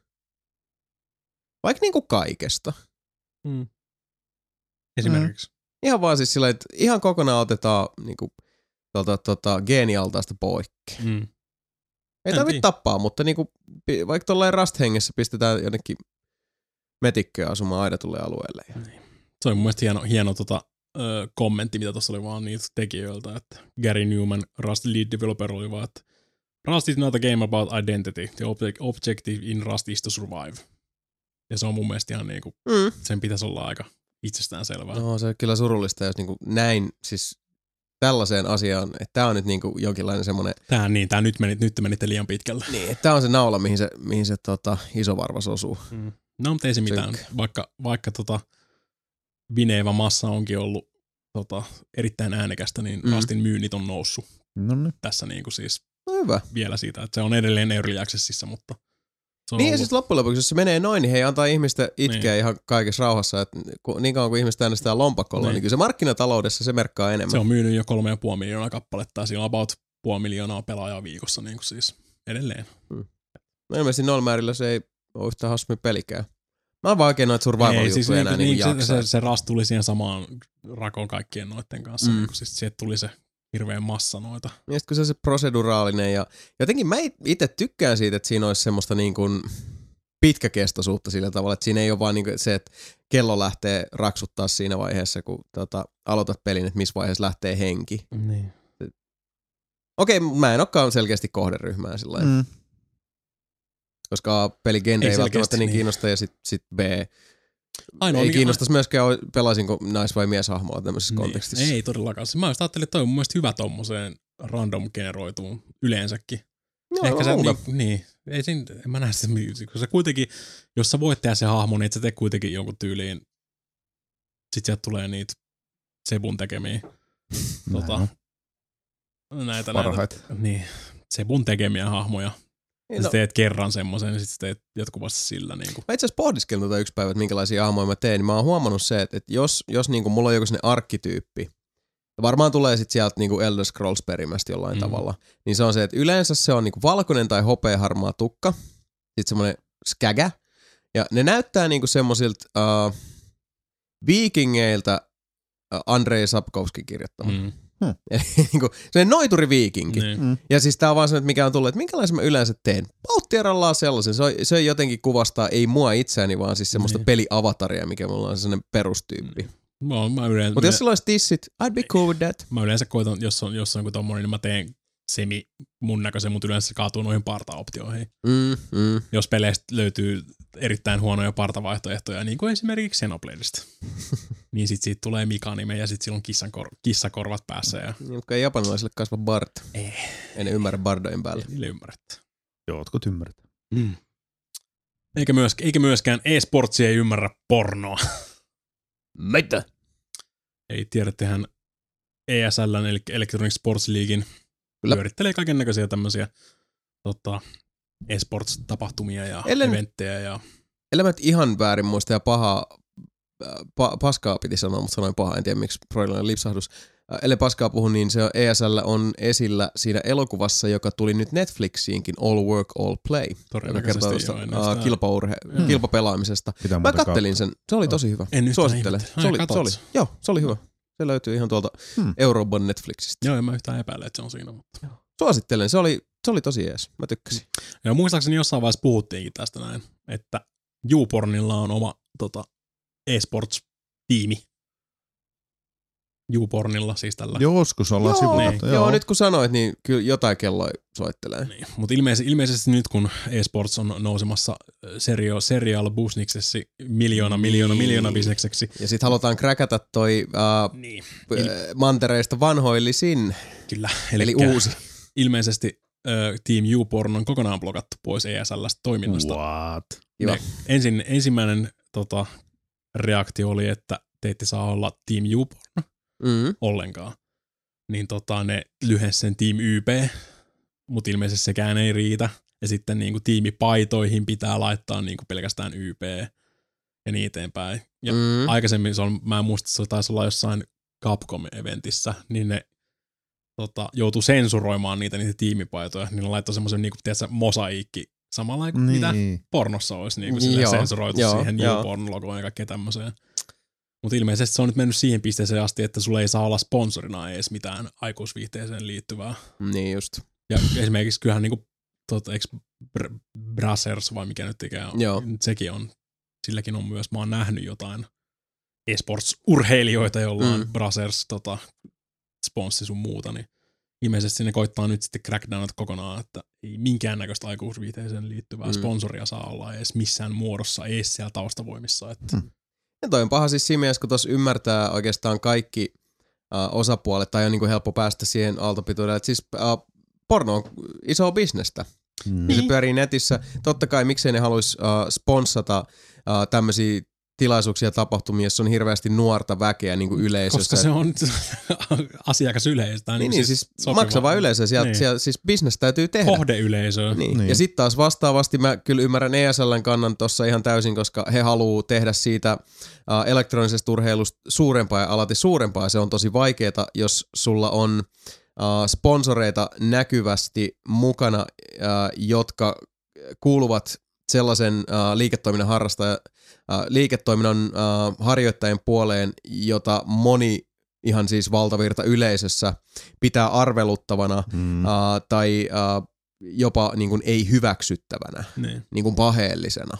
Vaikka niinku kaikesta. Mm. Esimerkiksi. Ihan vaan siis sillä, että ihan kokonaan otetaan niinku, tota, tota, geenialtaista poikki. Mm. Ei En tarvitse tiedä. tappaa, mutta niinku, pi- vaikka tuollain Rust-hengessä pistetään jonnekin metikköä asumaan aidatulle alueelle. Ja... Se oli mun mielestä hieno, hieno tota, ö, kommentti, mitä tuossa oli vaan niitä tekijöiltä, että Gary Newman, Rust lead developer, oli vaan, että Rust is not a game about identity. The object, objective in Rust is to survive. Ja se on mun mielestä ihan niinku, Mm. sen pitäisi olla aika itsestään selvää. No se on kyllä surullista, jos niinku näin siis tällaiseen asiaan, että tää on nyt niinku jonkinlainen semmoinen, Tää, niin, tää nyt, meni, nyt menitte liian pitkälle. niin, että tää on se naula, mihin se, mihin se tota, iso varvas osuu. Mm. No, mutta ei se mitään. Synk. Vaikka, vaikka tota Vineeva massa onkin ollut tota, erittäin äänekästä, niin Mm. Rustin myynnit on noussut No niin. tässä niinku siis No hyvä. vielä siitä, että se on edelleen Early Accessissa, mutta se on Niin ja ollut- siis loppujen lopuksi, jos se menee noin, niin hei antaa ihmisten itkeä Niin. ihan kaikessa rauhassa, että kun, niin kauan kuin ihmiset äänestää lompakolla, niin. Niin. niin kyllä se markkinataloudessa se merkkaa enemmän. Se on myynyt jo kolme ja puoli miljoonaa kappaletta ja siinä on about puoli miljoonaa pelaajaa viikossa niin kuin siis edelleen. No ilmeisesti noilla määrillä se ei ole yhtä hassummin pelikään. Mä oon vaan oikein noita survival-juttuja siis enää niin, niin se, jaksaa. se, se Rust tuli siihen samaan rakoon kaikkien noiden kanssa. Mm. Mm. Niin kuin siis sieltä tuli se hirveä massa noita. Ja sit kun se on se proseduraalinen ja jotenkin mä itse tykkään siitä, että siinä olisi semmoista niin kuin pitkäkestoisuutta sillä tavalla, että siinä ei ole vaan niin kuin se, että kello lähtee raksuttaa siinä vaiheessa, kun tota, aloitat pelin, että missä vaiheessa lähtee henki. Niin. Okei, mä en olekaan selkeästi kohderyhmää sillä lailla, Mm. koska peligenre ei, Ei välttämättä selkeästi, niin niin. kiinnosta ja sit, sit B, Ainoa, ei mikä- kiinnostaisi myöskään, pelaisinko nais- vai mieshahmoa tämmöisessä Niin. kontekstissa. Ei todellakaan. Siis mä just ajattelin, että toi on mun mielestä hyvä tommoseen random generoituun yleensäkin. Joo, Ehkä sä, luulen. niin, niin, ei siinä, en mä näe sitä, kun sä kuitenkin, jos sä voit tehdä se hahmo, niin et sä tee kuitenkin jonkun tyyliin, sit sieltä tulee niitä Sebun tekemiä, tota, on. näitä, Parhaita. näitä, niin, Sebun tekemiä hahmoja. Niin, Ja no, sä teet kerran semmoisen, niin sit sä teet jatkuvasti sillä niinku. mä itse asiassa pohdiskelin tota yksi päivä, että minkälaisia hahmoja mä teen, niin mä oon huomannut se, että, että jos, jos niinku mulla on joku sellainen arkkityyppi, ja varmaan tulee sitten sieltä niinku Elder Scrolls perimästä jollain Mm. mm. tavalla, niin se on se, että yleensä se on niinku valkoinen tai hopeaharmaa tukka, sitten semmoinen skägä, ja ne näyttää niinku semmoisilta uh, viikingeiltä uh, Andrei Sapkowski kirjoittama. Mm. Eli niinku se noituri viikinki. Niin. Mm. Ja siis tää on vaan se, että mikä on tullut, että minkälaisen mä yleensä teen. Pauttiarallaan sellaisen. Se, on, se jotenkin kuvastaa, ei mua itseäni, vaan siis semmoista Niin. peliavataria, mikä mulla on sellainen perustyyppi. Mä, oon- mä, yleensä, Mutta jos sillä olisi tissit, I'd be cool with that. mä yleensä koitan, jos on, jos on joku tommonen, niin mä teen semi mun näköisen, mutta yleensä se kaatuu noihin partaoptioihin. Mm, mm. Jos peleistä löytyy erittäin huonoja partavaihtoehtoja, niin kuin esimerkiksi Xenobladeista, niin sit siitä tulee Mika-nime ja sit silloin kissan kor- kissakorvat päässä ja Niin, mutta ei japanilaisille kasva bard. ei, Ei ne ymmärrä bardojen päälle. niille ymmärrettä. Jotkut ymmärrät. Mm. Eikä, myös, eikä myöskään e-sportsi ei ymmärrä pornoa. Mitä? Ei tiedättehän E S L, eli Electronic Sports Leaguein, Kyllä. pyörittelee kaiken näköisiä tämmöisiä tota, e-sports-tapahtumia ja Ellen- eventtejä. Ja, Ellei mä nyt ihan väärin muista ja pahaa, pa, paskaa piti sanoa, mutta sanoin pahaa, en tiedä miksi Freudlainen lipsahdus. ellei paskaa puhu, niin se E S L on esillä siinä elokuvassa, joka tuli nyt Netflixiinkin, All Work, All Play. Joka kertoo tuosta uh, kilpaurhe- mm. kilpapelaamisesta. Pitää Mä kattelin sen, se oli tosi hyvä. En Suosittelen. Se oli, se oli, joo, se oli hyvä. Se löytyy ihan tuolta hmm. Euroopan Netflixistä. Joo, en mä yhtään epäile, että se on siinä. Mutta... Suosittelen, se oli, se oli tosi jees. Mä tykkäsin. Ja muistaakseni jossain vaiheessa puhuttiinkin tästä näin, että YouPornilla on oma tota, e-sports-tiimi. YouPornilla siis tällä. Joskus ollaan sivulla. Niin. Joo. joo, nyt kun sanoit, niin kyllä jotain kelloa soittelee. Niin. Mutta ilmeisesti, ilmeisesti nyt kun e-sports on nousemassa serio, serial businesseksi miljoona, miljoona, miljoona bisnekseksi. Ja sit halutaan kräkätä toi uh, niin. Il- mantereista vanhoillisin. Kyllä. Eli, eli uusi. Ilmeisesti uh, Team YouPorn on kokonaan blokattu pois E S L:stä toiminnasta. What? Ne, ensin, ensimmäinen tota, reaktio oli, että te ette saa olla Team YouPorn. Mm. ollenkaan. Niin tota, ne lyhensi sen Team Y P, mutta ilmeisesti sekään ei riitä. Ja sitten niinku tiimipaitoihin pitää laittaa niinku pelkästään Y P ja niin eteenpäin. Ja mm. aikaisemmin se on, mä en muista, se taisi olla jossain Capcom-eventissä, niin ne tota, joutui sensuroimaan niitä, niitä tiimipaitoja. Niin ne laittoi semmoisen niinku, tiedätkö, mosaiikki samalla kuin niin. mitä pornossa olisi niinku, sensuroitu joo, siihen YouPorn-logoon ja kaikkea tämmöiseen. Mutta ilmeisesti se on nyt mennyt siihen pisteeseen asti, että sulla ei saa olla sponsorina edes mitään aikuisviihteeseen liittyvää. Niin just. Ja esimerkiksi kyllähän niinku, tota, eikö Br- Brazzers vai mikä nyt ikään on, joo. Sekin on, silläkin on myös, mä oon nähnyt jotain esports-urheilijoita, joilla on mm. Brazzers tota, sponssi sun muuta, niin ilmeisesti ne koittaa nyt sitten crackdownat kokonaan, että ei minkäännäköistä aikuisviihteeseen liittyvää mm. sponsoria saa olla edes missään muodossa, edes siellä taustavoimissa, että... Mm. Ja toi on paha siis siinä mielessä, kun tuossa ymmärtää oikeastaan kaikki uh, osapuolet, tai on niinku helppo päästä siihen aaltopituudelle, että siis uh, porno on isoa bisnestä. Mm. Ja se pyörii netissä. Totta kai miksei ne haluaisi uh, sponsata uh, tämmöisiä tilaisuuksia ja tapahtumia, jossa on hirveästi nuorta väkeä niin kuin yleisössä. Koska se on asiakasyleistä. Niin, niin, niin siis maksava yleisö. Sieltä, niin. sieltä, siis business täytyy tehdä. Kohdeyleisö. Niin. Niin. Ja sitten taas vastaavasti mä kyllä ymmärrän E S L:n kannan tuossa ihan täysin, koska he haluaa tehdä siitä uh, elektronisesta urheilusta suurempaa ja alati suurempaa. Se on tosi vaikeaa, jos sulla on uh, sponsoreita näkyvästi mukana, uh, jotka kuuluvat sellaisen uh, liiketoiminnan harrastaja, uh, liiketoiminnan uh, harjoittajien puoleen, jota moni ihan siis valtavirta yleisössä pitää arveluttavana mm. uh, tai uh, jopa niin kuin ei hyväksyttävänä, niin, niin kuin paheellisena.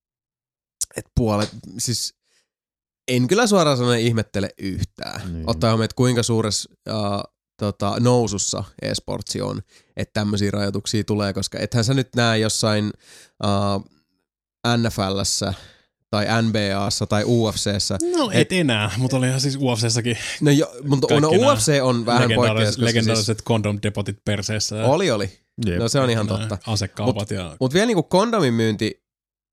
Et puolet, siis en kyllä suoraan sanoen ihmettele yhtään. Niin. Ottaa huomioon, että kuinka suuressa uh, tota, nousussa e-sportsi on, että tämmöisiä rajoituksia tulee, koska ethän sä nyt näe jossain uh, N F L:ssä tai N B A:ssa tai U F C:ssä. No et, et enää, mutta olihan siis U F C:ssäkin. No, jo, mutta no, U F C on vähän poikkeus. Legendaariset siis kondom-depotit perseessä. Oli, oli. Jep. No se on ihan totta. Asekaupat mut, ja... Mutta vielä niinku kondomin myynti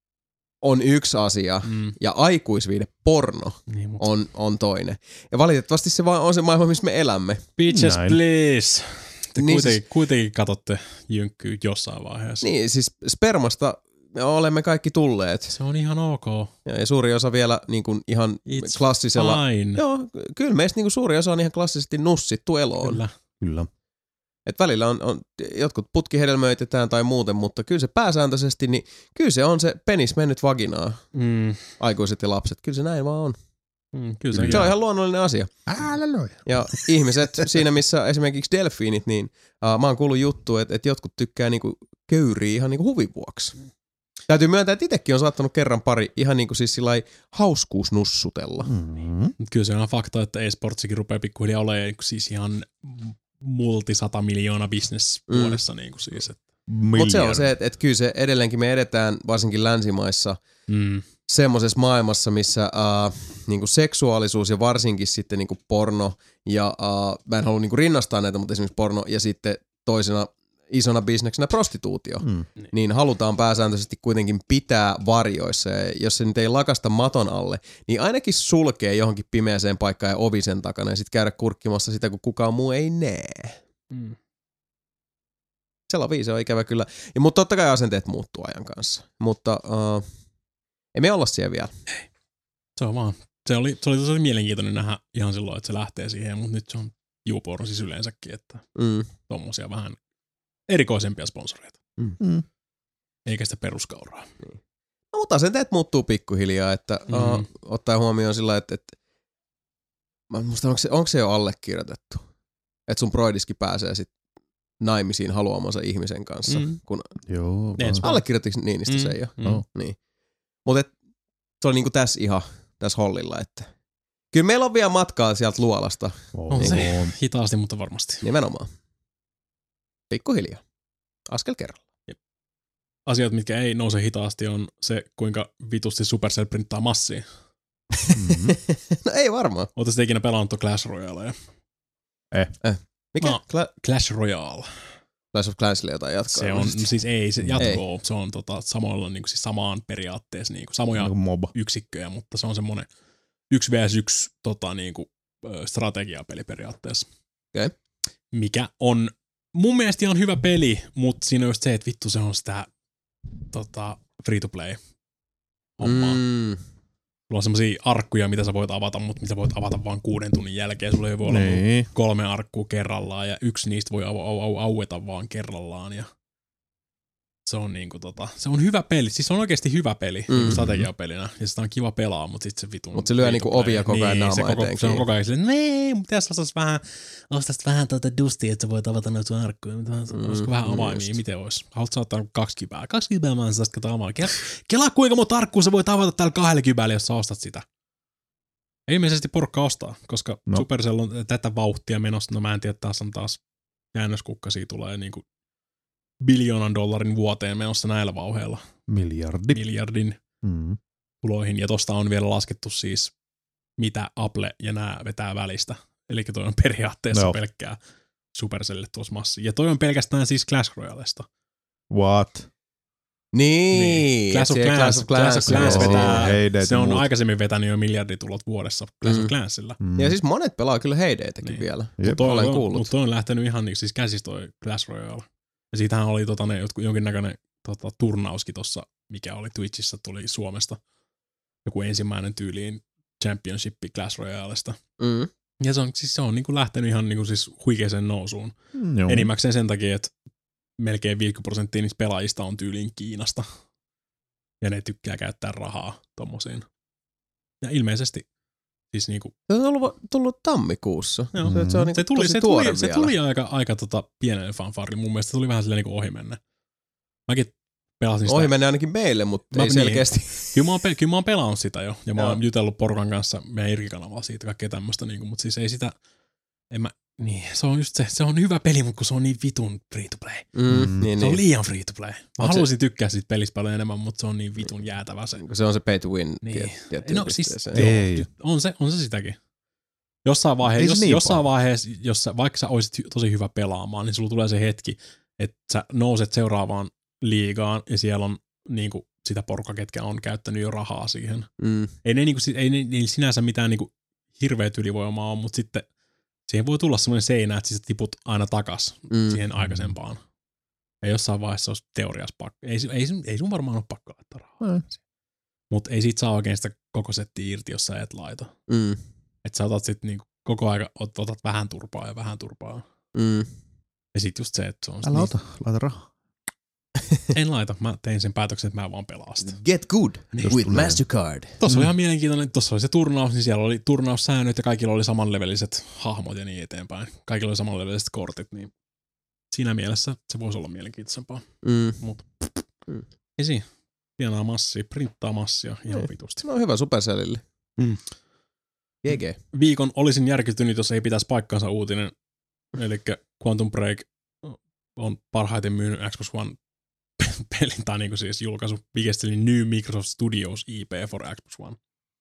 on yksi asia mm. ja aikuisviide porno niin, mutta... on, on toinen. Ja valitettavasti se vaan on se maailma, missä me elämme. Bitches Näin. Please. Te niin kuitenkin, siis, kuitenkin katsotte jynkkyä jossain vaiheessa. Niin, siis spermasta me olemme kaikki tulleet. Se on ihan ok. Ja, ja suuri osa vielä niin kuin ihan It's klassisella... Fine. Joo, kyllä meistä niin kuin suuri osa on ihan klassisesti nussittu eloon. Kyllä. Kyllä. Et välillä on, on, jotkut putkihedelmöitetään tai muuten, mutta kyllä se pääsääntöisesti, niin kyllä se on se penis mennyt vaginaa. Mm. Aikuiset ja lapset, kyllä se näin vaan on. Mm, kyllä se, se on ihan luonnollinen asia. Älä loja. Ja ihmiset siinä, missä esimerkiksi delfiinit, niin uh, mä oon kuullut juttu, että, että jotkut tykkää niinku köyriä ihan niinku huvin vuoksi. Täytyy myöntää, että itsekin on saattanut kerran pari ihan niinku siis sillai hauskuusnussutella. Mm-hmm. Kyllä se on fakta, että e-sportsikin rupeaa pikkuhiljaa olemaan siis ihan multisata miljoona business mm. vuodessa. Niin kuin siis, mutta se on se, että, että kyllä se edelleenkin me edetään varsinkin länsimaissa mm. semmoisessa maailmassa, missä uh, niinku seksuaalisuus ja varsinkin sitten niinku porno ja uh, mä en halua niinku rinnastaa näitä, mutta esimerkiksi porno ja sitten toisena isona bisneksenä prostituutio, mm. niin halutaan pääsääntöisesti kuitenkin pitää varjoissa. Ja jos se nyt ei lakasta maton alle, niin ainakin sulkee johonkin pimeäseen paikkaan ja ovi sen takana ja sitten käydä kurkkimassa sitä, kun kukaan muu ei näe. Mm. Selavi, se on ikävä kyllä. Ja, mutta totta kai asenteet muuttuu ajan kanssa. Mutta uh, ei me olla siellä vielä. Ei. Se on vaan. Se oli, se oli tosi mielenkiintoinen nähdä ihan silloin, että se lähtee siihen, mutta nyt se on YouPorn siis yleensäkin, että Mm. tommosia vähän erikoisempia sponsoreita. Mm. Eikä sitä peruskauraa. No, mutta asenteet muuttuu pikkuhiljaa, että Mm. uh, ottaa huomioon sillä, että, että mä musta, onko, se, onko se jo allekirjoitettu, että sun broidiskin pääsee sit naimisiin haluamansa ihmisen kanssa, Mm. kun Joo. Ensi allekirjoittiko Niinistö sen jo? Mm. No. Niin. Mutta se on niinku tässä ihan, tässä hollilla, että kyllä meillä on vielä matkaa sieltä luolasta, On se hitaasti, mutta varmasti. nimenomaan. Pikkuhiljaa. Askel kerralla. Asiat, mitkä ei nouse hitaasti, on se, kuinka vitusti Supercell printtaa massia. Mm-hmm. No ei varmaan. Oletko sitten ikinä pelannut Clash Royalea? Mikä? No. Cla- Clash Royale. Clash of Clansille jotain jatkoa. Se on, no siis ei, se jatkoo. Ei. Se on tota, samoilla, niin kuin, siis samaan periaatteessa niin kuin, samoja Niin kuin moba. yksikköjä, mutta se on semmoinen yksi versus yksi tota, niin kuin, ö, strategiapeli periaatteessa. Okei. Mikä on mun mielestä ihan hyvä peli, mutta siinä on just se, että vittu se on sitä tota, free-to-play hommaa. Mm. Mm. Sulla on semmosia arkkuja, mitä sä voit avata, mutta mitä voit avata vaan kuuden tunnin jälkeen. Sulla ei voi olla Niin. kolme arkkua kerrallaan ja yksi niistä voi au- au- au- aueta vaan kerrallaan. Ja se on niinku tota, se on hyvä peli. Siis se on oikeasti hyvä peli Mm. mm-hmm. strategiapelinä. Ja sitä on kiva pelaa, mutta sitten se vitun... Mut se lyö niinku ovia koko ajan niin, naamaa se, koko, eteen se on kiinni. koko ajan silleen, nee, mutta jos ostais vähän, ostais vähän tuota dustia, että sä voit avata noita sun arkkuja. Mm, olisiko vähän avaimia, just. miten ois? Haluatko sä ottaa kaksi kybää? Kaksi kybää mä sä kato avaa. Kelaa kuinka monta arkkua sä voit avata täällä kahdella kybäällä, jos sä ostat sitä. Ilmeisesti porukka ostaa, koska No. no. Supercell on tätä vauhtia menossa. No mä en tiedä, taas on taas käännöskukkasia tulee niinku biljoonan dollarin vuoteen menossa näillä vauheilla. Miljardi. Miljardin Mm. tuloihin. Ja tosta on vielä laskettu siis, mitä Apple ja nämä vetää välistä. Eli toi on periaatteessa No. pelkkää Supercellille tuossa massi. Ja toi on pelkästään siis Clash Royalesta. What? Niin. Clash of siellä Clans, Clash of Clans Joo, vetää, Heyday se on muut. aikaisemmin vetänyt jo miljarditulot vuodessa Clash Mm. of Clansilla. Mm. Ja siis monet pelaa kyllä Heydeitäkin Niin. vielä. Jep. Toi, Olen on, kuullut. Mutta toi on lähtenyt ihan niin, siis käsistä toi Clash Royale. Ja siitähän oli tota, ne, jotkut, jonkinnäköinen tota, turnauskin tossa, mikä oli Twitchissä, tuli Suomesta. Joku ensimmäinen tyyliin Championship Clash Royalesta. Mm. Ja se on, siis se on niin kuin lähtenyt ihan niin kuin siis huikeeseen nousuun. Mm, joo. Enimmäkseen sen takia, että melkein viisikymmentä prosenttia niistä pelaajista on tyyliin Kiinasta. Ja ne tykkää käyttää rahaa tommosiin. Ja ilmeisesti siis niinku, Se on ollut, tullut tammikuussa. Joo. Se, se on niinku se tuli, tosi se tuore tuli, se vielä. tuli aika, aika tota pienelle fanfarille. Mun mielestä se tuli vähän silleen niinku ohi mennä. Mäkin pelasin sitä. Ohi menee ainakin meille, mutta Mä- ei niin. selkeästi. Kyllä mä, oon, pe- kyllä mä oon pelannut sitä jo. Ja mä oon Joo. jutellut porukan kanssa meidän Irki-kanavalla siitä kaikkea tämmöistä. Niinku, mutta siis ei sitä, en mä, niin, se on just se, se on hyvä peli, mutta kun se on niin vitun free to play. Mm, Mm. niin, Se on niin. liian free to play. Mä Onks haluaisin tykkää siitä pelistä paljon enemmän, mutta se on niin vitun jäätävä se. Se on se pay to win. Niin. Tiet, tiettyyn No siis, pisteeseen. Ei. on se, on se sitäkin. Jossain vaiheessa, Ei se jos, niin jossain paha. vaiheessa jossa, vaikka sä olisit hy- tosi hyvä pelaamaan, niin sulla tulee se hetki, että sä nouset seuraavaan liigaan ja siellä on niinku sitä porukka, ketkä on käyttänyt jo rahaa siihen. Mm. Ei ne, niinku, ei ne, ne sinänsä mitään niinku hirveät ylivoimaa ole, mutta sitten siihen voi tulla semmoinen seinä, että sä tiput aina takas Mm. siihen aikaisempaan. Ja jossain vaiheessa olisi teoriassa pakko. Ei, ei, sun- ei sun varmaan ole pakko laittaa rahaa. Mm. Mutta ei siitä saa oikein sitä koko settiä irti, jos sä et laita. Mm. Että sä otat sit niinku koko aika, ot, otat vähän turpaa ja vähän turpaa. Mm. Ja sit just se, että se on... Älä ota, laita rahaa. En laita, mä tein sen päätöksen, että mä vaan pelaan sitä. Get good Niin. with tulee. Mastercard. Tossa oli ihan mielenkiintoinen, tossa oli se turnaus, niin siellä oli turnaussäännöt ja kaikilla oli samanleveliset hahmot ja niin eteenpäin. Kaikilla oli samanleveliset kortit, niin siinä mielessä se voisi olla mielenkiintoisempaa. Mm. Mut Mm. ei siinä. Tienaa massia, printtaa massia ihan Niin. vitusti. No hyvä Supercellille. Mm. G G. Viikon olisin järkytynyt, jos ei pitäisi paikkaansa uutinen. Eli Quantum Break on parhaiten myynyt Xbox One pelin, tai niin kuin siis julkaisu Biggest New Microsoft Studios I P for Xbox One.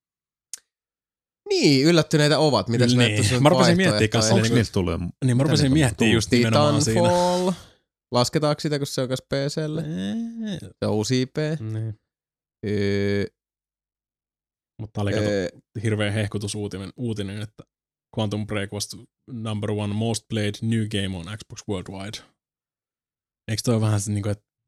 Niin, yllättyneitä ovat. Mitäs Niin. näitä tuossa on Mä rupesin vaihtoehtoja? miettimään kanssa, Onko niin kuin- niiltä tulee? Niin mä rupesin niitä on miettimään just nimenomaan siinä. Titanfall. Lasketaanko sitä, kun se on myös P C:lle? Se on uusi I P. Niin. Öö, Mutta oli kato öö, hirveä hehkutusuutinen, uutinen, että Quantum Break was number one most played new game on Xbox Worldwide. Eikö toi vähän se, niin kuin, että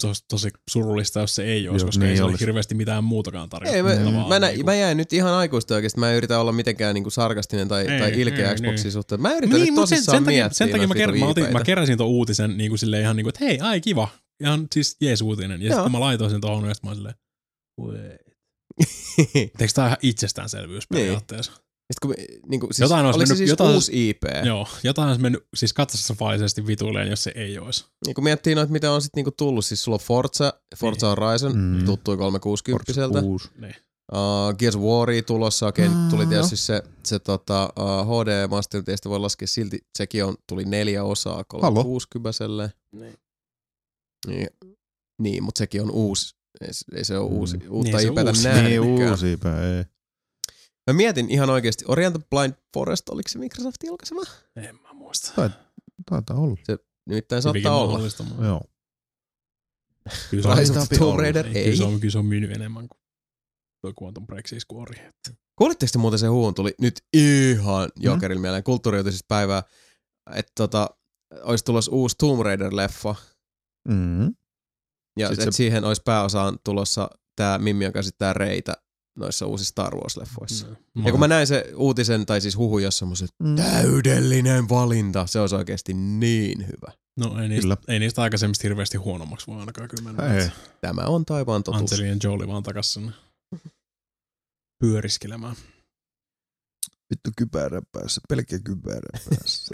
se olisi tosi surullista, jos se ei olisi, Joo, koska niin ei se ole olisi. hirveästi mitään muutakaan Ei, mä, tarjottavaa. mä, nä, Niinku- mä jäin nyt ihan aikuista oikeesti. Mä en yritä olla mitenkään niinku sarkastinen tai, Ei, tai ilkeä ei, Xboxin niin. suhteen. Mä yritän Niin, nyt mut sen, tosissaan sen takia, miettiä sen takia mä, noita ker- mä, otin, viipeitä. mä keräsin ton uutisen niin kuin silleen ihan niin kuin, että hei, ai kiva. Ihan siis jees uutinen. Ja Joo. sitten mä laitoin sen tohon ja sitten mä olin silleen, wait. Eikö tää ihan itsestäänselvyys periaatteessa? Sitten kun, niinku, siis, Jotain olisi oliko se mennyt- siis jotain- uusi I P? Joo, jotain olisi mennyt siis katastrofaalisesti vituilleen, jos se ei olisi. Niin kun miettii noita, mitä on sitten niinku tullut, siis sulla on Forza, Forza Horizon, Mm. tuttui kolmesataakuusikymmentä. Kuusi. Niin. Uh, Gears of Waria tulossa, okei, Ah, nyt tuli joo. tietysti se, se tota, uh, H D Master, tietysti voi laskea silti, sekin on, tuli neljä osaa kolmesataakuusikymmentä. Niin. Niin, niin mutta sekin on uusi. Ei, se- ei se ole uusi. Mm. Uutta Niin, se I P:tä uusi. nähnyt. Niin uusiipä, ei. Mä mietin ihan oikeasti, Orient Blind Forest, oliko se Microsoftin julkaisema? En mä muista. Tai- Taitaa olla. Nimittäin Hyvinkin saattaa olla. mahdollista, mutta Joo. Kyllä se on- Rise of the Tomb olla. Raider, Ei, ei. Kyllä se on, kyllä se on myynyt enemmän kuin toi Quantum Break siis kuori. Kuulitteko te muuten se huun tuli nyt ihan jokerilla mieleen kulttuuriutisista päivää, että tota, olisi tulossa uusi Tomb Raider-leffa Mm. ja Sit et se- siihen olisi pääosaan tulossa tää Mimmi, joka käsittää Reitä noissa uusissa Star Wars-leffoissa. No. Ja kun mä näin se uutisen, tai siis huhu jos semmoset, Mm. täydellinen valinta, se olisi oikeasti niin hyvä. No ei niistä, Kyllä. ei niistä aikaisemmista hirveästi huonommaksi voi ainakaan kyllä mennä. Ei. Tämä on taivaan totuus. Angelina Jolie vaan takas sinne pyöriskelemään. Vittu kypärä päässä, pelkkä kypärä päässä.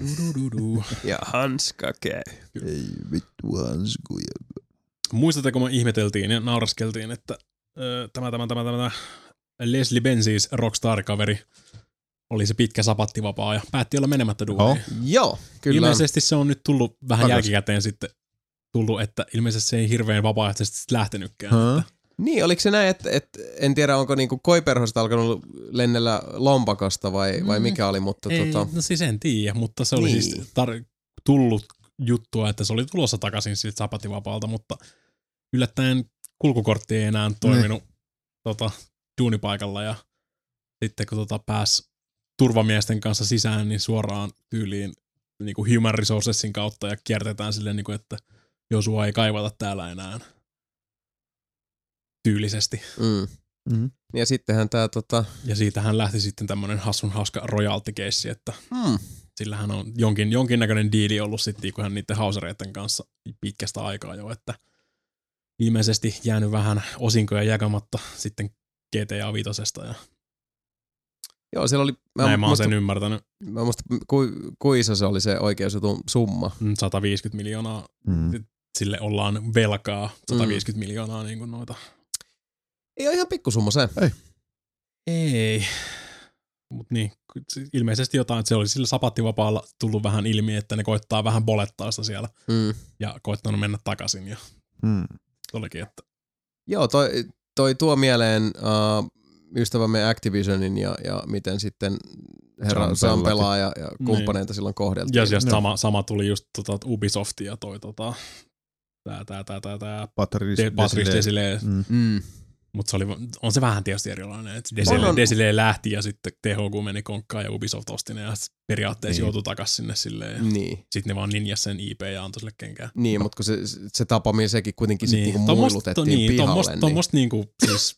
Ja hanska käy. Ei vittu hanskuja. Muistatteko, me ihmeteltiin ja nauraskeltiin, että ö, tämä, tämä, tämä, tämä Leslie Benz, siis Rockstar-kaveri, oli se pitkä sapattivapaa ja päätti olla menemättä duuniin. Oho. Joo, kyllä. Ilmeisesti se on nyt tullut vähän Takas. jälkikäteen sitten tullut, että ilmeisesti se ei hirveän vapaaehtoisesti sit lähtenytkään. Huh? Että Niin, oliko se näin, että, että en tiedä onko niinku koiperhoset alkanut lennellä lompakosta vai, vai Mm. mikä oli, mutta ei, tota, no siis en tiedä, mutta se oli Niin. siis tar- tullut juttua, että se oli tulossa takaisin siltä sapattivapaalta, mutta yllättäen kulkukortti ei enää toiminut tota, duunipaikalla ja sitten kun tota pääsi turvamiesten kanssa sisään, niin suoraan tyyliin niin kuin human resourcesin kautta ja kiertetään silleen, niin kuin, että Josua ei kaivata täällä enää tyylisesti. mm. Mm. Ja sittenhän tää tota, Ja siitähän lähti sitten tämmönen hassun hauska royalty-keissi, että mm. sillähän on jonkin, jonkinnäköinen diili ollut sitten ihan niiden hausereiden kanssa pitkästä aikaa jo, että ilmeisesti jäänyt vähän osinkoja jakamatta sitten G T A viitosesta ja Joo, siellä oli, mä, näin mä oon musta, sen ymmärtänyt, mä musta, ku, ku iso se oli se oikeusjutun summa. sata viisikymmentä miljoonaa, Mm. sille ollaan velkaa sata viisikymmentä mm. miljoonaa niin kuin noita. Ei ole ihan pikkusumma se. Ei. Mut niin, ilmeisesti jotain, että se oli sillä sapattivapaalla tullut vähän ilmi, että ne koittaa vähän bolettaa sitä siellä Mm. ja koittanut mennä takaisin ja Mm. olikin, että Joo, toi, toi tuo mieleen uh, ystävämme Activisionin ja, ja miten sitten herra Sam Sam Bellakin. pelaa ja, ja kumppaneita silloin kohdeltiin. ja siis Joo. sama, sama tuli just tota Ubisoft ja toi tota tää tää tää tää tää Patrice De- Patrice Desilets, Mm. Mm. mutta se oli, on se vähän tietysti erilainen, että On, Desilets, on. Desilets lähti ja sitten T H Q meni konkkaan ja Ubisoft osti ne ja sit periaatteessa Niin. joutui takas sinne silleen ja Niin, sitten ne vaan ninjas sen I P ja antoi sille kenkään. niin mutta kun se, se tapa, millä sekin kuitenkin niin. sitten niinku tommosta- muilutettiin niin, pihalle. tommosta, niin. tommosta niinku siis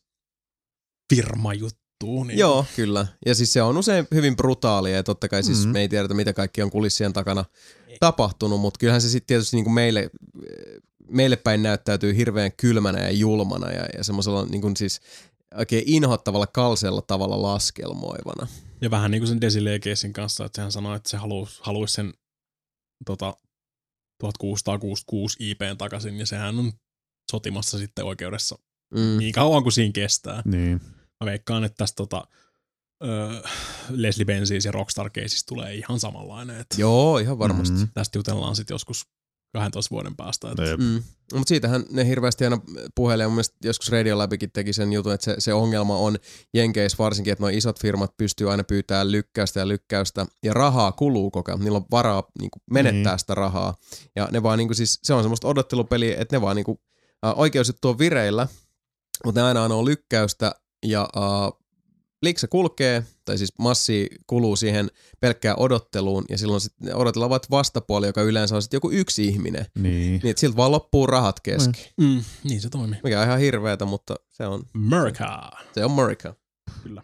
firmajuttua. Niin Joo, kyllä. Ja siis se on usein hyvin brutaalia ja totta kai siis Mhm. me ei tiedetä, mitä kaikki on kulissien takana tapahtunut, mutta kyllähän se sitten tietysti niin kuin meille, meille päin näyttäytyy hirveän kylmänä ja julmana ja, ja semmoisella niin kuin siis oikein inhottavalla kalseella tavalla laskelmoivana. Ja vähän niin kuin sen Desilets-keissin kanssa, että sehän sanoi, että se haluaisi, haluaisi sen tota, tuhatkuusisataakuusikymmentäkuusi I P:n takaisin, ja sehän on sotimassa sitten oikeudessa Mm. niin kauan kuin siinä kestää. Niin. Mä veikkaan, että tästä tota, ö, Leslie Benzis ja Rockstar-keisistä tulee ihan samanlainen. Että Joo, ihan varmasti. Mm. tästä jutellaan sitten joskus kahdentoista vuoden päästä. Että Jep. Mm. Mutta siitähän ne hirveästi aina puhelee. Mun mielestä joskus Radio Läpikin teki sen jutun, että se, se ongelma on Jenkeissä varsinkin, että nuo isot firmat pystyy aina pyytämään lykkäystä ja lykkäystä, ja rahaa kuluu koko ajan. Niillä on varaa niin kuin menettää Niin. sitä rahaa. Ja ne vaan, niin kuin, siis, se on semmoista odottelupeliä, että ne vaan niin kuin, äh, oikeusjuttu on vireillä, mutta ne aina on lykkäystä, ja äh, liksa kulkee, tai siis massi kuluu siihen pelkkään odotteluun, ja silloin sitten odotellaan vain vastapuoli, joka yleensä on sitten joku yksi ihminen. Niin. Niin, että siltä vaan loppuu rahat kesken. Mm. Mm, niin se toimii. Mikä on ihan hirveetä, mutta se on... America. Se on America. Kyllä.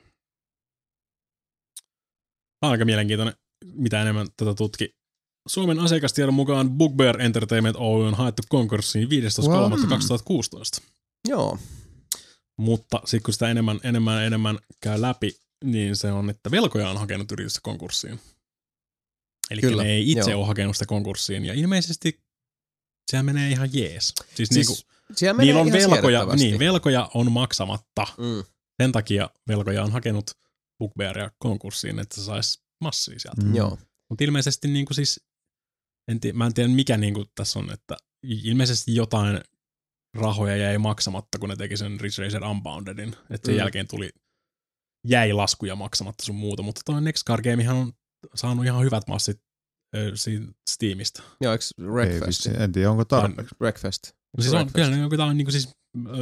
Aika mielenkiintoinen, mitä enemmän tätä tutki. Suomen asiakastiedon mukaan Bugbear Entertainment Oy on haettu konkurssiin viidestoista kolmatta kaksituhattakuusitoista. Joo. Mutta sitten kun sitä enemmän, enemmän enemmän käy läpi, niin se on, että velkoja on hakenut yritystä konkurssiin. Eli ne ei itse joo. ole hakenut sitä konkurssiin. Ja ilmeisesti sehän menee ihan jees. Siis, siis niinku, niillä on velkoja, niin, velkoja on maksamatta. Mm. Sen takia velkoja on hakenut Bugbearia konkurssiin, että se saisi massia sieltä. Mm. Joo. Mutta ilmeisesti niinku siis, en tii, mä en tiedä mikä niinku tässä on, että ilmeisesti jotain rahoja jäi maksamatta, kun ne teki sen Ridge Racer Unboundedin. Että sen mm. jälkeen tuli, jäi laskuja maksamatta sun muuta, mutta toi Next Car Gamehan on saanut ihan hyvät massit äh, siitä Steamista. Joo, eikö Wreckfest? En tiedä, onko tarpeeksi. Wreckfest. No siis on, kyllä joku tällainen niinku siis...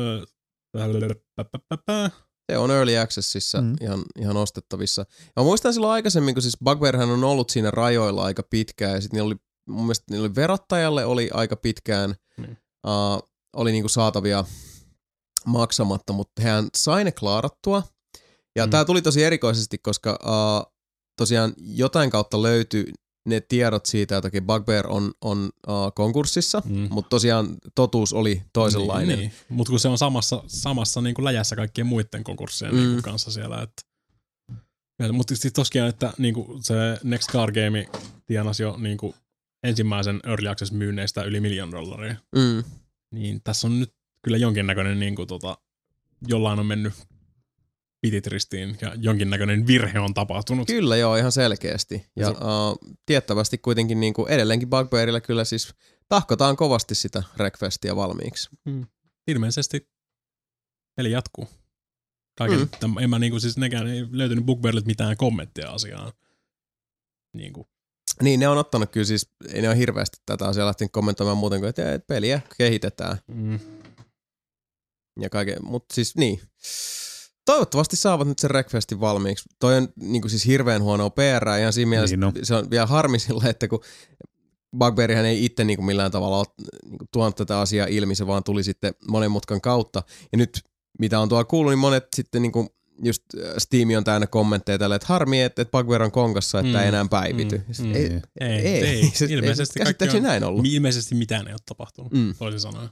Äh, se on Early Accessissa mm. ihan, ihan ostettavissa. Ja muistan silloin aikaisemmin, kun siis Bugbearhan on ollut siinä rajoilla aika pitkään, ja sitten oli, mun mielestä niillä oli verottajalle oli aika pitkään, mm. uh, oli niinku saatavia maksamatta, mutta hän sai ne klaarattua. Ja mm. tää tuli tosi erikoisesti, koska uh, tosiaan jotain kautta löytyi ne tiedot siitä, että Bugbear on, on uh, konkurssissa, mm. mutta tosiaan totuus oli toisenlainen. Niin, niin. Mutta kun se on samassa, samassa niin kuin läjässä kaikkien muiden konkurssien mm. niin kuin kanssa siellä. Että... Mutta sitten tosiaan, että niin kuin se Next Car Game tienasi jo niin kuin ensimmäisen Early Access myynneistä yli miljoona dollaria. Mm. Niin tässä on nyt kyllä jonkinnäköinen, niin kuin tota, jollain on mennyt pitit ristiin ja jonkinnäköinen virhe on tapahtunut. Kyllä joo, ihan selkeästi. Ja uh, tiettävästi kuitenkin niin kuin edelleenkin Bugbearilla kyllä siis tahkotaan kovasti sitä Wreckfestia valmiiksi. Hmm. Ilmeisesti peli jatkuu. Kaiken, mm. tämän, en mä niinku siis nekään ei löytynyt Bugbearilta mitään kommenttia asiaan. Niinku. Niin, ne on ottanut kyllä siis, ei ne ole hirveästi tätä asiaa lähtenyt kommentoimaan muuten kuin, että peliä kehitetään. Mm. Ja kaiken, mutta siis niin. Toivottavasti saavat nyt sen Wreckfestin valmiiksi. Toi on niin kuin siis hirveän huonoa P R, ihan siinä mielessä niin no. Se on vielä harmi sillä, että kun Bugbearihan ei itse niin kuin millään tavalla ole niin kuin tuonut tätä asiaa ilmi, se vaan tuli sitten monen mutkan kautta. Ja nyt, mitä on tuolla kuullut, niin monet sitten niin kuin just Steam on täynnä kommentteja tälle, että harmi, että, että Bugbear on konkassa, että mm. ei enää päivity. Mm. Ei, ei, ei, ei. Se, ilmeisesti käsittääkseni näin ollut. Ilmeisesti mitään ei ole tapahtunut, mm. toisin sanoen.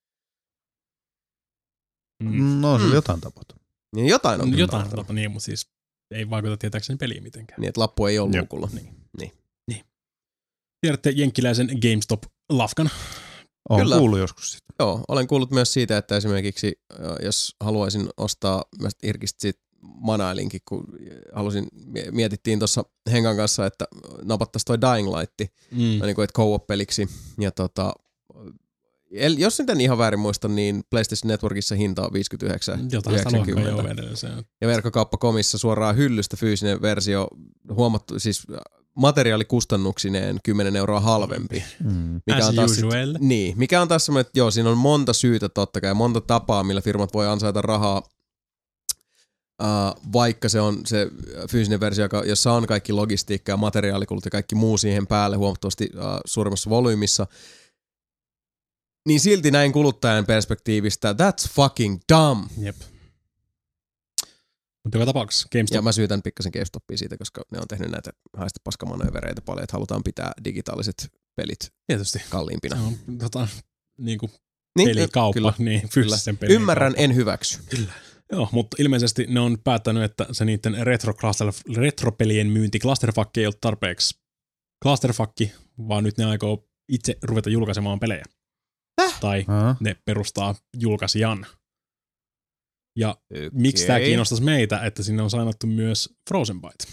Mm. No, se mm. jotain tapahtunut. Niin jotain on. Jotain tapahtunut, niin, mutta siis ei vaikuta tietääkseni peliin mitenkään. Niin, että lappu ei ole luukulla. Niin. Niin. niin. Tiedätte jenkkiläisen GameStop-lafkan? Olen kuullut joskus siitä. Joo, olen kuullut myös siitä, että esimerkiksi jos haluaisin ostaa, mä Irkistä siitä manailinkin, kun halusin, mietittiin tuossa Henkan kanssa, että napattaisiin toi Dying Light, mm. niin kuin, että co-op-peliksi. Ja tota, jos nyt en ihan väärin muista, niin PlayStation Networkissa hinta on viisikymmentäyhdeksän yhdeksänkymmentä. Ja verkkokauppa piste comissa suoraan hyllystä fyysinen versio huomattu, siis materiaalikustannuksineen kymmenen euroa halvempi. Mm. Mikä As on taas usual. Sit, niin, mikä on taas semmoinen, että joo, siinä on monta syytä totta kai, monta tapaa, millä firmat voi ansaita rahaa, uh, vaikka se on se fyysinen versio, jossa on kaikki logistiikka ja materiaalikulut ja kaikki muu siihen päälle huomattavasti uh, suuremmassa volyymissa. Niin silti näin kuluttajan perspektiivistä, that's fucking dumb. Jep. Mutta joka tapauksessa GameStop. Ja mä syytän pikkasen GameStopia siitä, koska ne on tehnyt näitä haista paskamanöövereitä paljon, että halutaan pitää digitaaliset pelit tietysti kalliimpina. Se on tota, niinku niin, pelikauppa, kyllä, niin fyysisen pelin Ymmärrän, kauppa. En hyväksy. Kyllä. Joo, mutta ilmeisesti ne on päättänyt, että se niiden retro retropelien myynti Clusterfuck ei ole tarpeeksi clusterfucki, vaan nyt ne aikoo itse ruveta julkaisemaan pelejä. Häh? Tai Aha. ne perustaa julkaisijan. Ja okay. Miksi tämä kiinnostaisi meitä, että sinne on sainattu myös Frozen Byte?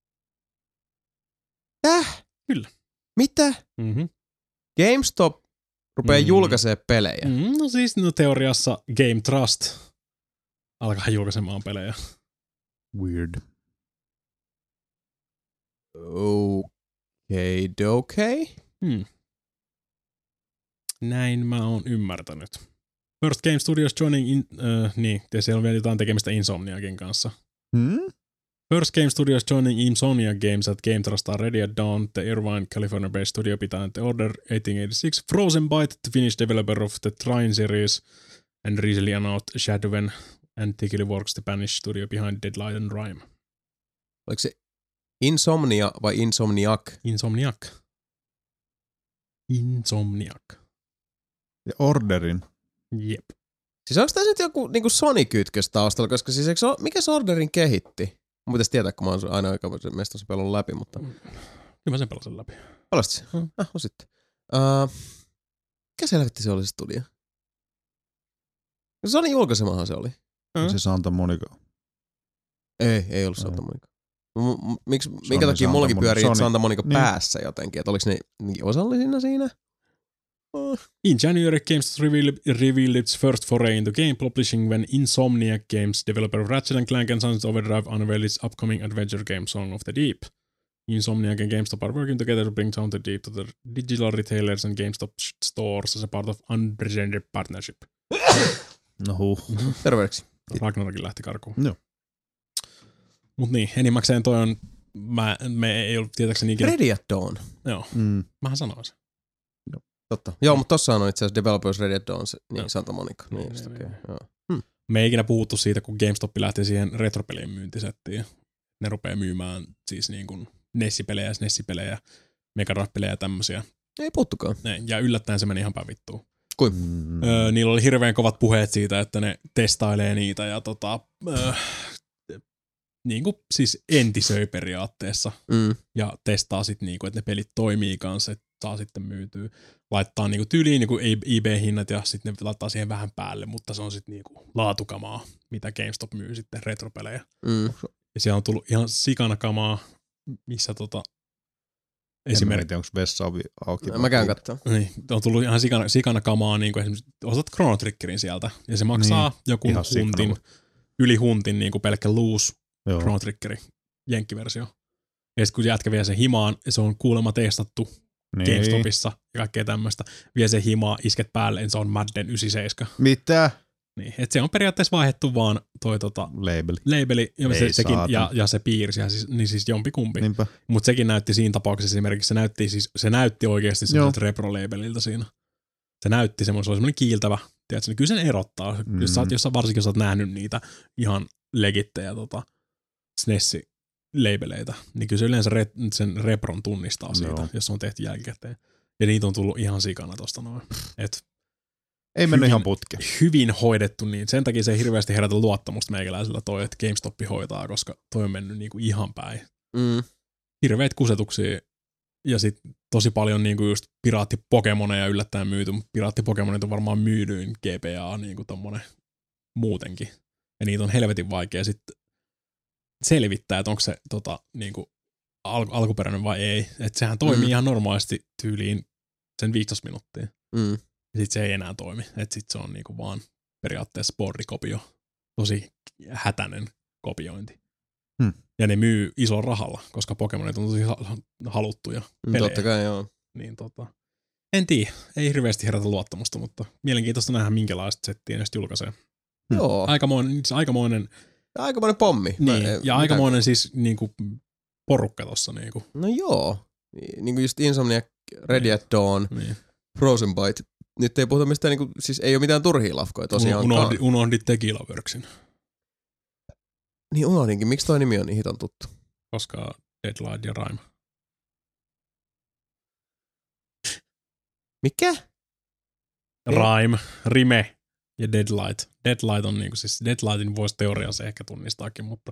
Täh? Kyllä. Mitä? Mm-hmm. GameStop rupeaa mm-hmm. julkaisemaan pelejä? Mm, no siis no teoriassa Game Trust alkaa julkaisemaan pelejä. Weird. Okei, okay, okei. Okay. Hmm. Näin mä oon ymmärtänyt. First Game Studios joining in, uh, niin, ja siellä on vielä jotain tekemistä Insomniakin kanssa. Hmm? First Game Studios joining Insomniac Games at Game Trust are ready at dawn. The Irvine, California-based studio behind The Order eighteen eighty-six. Frozen Byte, the Finnish developer of the Trine series, and recently announced Shadowven and Tikili Works, the Spanish studio behind Deadlight and Rime. Oliko se Insomnia vai Insomniac? Insomniac. Insomniac. Ja Orderin. Jep. Siis onko tässä nyt joku niinku Sony-kytkös taustalla, koska siis eikö, mikä se Orderin kehitti? Mä pitäisi tietää, kun mä oon aina aika mestossa pelannut läpi, mutta... Kyllä mä sen pelasin läpi. Pelasit se? Hmm. Ah, on sitten. Uh, mikä selvitti se oli se studio? Sony julkaisemahan se oli. Hmm. Se Santa Monica. Ei, ei ollut Santa Monica. M- m- Miks, minkä takia mullakin pyörii Sony. Santa Monica niin. Päässä jotenkin, että oliks ne osallisina siinä? Oh. In January, Games revealed, revealed its first foray into game publishing when Insomniac Games, developer of Ratchet and Clank and Sunset Overdrive, unveiled its upcoming adventure game Song of the Deep. Insomniac and GameStop are working together to bring Sound of the Deep to the digital retailers and GameStop stores as a part of unprecedented partnership. No huh. Mm-hmm. Terveeksi. Ragnarokkin lähti karkuun. Joo. Mut niin, enimmäkseen toi on, mä, me ei ollut tietääkseni ikinä. Ready at Dawn. Joo, mm. mähän sanoin sen. Joo. Totta. Joo, mutta tossahan on itse asiassa Developers Ready at Dawn, niin no. Santa Monica. Niin, niin, just, niin, okay. niin. Joo. Hmm. Me ei ikinä puhuttu siitä, kun GameStop lähti siihen retropelien myyntisettiin. Ne rupeaa myymään siis niin kuin Nessipelejä, Nessipelejä, Mega Drive-pelejä ja tämmösiä. Ei puhuttukaan. Ne, ja yllättäen se meni ihan päin vittuun. Kuin? Mm. Öö, niillä oli hirveän kovat puheet siitä, että ne testailee niitä ja tota, öö, niin kuin siis entisöi periaatteessa. Mm. Ja testaa sitten, niinku, että ne pelit toimii kanssa, että saa sitten myytyä. Laittaa niinku tyyliin niinku eBay-hinnat ja sitten ne laittaa siihen vähän päälle, mutta se on sitten niinku laatukamaa, mitä GameStop myy sitten retropelejä. Mm. Ja siellä on tullut ihan sikana kamaa, missä tota esimerkiksi... onko vessa auki. Mä käyn kattoo. Niin, on tullut ihan sikana, sikana kamaa, niin kuin esimerkiksi ostat Chrono Triggerin sieltä, ja se maksaa niin, joku huntin, yli huntin niin kuin pelkkä loose Chrono Triggeri, jenkkiversio. Ja sitten kun jätkä vie sen himaan, se on kuulemma testattu niin. GameStopissa ja kaikkea tämmöistä, vie sen himaa, isket päälle, ja se on Madden yhdeksänkymmentäseitsemän. Mitä? Niin, että se on periaatteessa vaihdettu vaan toi tota, labeli, labeli ja, se, sekin, ja, ja se piirsi, ja siis, niin siis jompikumpi. Mutta sekin näytti siinä tapauksessa esimerkiksi, se näytti, siis, se näytti oikeasti semmoiselta repro-labelilta siinä. Se näytti semmoinen, se oli semmoinen kiiltävä, tiedätkö, niin kyllä sen erottaa, mm. jos, sä, jos sä, varsinkin jos sä oot nähnyt niitä ihan legittejä tota, S N E S-labeleita, niin kyllä se yleensä re, sen repron tunnistaa siitä, no. jos se on tehty jälkikäteen. Ja niitä on tullut ihan sikana tosta noin. Et ei mennyt ihan putki. Hyvin hoidettu, niin sen takia se ei hirveästi herätä luottamusta meikäläisellä toi, että GameStop hoitaa, koska toi on mennyt niinku ihan päin. Mm. Hirveät kusetuksia ja sitten tosi paljon niinku just piraattipokemoneja yllättäen myyty, mutta piraattipokemonit on varmaan myydyin G P A niinku tommonen muutenkin. Ja niitä on helvetin vaikea sitten selvittää, että onko se tota, niinku al- alkuperäinen vai ei. Että sehän toimii mm. ihan normaalisti tyyliin sen viisitoista minuuttia. Mm. Ja sit se ei enää toimi. Että sit se on niinku vaan periaatteessa borrikopio. Tosi hätäinen kopiointi. Hmm. Ja ne myy isolla rahalla, koska Pokemonit on tosi haluttuja pelejä. Totta kai, joo. Niin tota, en tiedä. Ei hirveästi herätä luottamusta, mutta mielenkiintoista nähdä minkälaista settiä ne sitten julkaisee. Joo. Aikamoinen, aikamoinen, aikamoinen pommi. Niin, Mä, ja mitä? aikamoinen siis niinku porukka tossa. Niinku. No joo. Niin kuin just Insomniac, Ready at Dawn, niin. Frozen Byte. Nyt ei puhuta mistään, niinku, siis ei ole mitään turhia lafkoja tosiaan. Unohdi, unohdit Tequila Worksin. Niin unohdinkin. Miksi toi nimi on niin hiton tuttu? Koska Deadlight ja Rime. Mikä? Rime, Rime ja Deadlight. Deadlight on niinku siis, Deadlightin voisi teoriassa ehkä tunnistaakin, mutta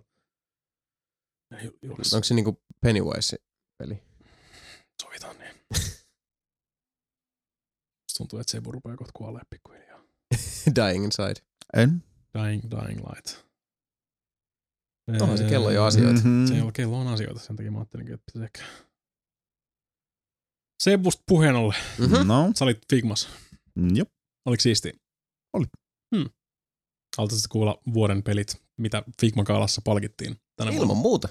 onko se niinku Pennywise-peli? Sovitaan niin. Tuntuu, että Sebu rupeaa kohta kuolee pikkuhiljaa. Dying Inside. En. Dying, dying Light. Onhan se kello jo asioita. Mm-hmm. Se ei ole kello on asioita, sen takia mä ajattelinkin, että pitäisi ehkä. Sebusta puheen ollen. Mm-hmm. No. Sä olit Figmas. Mm, jop. Oliko siisti? Oli. Hmm. Haluaisitko kuulla vuoden pelit, mitä Figma-kaalassa palkittiin tänä Ilman vuonna? muuta.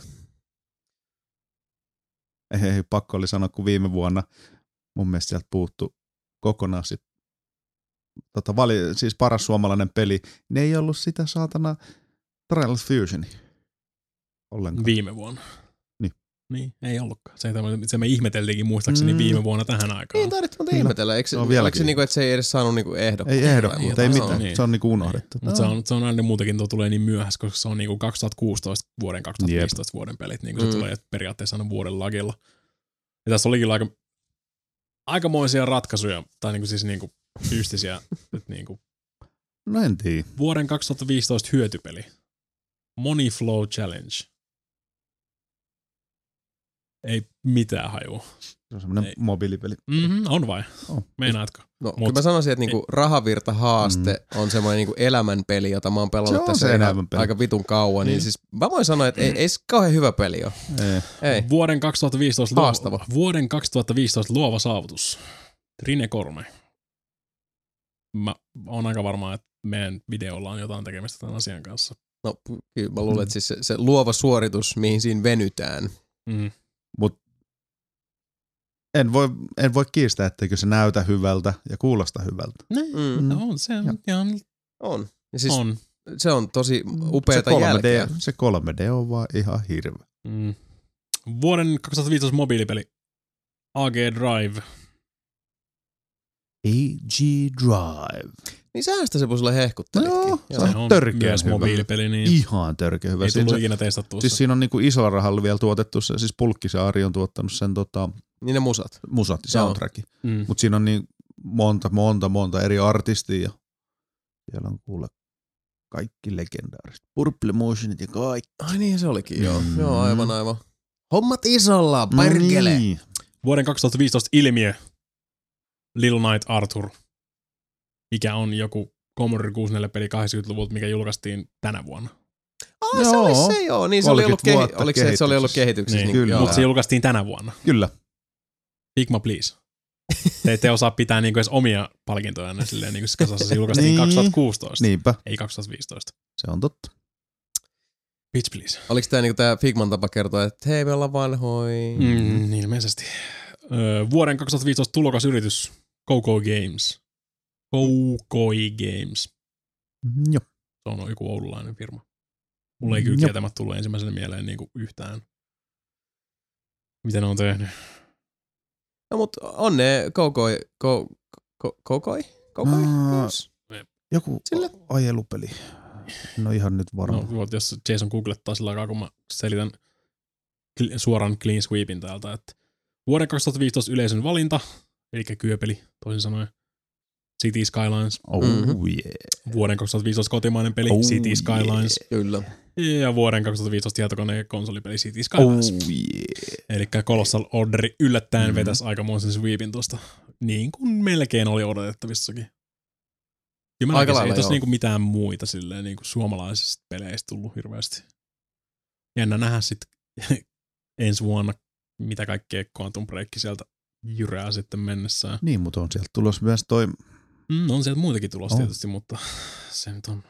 Ei, ei, pakko oli sanoa, kun viime vuonna mun mielestä sieltä puuttu kokonaan sit, tota, vali, siis paras suomalainen peli, ne ei ollut sitä saatana Trials Fusioni. ollenkaan. Viime vuonna. Niin. Niin, ei ollutkaan. Se, se me ihmeteltiinkin muistaakseni Mm. viime vuonna tähän aikaan. Niin, tarvitse muuten ihmetellä. Eikö se, No, oliko vieläkin. se niinku, että se ei edes saanut niinku ehdokkaan? Ei ehdokkaan, mutta ei Joo. mitään. Niin. Se on niinku unohdettu. Mutta se on, se on aina muutenkin, tuo tulee niin myöhässä, koska se on niinku kaksituhattakuusitoista vuoden kaksituhattaviisitoista Jep. vuoden pelit. Niin kuin Mm. se tulee periaatteessa aina vuoden lagilla. Ja tässä olikin aika, aikamoisia ratkaisuja, tai niinku siis niinku ystisiä, että niinku No en tiedä. vuoden kaksituhattaviisitoista hyötypeli. Money Flow Challenge. Ei mitään hajua. Se on semmoinen Ei. mobiilipeli. Mm-hmm, on vai? On. Meinaatko? No, Mut- kyllä mä sanoisin, että niinku rahavirta-haaste mm. on semmoinen niinku elämänpeli, jota mä oon Se pelannut on tässä se ihan elämänpeli. aika vitun kauan. Niin. Niin. Siis mä voin sanoa, että ei, ei se kauhean hyvä peli ole. Ei. Ei. Vuoden kaksituhattaviisitoista, Haastava. luova, vuoden kaksituhattaviisitoista luova saavutus. Rine Korme. Mä oon aika varma, että meidän videolla on jotain tekemistä tämän asian kanssa. No kyllä mä luulen, että siis se, se luova suoritus, mihin siinä venytään. Mm. Mut en voi, en voi kiistää, etteikö se näytä hyvältä ja kuulosta hyvältä. Mm. No, on se on, ihan, On. Ja siis on. se on tosi se upeata kolme D, jälkeä. se kolme D on vaan ihan hirveä. Mm. Vuoden kaksituhattaviisitoista mobiilipeli. A G Drive. A G Drive. Niin säästä se sulle hehkuttelitkin. Joo, Joo. se on törkeän myös hyvä. mobiilipeli, niin Ihan törkeä hyvä. ei tullut Siinä, ikinä testattua. siis siinä on niinku isolla rahalla vielä tuotettu se, siis Pulkkisaari on tuottanut sen tota, Niin ne musat. musat, soundtracki. mm. Mutta siinä on niin monta, monta, monta eri artistia ja siellä on kuule kaikki legendaariset. Purple Motionit ja kaikki. Ai niin se olikin, joo. Mm. Joo, aivan aivan. Hommat isolla, perkele. No niin. Vuoden kaksituhattaviisitoista ilmiö. Little Night Arthur. Mikä on joku Commodore kuusikymmentäneljä-peli kahdeksankymmentäluvulta, mikä julkaistiin tänä vuonna. Ah, se oli se joo. Niin se oli ollut, kehi- kolmekymmentä oliko se, että se oli ollut kehityksessä. kehityksessä. Niin, Niin, kyllä. mutta se julkaistiin tänä vuonna. Kyllä. Figma, please. Te ette osaa pitää niinku edes omia palkintoja aina silleen, niin kuin kasassa se julkaistiin Niin. kaksituhattakuusitoista, Niinpä, ei kaksituhattaviisitoista. se on totta. Bitch, please. Oliko tämä niinku tää Figman tapa kertoa, että hei me ollaan vanhoi. Mm, ilmeisesti. Öö, vuoden kaksituhattaviisitoista tulokasyritys Coco Games. Coco Games. Mm, joo. Se on joku oululainen firma. Mulla ei kyllä Jop. kieltämättä tullut ensimmäisenä mieleen niinku yhtään. Mitä ne on tehnyt? No mut on ne Kokoi, ko, ko, Kokoi? Kokoi? Aa, Yes. Joku Sillä- ajelupeli. No ihan nyt varmaan. No, voit, jos Jason googlettaa sillä aikaa, kun mä selitän kl- suoran clean sweepin täältä, että vuoden kaksituhattaviisitoista yleisön valinta, eli kyöpeli, toisin sanoen, City Skylines. Oh Mhm. yeah. Vuoden kaksituhattaviisitoista kotimainen peli, Oh City Skylines. Kyllä. Ja vuoden kaksituhattaviisitoista tietokone- ja konsolipeli City Oh Skylines. yeah. Eli Colossal Orderi yllättäen Mm. vetäisi aikamoisen sweepin tuosta, niin kuin melkein oli odotettavissakin. Kyllä mä Aika näkisin, ei lailla, tässä joo. niinku mitään muita silleen, niinku suomalaisista peleistä tullut hirveästi. Jännä nähdä sitten ensi vuonna, mitä kaikkea Quantum Break sieltä jyrää sitten mennessään. Niin, mutta on sieltä tulossa myös toi. Mm, on sieltä muitakin tulossa On. tietysti, mutta se nyt on...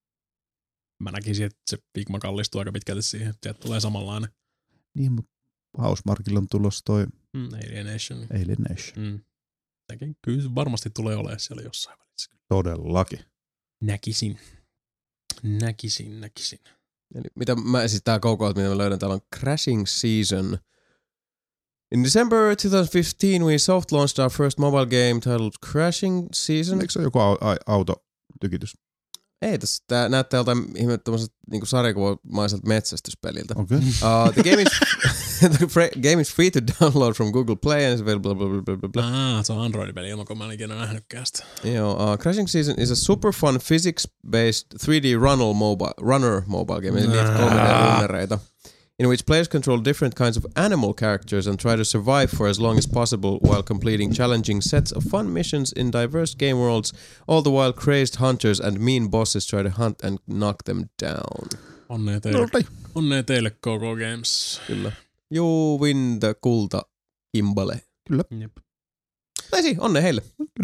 Mä näkisin, että se Figma kallistuu aika pitkälti siihen, että sieltä tulee samanlainen. Niin, mutta Housemarquilla on tulossa toi Mm, Alienation. Alienation. Mm. Sekin kyllä se varmasti tulee olemaan siellä jossain välissä. Todellakin. Näkisin. Näkisin, näkisin. Eli mitä mä siis tää Koko, mitä mä löydän, täällä on Crashing Season. In December twenty fifteen we soft launched our first mobile game titled Crashing Season. Eikö se ole joku au- ai- autotykitys? Ei tässä, tää näyttää joltain ihmettömäiseltä niinku sarjakuvamaiselta metsästyspeliltä. Okei. Okay. Uh, the game is the fra- game is free to download from Google Play and is available blah blah blah blah blah. Ah, se on Android-peli ilman, kun mä en ikinä nähnytkään sitä. Joo, uh, Crashing Season is a super fun physics-based three D runner mobile, runner mobile game, eli niitä kolme D-runnereita, in which players control different kinds of animal characters and try to survive for as long as possible while completing challenging sets of fun missions in diverse game worlds, all the while crazed hunters and mean bosses try to hunt and knock them down. Onnea teille, No, onnea teille Coco Games. Kyllä. You win the kulta kimbale. Jep. Tai si, onnea heille.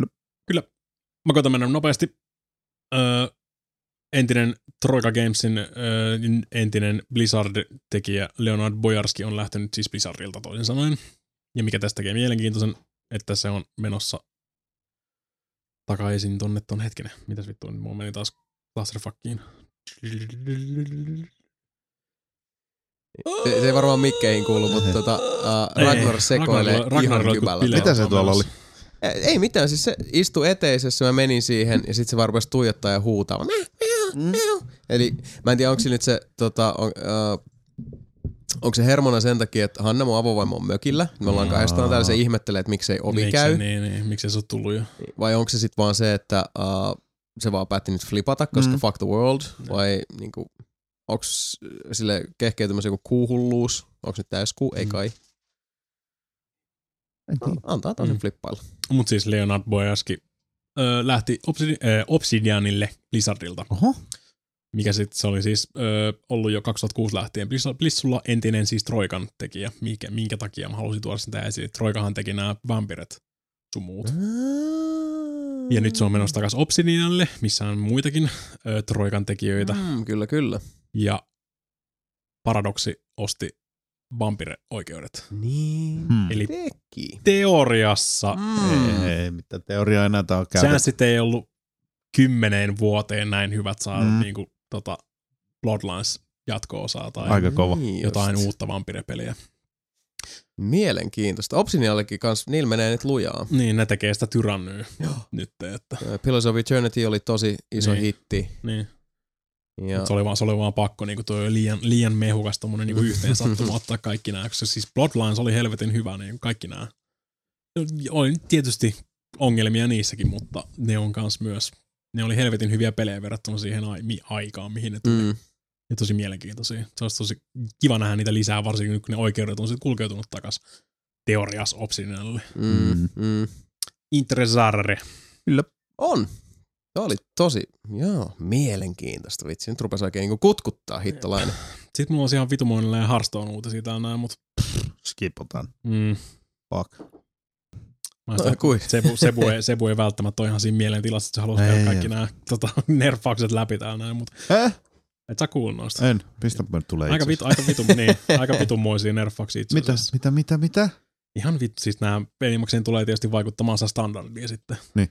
Mä koitan mennä nopeasti. Öö, entinen Troika Gamesin öö, entinen Blizzard-tekijä Leonard Bojarski on lähtenyt siis Blizzardilta toisin sanoen. Ja mikä tästä tekee mielenkiintoisen, että se on menossa takaisin tonne ton hetkinen. Mitäs vittu, mulla meni taas clusterfuckiin. Se, se ei varmaan mikkeihin kuulu, mutta tota, uh, Ragnar sekoilee Ragnar- Ragnar ihan oli kyvällä. kuin Mitä se tuolla oli? Ei, ei mitään, siis se istui eteisessä, mä menin siihen ja sit se vaan rupesi tuijottaa ja huutaa. Mm. Eli mä en tiedä, onko se nyt se, tota, on, uh, onko se hermona sen takia, että Hanna mun avovaimo on mökillä. Me ollaan kahdestaan täällä, se ihmettelee, että miksei ovi Miksei, käy. Niin, niin, miksei se ole tullut jo. Vai onko se sit vaan se, että uh, se vaan päätti nyt flipata, koska Mm. fuck the world. Vai niinku, onks sille kehkeytymässä joku kuuhulluus? Onko nyt täys kuu? Ei kai. Antaa taas sen Mm. flippailla. Mut siis Leonard Boyaski öö, lähti Obsidi- öö, Obsidianille Blizzardilta. Oho. Mikä sitten se oli siis öö, ollut jo kaksituhattakuusi lähtien. Bliss- Blissulla entinen siis Troikan tekijä. Minkä, minkä takia mä halusin tuoda sitä esiin. Troikahan teki nämä vampiret sun muut. Ja nyt se on menossa takaisin Obsidianille, missä on muitakin öö, Troikan tekijöitä. Mm, kyllä, kyllä. Ja Paradoksi osti Vampire-oikeudet. Niin. Hmm. Eli Teki. teoriassa Mm. Ei mitään teoriaa enää tää on käytetty. chanssit ei ollut kymmeneen vuoteen näin hyvät saada Mm. niinku, tota, Bloodlines jatko-osaa tai Aika kova. Niin jotain just. uutta vampirepeliä. Mielenkiintoista. Obsidianillakin kans, niillä menee nyt lujaa. Niin, ne tekee sitä tyrannyä Joo. nyt. Että, Pillars of Eternity oli tosi iso Niin. hitti. niin. Ja Se, oli vaan, se oli vaan pakko, niinku toi oli liian, liian mehukas tommonen niinku yhteen sattuma ottaa kaikki nää. Koska siis Bloodlines oli helvetin hyvä, niin kaikki nää. Oli tietysti ongelmia niissäkin, mutta ne on kans myös, ne oli helvetin hyviä pelejä verrattuna siihen ai- mi- aikaan, mihin ne tuli. mm. Ja tosi mielenkiintoisia. Se olisi tosi kiva nähdä niitä lisää, varsinkin nyt kun ne oikeudet on sitten kulkeutunut takas teorias Obsidianille. Mm. Mm. Interessare. On. Se oli tosi, joo, mielenkiintoista. Vitsi, nyt rupesi oikein niinku kutkuttaa hittolainen. Sitten mulla on ihan vitumoinen ja Hearthstone uutisia täällä näin, mutta Skipotaan. mm, Fuck. mä sitä, No, kui? Sebu, Sebu, ei, Sebu ei välttämättä ole ihan siinä mielentilassa, että se haluaisi Ei, käydä ei. kaikki nämä tota, nerfaukset läpi täällä näin, mutta Eh? et sä kuullut noista. En. Mistä mä nyt tulee Aika, itse vit, aika, vitu, niin, aika vitunmoisia nerfauksia itse Mitä, asiassa. mitä, mitä, mitä? Ihan vittu, siis nämä pelimakseen tulee tietysti vaikuttamaan saa standardia sitten. Niin.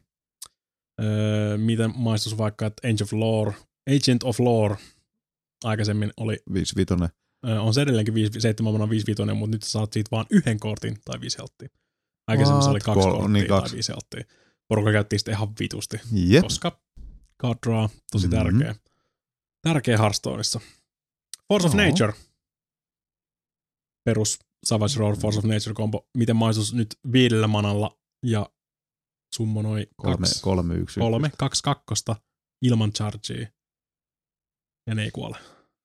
Öö, miten maistus vaikka, että Agent of Lore, Agent of Lore aikaisemmin oli, Viisi vitonen. öö, on se edelleenkin seitsemän vuonna viisi vitonen, mutta nyt sä saat siitä vaan yhden kortin tai viisi helttiä. Aikaisemmin se oli What? kaksi Kol- korttia niin, tai kaksi. viisi helttiä. Porukka käytti sitä ihan vitusti, Jep. koska card draw, tosi Mhm. tärkeä. Tärkeä Hearthstoneissa. Force of Joo. Nature. Perus Savage Roar Force of Nature kombo. Miten maistus nyt viidellä manalla ja summonoi Kolme, kaksi, kolme, yksi. kolme, kaksi kakkosta ilman chargea. Ja ne ei kuole.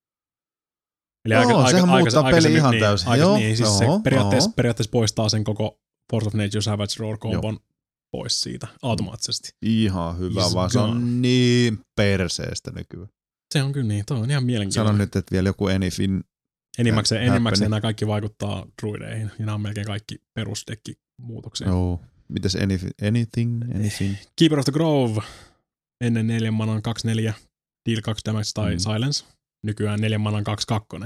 Eli Joo, sehän muuttaa peli aikaisemmin- ihan niin, täysin. Aikais, Joo, niin, siis se joo, periaatteessa, joo. periaatteessa poistaa sen koko Force of Nature Savage Roar kombon pois siitä automaattisesti. Ihan hyvä, He's vaan se gone. on niin perseestä nykyään. Se on kyllä niin, toi on ihan mielenkiintoinen. Sano nyt, että vielä joku Anyfin. Enimmäkseen, Happening. enimmäkseen nämä kaikki vaikuttaa druideihin, ja nämä on melkein kaikki perusdekkimuutoksia. Joo. Mitäs anything? Anything? Anything? Keeper of the Grove, ennen neljän manan kaksi neljä, deal kaksi damage tai Mm. silence, nykyään neljän manan kaksi kaksi.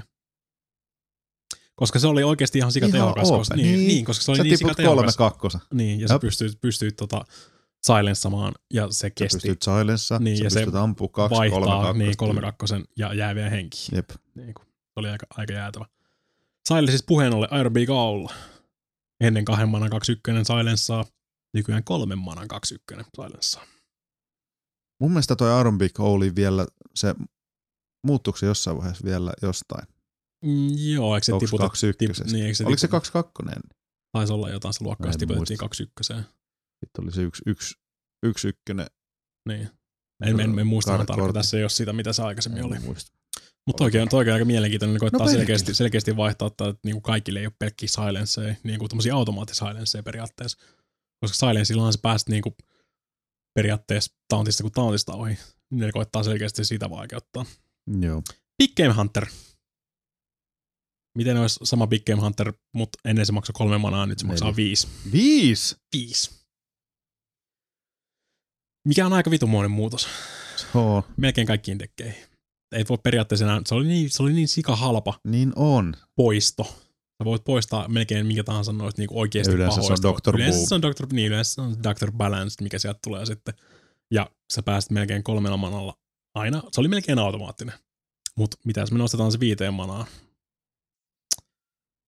Koska se oli oikeasti ihan sikatehokas. Ihan Koska, open. niin, Niin. niin, koska se oli Sä niin tiput kolme sikatehokas. kakkosa. Niin, ja sä Jep. pystyit, pystyit tota silenceamaan, ja se Sä kesti pystyt silenssa, Niin, sä ja se pystyt ampua kaksi, vaihtaa kolme kakkosta. niin, kolme kakkosen ja jää vielä henki. Jep. Niin kuin, se oli aika, aika jäätävä. Silenceissa puheen ollen Iron Big Owl. Ennen kahden manan kaksi ykkönen silencea, nykyään kolmen manan kaksi ykkönen silencea. Mun mielestä toi Iron Big oli vielä, se muuttuiko se jossain vaiheessa vielä jostain? Mm, joo, eikö se Onko tiputa? kaksi ykkösestä? Niin, eikö se Oliko se tiputa? kaksi kakkonen? Taisi olla jotain se luokkaa, Mä se en tiputettiin muista. kaksi ykköseen. Sitten oli se yksi, yksi, yksi ykkönen. Niin. En, en, en muista Kar- ihan tarkkaan, kortti. tässä ei ole sitä, mitä se aikaisemmin oli. En muista. Mutta oikein, oikein aika mielenkiintoinen, niin koittaa No selkeästi, selkeästi vaihtaa, että niin kuin kaikille ei ole pelkkiä silenceja, niin kuin tämmöisiä automaattisilenceja periaatteessa. Koska silenceillaan sä pääset niin kuin periaatteessa tauntista kuin tauntista ohi. Ne koittaa selkeästi sitä vaikeuttaa. Joo. Big Game Hunter. Miten olisi sama Big Game Hunter, mutta ennen se maksoi kolme manaa, nyt se maksaa Neljä. viisi. Viisi? Viisi. Mikä on aika vitumoinen muutos. Joo, Melkein kaikkiin dekkeihin. Ei voi periaatteessa enää, se oli niin, se oli niin sika halpa niin on. poisto. Sä voit poistaa melkein minkä tahansa noista niinku oikeasti Ja yleensä se on pahoista. doctor Yleensä Boob. se on doctor niin, yleensä se on doctor Balanced, mikä sieltä tulee sitten. Ja sä pääset melkein kolmella manalla aina. Se oli melkein automaattinen. Mut mitä jos me nostetaan se viiteen manaa?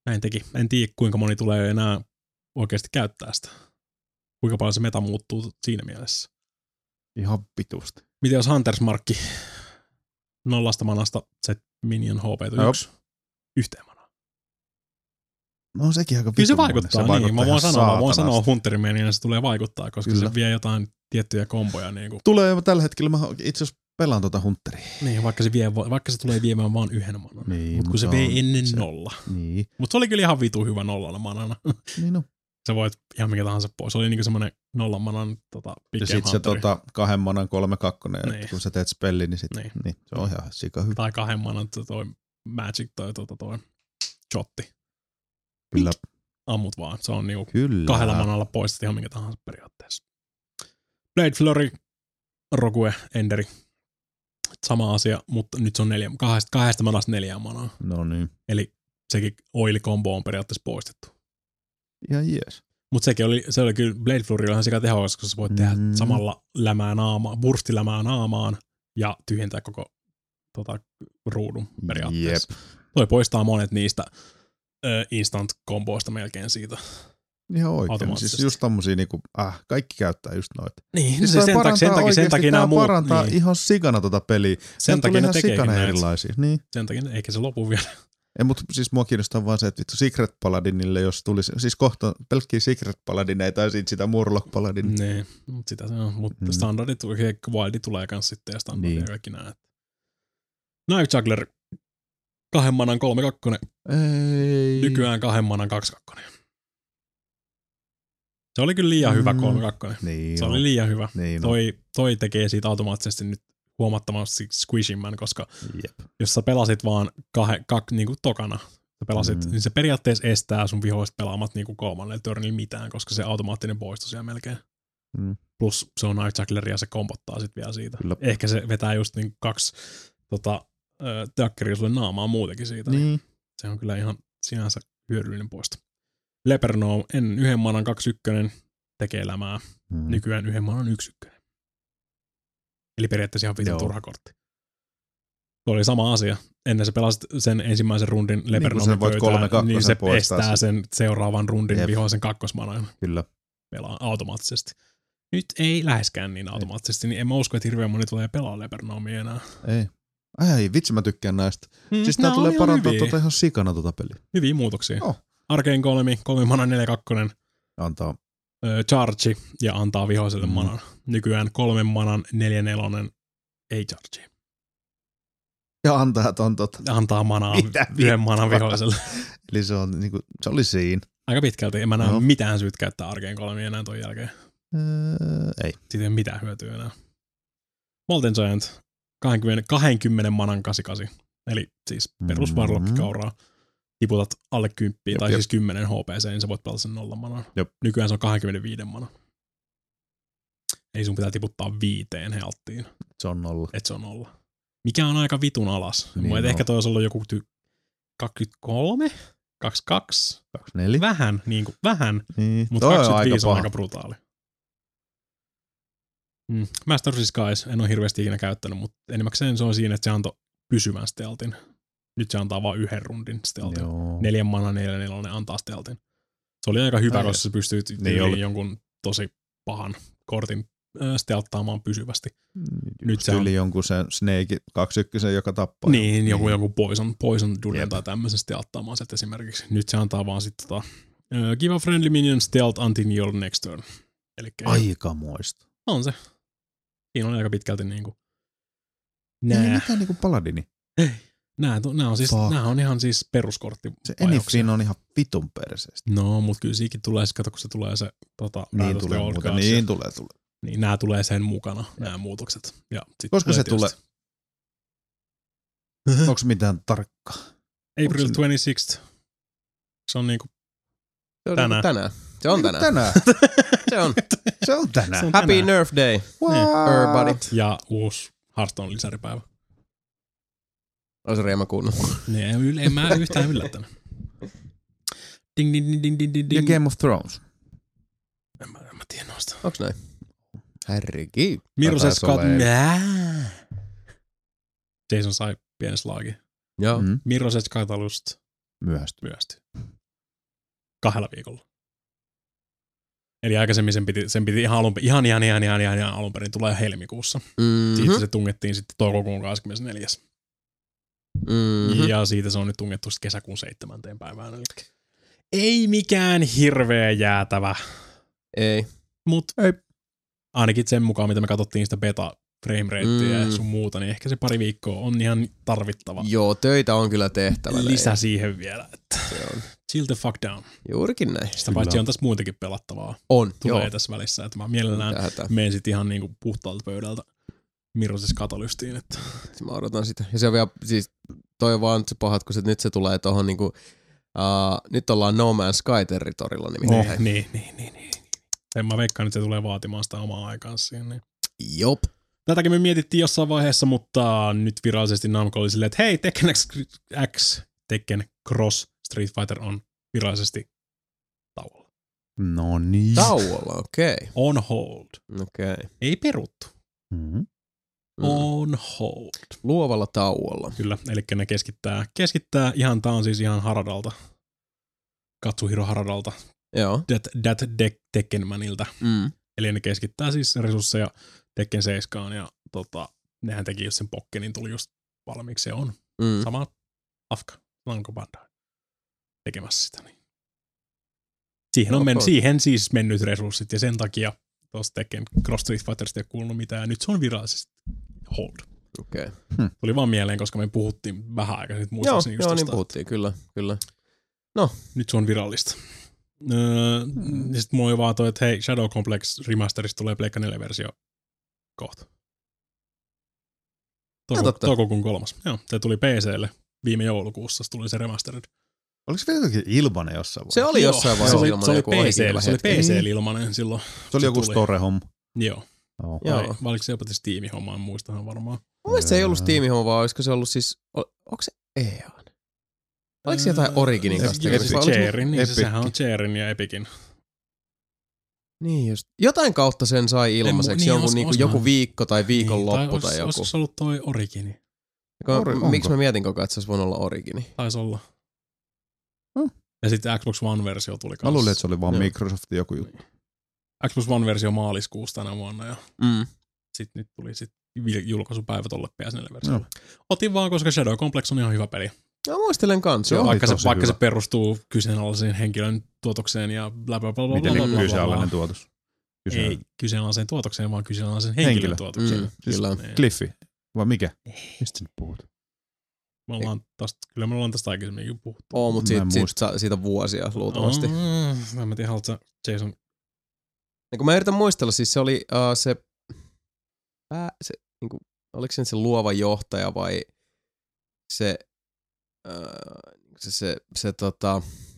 näin teki. En tiedä, kuinka moni tulee enää oikeasti käyttää sitä. Kuinka paljon se meta muuttuu siinä mielessä. Ihan pitusti. Miten jos Hunters Markki nollasta manasta se Minion H P yksi yhteen manaan? No sekin aika Kyllä se vitunmoinen. vaikuttaa, se niin. vaikuttaa Mä voin sanoa, mä voin sanoa saatanasti. Hunterin Maniaan, se tulee vaikuttaa, koska Kyllä. se vie jotain tiettyjä komboja. Niin, kuin. Tulee jo tällä hetkellä, mä itse asiassa pelaan tuota Hunteria. niin vaikka, se vie, vaikka se tulee viemään vaan yhden manan. Niin, Mutta kun mut se se vei on- ennen se- nolla. Niin. Mutta se oli kyllä ihan vitu hyvä nollalla manana. Niin no. Sä voit ihan mikä tahansa pois. Se oli niinku semmonen nollan manan tota, Ja pick sit se tota, kahden manan kolme kakkonen, Niin. että kun sä teet spellin, niin, sit, Niin. niin. niin se on ihan sika hyvä. Tai kahden manan toi magic tai tota, toi shotti. Kyllä. Ammut vaan. Se on niinku Kyllä. kahdella manalla poistat ihan minkä tahansa periaatteessa. Blade Flurry, Rogue, Enderi. Sama asia, mutta nyt se on neljä, kahdesta, kahdesta manasta neljään manaa. No niin. Eli sekin oil-kombo on periaatteessa poistettu. Ihan jees. Mutta sekin oli, se oli kyllä Blade Flurry ihan sika tehokas, koska sä voit tehdä Mm. samalla lämää naamaan, burstilämää naamaan ja tyhjentää koko tota, ruudun periaatteessa. Jep. Toi poistaa monet niistä ö, instant-komboista melkein siitä. Ihan oikein. Automaattisesti. Siis just tommosia niinku, äh, kaikki käyttää just noita. Niin, Siis se toi sen, takia, sen, takia, sen oikeesti, takia tää nämä muut, parantaa niin, ihan sikana tota peliä. sen Sieltä takia tuli ne ihan tekeekin sikana näitä. erilaisia. Niin. Sen takia, eikä se lopu vielä. Ei, mutta siis mua kiinnostaa vaan se, että vittu Secret Paladinille, jos tulisi, siis kohta pelkkiä Secret Paladineita ja sit sitä Murloc Paladin. Niin, mutta sitä se on. Mutta Mm. standardit, Wildi tulee kans sitten ja standardi Niin. ja kaikki nää. Knife Juggler, kahden manan kolme kakkonen. Ei. Nykyään kahden manan kaksi kakkonen. Se oli kyllä liian hyvä Mm. kolme kakkonen. Niin Se on. oli liian hyvä. Niin on. Toi, toi tekee siitä automaattisesti nyt huomattavasti squishimman, koska Jep. jos sä pelasit vaan kahe, kak, niin kuin tokana, sä pelasit, Mm. niin se periaatteessa estää sun vihoista pelaamat niin kuin kolmannella turnilla mitään, koska se automaattinen poisto siellä melkein. Mm. Plus se on Night Juggler ja se kompottaa sit vielä siitä. Kyllä. Ehkä se vetää just niin kaksi tota, äh, takkeria sulle naamaa muutenkin siitä. Niin. Niin. Se on kyllä ihan sinänsä hyödyllinen poisto. Leperno ennen yhden manan kaksi ykkönen tekee elämää. Mm. Nykyään yhden manan yksi ykkönen. Eli periaatteessa ihan vitun Joo. turha kortti. Se oli sama asia. Ennen sä pelasit sen ensimmäisen rundin kun Lepernomin sen voit kolme pöytään, niin se kakkosen poistaa estää sit. sen seuraavan rundin Jep. vihoisen kakkosmanan Kyllä. pelaa automaattisesti. Nyt ei läheskään niin automaattisesti, niin en mä usko, että hirveän moni tulee pelaa Lepernomia enää. Ei. Ai vitsi mä tykkään näistä. Mm, Siis nää tää on tulee ihan parantaa hyviä. tota ihan sikana tota peliä. Hyviä muutoksia. Oh. Arkeen kolmi, kolme manan neljä kakkonen, Antaa. ö, charge ja antaa vihoiselle Mm. manan. Nykyään kolmen manan neljä nelonen ei charge. Ja antaa ton tota. Antaa manaa Mitä yhden manan vihoiselle. Eli se on niinku, se oli siinä. Aika pitkälti. En mä näe No. mitään syyt käyttää arkeen kolmia enää ton jälkeen. Öö, ei. Siitä ei ole mitään hyötyä enää. Molten Giant, kaksikymmentä, kaksikymmentä manan kahdeksankymmentäkahdeksan. Eli siis perus Mm-hmm. Warlock-kauraa. Tiputat alle kymppiä, Jop, tai jop. siis kymmenen H P C, niin sä voit pelata sen nollan manan. Jop. Nykyään se on kaksikymmentäviisi manan. Ei sun pitää tiputtaa viiteen healttiin, Se on nolla. että se on nolla. Mikä on aika vitun alas. Niin Niin on. ehkä toi olisi ollut joku ty- kaksikymmentäkolme, kaksikymmentäkaksi. Kaksikymmentäneljä. Vähän, niin kuin, vähän. Niin. Mutta Toi on kaksikymmentäviisi on paha. aika brutaali. Mm. Master of Disguise en ole hirveästi ikinä käyttänyt, mutta enimmäkseen se on siinä, että se antoi pysyvän stealtin. Nyt se antaa vain yhden rundin stealtin. Joo. Neljän mana, neljän nelonen antaa stealtin. Se oli aika hyvä, Ai, koska sä pystyt niin niin oli. jonkun tosi pahan kortin äh, stealttaamaan pysyvästi. Nyt Nyt se se on- yli jonkun sen Snake kaksikymmentä, joka tappaa. Niin, joku, joku poison, poison duden Jep. tai tämmöisen stealttaamaan sieltä esimerkiksi. Nyt se antaa vaan sitten tota, uh, give a friendly minion stealth until your next turn. Elikkä Aikamoista. on se. Siinä on aika pitkälti niinku Ei nää. mitään niinku paladini. Nää, nää, on siis, Fuck. nää on ihan siis peruskortti. Se Enifin on ihan vitun perseestä. No, mut kyllä siikin tulee, kato kun se tulee se tota, Niin Battle tulee of the muuta. Orcas Niin ja- tulee, tulee. niin nää tulee sen mukana, nämä muutokset. Ja sit Koska se tietysti- Onko mitään tarkkaa? April onko se- twenty-sixth. Se on niinku Se on Tänään. tänään. Se on tänään. Tänään. Se on. Se on tänään. Se on Happy tänään. Nerf Day, everybody. ja uusi Hearthstone lisäripäivä. On se Riema kuunnut. Niin, en, yl- en mä yhtään yllättänyt. Ding, ding, ding, ding, ding, ding, Ja ding. Game of Thrones. En mä, en mä tiedä noista. Onks näin? Herrikin. Mirror's Taisi olla Cut. Nää. Jason sai pienen slaagi. Joo. Mm. Mirror's Catalyst Myöhästy. myöhästyi. kahdella viikolla. Eli aikaisemmin sen piti, sen piti ihan, alun, ihan, ihan, ihan, ihan, ihan, ihan alun perin tulee helmikuussa. Mm-hmm. Siitä se tungettiin sitten toukokuun kahdeskymmenesneljäs. Mm-hmm. Ja siitä se on nyt tungettu sitten kesäkuun seitsemänteen päivään. Eli ei mikään hirveä jäätävä. Ei. Mut ei. Ainakin sen mukaan, mitä me katsottiin sitä beta frameratea mm. ja sun muuta, niin ehkä se pari viikkoa on ihan tarvittava. Joo, töitä on kyllä tehtävä. Lisä ei. Siihen vielä. Että se on. Chill the fuck down. Juurikin näin. Sitä paitsi on tässä muutenkin pelattavaa. On, Tulee joo. tässä välissä, että mä mielellään menen sit ihan niinku puhtaalta pöydältä Mirror's Catalystiin. Että. Mä odotan sitä. Ja se on vielä, siis toi vaan se pahat, kun se, nyt se tulee tohon niinku, uh, nyt ollaan No Man's Sky territorilla nimittäin. Oh, niin, niin, niin, niin. En mä veikkaan, että se tulee vaatimaan sitä omaa aikaansa siihen. Niin. Jop. Tätäkin me mietittiin jossain vaiheessa, mutta nyt virallisesti Namco oli silleen, että hei, Tekken X, X Tekken Cross Street Fighter on virallisesti tauolla. No niin. Tauolla, okei. Okay. On hold. Okei. Okay. Ei peruttu. Mm-hmm. Mm. On hold. Luovalla tauolla. Kyllä, eli ne keskittää, keskittää ihan, tää on siis ihan Haradalta, Katsuhiro Haradalta, Joo. That, that de- Tekkenmanilta. Mm. Eli ne keskittää siis resursseja Tekken seitsemään ja tota, nehän teki just sen Pokkenin, tuli just valmiiksi, se on Mm. sama Afka, Namco Bandai tekemässä sitä. Niin. Siihen, on men, siihen siis mennyt resurssit ja sen takia tuossa Tekken Cross Street Fighterista ei ole kuulunut mitään ja nyt se on virallisesti hold. Okei. Okay. Hm. Tuli vaan mieleen, koska me puhuttiin vähän aikaa sitten Joo, muistaakseni just joo tosta, niin puhuttiin, kyllä, kyllä. No. Nyt se on virallista. Öö, mm. Sitten mulla oli vaan toi, että hei, Shadow Complex Remasterista tulee Pleikka neljä versio kohta. Touko, toukokuun kolmas. Joo, se tuli P C:lle viime joulukuussa, se tuli se remastered. Oliko se vielä jotenkin ilmanen jossain vaiheessa? Se oli jossain vaiheessa se ilmanen. Se oli P C:lle, se oli P C:lle ilmanen silloin. Se oli joku store-homma. Joo. Oh. Vai, vai oliko se jopa Steam-homma, en muistahan varmaan. Mun mielestä se ei ollut Steam-homma, vaan olisiko se ollut siis, onko se E A N? Oliko se jotain Originin kanssa? Cheerin, niin se, sehän on Cheerin ja Epicin. Niin just. Jotain kautta sen sai ilmaiseksi, joku, niin, niinku, joku viikko tai viikonloppu niin, tai, tai joku. Olisiko se ollut toi Origini? Or, miksi mä mietin koko ajan, että se olisi voinut olla Origini? Taisi olla. Hmm. Ja sitten Xbox One-versio tuli kanssa. Mä luulin, että se oli vaan Microsoftin joku juttu. Xbox One-versio maaliskuussa tänä vuonna ja mm. sitten nyt tuli sit julkaisupäivä tolle P S neljä-versiolle. No. Otin vaan, koska Shadow Complex on ihan hyvä peli. Mä muistelen kanssa. Joo, vaikka, se, vaikka se perustuu kyseenalaiseen henkilön tuotokseen ja bla bla bla bla. Miten niin kyseenalainen tuotos? Kyseen... Ei kyseenalaiseen tuotokseen, vaan kyseenalaisen henkilön Henkilö. tuotokseen. Mm, siis kyllä. Cliffi, vai mikä? Mistä nyt puhut? Me ollaan tästä, kyllä me ollaan tästä aikaisemminkin puhuttu. Oo, mutta siitä, siitä, siitä on vuosia luultavasti. Oh, mä en tiedä, haluatko Jason... Niin kun mä yritän muistella, siis se oli uh, se, pää, se niin kuin, oliko se se luova johtaja vai se, uh, se, se, se tota,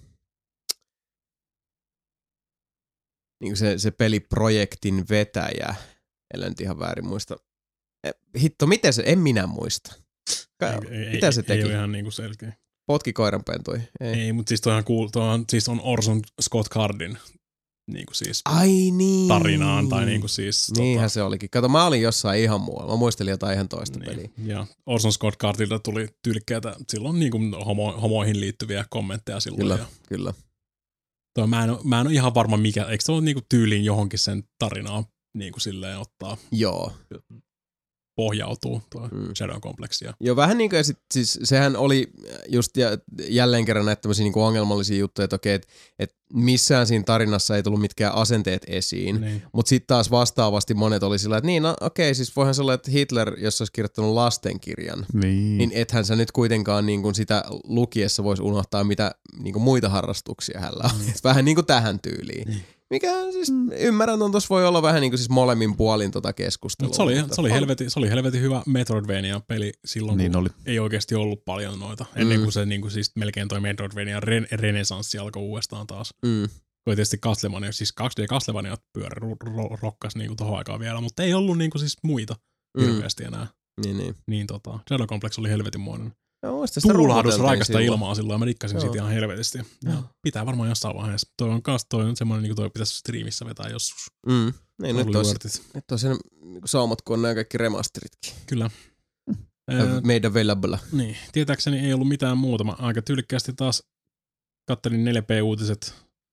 niin se, se peliprojektin vetäjä, ellen nyt ihan väärin muista. Eh, hitto, miten se, en minä muista. Ei, mitä ei, se teki? Ei ole ihan niinku selkeä. Potki koiranpentui. Ei, ei mutta siis toihan cool, toihan, siis on Orson Scott Cardin niinku siis Ai niin. tarinaan tai niinku siis... Niinhän tota, se olikin. Kato, mä olin jossain ihan muualla. Mä muistelin jotain ihan toista niin, peliä. Ja Orson Scott Cardilta tuli tyylikkäitä silloin niinku homo, homoihin liittyviä kommentteja silloin. Kyllä, ja kyllä. Toi, mä, en, mä en ole ihan varma mikä, eikö se ole niinku tyyliin johonkin sen tarinaan niinku silleen ottaa? Joo. Pohjautuu tuo mm. Shadow Complexia. Joo, vähän niin kuin, sit, siis sehän oli just ja, jälleen kerran näitä tämmöisiä niin kuin ongelmallisia juttuja, että okei, että et missään siinä tarinassa ei tullut mitkään asenteet esiin, niin. Mutta sitten taas vastaavasti monet oli sillä, että niin, no okei, siis voihan se olla, että Hitler, jos olisi kirjoittanut lastenkirjan, niin, niin ethän sä nyt kuitenkaan niin kuin sitä lukiessa voisi unohtaa, mitä niin kuin muita harrastuksia hänellä on. Mm. Vähän niin kuin tähän tyyliin. Mm. Mikä siis mm. ymmärrän, on tuossa voi olla vähän niin kuin siis molemmin puolin tota keskustelua. Se oli, se, oli helvetin, se oli helvetin hyvä Metroidvania-peli silloin, niin kun oli. Ei oikeasti ollut paljon noita. Mm. Ennen kuin se niin kuin siis melkein toi Metroidvania ren- renesanssi alkoi uudestaan taas. Mm. Toi tietysti Castlevania, siis kaksi D Castlevania pyörä ro- rokkas niin kuin tohon aikaan vielä, mutta ei ollut niin kuin siis muita hirveästi mm. enää. Niin, niin. Niin tota, Shadow Complex oli helvetinmoinen. Tuulahdus raikasta ilmaa silloin, mä dikkasin siitä ihan helvetisti. Ja pitää varmaan jossain vaiheessa. Toi on kans toi on semmoinen, niin kuin toi pitäisi striimissä vetää joskus. Mm. Niin, nyt olisi, nyt on sen saumat, kun on nämä kaikki remasteritkin. Kyllä. Uh, made available. Niin, tietääkseni ei ollut mitään muuta. Mä aika tyylikkäästi taas kattelin neljä P-uutiset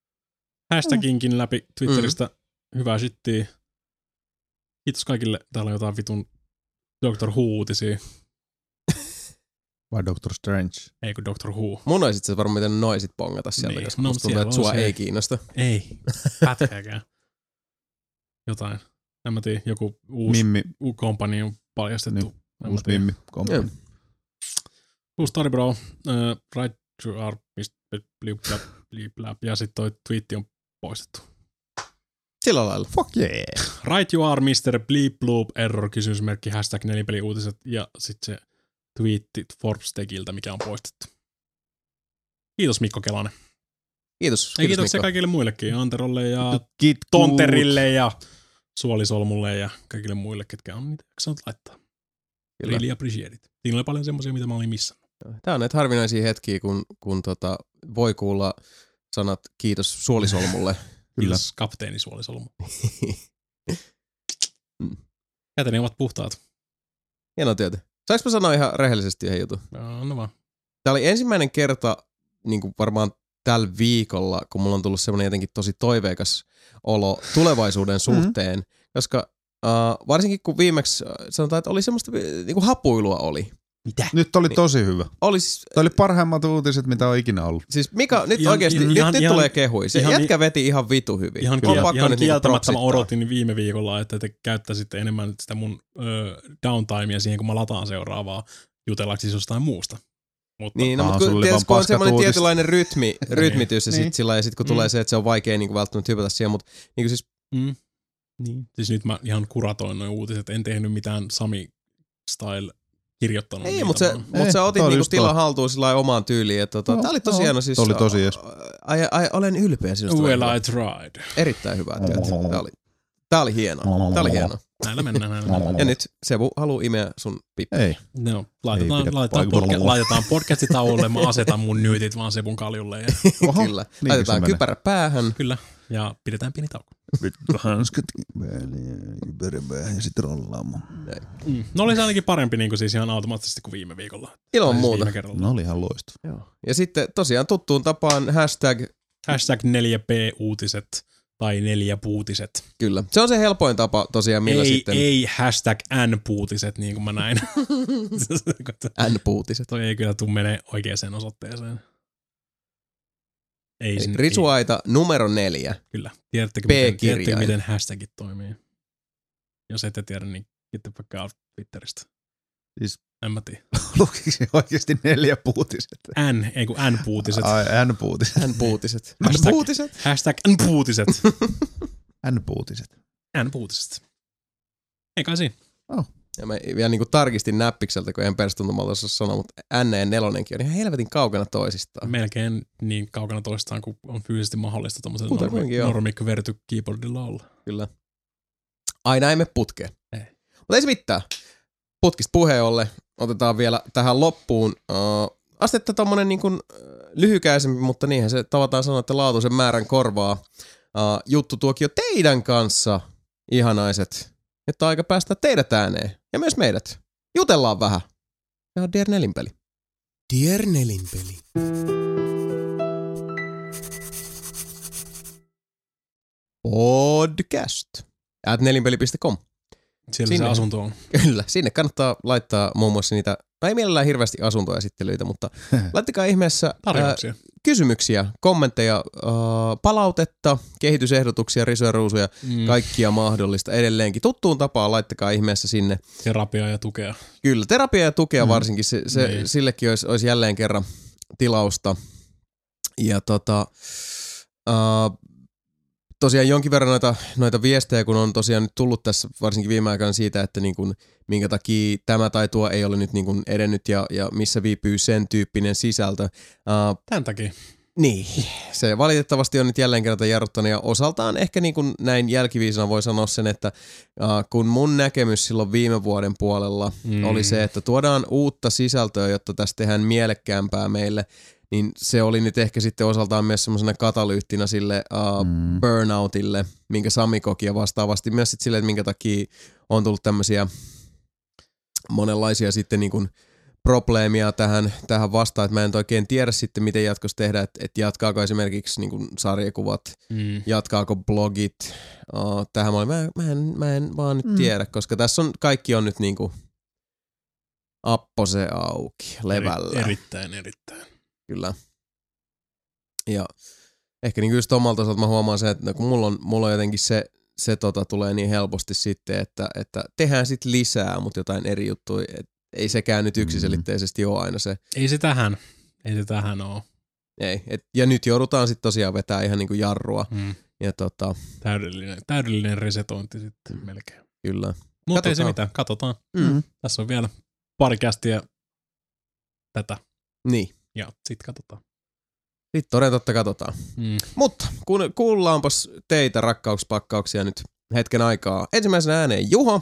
hashtaginkin läpi Twitteristä. Mm. Hyvää shittiä. Kiitos kaikille. Täällä on jotain vitun Doctor Who-uutisia. Vai Doctor Strange? Ei kun Doctor Who. Mun olisi itse varmaan miten noisit pongata sieltä, Niin. koska No, musta tuntuu, siellä että on sua se- ei kiinnosta. Ei. Pätkääkään. Jotain. En mä tiedä. Joku uusi Mimmi, u- kompani on paljastettu. Niin, En mä uusi tiedä. Mimmi company. Cool story bro. Uh, right to our blip, blap, blip, blap. Ja sitten toi twiitti on poistettu. Sillä lailla. Fuck yeah. Right you are mister Bleep Bloop error kysymysmerkki hashtag nelipeliuutiset ja sitten se twiitti Forbes Techiltä, mikä on poistettu. Kiitos Mikko Kelanen. Kiitos. Ja kiitoksia Mikko. kaikille muillekin. Anterolle ja Kit Tonterille ja Suolisolmulle ja kaikille muille, ketkä on niitä jaksanut laittaa. Kyllä. Really appreciate it. Siinä oli paljon semmoisia, mitä mä olin missannut. Tää on näitä harvinaisia hetkiä, kun, kun tota, voi kuulla sanat kiitos Suolisolmulle. Kyllä. Kiitos kapteeni Suolisolmu. Käteni ovat puhtaat. Hienoa työtä. Saanko mä sanoa ihan rehellisesti yhden jutun? No, no vaan. Tää oli ensimmäinen kerta niin kuin varmaan tällä viikolla, kun mulla on tullut semmoinen jotenkin tosi toiveikas olo tulevaisuuden suhteen, mm-hmm. koska uh, varsinkin kun viimeksi sanotaan, että oli semmoista niin kuin hapuilua oli. Mitä? Nyt oli Niin. tosi hyvä. Oli siis, Tämä oli parhaimmat uutiset, mitä on ikinä ollut. siis Mika, nyt Ihan- oikeasti, ihan- nyt, ihan- nyt ihan- tulee kehui. Se ihan- jätkä veti ihan vitu hyvin. Ihan, On kiel, pakko ihan nyt niinku kieltämättä mä proksittaa. odotin viime viikolla, että te käyttäisitte enemmän sitä mun ö, downtimea siihen, kun mä lataan seuraavaa jutellaksi siis jostain muusta. Mutta Niin, no, Aa, mutta sulla kun, oli tietysti, vaan kun on paskat semmoinen uutiset. tietynlainen rytmi, rytmitys ja Niin. sit, sillä, ja sit kun Mm. tulee se, että se on vaikea niin kuin välttämättä hypätä siihen, mutta niin kuin siis, mm, niin. Siis nyt mä ihan kuratoin noin uutiset, en tehnyt mitään Sami-style kirjoittanut. ei, niitä mutta sä, vaan. mut sä Ei, otit toi oli niinku just tilan toi. haltuun sillä lailla omaan tyyliin. Että, tota, No, tää oli tosi no. hieno. Siis, Toi oli tosi jees. ai, ai, olen ylpeä sinusta. Well, Hyvä. I tried. Erittäin hyvää työtä. Tää oli, tää oli hienoa. Tää oli hienoa. Näillä mennään. Näillä mennään. Ja nyt Sebu haluu imeä sun pippi. Ei. No, laitetaan, pidä laitetaan, paikalla. podca- laitetaan podcasti tauolle, mä asetan mun nyytit vaan Sebun kaljulle ja Oho, Kyllä. niinkö Laitetaan se menee? kypärä päähän. kyllä, ja pidetään pieni tauko. Vittu hanskat ja sitten rollaamaan. Mm. No oli se ainakin parempi niin kuin siis ihan automaattisesti kuin viime viikolla. Ilman Tai siis muuta. Viime kerralla. No oli ihan loistava. Joo. Ja sitten tosiaan tuttuun tapaan hashtag, Hashtag neljä P-uutiset tai neljä puutiset. kyllä. Se on se helpoin tapa tosiaan, millä Ei, sitten ei hashtag N-puutiset, niin kuin mä näin. N-puutiset. Toi ei kyllä tuu menee oikeaan osoitteeseen. Ei, Eli sinne- Risuaita numero neljä. ei, kyllä. Tiedättekö, miten, P-kirjain. tiedättekö, miten hashtagit toimii? Jos ette tiedä, niin get the fuck out Twitteristä. Siis En mä tiedä. lukiksi oikeasti neljä puutiset. N, ei kun N-puutiset. Ai, N-puutiset. N-puutiset. Hashtag- N-puutiset. Hashtag N-puutiset. N-puutiset. N-puutiset. Ei kai siinä. Ja mä vielä niin kuin tarkistin näppikseltä, kun en perstuntumalta osaa sanoa, mutta N ja nelonenkin on ihan helvetin kaukana toisistaan. Melkein niin kaukana toistaan, kuin on fyysisesti mahdollista tuommoisella Kutakuinkin normi, joo. normikko verty keyboardilla olla. Kyllä. Aina ei mene putkeen. Ei. Mutta ei se mitään. Putkista puheen ollen otetaan vielä tähän loppuun uh, astetta tommonen niin kuin uh, lyhykäisempi, mutta niinhän se tavataan sanoa, että laatuisen määrän korvaa uh, juttu tuokio teidän kanssa, ihanaiset, että on aika päästä teidät ääneen ja myös meidät. Jutellaan vähän. Ja Dear Nelinpeli. Dear Nelinpeli. Podcast. at nelinpeli piste com. Siellä Sinne. se asunto on. Kyllä, sinne kannattaa laittaa muun muassa niitä, no ei mielellään hirveästi asuntoesittelyitä, mutta laittakaa ihmeessä Tarjouksia. ää, kysymyksiä, kommentteja, ää, palautetta, kehitysehdotuksia, risuja, ruusuja, Mm. kaikkia mahdollista edelleenkin. Tuttuun tapaan laittakaa ihmeessä sinne. Terapiaa ja tukea. Kyllä, terapia ja tukea Mm. varsinkin, se, se, Niin. sillekin olisi, olisi jälleen kerran tilausta. Ja tota, ää, tosiaan jonkin verran noita, noita viestejä, kun on tosiaan nyt tullut tässä varsinkin viime aikana siitä, että niin kuin, minkä takia tämä tai tuo ei ole nyt niin kuin edennyt ja, ja missä viipyy sen tyyppinen sisältö. Uh, Tämän takia. niin, se valitettavasti on nyt jälleen kerran jarruttanut ja osaltaan ehkä niin kuin näin jälkiviisana voi sanoa sen, että uh, kun mun näkemys silloin viime vuoden puolella Mm. oli se, että tuodaan uutta sisältöä, jotta tästä tehdään mielekkäämpää meille, niin se oli nyt ehkä sitten osaltaan myös semmoisena katalyyttinä sille uh, Mm. burnoutille, minkä Sami koki ja vastaavasti myös sitten sille, että minkä takia on tullut tämmöisiä monenlaisia sitten niin kuin probleemia tähän, tähän vastaan, että mä en oikein tiedä sitten, miten jatkossa tehdä, että, että jatkaako esimerkiksi niin kuin sarjakuvat, mm. jatkaako blogit. Uh, tähän mä, olin, mä, mä, en, mä en vaan nyt mm. tiedä, koska tässä on, kaikki on nyt niin kuin appose auki, levällä. Eri, erittäin, erittäin. Kyllä. Ja ehkä niin just omalta osalta mä huomaan sen, että kun mulla on, mulla on jotenkin se, se tota, tulee niin helposti sitten, että, että tehdään sitten lisää, mutta jotain eri juttuja. Et ei sekään nyt yksiselitteisesti ole aina se. Ei se tähän. Ei se tähän ole. Ei. Et, ja nyt joudutaan sitten tosiaan vetää ihan niinku jarrua. Mm. Ja tota, täydellinen, täydellinen resetointi sitten mm. melkein. Kyllä. Mutta ei se mitään. Katsotaan. Mm. Tässä on vielä pari kästiä tätä. Niin. Ja sitten katsotaan. Sitten toden totta katsotaan. Mm. Mutta kuullaanpas teitä rakkauspakkauksia nyt hetken aikaa. Ensimmäisenä ääneen Juho.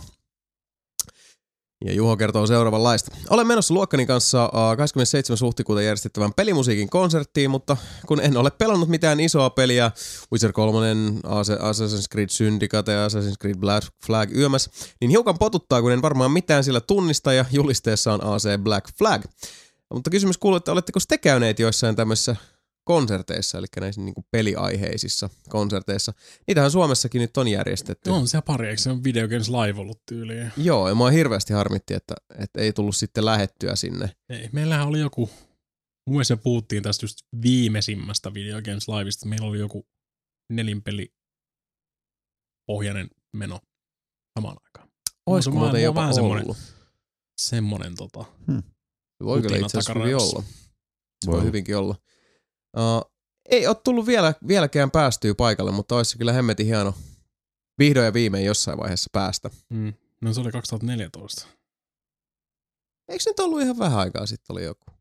Ja Juho kertoo seuraavanlaista. Olen menossa luokkani kanssa kahdeskymmenesseitsemäs huhtikuuta järjestettävän pelimusiikin konserttiin, mutta kun en ole pelannut mitään isoa peliä, Witcher kolme, Assassin's Creed Syndicate ja Assassin's Creed Black Flag yömäs, niin hiukan potuttaa, kun en varmaan mitään sillä tunnista ja julisteessa on A C Black Flag. Mutta kysymys kuuluu, että oletteko te käyneet joissain tämmöisissä konserteissa, eli näissä niin kuin peliaiheisissa konserteissa. Niitähän Suomessakin nyt on järjestetty. On se pari, eikö se on Video Games Live ollut tyyliin? Joo, ja mua hirveästi harmitti, että, että ei tullut sitten lähettyä sinne. Ei, meillähän oli joku, mun mielestä me puhuttiin tästä just viimeisimmästä Video Games Liveista, meillä oli joku nelinpeli pohjainen meno samaan aikaan. Olisiko muuten jopa ollut? Semmoinen, semmoinen tota, hmm. Voi kyllä itse asiassa hyvin olla. Voi Wow. hyvinkin olla. Uh, ei ole tullut vielä, vieläkään päästyä paikalle, mutta olisi kyllä hemmetin hieno vihdoin ja viimein jossain vaiheessa päästä. Mm. No se oli kaksituhattaneljätoista. Eikö nyt ollut ihan vähän aikaa sitten oli joku?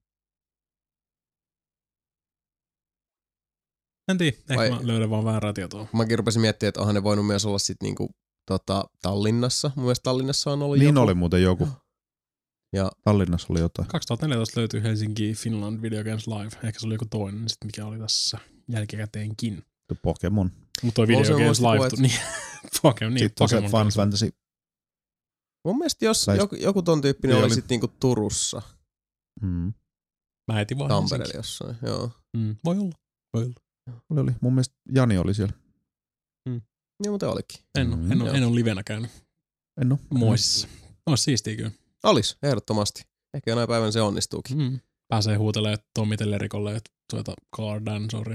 En tiedä, ehkä Vai, mä löydän vaan väärää tietoa. Mäkin rupesin miettimään, että onhan ne voinut myös olla sitten niinku, tota, Tallinnassa. Mun mielestä Tallinnassa on ollut niin joku. Niin oli muuten joku. Ja Tallinnassa oli jotain. kaksituhattaneljätoista löytyi Helsinki Finland Video Games Live. Ehkä se oli joku toinen, sit mikä oli tässä jälkikäteenkin. The Pokemon. Mutta toi Video Games Live, tu- niin, Pokemon, niin, sitten Pokemon. se Fun Fantasy. mun mielestä jos Tai joku, joku ton tyyppinen oli. oli sitten niinku Turussa, Mm. Mä heitin vaan Tampereella jossain. Joo. Mm, voi olla, voi olla. Oli, oli. Mun mielestä Jani oli siellä. Niin muuten olikin. En, Mm, en, ole, joo. en ole livenä käynyt En oo. muissa. Ois siistiä kyllä. Olis, ehdottomasti. Ehkä jonain päivänä se onnistuukin. Mm. Pääsee huutelemaan Tommi Tellerikolle, että tuota Car Danceria.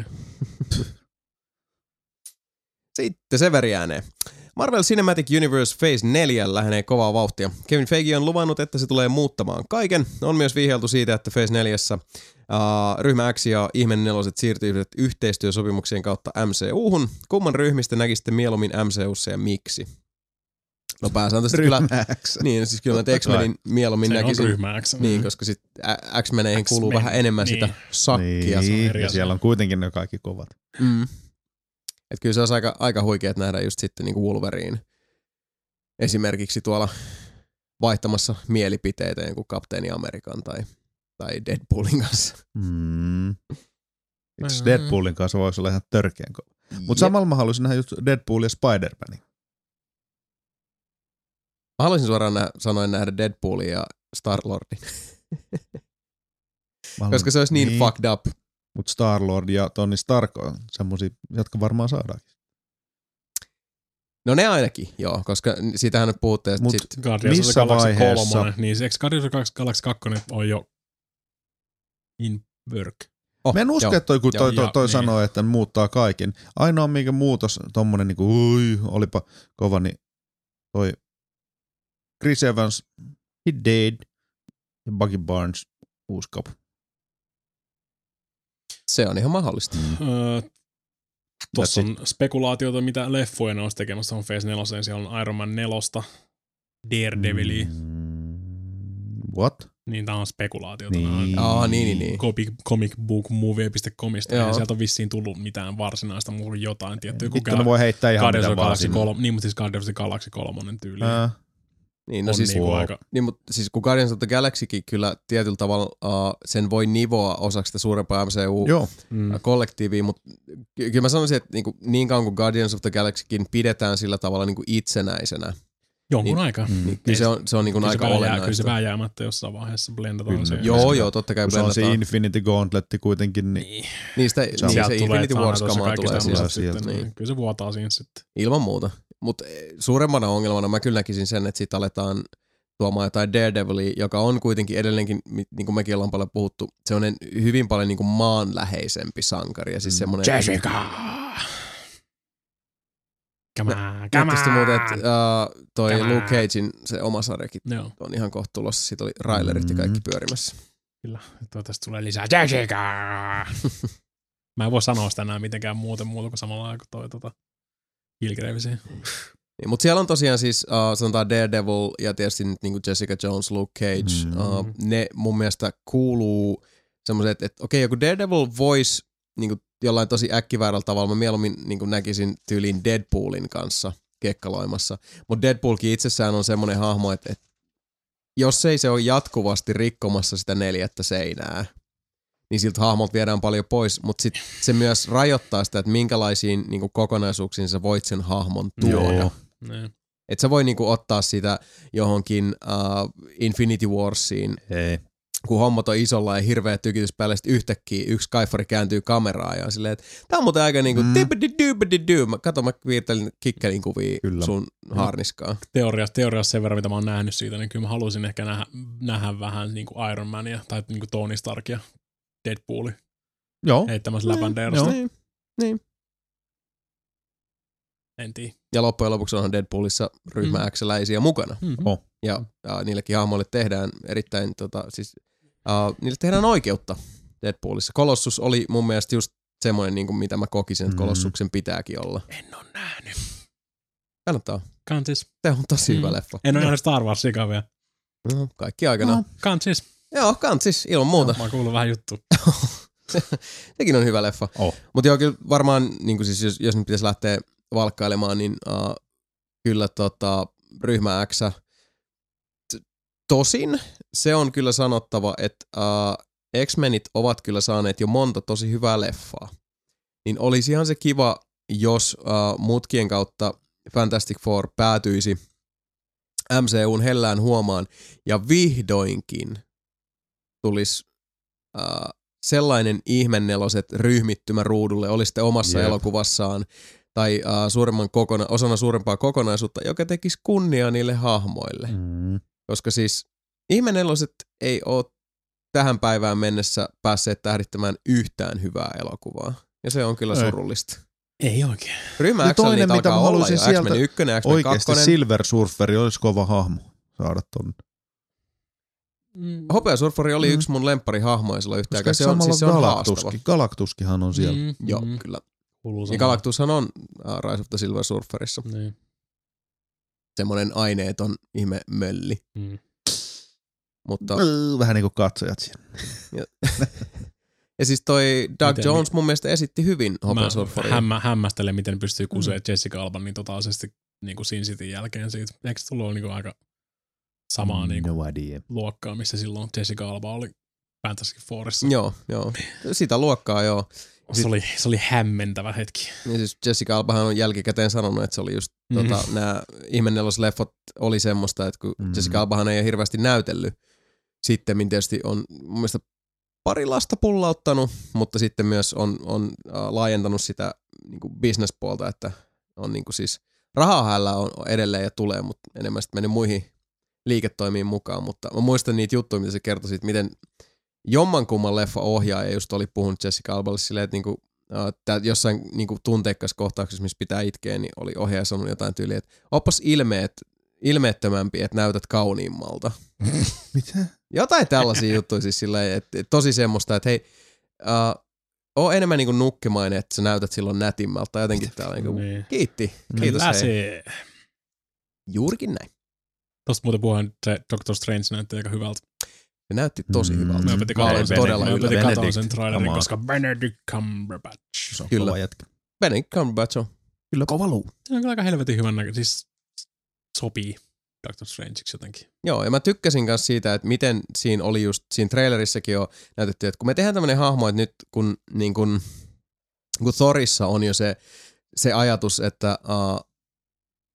Sitten Severi ääneen. Marvel Cinematic Universe Phase neljä lähenee kovaa vauhtia. Kevin Feige on luvannut, että se tulee muuttamaan kaiken. On myös vihjailtu siitä, että Phase neljässä uh, ryhmä X ja Ihme neloset siirtyivät yhteistyösopimuksien kautta M C U:hun. Kumman ryhmistä näkisitte mieluummin M C U:ssa ja miksi? No pääsääntöisesti kyllä, niin siis kyllä mä X-Menin mieluummin se näkisin. on ryhmä X. Niin, koska sit X-Meneihin kuuluu X-Men, vähän enemmän niin. sitä sakkia. Niin, eri ja asia. siellä on kuitenkin ne kaikki kovat. Mm. Et kyllä se olisi aika, aika huikeet nähdä just sitten niinku Wolverine esimerkiksi tuolla vaihtamassa mielipiteitä jonkun Kapteeni Amerikan tai, tai Deadpoolin kanssa. Mm. Itse Mm. Deadpoolin kanssa voisi olla ihan törkeän kova. Mutta samalla mä haluaisin nähdä just Deadpool ja Spider-Manin. Mä haluaisin suoraan nä- sanoen nähdä Deadpoolin ja Star-Lordin, koska se olisi niin, niin. fucked up. Mutta Star-Lord ja Tony Stark on semmosia, jotka varmaan saadaankin. No ne ainakin, joo, koska siitähän nyt puhutte. Että Mut sit, Guardians of the missä Galaxy vaiheessa- kolme, niin se eikö Guardians of the Galaxy kaksi on jo in work? oh, Mä en usko, joo, että toi, kun joo, toi, toi, ja- toi niin. sanoo, että muuttaa kaiken. Ainoa mikä muutos, tommonen niinku, ui, olipa kova, niin toi Chris Evans, he dead, ja Bucky Barnes, uusi kapu. se on ihan mahdollista. Öö, Tuossa That's on spekulaatiota, mitä leffoja ne olisi tekemässä on Phase neljä. Siellä on Iron Man neljä, Daredevilia. Mm, what? Niin tää on spekulaatiota. Niin. Nää on Aa, niin, niin, niin. comic, comicbookmovie piste comista. Joo. Ja sieltä on vissiin tullut mitään varsinaista muuta jotain. Tietty, joku Vittu ne voi heittää ihan Guardians of mitä the vaan Galaxy sinne. kolme. Niin, mutta siis Guardians of the Galaxy kolmonen tyyli. Ää, Niin, no on siis, niinku wow. aika... niin, mutta siis kun Guardians of the Galaxykin kyllä tietyllä tavalla uh, sen voi nivoa osaksi sitä suurempaa M C Joo. U-kollektiivia, Mm. mutta kyllä mä sanoisin, että niinku, niin kauan kuin Guardians of the Galaxykin pidetään sillä tavalla niinku itsenäisenä, Jonkun Niin, aikaa. Mm. Niin, kyllä se on, se on niin kuin Kyllä aika se vääjää, olennaista. kyllä se vääjäämättä jossain vaiheessa blendataan Kyllä. siihen. Joo, joo, totta kai Kun se on se blendataan. Infinity Gauntletti kuitenkin, niin Niin. Niistä, niin se Sieltä tulee Infinity Wars-kamaa tulee sieltä. sieltä. Sitten, Niin. niin. Kyllä se vuotaa siinä sitten. Ilman muuta. Mutta suuremmana ongelmana mä kyllä näkisin sen, että siitä aletaan tuomaan jotain Daredevilia, joka on kuitenkin edelleenkin, niin kuin mekin ollaan paljon puhuttu, se on hyvin paljon niin kuin maanläheisempi sankari. Ja siis semmoinen, Jessica! Come on, come Tietysti muuten, että on! uh, toi Come on. Luke Cagein se oma sarjakin Joo, on ihan kohta tulossa. Siitä oli trailerit ja kaikki pyörimässä. kyllä. Toivottavasti tulee lisää Jessica! Mä en voi sanoa sitä enää mitenkään muuten muuta kuin samalla lailla kuin toi tota, Killgravesiin. Niin, mutta siellä on tosiaan siis, uh, sanotaan Daredevil ja tietysti nyt niin kuin Jessica Jones, Luke Cage. Mm. Uh, ne mun mielestä kuuluu semmoiset, että, että okei, joku Daredevil voisi niin kuin jollain tosi äkkiväärällä tavalla, mä mieluummin niin kuin näkisin tyyliin Deadpoolin kanssa kekkaloimassa. Mutta Deadpoolkin itsessään on semmoinen hahmo, että, että jos ei se ole jatkuvasti rikkomassa sitä neljättä seinää, niin siltä hahmolta viedään paljon pois, mutta sit se myös rajoittaa sitä, että minkälaisiin niin kuin kokonaisuuksiin sä voit sen hahmon tuoda. Joo. Niin. Et sä voi niinku ottaa sitä johonkin uh, Infinity Warsiin, Ei. kun hommat on isolla ja hirveä tykitys päälle, sit yhtäkkiä yksi kaifari kääntyy kameraan ja on silleen, että tää on muuten aika niinku Mm. tippidi-dyppidi-dy. Mä kato, mä viirtelin kikkelin kuvia Kyllä. sun harniskaan. Teoriassa, teoriassa sen verran, mitä mä oon nähnyt siitä, niin kyllä mä haluaisin ehkä nähdä, nähdä vähän niin kuin Iron Mania tai niin kuin Tony Starkia, Deadpooli, Joo. heittämässä läpändeerosta. Niin, niin. En tiedä. Ja loppujen lopuksi onhan Deadpoolissa ryhmä Mm. X-läisiä mukana. Mm-hmm. Oh. Ja uh, niillekin hahmoille tehdään erittäin, tota, siis, uh, niille tehdään oikeutta Deadpoolissa. Colossus oli mun mielestä just semmoinen, niin kuin mitä mä kokisin, että Mm. Colossuksen pitääkin olla. En oo nähnyt. Kannattaa. Kansis. Se on tosi Mm. hyvä leffa. En oo nähnyt Star Warsia vielä. No, kaikki aikana. No. Kansis. Joo, kantsis, ilman muuta. Mä oon kuullut vähän juttua. Sekin on hyvä leffa. Oh. Mutta joo, kyllä varmaan, niin kuin siis, jos, jos nyt pitäisi lähteä valkkailemaan, niin uh, kyllä tota, ryhmä X. Tosin se on kyllä sanottava, että uh, X-Menit ovat kyllä saaneet jo monta tosi hyvää leffaa. Niin olisihan se kiva, jos uh, mutkien kautta Fantastic Four päätyisi M C U:n hellään huomaan ja vihdoinkin tulisi uh, sellainen ihmenneloset ryhmittymä ruudulle, oli sitten omassa Jep. elokuvassaan tai uh, suuremman kokona- osana suurempaa kokonaisuutta, joka tekisi kunniaa niille hahmoille. Mm. Koska siis ihmenneloset ei ole tähän päivään mennessä päässeet tähdittämään yhtään hyvää elokuvaa. Ja se on kyllä Ei. surullista. Ei oikein. Ryhmä No X toinen, niitä mitä alkaa mä olla jo. haluaisin sieltä X-Men yksi, X-Men Oikeasti kaksi. Silver Surferi olisi kova hahmo saada tonne. Mm. Hopeasurfari oli Mm. yksi mun lempparihahmoja silloin yhtä aikaa. Koska Se on, samalla siis se on haastava. Galactuskin. Galactuskinhan on siellä. Mm, Joo, mm. kyllä. Kuuluu Ja samaan. Galactushan on uh, Rise of the Silver Surferissa. Niin. Semmoinen aineeton ihme mölli. Mm. Mutta, Mm, Vähän niin kuin katsojat siellä. ja siis toi Doug Miten Jones mun mielestä esitti hyvin Mä Hopeasurfaria. hämmä, hämmästelen, miten pystyy kuseen Mm. Jessica Alban niin totaalisesti niin kuin Sin Cityn jälkeen siitä. Eikö se tullut niin kuin aika samaa niin kuin No idea. luokkaa, missä silloin Jessica Alba oli Fantastic Fourissa. Joo, joo. Sitä luokkaa, joo. Se oli, se oli hämmentävä hetki. Ja siis Jessica Albahan on jälkikäteen sanonut, että se oli just, Mm. tota, nämä ihmennellosleffot oli semmoista, että kun Mm. Jessica Albahan ei ole hirveästi näytellyt, sitten tietysti on mun mielestä pari lasta pullauttanut, mutta sitten myös on, on uh, laajentanut sitä niin kuin business-puolta, että on niin kuin siis rahaa hänellä on edelleen ja tulee, mutta enemmän sitten mennyt muihin liiketoimiin mukaan, mutta mä muistan niitä juttuja, mitä se kertoi siitä, miten jommankumman leffa ohjaaja just oli puhunut Jessica Alballe silleen, että niinku, uh, tää jossain niinku tunteikkaassa kohtauksessa, missä pitää itkeä, niin oli ohjaaja sanonut jotain tyyliä, että oppas ilmeet, ilmeettömämpi, että näytät kauniimmalta. Mitä? Jotain tällaisia juttuja siis silleen, että tosi semmoista, että hei, uh, oo enemmän niinku nukkimainen, että sä näytät silloin nätimmältä tai jotenkin täällä niinku, Niin. kiitti, kiitos hei. Läse. Juurikin näin. Tosta muuten puhuen, se Doctor Strange näytti aika hyvältä. Se näytti tosi Mm. hyvältä. Mä opetin Mä olen katsomaan todella sen, mä opetin yllättynyt. katsomaan sen Benedict, trailerin, come on. koska Benedict Cumberbatch. Se on Kyllä. kova jätkä. Benedict Cumberbatch on Kyllä kova luu. Se on kyllä aika helvetin hyvän näkö. Siis sopii Doctor Strangeiksi jotenkin. Joo, ja mä tykkäsin myös siitä, että miten siinä oli just, siinä trailerissakin on näytetty, että kun me tehdään tämmöinen hahmo, että nyt kun, niin kun, kun Thorissa on jo se, se ajatus, että uh,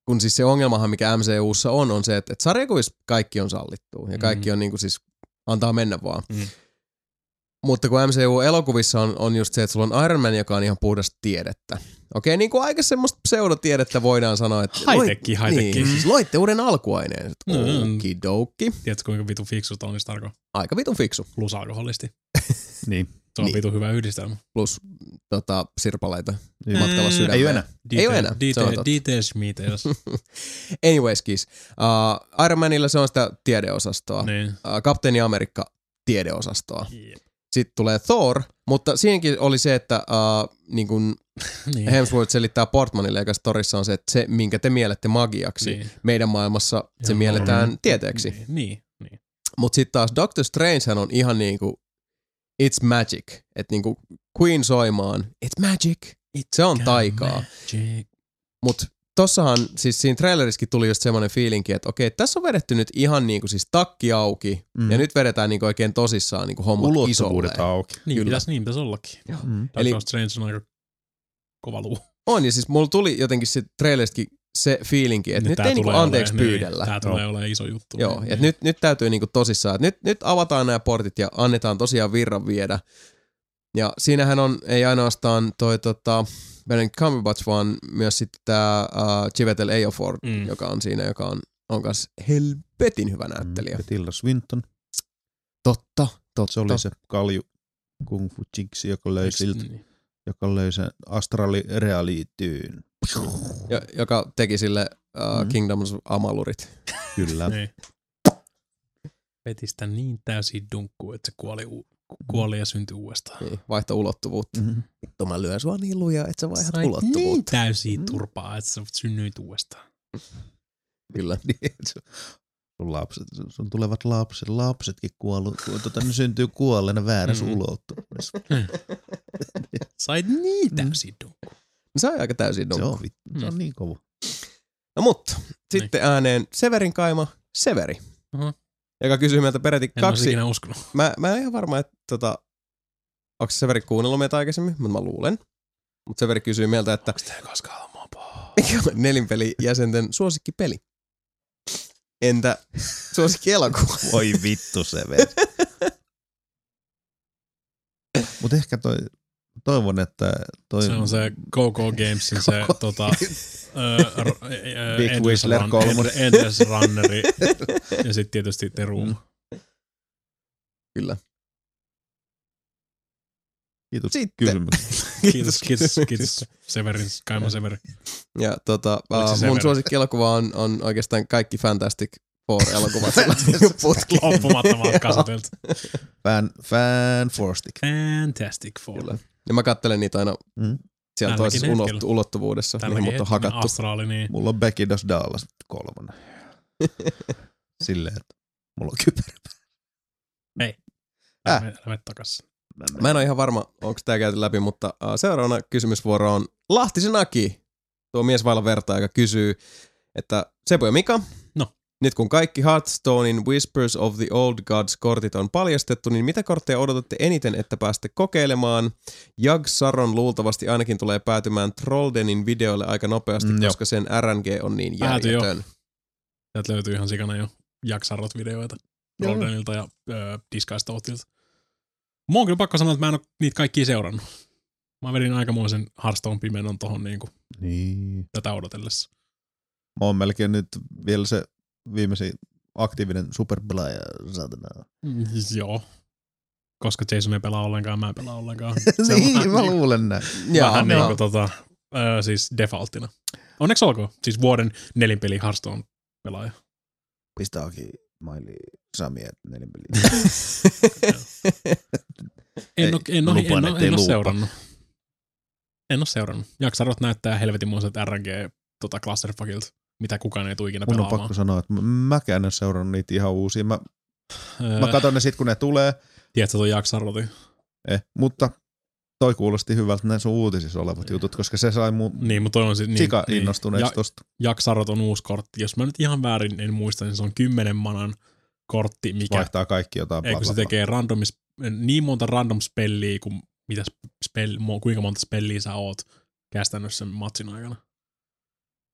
kun siis se ongelmahan, mikä M C U:ssa on, on se, että, että sarjakuvissa kaikki on sallittua ja kaikki on niinku siis antaa mennä vaan. Mm. Mutta kun M C U-elokuvissa on, on just se, että sulla on Iron Man, joka on ihan puhdasta tiedettä. Okei, niin kuin aika semmoista pseudotiedettä voidaan sanoa, että... Haitekki, haitekki. Niin, siis loitte uuden alkuaineen. Mm. Okidoki. Tiedätkö, kuinka vitun fiksu Tony Stark on? Aika vitun fiksu. Plus alkoholisti. Niin. Se on niin. vitun hyvä yhdistelmä. Plus tota, sirpaleita niin. matkalla sydämeen. Ei ole enää. Ei ole enää. Details meters. Anyways, kiss. Uh, Iron Manilla se on sitä tiedeosastoa. Niin. Uh, Kapteeni Amerikka tiedeosastoa. Yep. Sitten tulee Thor, mutta siinäkin oli se, että uh, niin kun niin. Hemsworth selittää Portmanille, joka storissa on se, että se, minkä te mielette magiaksi, niin. meidän maailmassa se ja mielletään no, tieteeksi. Niin, niin. niin. Mutta sitten taas Doctor Strangehän on ihan niinku, it's magic. Että niinku Queen soimaan, it's magic, It se on taikaa. Mutta tossahan, siis siinä trailerissakin tuli just semmoinen fiilinki, että okei, tässä on vedetty nyt ihan niinku siis takki auki, mm. ja nyt vedetään niinku oikein tosissaan niinku hommat isolleen. Ulottuvuudet auki. Niin pitäisi, niin pitäisi ollakin. Mm. Doctor Strange on aika kova luu. On, ja siis mulla tuli jotenkin sit traileristakin se fiilinki, että nyt, nyt ei niinku anteeksi ole, pyydellä. Tää tulee no. olemaan iso juttu. Joo, että nyt, nyt täytyy niinku tosissaan, että nyt, nyt avataan nämä portit ja annetaan tosiaan virran viedä. Ja siinähän on, ei ainoastaan toi tota, Benedict Cumberbatch, vaan myös sitten tää uh, Chiwetel Ejiofor, mm. joka on siinä, joka on, on kans helvetin hyvä näyttelijä. Mm, Tilda Swinton. Totta, totta. Se oli se kalju kung fu chiksi, joka löi siltä. Niin? Joka löi sen astralirealityyn. Ja, joka teki sille uh, mm. Kingdoms Amalurit. Kyllä. Niin. Veti sitä niin täysin dunkkuun, että se kuoli, u- kuoli ja syntyi uudestaan. Niin, vaihto ulottuvuutta. Mm-hmm. Vittu mä lyön sua niin lujaa, että sä vaihdat Sait ulottuvuutta. niin täysin turpaa, että sä synnyit uudestaan. Kyllä. Sun lapset, sun tulevat lapset, lapsetkin kuollut, tuota, ne syntyy kuolleena väärässä mm. ulottuvuudessa. Sait niin täysin dunkkuun. Se on aika täysin dunkku. Se on, vittu, se on mm. niin kova. No mutta, niin. sitten ääneen Severin kaima Severi, uh-huh. joka kysyy meiltä peräti en kaksi. En ikinä uskonut. Mä, mä en ihan varma, että tota, onko Severi kuunnellut meitä aikaisemmin, mutta mä luulen. Mutta Severi kysyy meiltä, että onko teillä koskaan ollut mopaa? Mikä on nelinpelijäsenten suosikkipeli? Entä suosikkielokuva? Voi vittu Severi. Mutta ehkä toi, toivon, että toi... Se on se Go Go Gamesin se tota, Big uh, Whistler kolmonen. Endless Runneri ja sitten tietysti The Room. Mm. Kyllä. Kiitos sitten. kysymyksestä. kiitos, kiitos, kiitos Severin, Kaima Severi. Ja tota, uh, mun suosikkielokuva on, on oikeastaan kaikki Fantastic Four-elokuvat. Loppumattomat kasateltu. Fan, fan Forstic. Fantastic Four. Kyllä. Ja mä katselen niitä aina mm. siellä toisessa ulot- ulottuvuudessa, mihin mut on hakattu. Astraali, niin. Mulla on Becky Does Dallas kolmonen. Silleen, että mulla on kypärä. Ei. Äh. Älä mene takas. Mä en ole ihan varma, onko tää käyty läpi, mutta uh, seuraavana kysymysvuoro on Lahtisen Aki, tuo mies vailla verta, joka kysyy, että Sepo ja Mika, no. nyt kun kaikki Hearthstonein Whispers of the Old Gods-kortit on paljastettu, niin mitä kortteja odotatte eniten, että pääsette kokeilemaan? Jag Saron luultavasti ainakin tulee päätymään Trolldenin videoille aika nopeasti, mm, koska jo. sen R N G on niin järjetön. Täältä löytyy ihan sikana jo Jag Sarot-videoita Trolldenilta ja äh, Disguised Thoughtsilta. Mä oon kyllä pakko sanoa, että mä en ole niitä kaikkia seurannut. Mä vedin aikamoisen Hearthstone-pimenon tohon niinku niin. tätä odotellessa. Mä oon melkein nyt vielä se viimeisin aktiivinen superpelaaja, saatana. Mm, joo. Koska Jason ei pelaa ollenkaan, mä en pelaa ollenkaan. niin, mä luulen näin. Vähän niinku tota, äh, siis defaulttina. Onneksi olkoon. Siis vuoden nelinpeli Hearthstone-pelaaja. Pistä auki Maili Sami, että nelinpeli. En ole, en ole, en ole, en ole seurannut. En ole seurannut. Jaksarot näyttää helvetinmoiset R N G tota clusterfuckilta, mitä kukaan ei tule ikinä pelaamaan. Mun on pakko sanoa, että mäkään en ole seurannut niitä ihan uusia. Mä, öö, mä katson ne sit, kun ne tulee. Tiedätkö tuon Jaksarotin? Eh, mutta toi kuulosti hyvältä ne sun uutisissa olevat jutut, koska se sai mun niin, mutta toi on sit, sika niin, innostuneeksi ja, tosta. Jaksarot on uusi kortti. Jos mä nyt ihan väärin en muista, niin se on kymmenen manan kortti, mikä vaihtaa kaikki jotain. Eikö se tekee randomis, niin monta random spelliä, kuin mitä spell, kuinka monta spelliä sä oot kästänyt sen matsin aikana.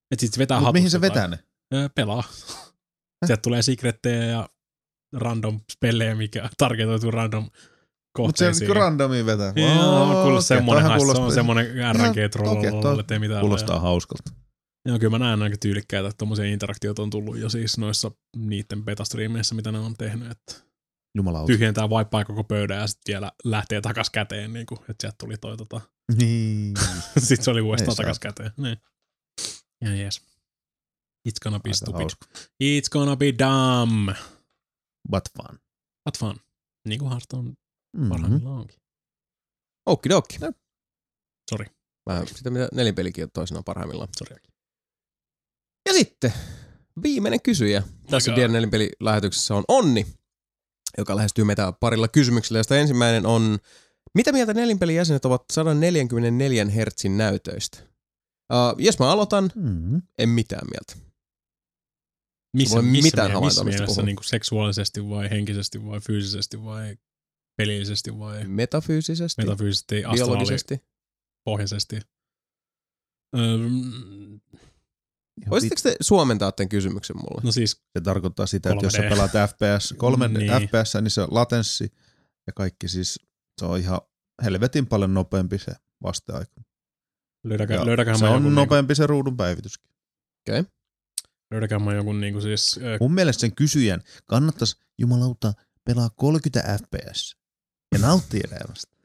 Et sit se vetää Mut hatusta. mihin se vetää ne? Öö, pelaa. Sieltä tulee secrettejä ja random spellejä, mikä targetoituu random Mutta se kohteisiin. on randomiin vetää. Joo, kuuluu semmonen hassu. Se on kuulostaa- semmonen R N G-troll, Okei, ettei mitään. Kuulostaa hauskalta. Joo, kyllä mä näen aika tyylikkäitä, että tommosia interaktiot on tullut jo siis noissa niitten betastriimeissä, mitä ne on tehnyt, että Jumalauta. tyhjentää vaippaa koko pöydän ja sitten vielä lähtee takas käteen, niin kuin, että sieltä tuli toi tota. Niin. Sitten se oli uudestaan Ei takas saa. käteen. Niin. Ja jees. It's gonna be Aika stupid. hauska. It's gonna be dumb. But fun. But fun. Niin kuin Hearthstone Mm-hmm. parhaimmillaan onkin. Okidokki. Sori, Vähän sitä, mitä nelinpelikin on toisinaan parhaimmillaan. sori. Ja sitten viimeinen kysyjä tässä God. Dear Nelinpeli-lähetyksessä on Onni, joka lähestyy meitä parilla kysymyksellä, josta ensimmäinen on, mitä mieltä Nelinpelin jäsenet ovat sata neljäkymmentäneljä hertsin näytöistä? Uh, jos mä aloitan, Mm-hmm. en mitään mieltä. Missä, Voi missä, mitään missä, havaintoa, missä mistä mielessä puhuu. niin kuin seksuaalisesti vai henkisesti vai fyysisesti vai pelillisesti vai Metafyysisesti, metafyysisesti, biologisesti. astraalipohjaisesti? Öö, Voisitteko te suomentaa tämän kysymyksen mulle? no siis Se tarkoittaa sitä, että jos sä kolme D. pelaat F P S, kolme Niin. F P S, niin se on latenssi ja kaikki siis, se on ihan helvetin paljon nopeampi se vasteaika. löydäkää, Ja löydäkää se mä on jonkun, nopeampi se ruudun päivityskin. Okei. löydäkää mä jonkun niinku siis, ö, Mun mielestä sen kysyjän kannattaisi jumalauta pelaa kolmekymmentä F P S ja nauttia elämästä.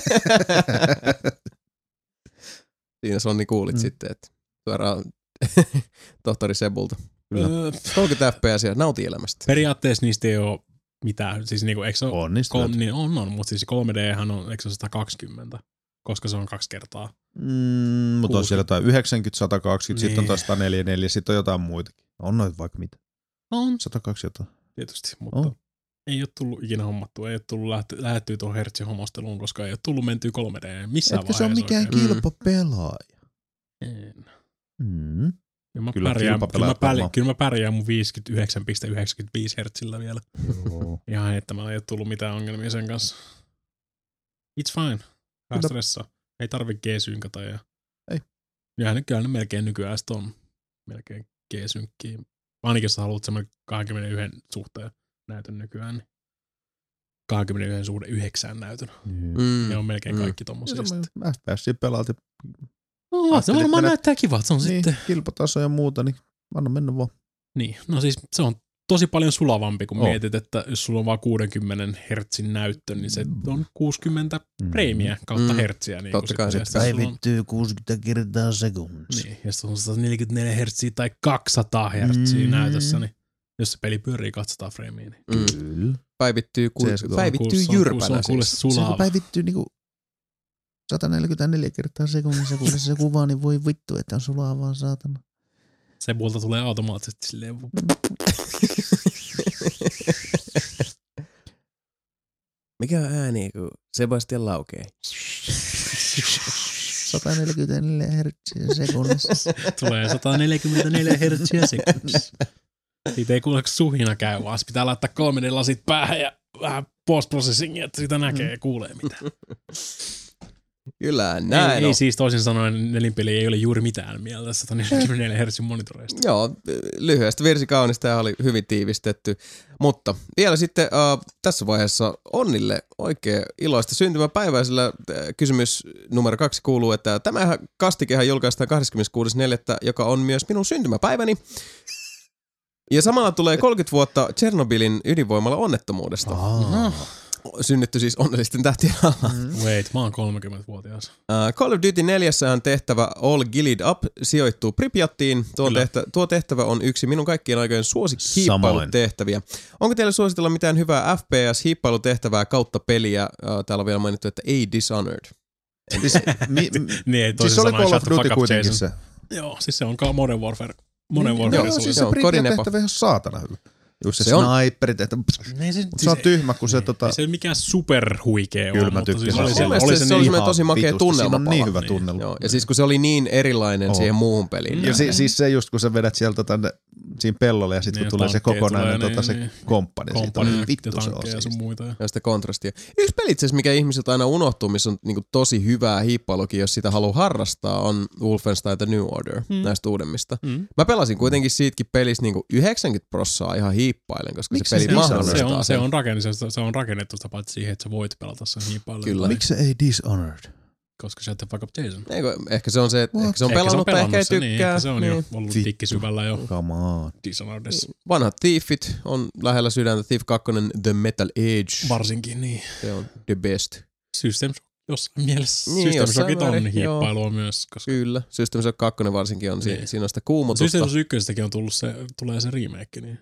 Siinä Sonni kuulit Mm. sitten, että suoraan tohtori Sebulta. Kyllä. ö, kolmekymmentä F P S ja nauti elämästä. periaatteessa niistä ei ole mitään, siis niinku, eikö se ole, On niistä kol, löytyy. niin on, on, mutta siis kolme D:hän on, eikö se ole sata kaksikymmentä, koska se on kaksi kertaa. Mm, mutta on siellä jotain yhdeksänkymmentä, sata kaksikymmentä, sitten on Niin. taas sata neljäkymmentäneljä, sitten on jotain muitakin. On noita vaikka mitä. On. sata kaksi jotain. Tietysti, mutta On. ei ole tullut ikinä hommattua, ei ole tullut lähty, lähettyä tuohon hertsihomosteluun, koska ei ole tullut mentyä kolme D missään Etkö se ole vaiheessa mikään oikein. kilpapelaaja? En. Mm. Kyllä mä, Kyllä pärjään, kyllä, mä kilpapelaajat pärjään, varmaan. kyllä mä pärjään mun viisikymmentäyhdeksän pilkku yhdeksänkymmentäviisi hertsillä vielä. Joo. Ihan heittämällä ei ole tullut mitään ongelmia sen kanssa. It's fine. Vähän Kyllä. stressaa. Ei tarvi G-synkata. Ja... Ei. Ja nyt kyllä ne melkein nykyään sit on melkein G-synkkiä. Ainakin jos sä haluat semmoinen kaksikymmentäyksi suhteen näytön nykyään, niin kaksikymmentäyksi suhde yhdeksään näytön. Mm. Ne on melkein Mm. kaikki tommosia sitten. F P S pelaat ja Oh, se Ajattelin, varmaan että näyttää kivalta. Se on niin, sitten... kilpataso ja muuta, niin anna mennä vaan. Niin, no siis se on tosi paljon sulavampi, kun On. mietit, että jos sulla on vaan kuusikymmentä hertsin näyttö, niin se on kuusikymmentä Mm. freimiä kautta Mm. hertsiä. Niin Totta kai sitten, sitten. että sulla on- Päivittyy kuusikymmentä kertaa sekunnissa. Niin, jos on sata neljäkymmentäneljä hertsiä tai kaksisataa hertsiä Mm. näytössä, niin jos se peli pyörii kaksisataa freimiä, niin Mm. Kyllä. Päivittyy, ku, Se- se on päivittyy kuule- se on- jyrpänä se on kuule siis. Se kun sulava. päivittyy niinku sata neljäkymmentäneljä kertaa sekunnissa, kun se kuvaa, niin voi vittu, että on sulaa vaan saatana. Se puolta tulee automaattisesti silleen. Mikä on ääni, kun Sebastian laukee? sata neljäkymmentäneljä hertsiä sekunnissa. Tulee sata neljäkymmentäneljä hertsiä sekunnissa. Siitä ei kuule suhina käy, vaan se pitää laittaa kolme D-lasit päähän ja vähän post-processingia, että sitä näkee ja kuulee mitään. Kyllä, näin ei, on. ei siis toisin sanoen nelinpeli ei ole juuri mitään mieltä sata neljäkymmentäneljä hertsin monitoreista. Joo, lyhyestä virsi kaunista ja oli hyvin tiivistetty. Mutta vielä sitten äh, tässä vaiheessa Onnille oikein iloista syntymäpäivää, sillä äh, kysymys numero kaksi kuuluu, että tämä kastikehän julkaistaan kahdeskymmeneskuudes neljättä, joka on myös minun syntymäpäiväni. Ja samalla tulee kolmekymmentä vuotta Tšernobylin ydinvoimalla onnettomuudesta. Aa. Synnytty siis onnellisten tähtien alla. Wait, mä oon kolmekymmentävuotias. Uh, Call of Duty neljässähän tehtävä All Gilled Up sijoittuu Pripyattiin. Tuo, tehtä, tuo tehtävä on yksi minun kaikkien aikojen suosikkihiippailutehtäviä. Onko teille suositella mitään hyvää F P S-hiippailutehtävää kautta peliä? Uh, täällä on vielä mainittu, että ei Dishonored. Siis, mi, mi, Niin, ei toisin siis se oli sanoen Call of shut the Duty fuck up, kuitenkin Jason. se. Joo, siis se on Modern Warfare. Modern Warfare Joo, suositella. siis se Joo, Pripyat Kodinepo. tehtävä ihan saatana hyvä. Just se, Se on- sniperit, että Ei se, se on tyhmä, kun se niin, tota... ei se mikään superhuikea Kyllä on, mä mutta tykkäsin. siis oli Mun se, mielestä oli se se, oli niin, semmoinen tosi makea vitusti. Siinä on tunnelmapala. niin hyvä Niin. tunnelma. Joo, ja siis kun se oli niin erilainen Oho. siihen muuhun peliin. Ja si, siis se just, kun sä vedät sieltä tänne siinä pellolla ja sitten Niin, kun tulee se tankkeja kokonainen tulee, tota, se niin, komppani, siitä on komppani vittu ja se on tankkeja ja sun siisti. muita. Ja sitä kontrastia. Yksi peli itse asiassa, mikä ihmisiltä aina unohtuu, missä on niinku tosi hyvää hiippailukin, jos sitä haluaa harrastaa, on Wolfenstein The New Order, mm. näistä uudemmista. Mm. Mä pelasin kuitenkin siitäkin pelistä niinku yhdeksänkymmentä prosenttia ihan hiippailen, koska Miksi se peli se mahdollistaa Se on, se sen. on, rakennettu, se on rakennettu sitä paitsi siihen, että sä voit pelata sen hiippailla. Kyllä. Miksi se ei Dishonored? Koska sä et fuck up Jason. Eikö, ehkä se on se, että ehkä se on Ehkä pelannut tai ehkä ei se, niin, tykkää. ehkä se on niin. jo ollut Vittu. tikkisyvällä jo Come on. Dishonoredissa. Vanhat Thiefit on lähellä sydäntä. Thief kaksi, The Metal Age. Varsinkin niin. Se on the best. System Shock jossain mielessä. Niin, System jossain Shockit on määrin, hiippailua myös. Koska Kyllä. System Shock kaksi varsinkin on, niin. Niin. siinä on sitä kuumutusta. System Shock ykkösestäkin on tullut se, tulee se remake. Niin.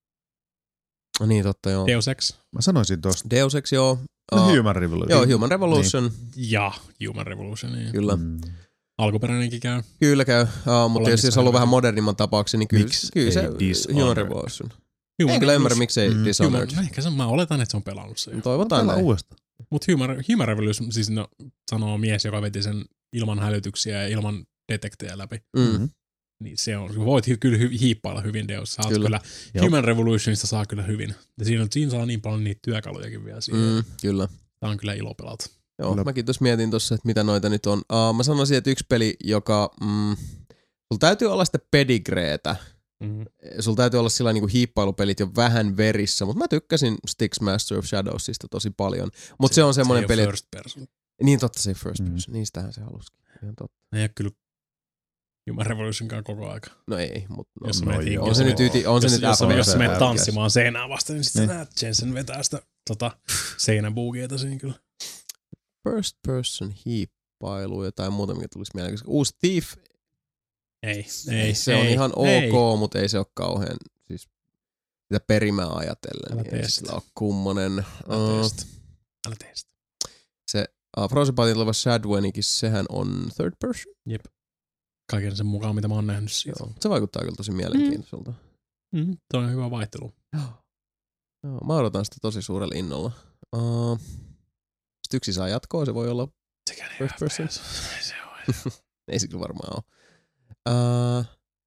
Niin totta, joo. Deus Ex Mä sanoisin tosta. Deus Ex, joo. No, Uh, Human Revolution. Joo, Human Revolution. Niin. ja Human Revolution. Niin. Kyllä. Mm. Alkuperäinenkin käy. Kyllä käy. Uh, mutta jos, jos haluaa vähän modernimman tapauksen, niin kyllä, Miksi kyllä se ei Dishonored? Human Revolution. Human En kyllä ymmärrä, miksei Mm. Dishonored. Human, ehkä se, mä oletan, että se on pelannut se. Toivotaan Pelaa näin. uudestaan. Mutta Human, Human Revolution, siis no, sanoo mies, joka veti sen ilman hälytyksiä ja ilman detektejä läpi. Mm. Niin se on, voit hy, kyllä hy, hiippailla hyvin Deus. Saat Kyllä. kyllä. Joo. Human Revolutionista saa kyllä hyvin. Ja siinä, siinä saa niin paljon niitä työkalujakin vielä siihen. Mm, kyllä. Tää on kyllä ilo pelata. Joo, Kyllä. mäkin tuossa mietin tuossa, että mitä noita nyt on. Uh, mä sanoisin, että yksi peli, joka... Mm, sulla täytyy olla sitä pedigreetä. Mm-hmm. Sulla täytyy olla sillä niinku hiippailupelit jo vähän verissä, mutta mä tykkäsin Styx Master of Shadowsista tosi paljon. Mutta se, se on semmoinen se peli... ei first person. Niin totta, se ei first Mm. person. Niistähän se halusikin. Ihan totta. Ne ei ole kyllä Human Revolutionkaan koko aika. No ei, mutta... No, Jos no, menet joo. hinkkiin, on se se- nyt, yti, on se jos, nyt jos, F P S. jos sä menet F P S. tanssimaan seinää vasten, niin sitten Niin. sä näet Jensen vetää sitä tota, seinäbuugieita siinä kyllä. First person hiippailu, jotain muuta, mikä tulisi mieleen. Koska uusi Thief, Ei, ei, se ei, on ihan ei. ok, mutta ei se ole kauhean... Siis, sitä perimää ajatellen, Älä niin ei tee sillä sitä. ole kummonen. Älä tee Uh, sitä. Älä tee sitä. se uh, Frozen Bytein tuleva Shadowenikin, sehän on third person. Jep. Kaiken sen mukaan, mitä mä oon nähnyt siitä. Joo. Se vaikuttaa kyllä tosi mielenkiintoiselta. Mm, toi on hyvä vaihtelu. Joo, mä odotan sitä tosi suurella innolla. Uh, sitten yksi saa jatkoa, se voi olla, Sekään ei First F P person. S. Se on. ei se kyllä varmaan ole. Uh,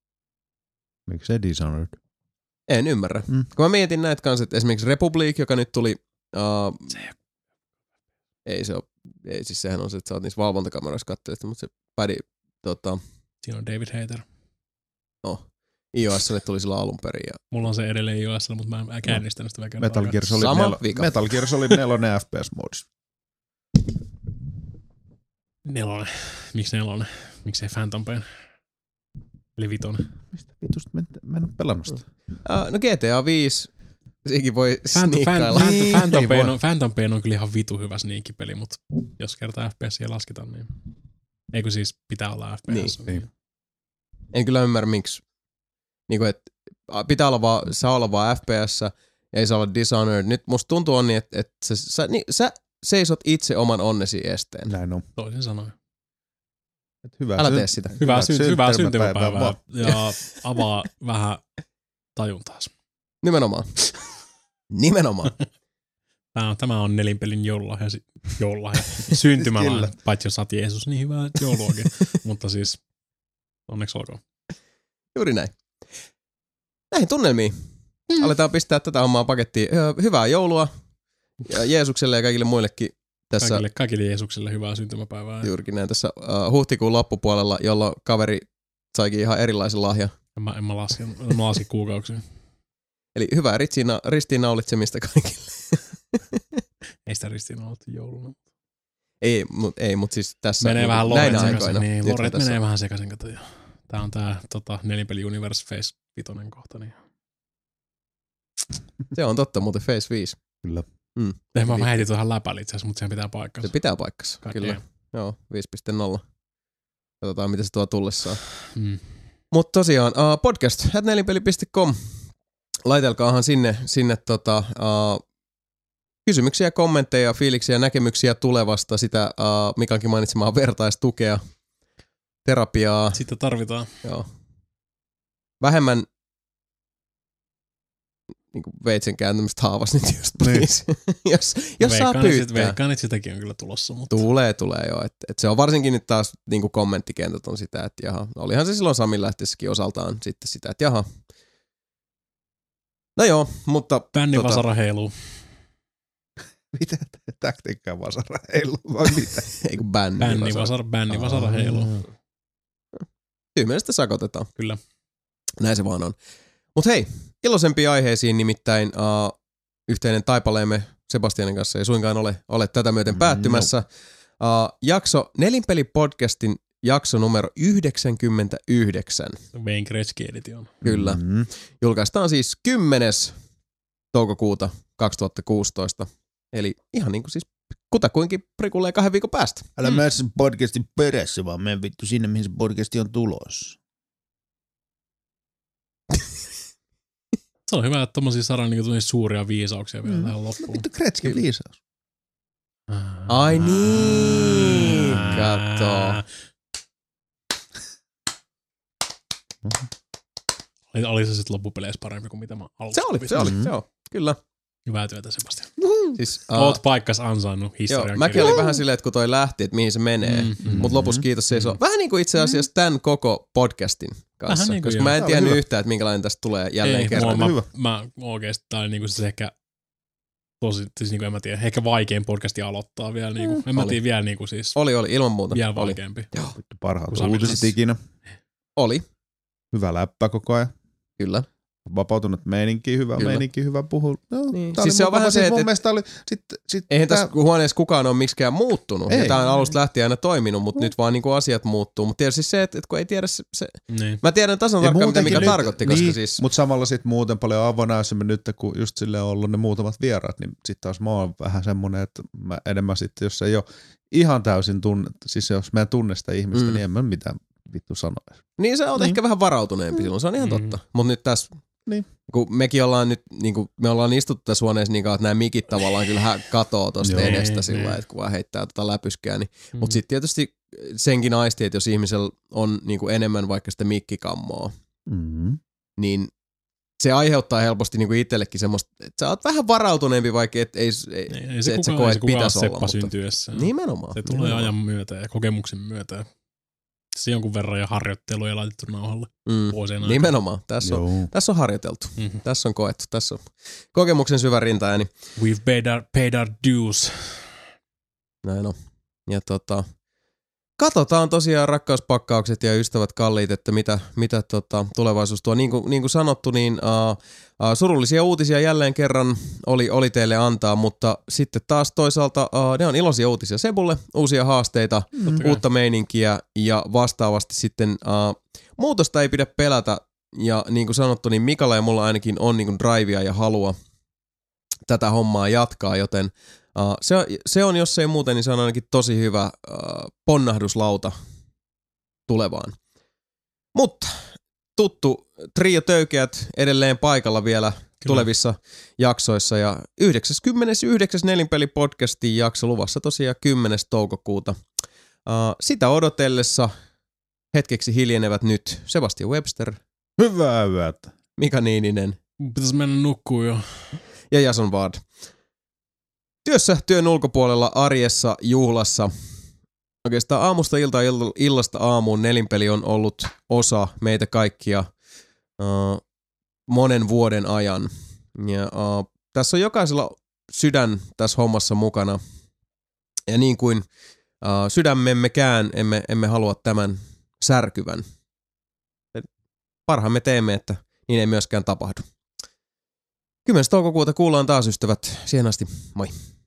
Miksi se Dishonored? en ymmärrä. Mm. Kun mä mietin näitä kanssa, että esimerkiksi Republic, joka nyt tuli, uh, Se ei ole. ei se ole, ei siis sehän on se, että sä oot niissä valvontakameroissa kattelet, mutta se pädi, tota, Siinä on David Hayter. no, iOSlle tuli silloin alun perin. Ja Mulla on se edelleen iOS, mutta mä en käynnistänyt sitä vielä kerran. Metal Gear Solid Sama nelo- vika. Metal Gear Solid nelonen F P S-moodissa. Nelonen. Miksi nelonen? Miksei Phantom Pain? Eli vitonen. Mistä vitusta? Mä en, mä en ole pelannut sitä. Uh, no G T A viisi, siinkin voi Phantom, sniikkailla. Phantom, Niin, Phantom, ei Pain voi. on, Phantom Pain on kyllä ihan vitu hyvä sneaky-peli, mutta jos kertaa F P S lasketaan, niin eikö siis pitää olla F P S? Niin. Niin. En kyllä ymmärrä miksi. Niinku, et pitää olla vaan, saa olla vaan F P S, ei saa olla Dishonored. Nyt musta tuntuu on niin, että et sä, sä, niin, sä seisot itse oman onnesi esteen. Näin on. Toisin sanoen. Et hyvä Älä syn- tee sitä. Hyvää, sy- hyvää syntymäpäivää vaan. ja avaa vähän tajuntaas. Nimenomaan. Nimenomaan. Tämä on, tämä on nelinpelin joululahja, si- joululahja syntymälahja, Kyllä. paitsi jos saat Jeesus, niin hyvää jouluakin. Mutta siis onneksi olkoon. Juuri näin. Näihin tunnelmiin. Mm. Aletaan pistää tätä hommaa pakettiin. Ö, Hyvää joulua ja Jeesukselle ja kaikille muillekin tässä. Kaikille, kaikille Jeesukselle hyvää syntymäpäivää. Juurikin näin tässä uh, huhtikuun loppupuolella, jolloin kaveri saikin ihan erilaisen lahjan. En mä, en mä laske, mä laskin kuukauksia. Eli hyvää ristiinna, ristiinnaulitsemista kaikille. Ei sitä ristiin ollut jouluna. ei, mutta ei, mut siis tässä Menee niin, vähän näinä loret aikoina. sekaisin. Niin, Nyt loret tässä- menee vähän sekaisin, kato jo. Tää on tää tota, nelinpeli Universe Phase vitonen kohta. Niin. Se on totta, muuten Phase viisi. Kyllä. Mm. Eh, mä heitin tuohon läpäli itse asiassa, mutta sehän pitää paikkansa. Se pitää paikkansa, God kyllä. damn. Joo, viisi piste nolla. Katsotaan, mitä se tuo tullessaan. Mm. Mutta tosiaan, uh, podcast at nelinpeli piste com. Laitelkaahan sinne, sinne tota, uh, kysymyksiä, kommentteja, fiiliksiä, näkemyksiä tulevasta, sitä uh, Mikankin mainitsemaa vertaistukea, terapiaa. Sitten tarvitaan. Joo. Vähemmän niin kuin veitsen kääntämistä haavassa nyt just please. jos jos saa Veikkaan, että sit- pyytää. Veikkaan, että sitäkin on kyllä tulossa. Mutta Tulee, tulee jo. Et, et se on varsinkin nyt taas niin kuin kommenttikentät on sitä, että jaha, olihan se silloin Samin lähtiessäkin osaltaan sitten sitä, että jaha, No joo, mutta... Bännivasara tota, heiluu. Mitä taktiikkaa vasara heiluu vai mitä? Ei kun bänni. Bännivasara, bännivasara heiluu. Tyhmästä sakotetaan. Kyllä. Näin se vaan on. Mut hei, iloisempiin aiheisiin nimittäin uh, yhteinen taipaleemme Sebastianin kanssa ei suinkaan ole, ole tätä myöten päättymässä. Uh, jakso, Nelinpeli-podcastin jakso numero yhdeksänkymmentäyhdeksän. Wayne Gretzky edition. Kyllä. Mm-hmm. Julkaistaan siis kymmenes toukokuuta kaksituhattakuusitoista. Eli ihan niin kuin siis kutakuinkin prikulee kahden viikon päästä. Älä mm. mene sen podcastin perässä, vaan mene vittu sinne, mihin se podcasti on tulossa. Se on hyvä, että tommosia saadaan niinku suuria viisauksia vielä mm. tähän loppuun. Vittu Gretzky viisaus. Ai niin, kato. Oli, oli se sitten loppupeleissä parempi kuin mitä mä aluksi. Se oli, se oli, mm-hmm. joo, kyllä. Hyvää työtä, Sebastian. Siis, uh, Oot paikkas ansainnut historian. Joo, mäkin olin vähän silleen, että kun toi lähti, että mihin se menee. Mm-hmm. Mutta lopussa kiitos se ei mm-hmm. Vähän niin kuin itse asiassa tämän koko podcastin kanssa. Niin koska joo. Mä en tiennyt yhtään, että minkälainen tästä tulee jälleen ei, kerran. Mä, mä, mä oikeesti, tää oli niinku siis ehkä tosi, siis niinku en mä tiedä, ehkä vaikein podcasti aloittaa vielä niinku. Mm, en mä tiedä vielä niinku siis. Oli, oli, ilman muuta. Vielä vaikeampi. Joo. Parhaat uutiset ikinä. Oli. Hyvä läppä koko ajan. Kyllä. Vapautunut meininki, hyvä Kyllä. meininki, hyvä puhu. No, niin. Siis se on vähän se, että et, oli, sit, sit eihän tää... tässä huoneessa kukaan ole miksikään muuttunut. Ei. Ja tämä on alusta lähtien aina toiminut, mutta mm. nyt vaan niinku asiat muuttuu. Mutta tietysti se, että et kun ei tiedä se... se... Niin. Mä tiedän tasan tarkkaan, mitä mikä nyt, tarkoitti, koska niin, siis... Mutta samalla sitten muuten paljon avonäysemmin nyt, kun just silleen on ollut ne muutamat vieraat, niin sitten taas mä oon vähän semmonen, että mä enemmän sitten, jos ei ole ihan täysin tunne, siis jos mä en tunne sitä ihmistä, mm. niin en mä mitään vittu sanoa. Niin sä oot niin. ehkä vähän varautuneempi silloin, se on ihan mm. totta. Mutta nyt tässä... Niin. Kun mekin ollaan nyt, niin kuin, me ollaan istuttu tässä huoneessa niin kauan, että nämä mikit tavallaan kyllä katoo tuosta edestä sillä lailla, että kun vaan heittää tota läpyskää. Niin. Mm. Mutta sitten tietysti senkin aisti, että jos ihmisellä on niin kuin enemmän vaikka sitä mikkikammoa, mm. niin se aiheuttaa helposti niin kuin itsellekin semmoista, että sä oot vähän varautuneempi, vaikka et, ei, ei, ei, ei se, et se koe, että pitäisi olla. Seppa syntyessä. Nimenomaan. Se tulee nimenomaan. Ajan myötä ja kokemuksen myötä. Se jonkun verran ja harjoitteluja laitettu nauhalle mm. vuosien aikana. Nimenomaan. Tässä on, tässä on harjoiteltu. Mm-hmm. Tässä on koettu. Tässä on kokemuksen syvä rintaääni. We've paid our, paid our dues. Näin on. Ja tota, katsotaan tosiaan rakkauspakkaukset ja ystävät kalliit, että mitä, mitä tota, tulevaisuus tuo. Niin kuin, niin kuin sanottu, niin uh, uh, surullisia uutisia jälleen kerran oli, oli teille antaa, mutta sitten taas toisaalta uh, ne on iloisia uutisia Sebulle, uusia haasteita, mm. uutta meininkiä ja vastaavasti sitten uh, muutosta ei pidä pelätä. Ja niin kuin sanottu, niin Mikalla ja mulla ainakin on niin kuin drivea ja halua tätä hommaa jatkaa, joten Uh, se, se on, jos ei muuten, niin se on ainakin tosi hyvä uh, ponnahduslauta tulevaan. Mutta tuttu trio töykeät edelleen paikalla vielä Kyllä. tulevissa jaksoissa. Ja yhdeksäskymmenesyhdeksäs Nelinpeli-podcastin jakso luvassa tosiaan kymmenes toukokuuta. Uh, sitä odotellessa hetkeksi hiljenevät nyt Sebastian Webster. Hyvää yötä. Mika Niininen. Pitäisi mennä nukkuun jo. Ja Jason Ward. Työssä, työn ulkopuolella, arjessa, juhlassa. Oikeastaan aamusta iltaan, illasta aamuun Nelinpeli on ollut osa meitä kaikkia uh, monen vuoden ajan. Ja, uh, tässä on jokaisella sydän tässä hommassa mukana. Ja niin kuin uh, sydämemmekään emme, emme halua tämän särkyvän. Parhaamme teemme, että niin ei myöskään tapahdu. kymmenes toukokuuta kuullaan taas, ystävät. Siihen asti, moi.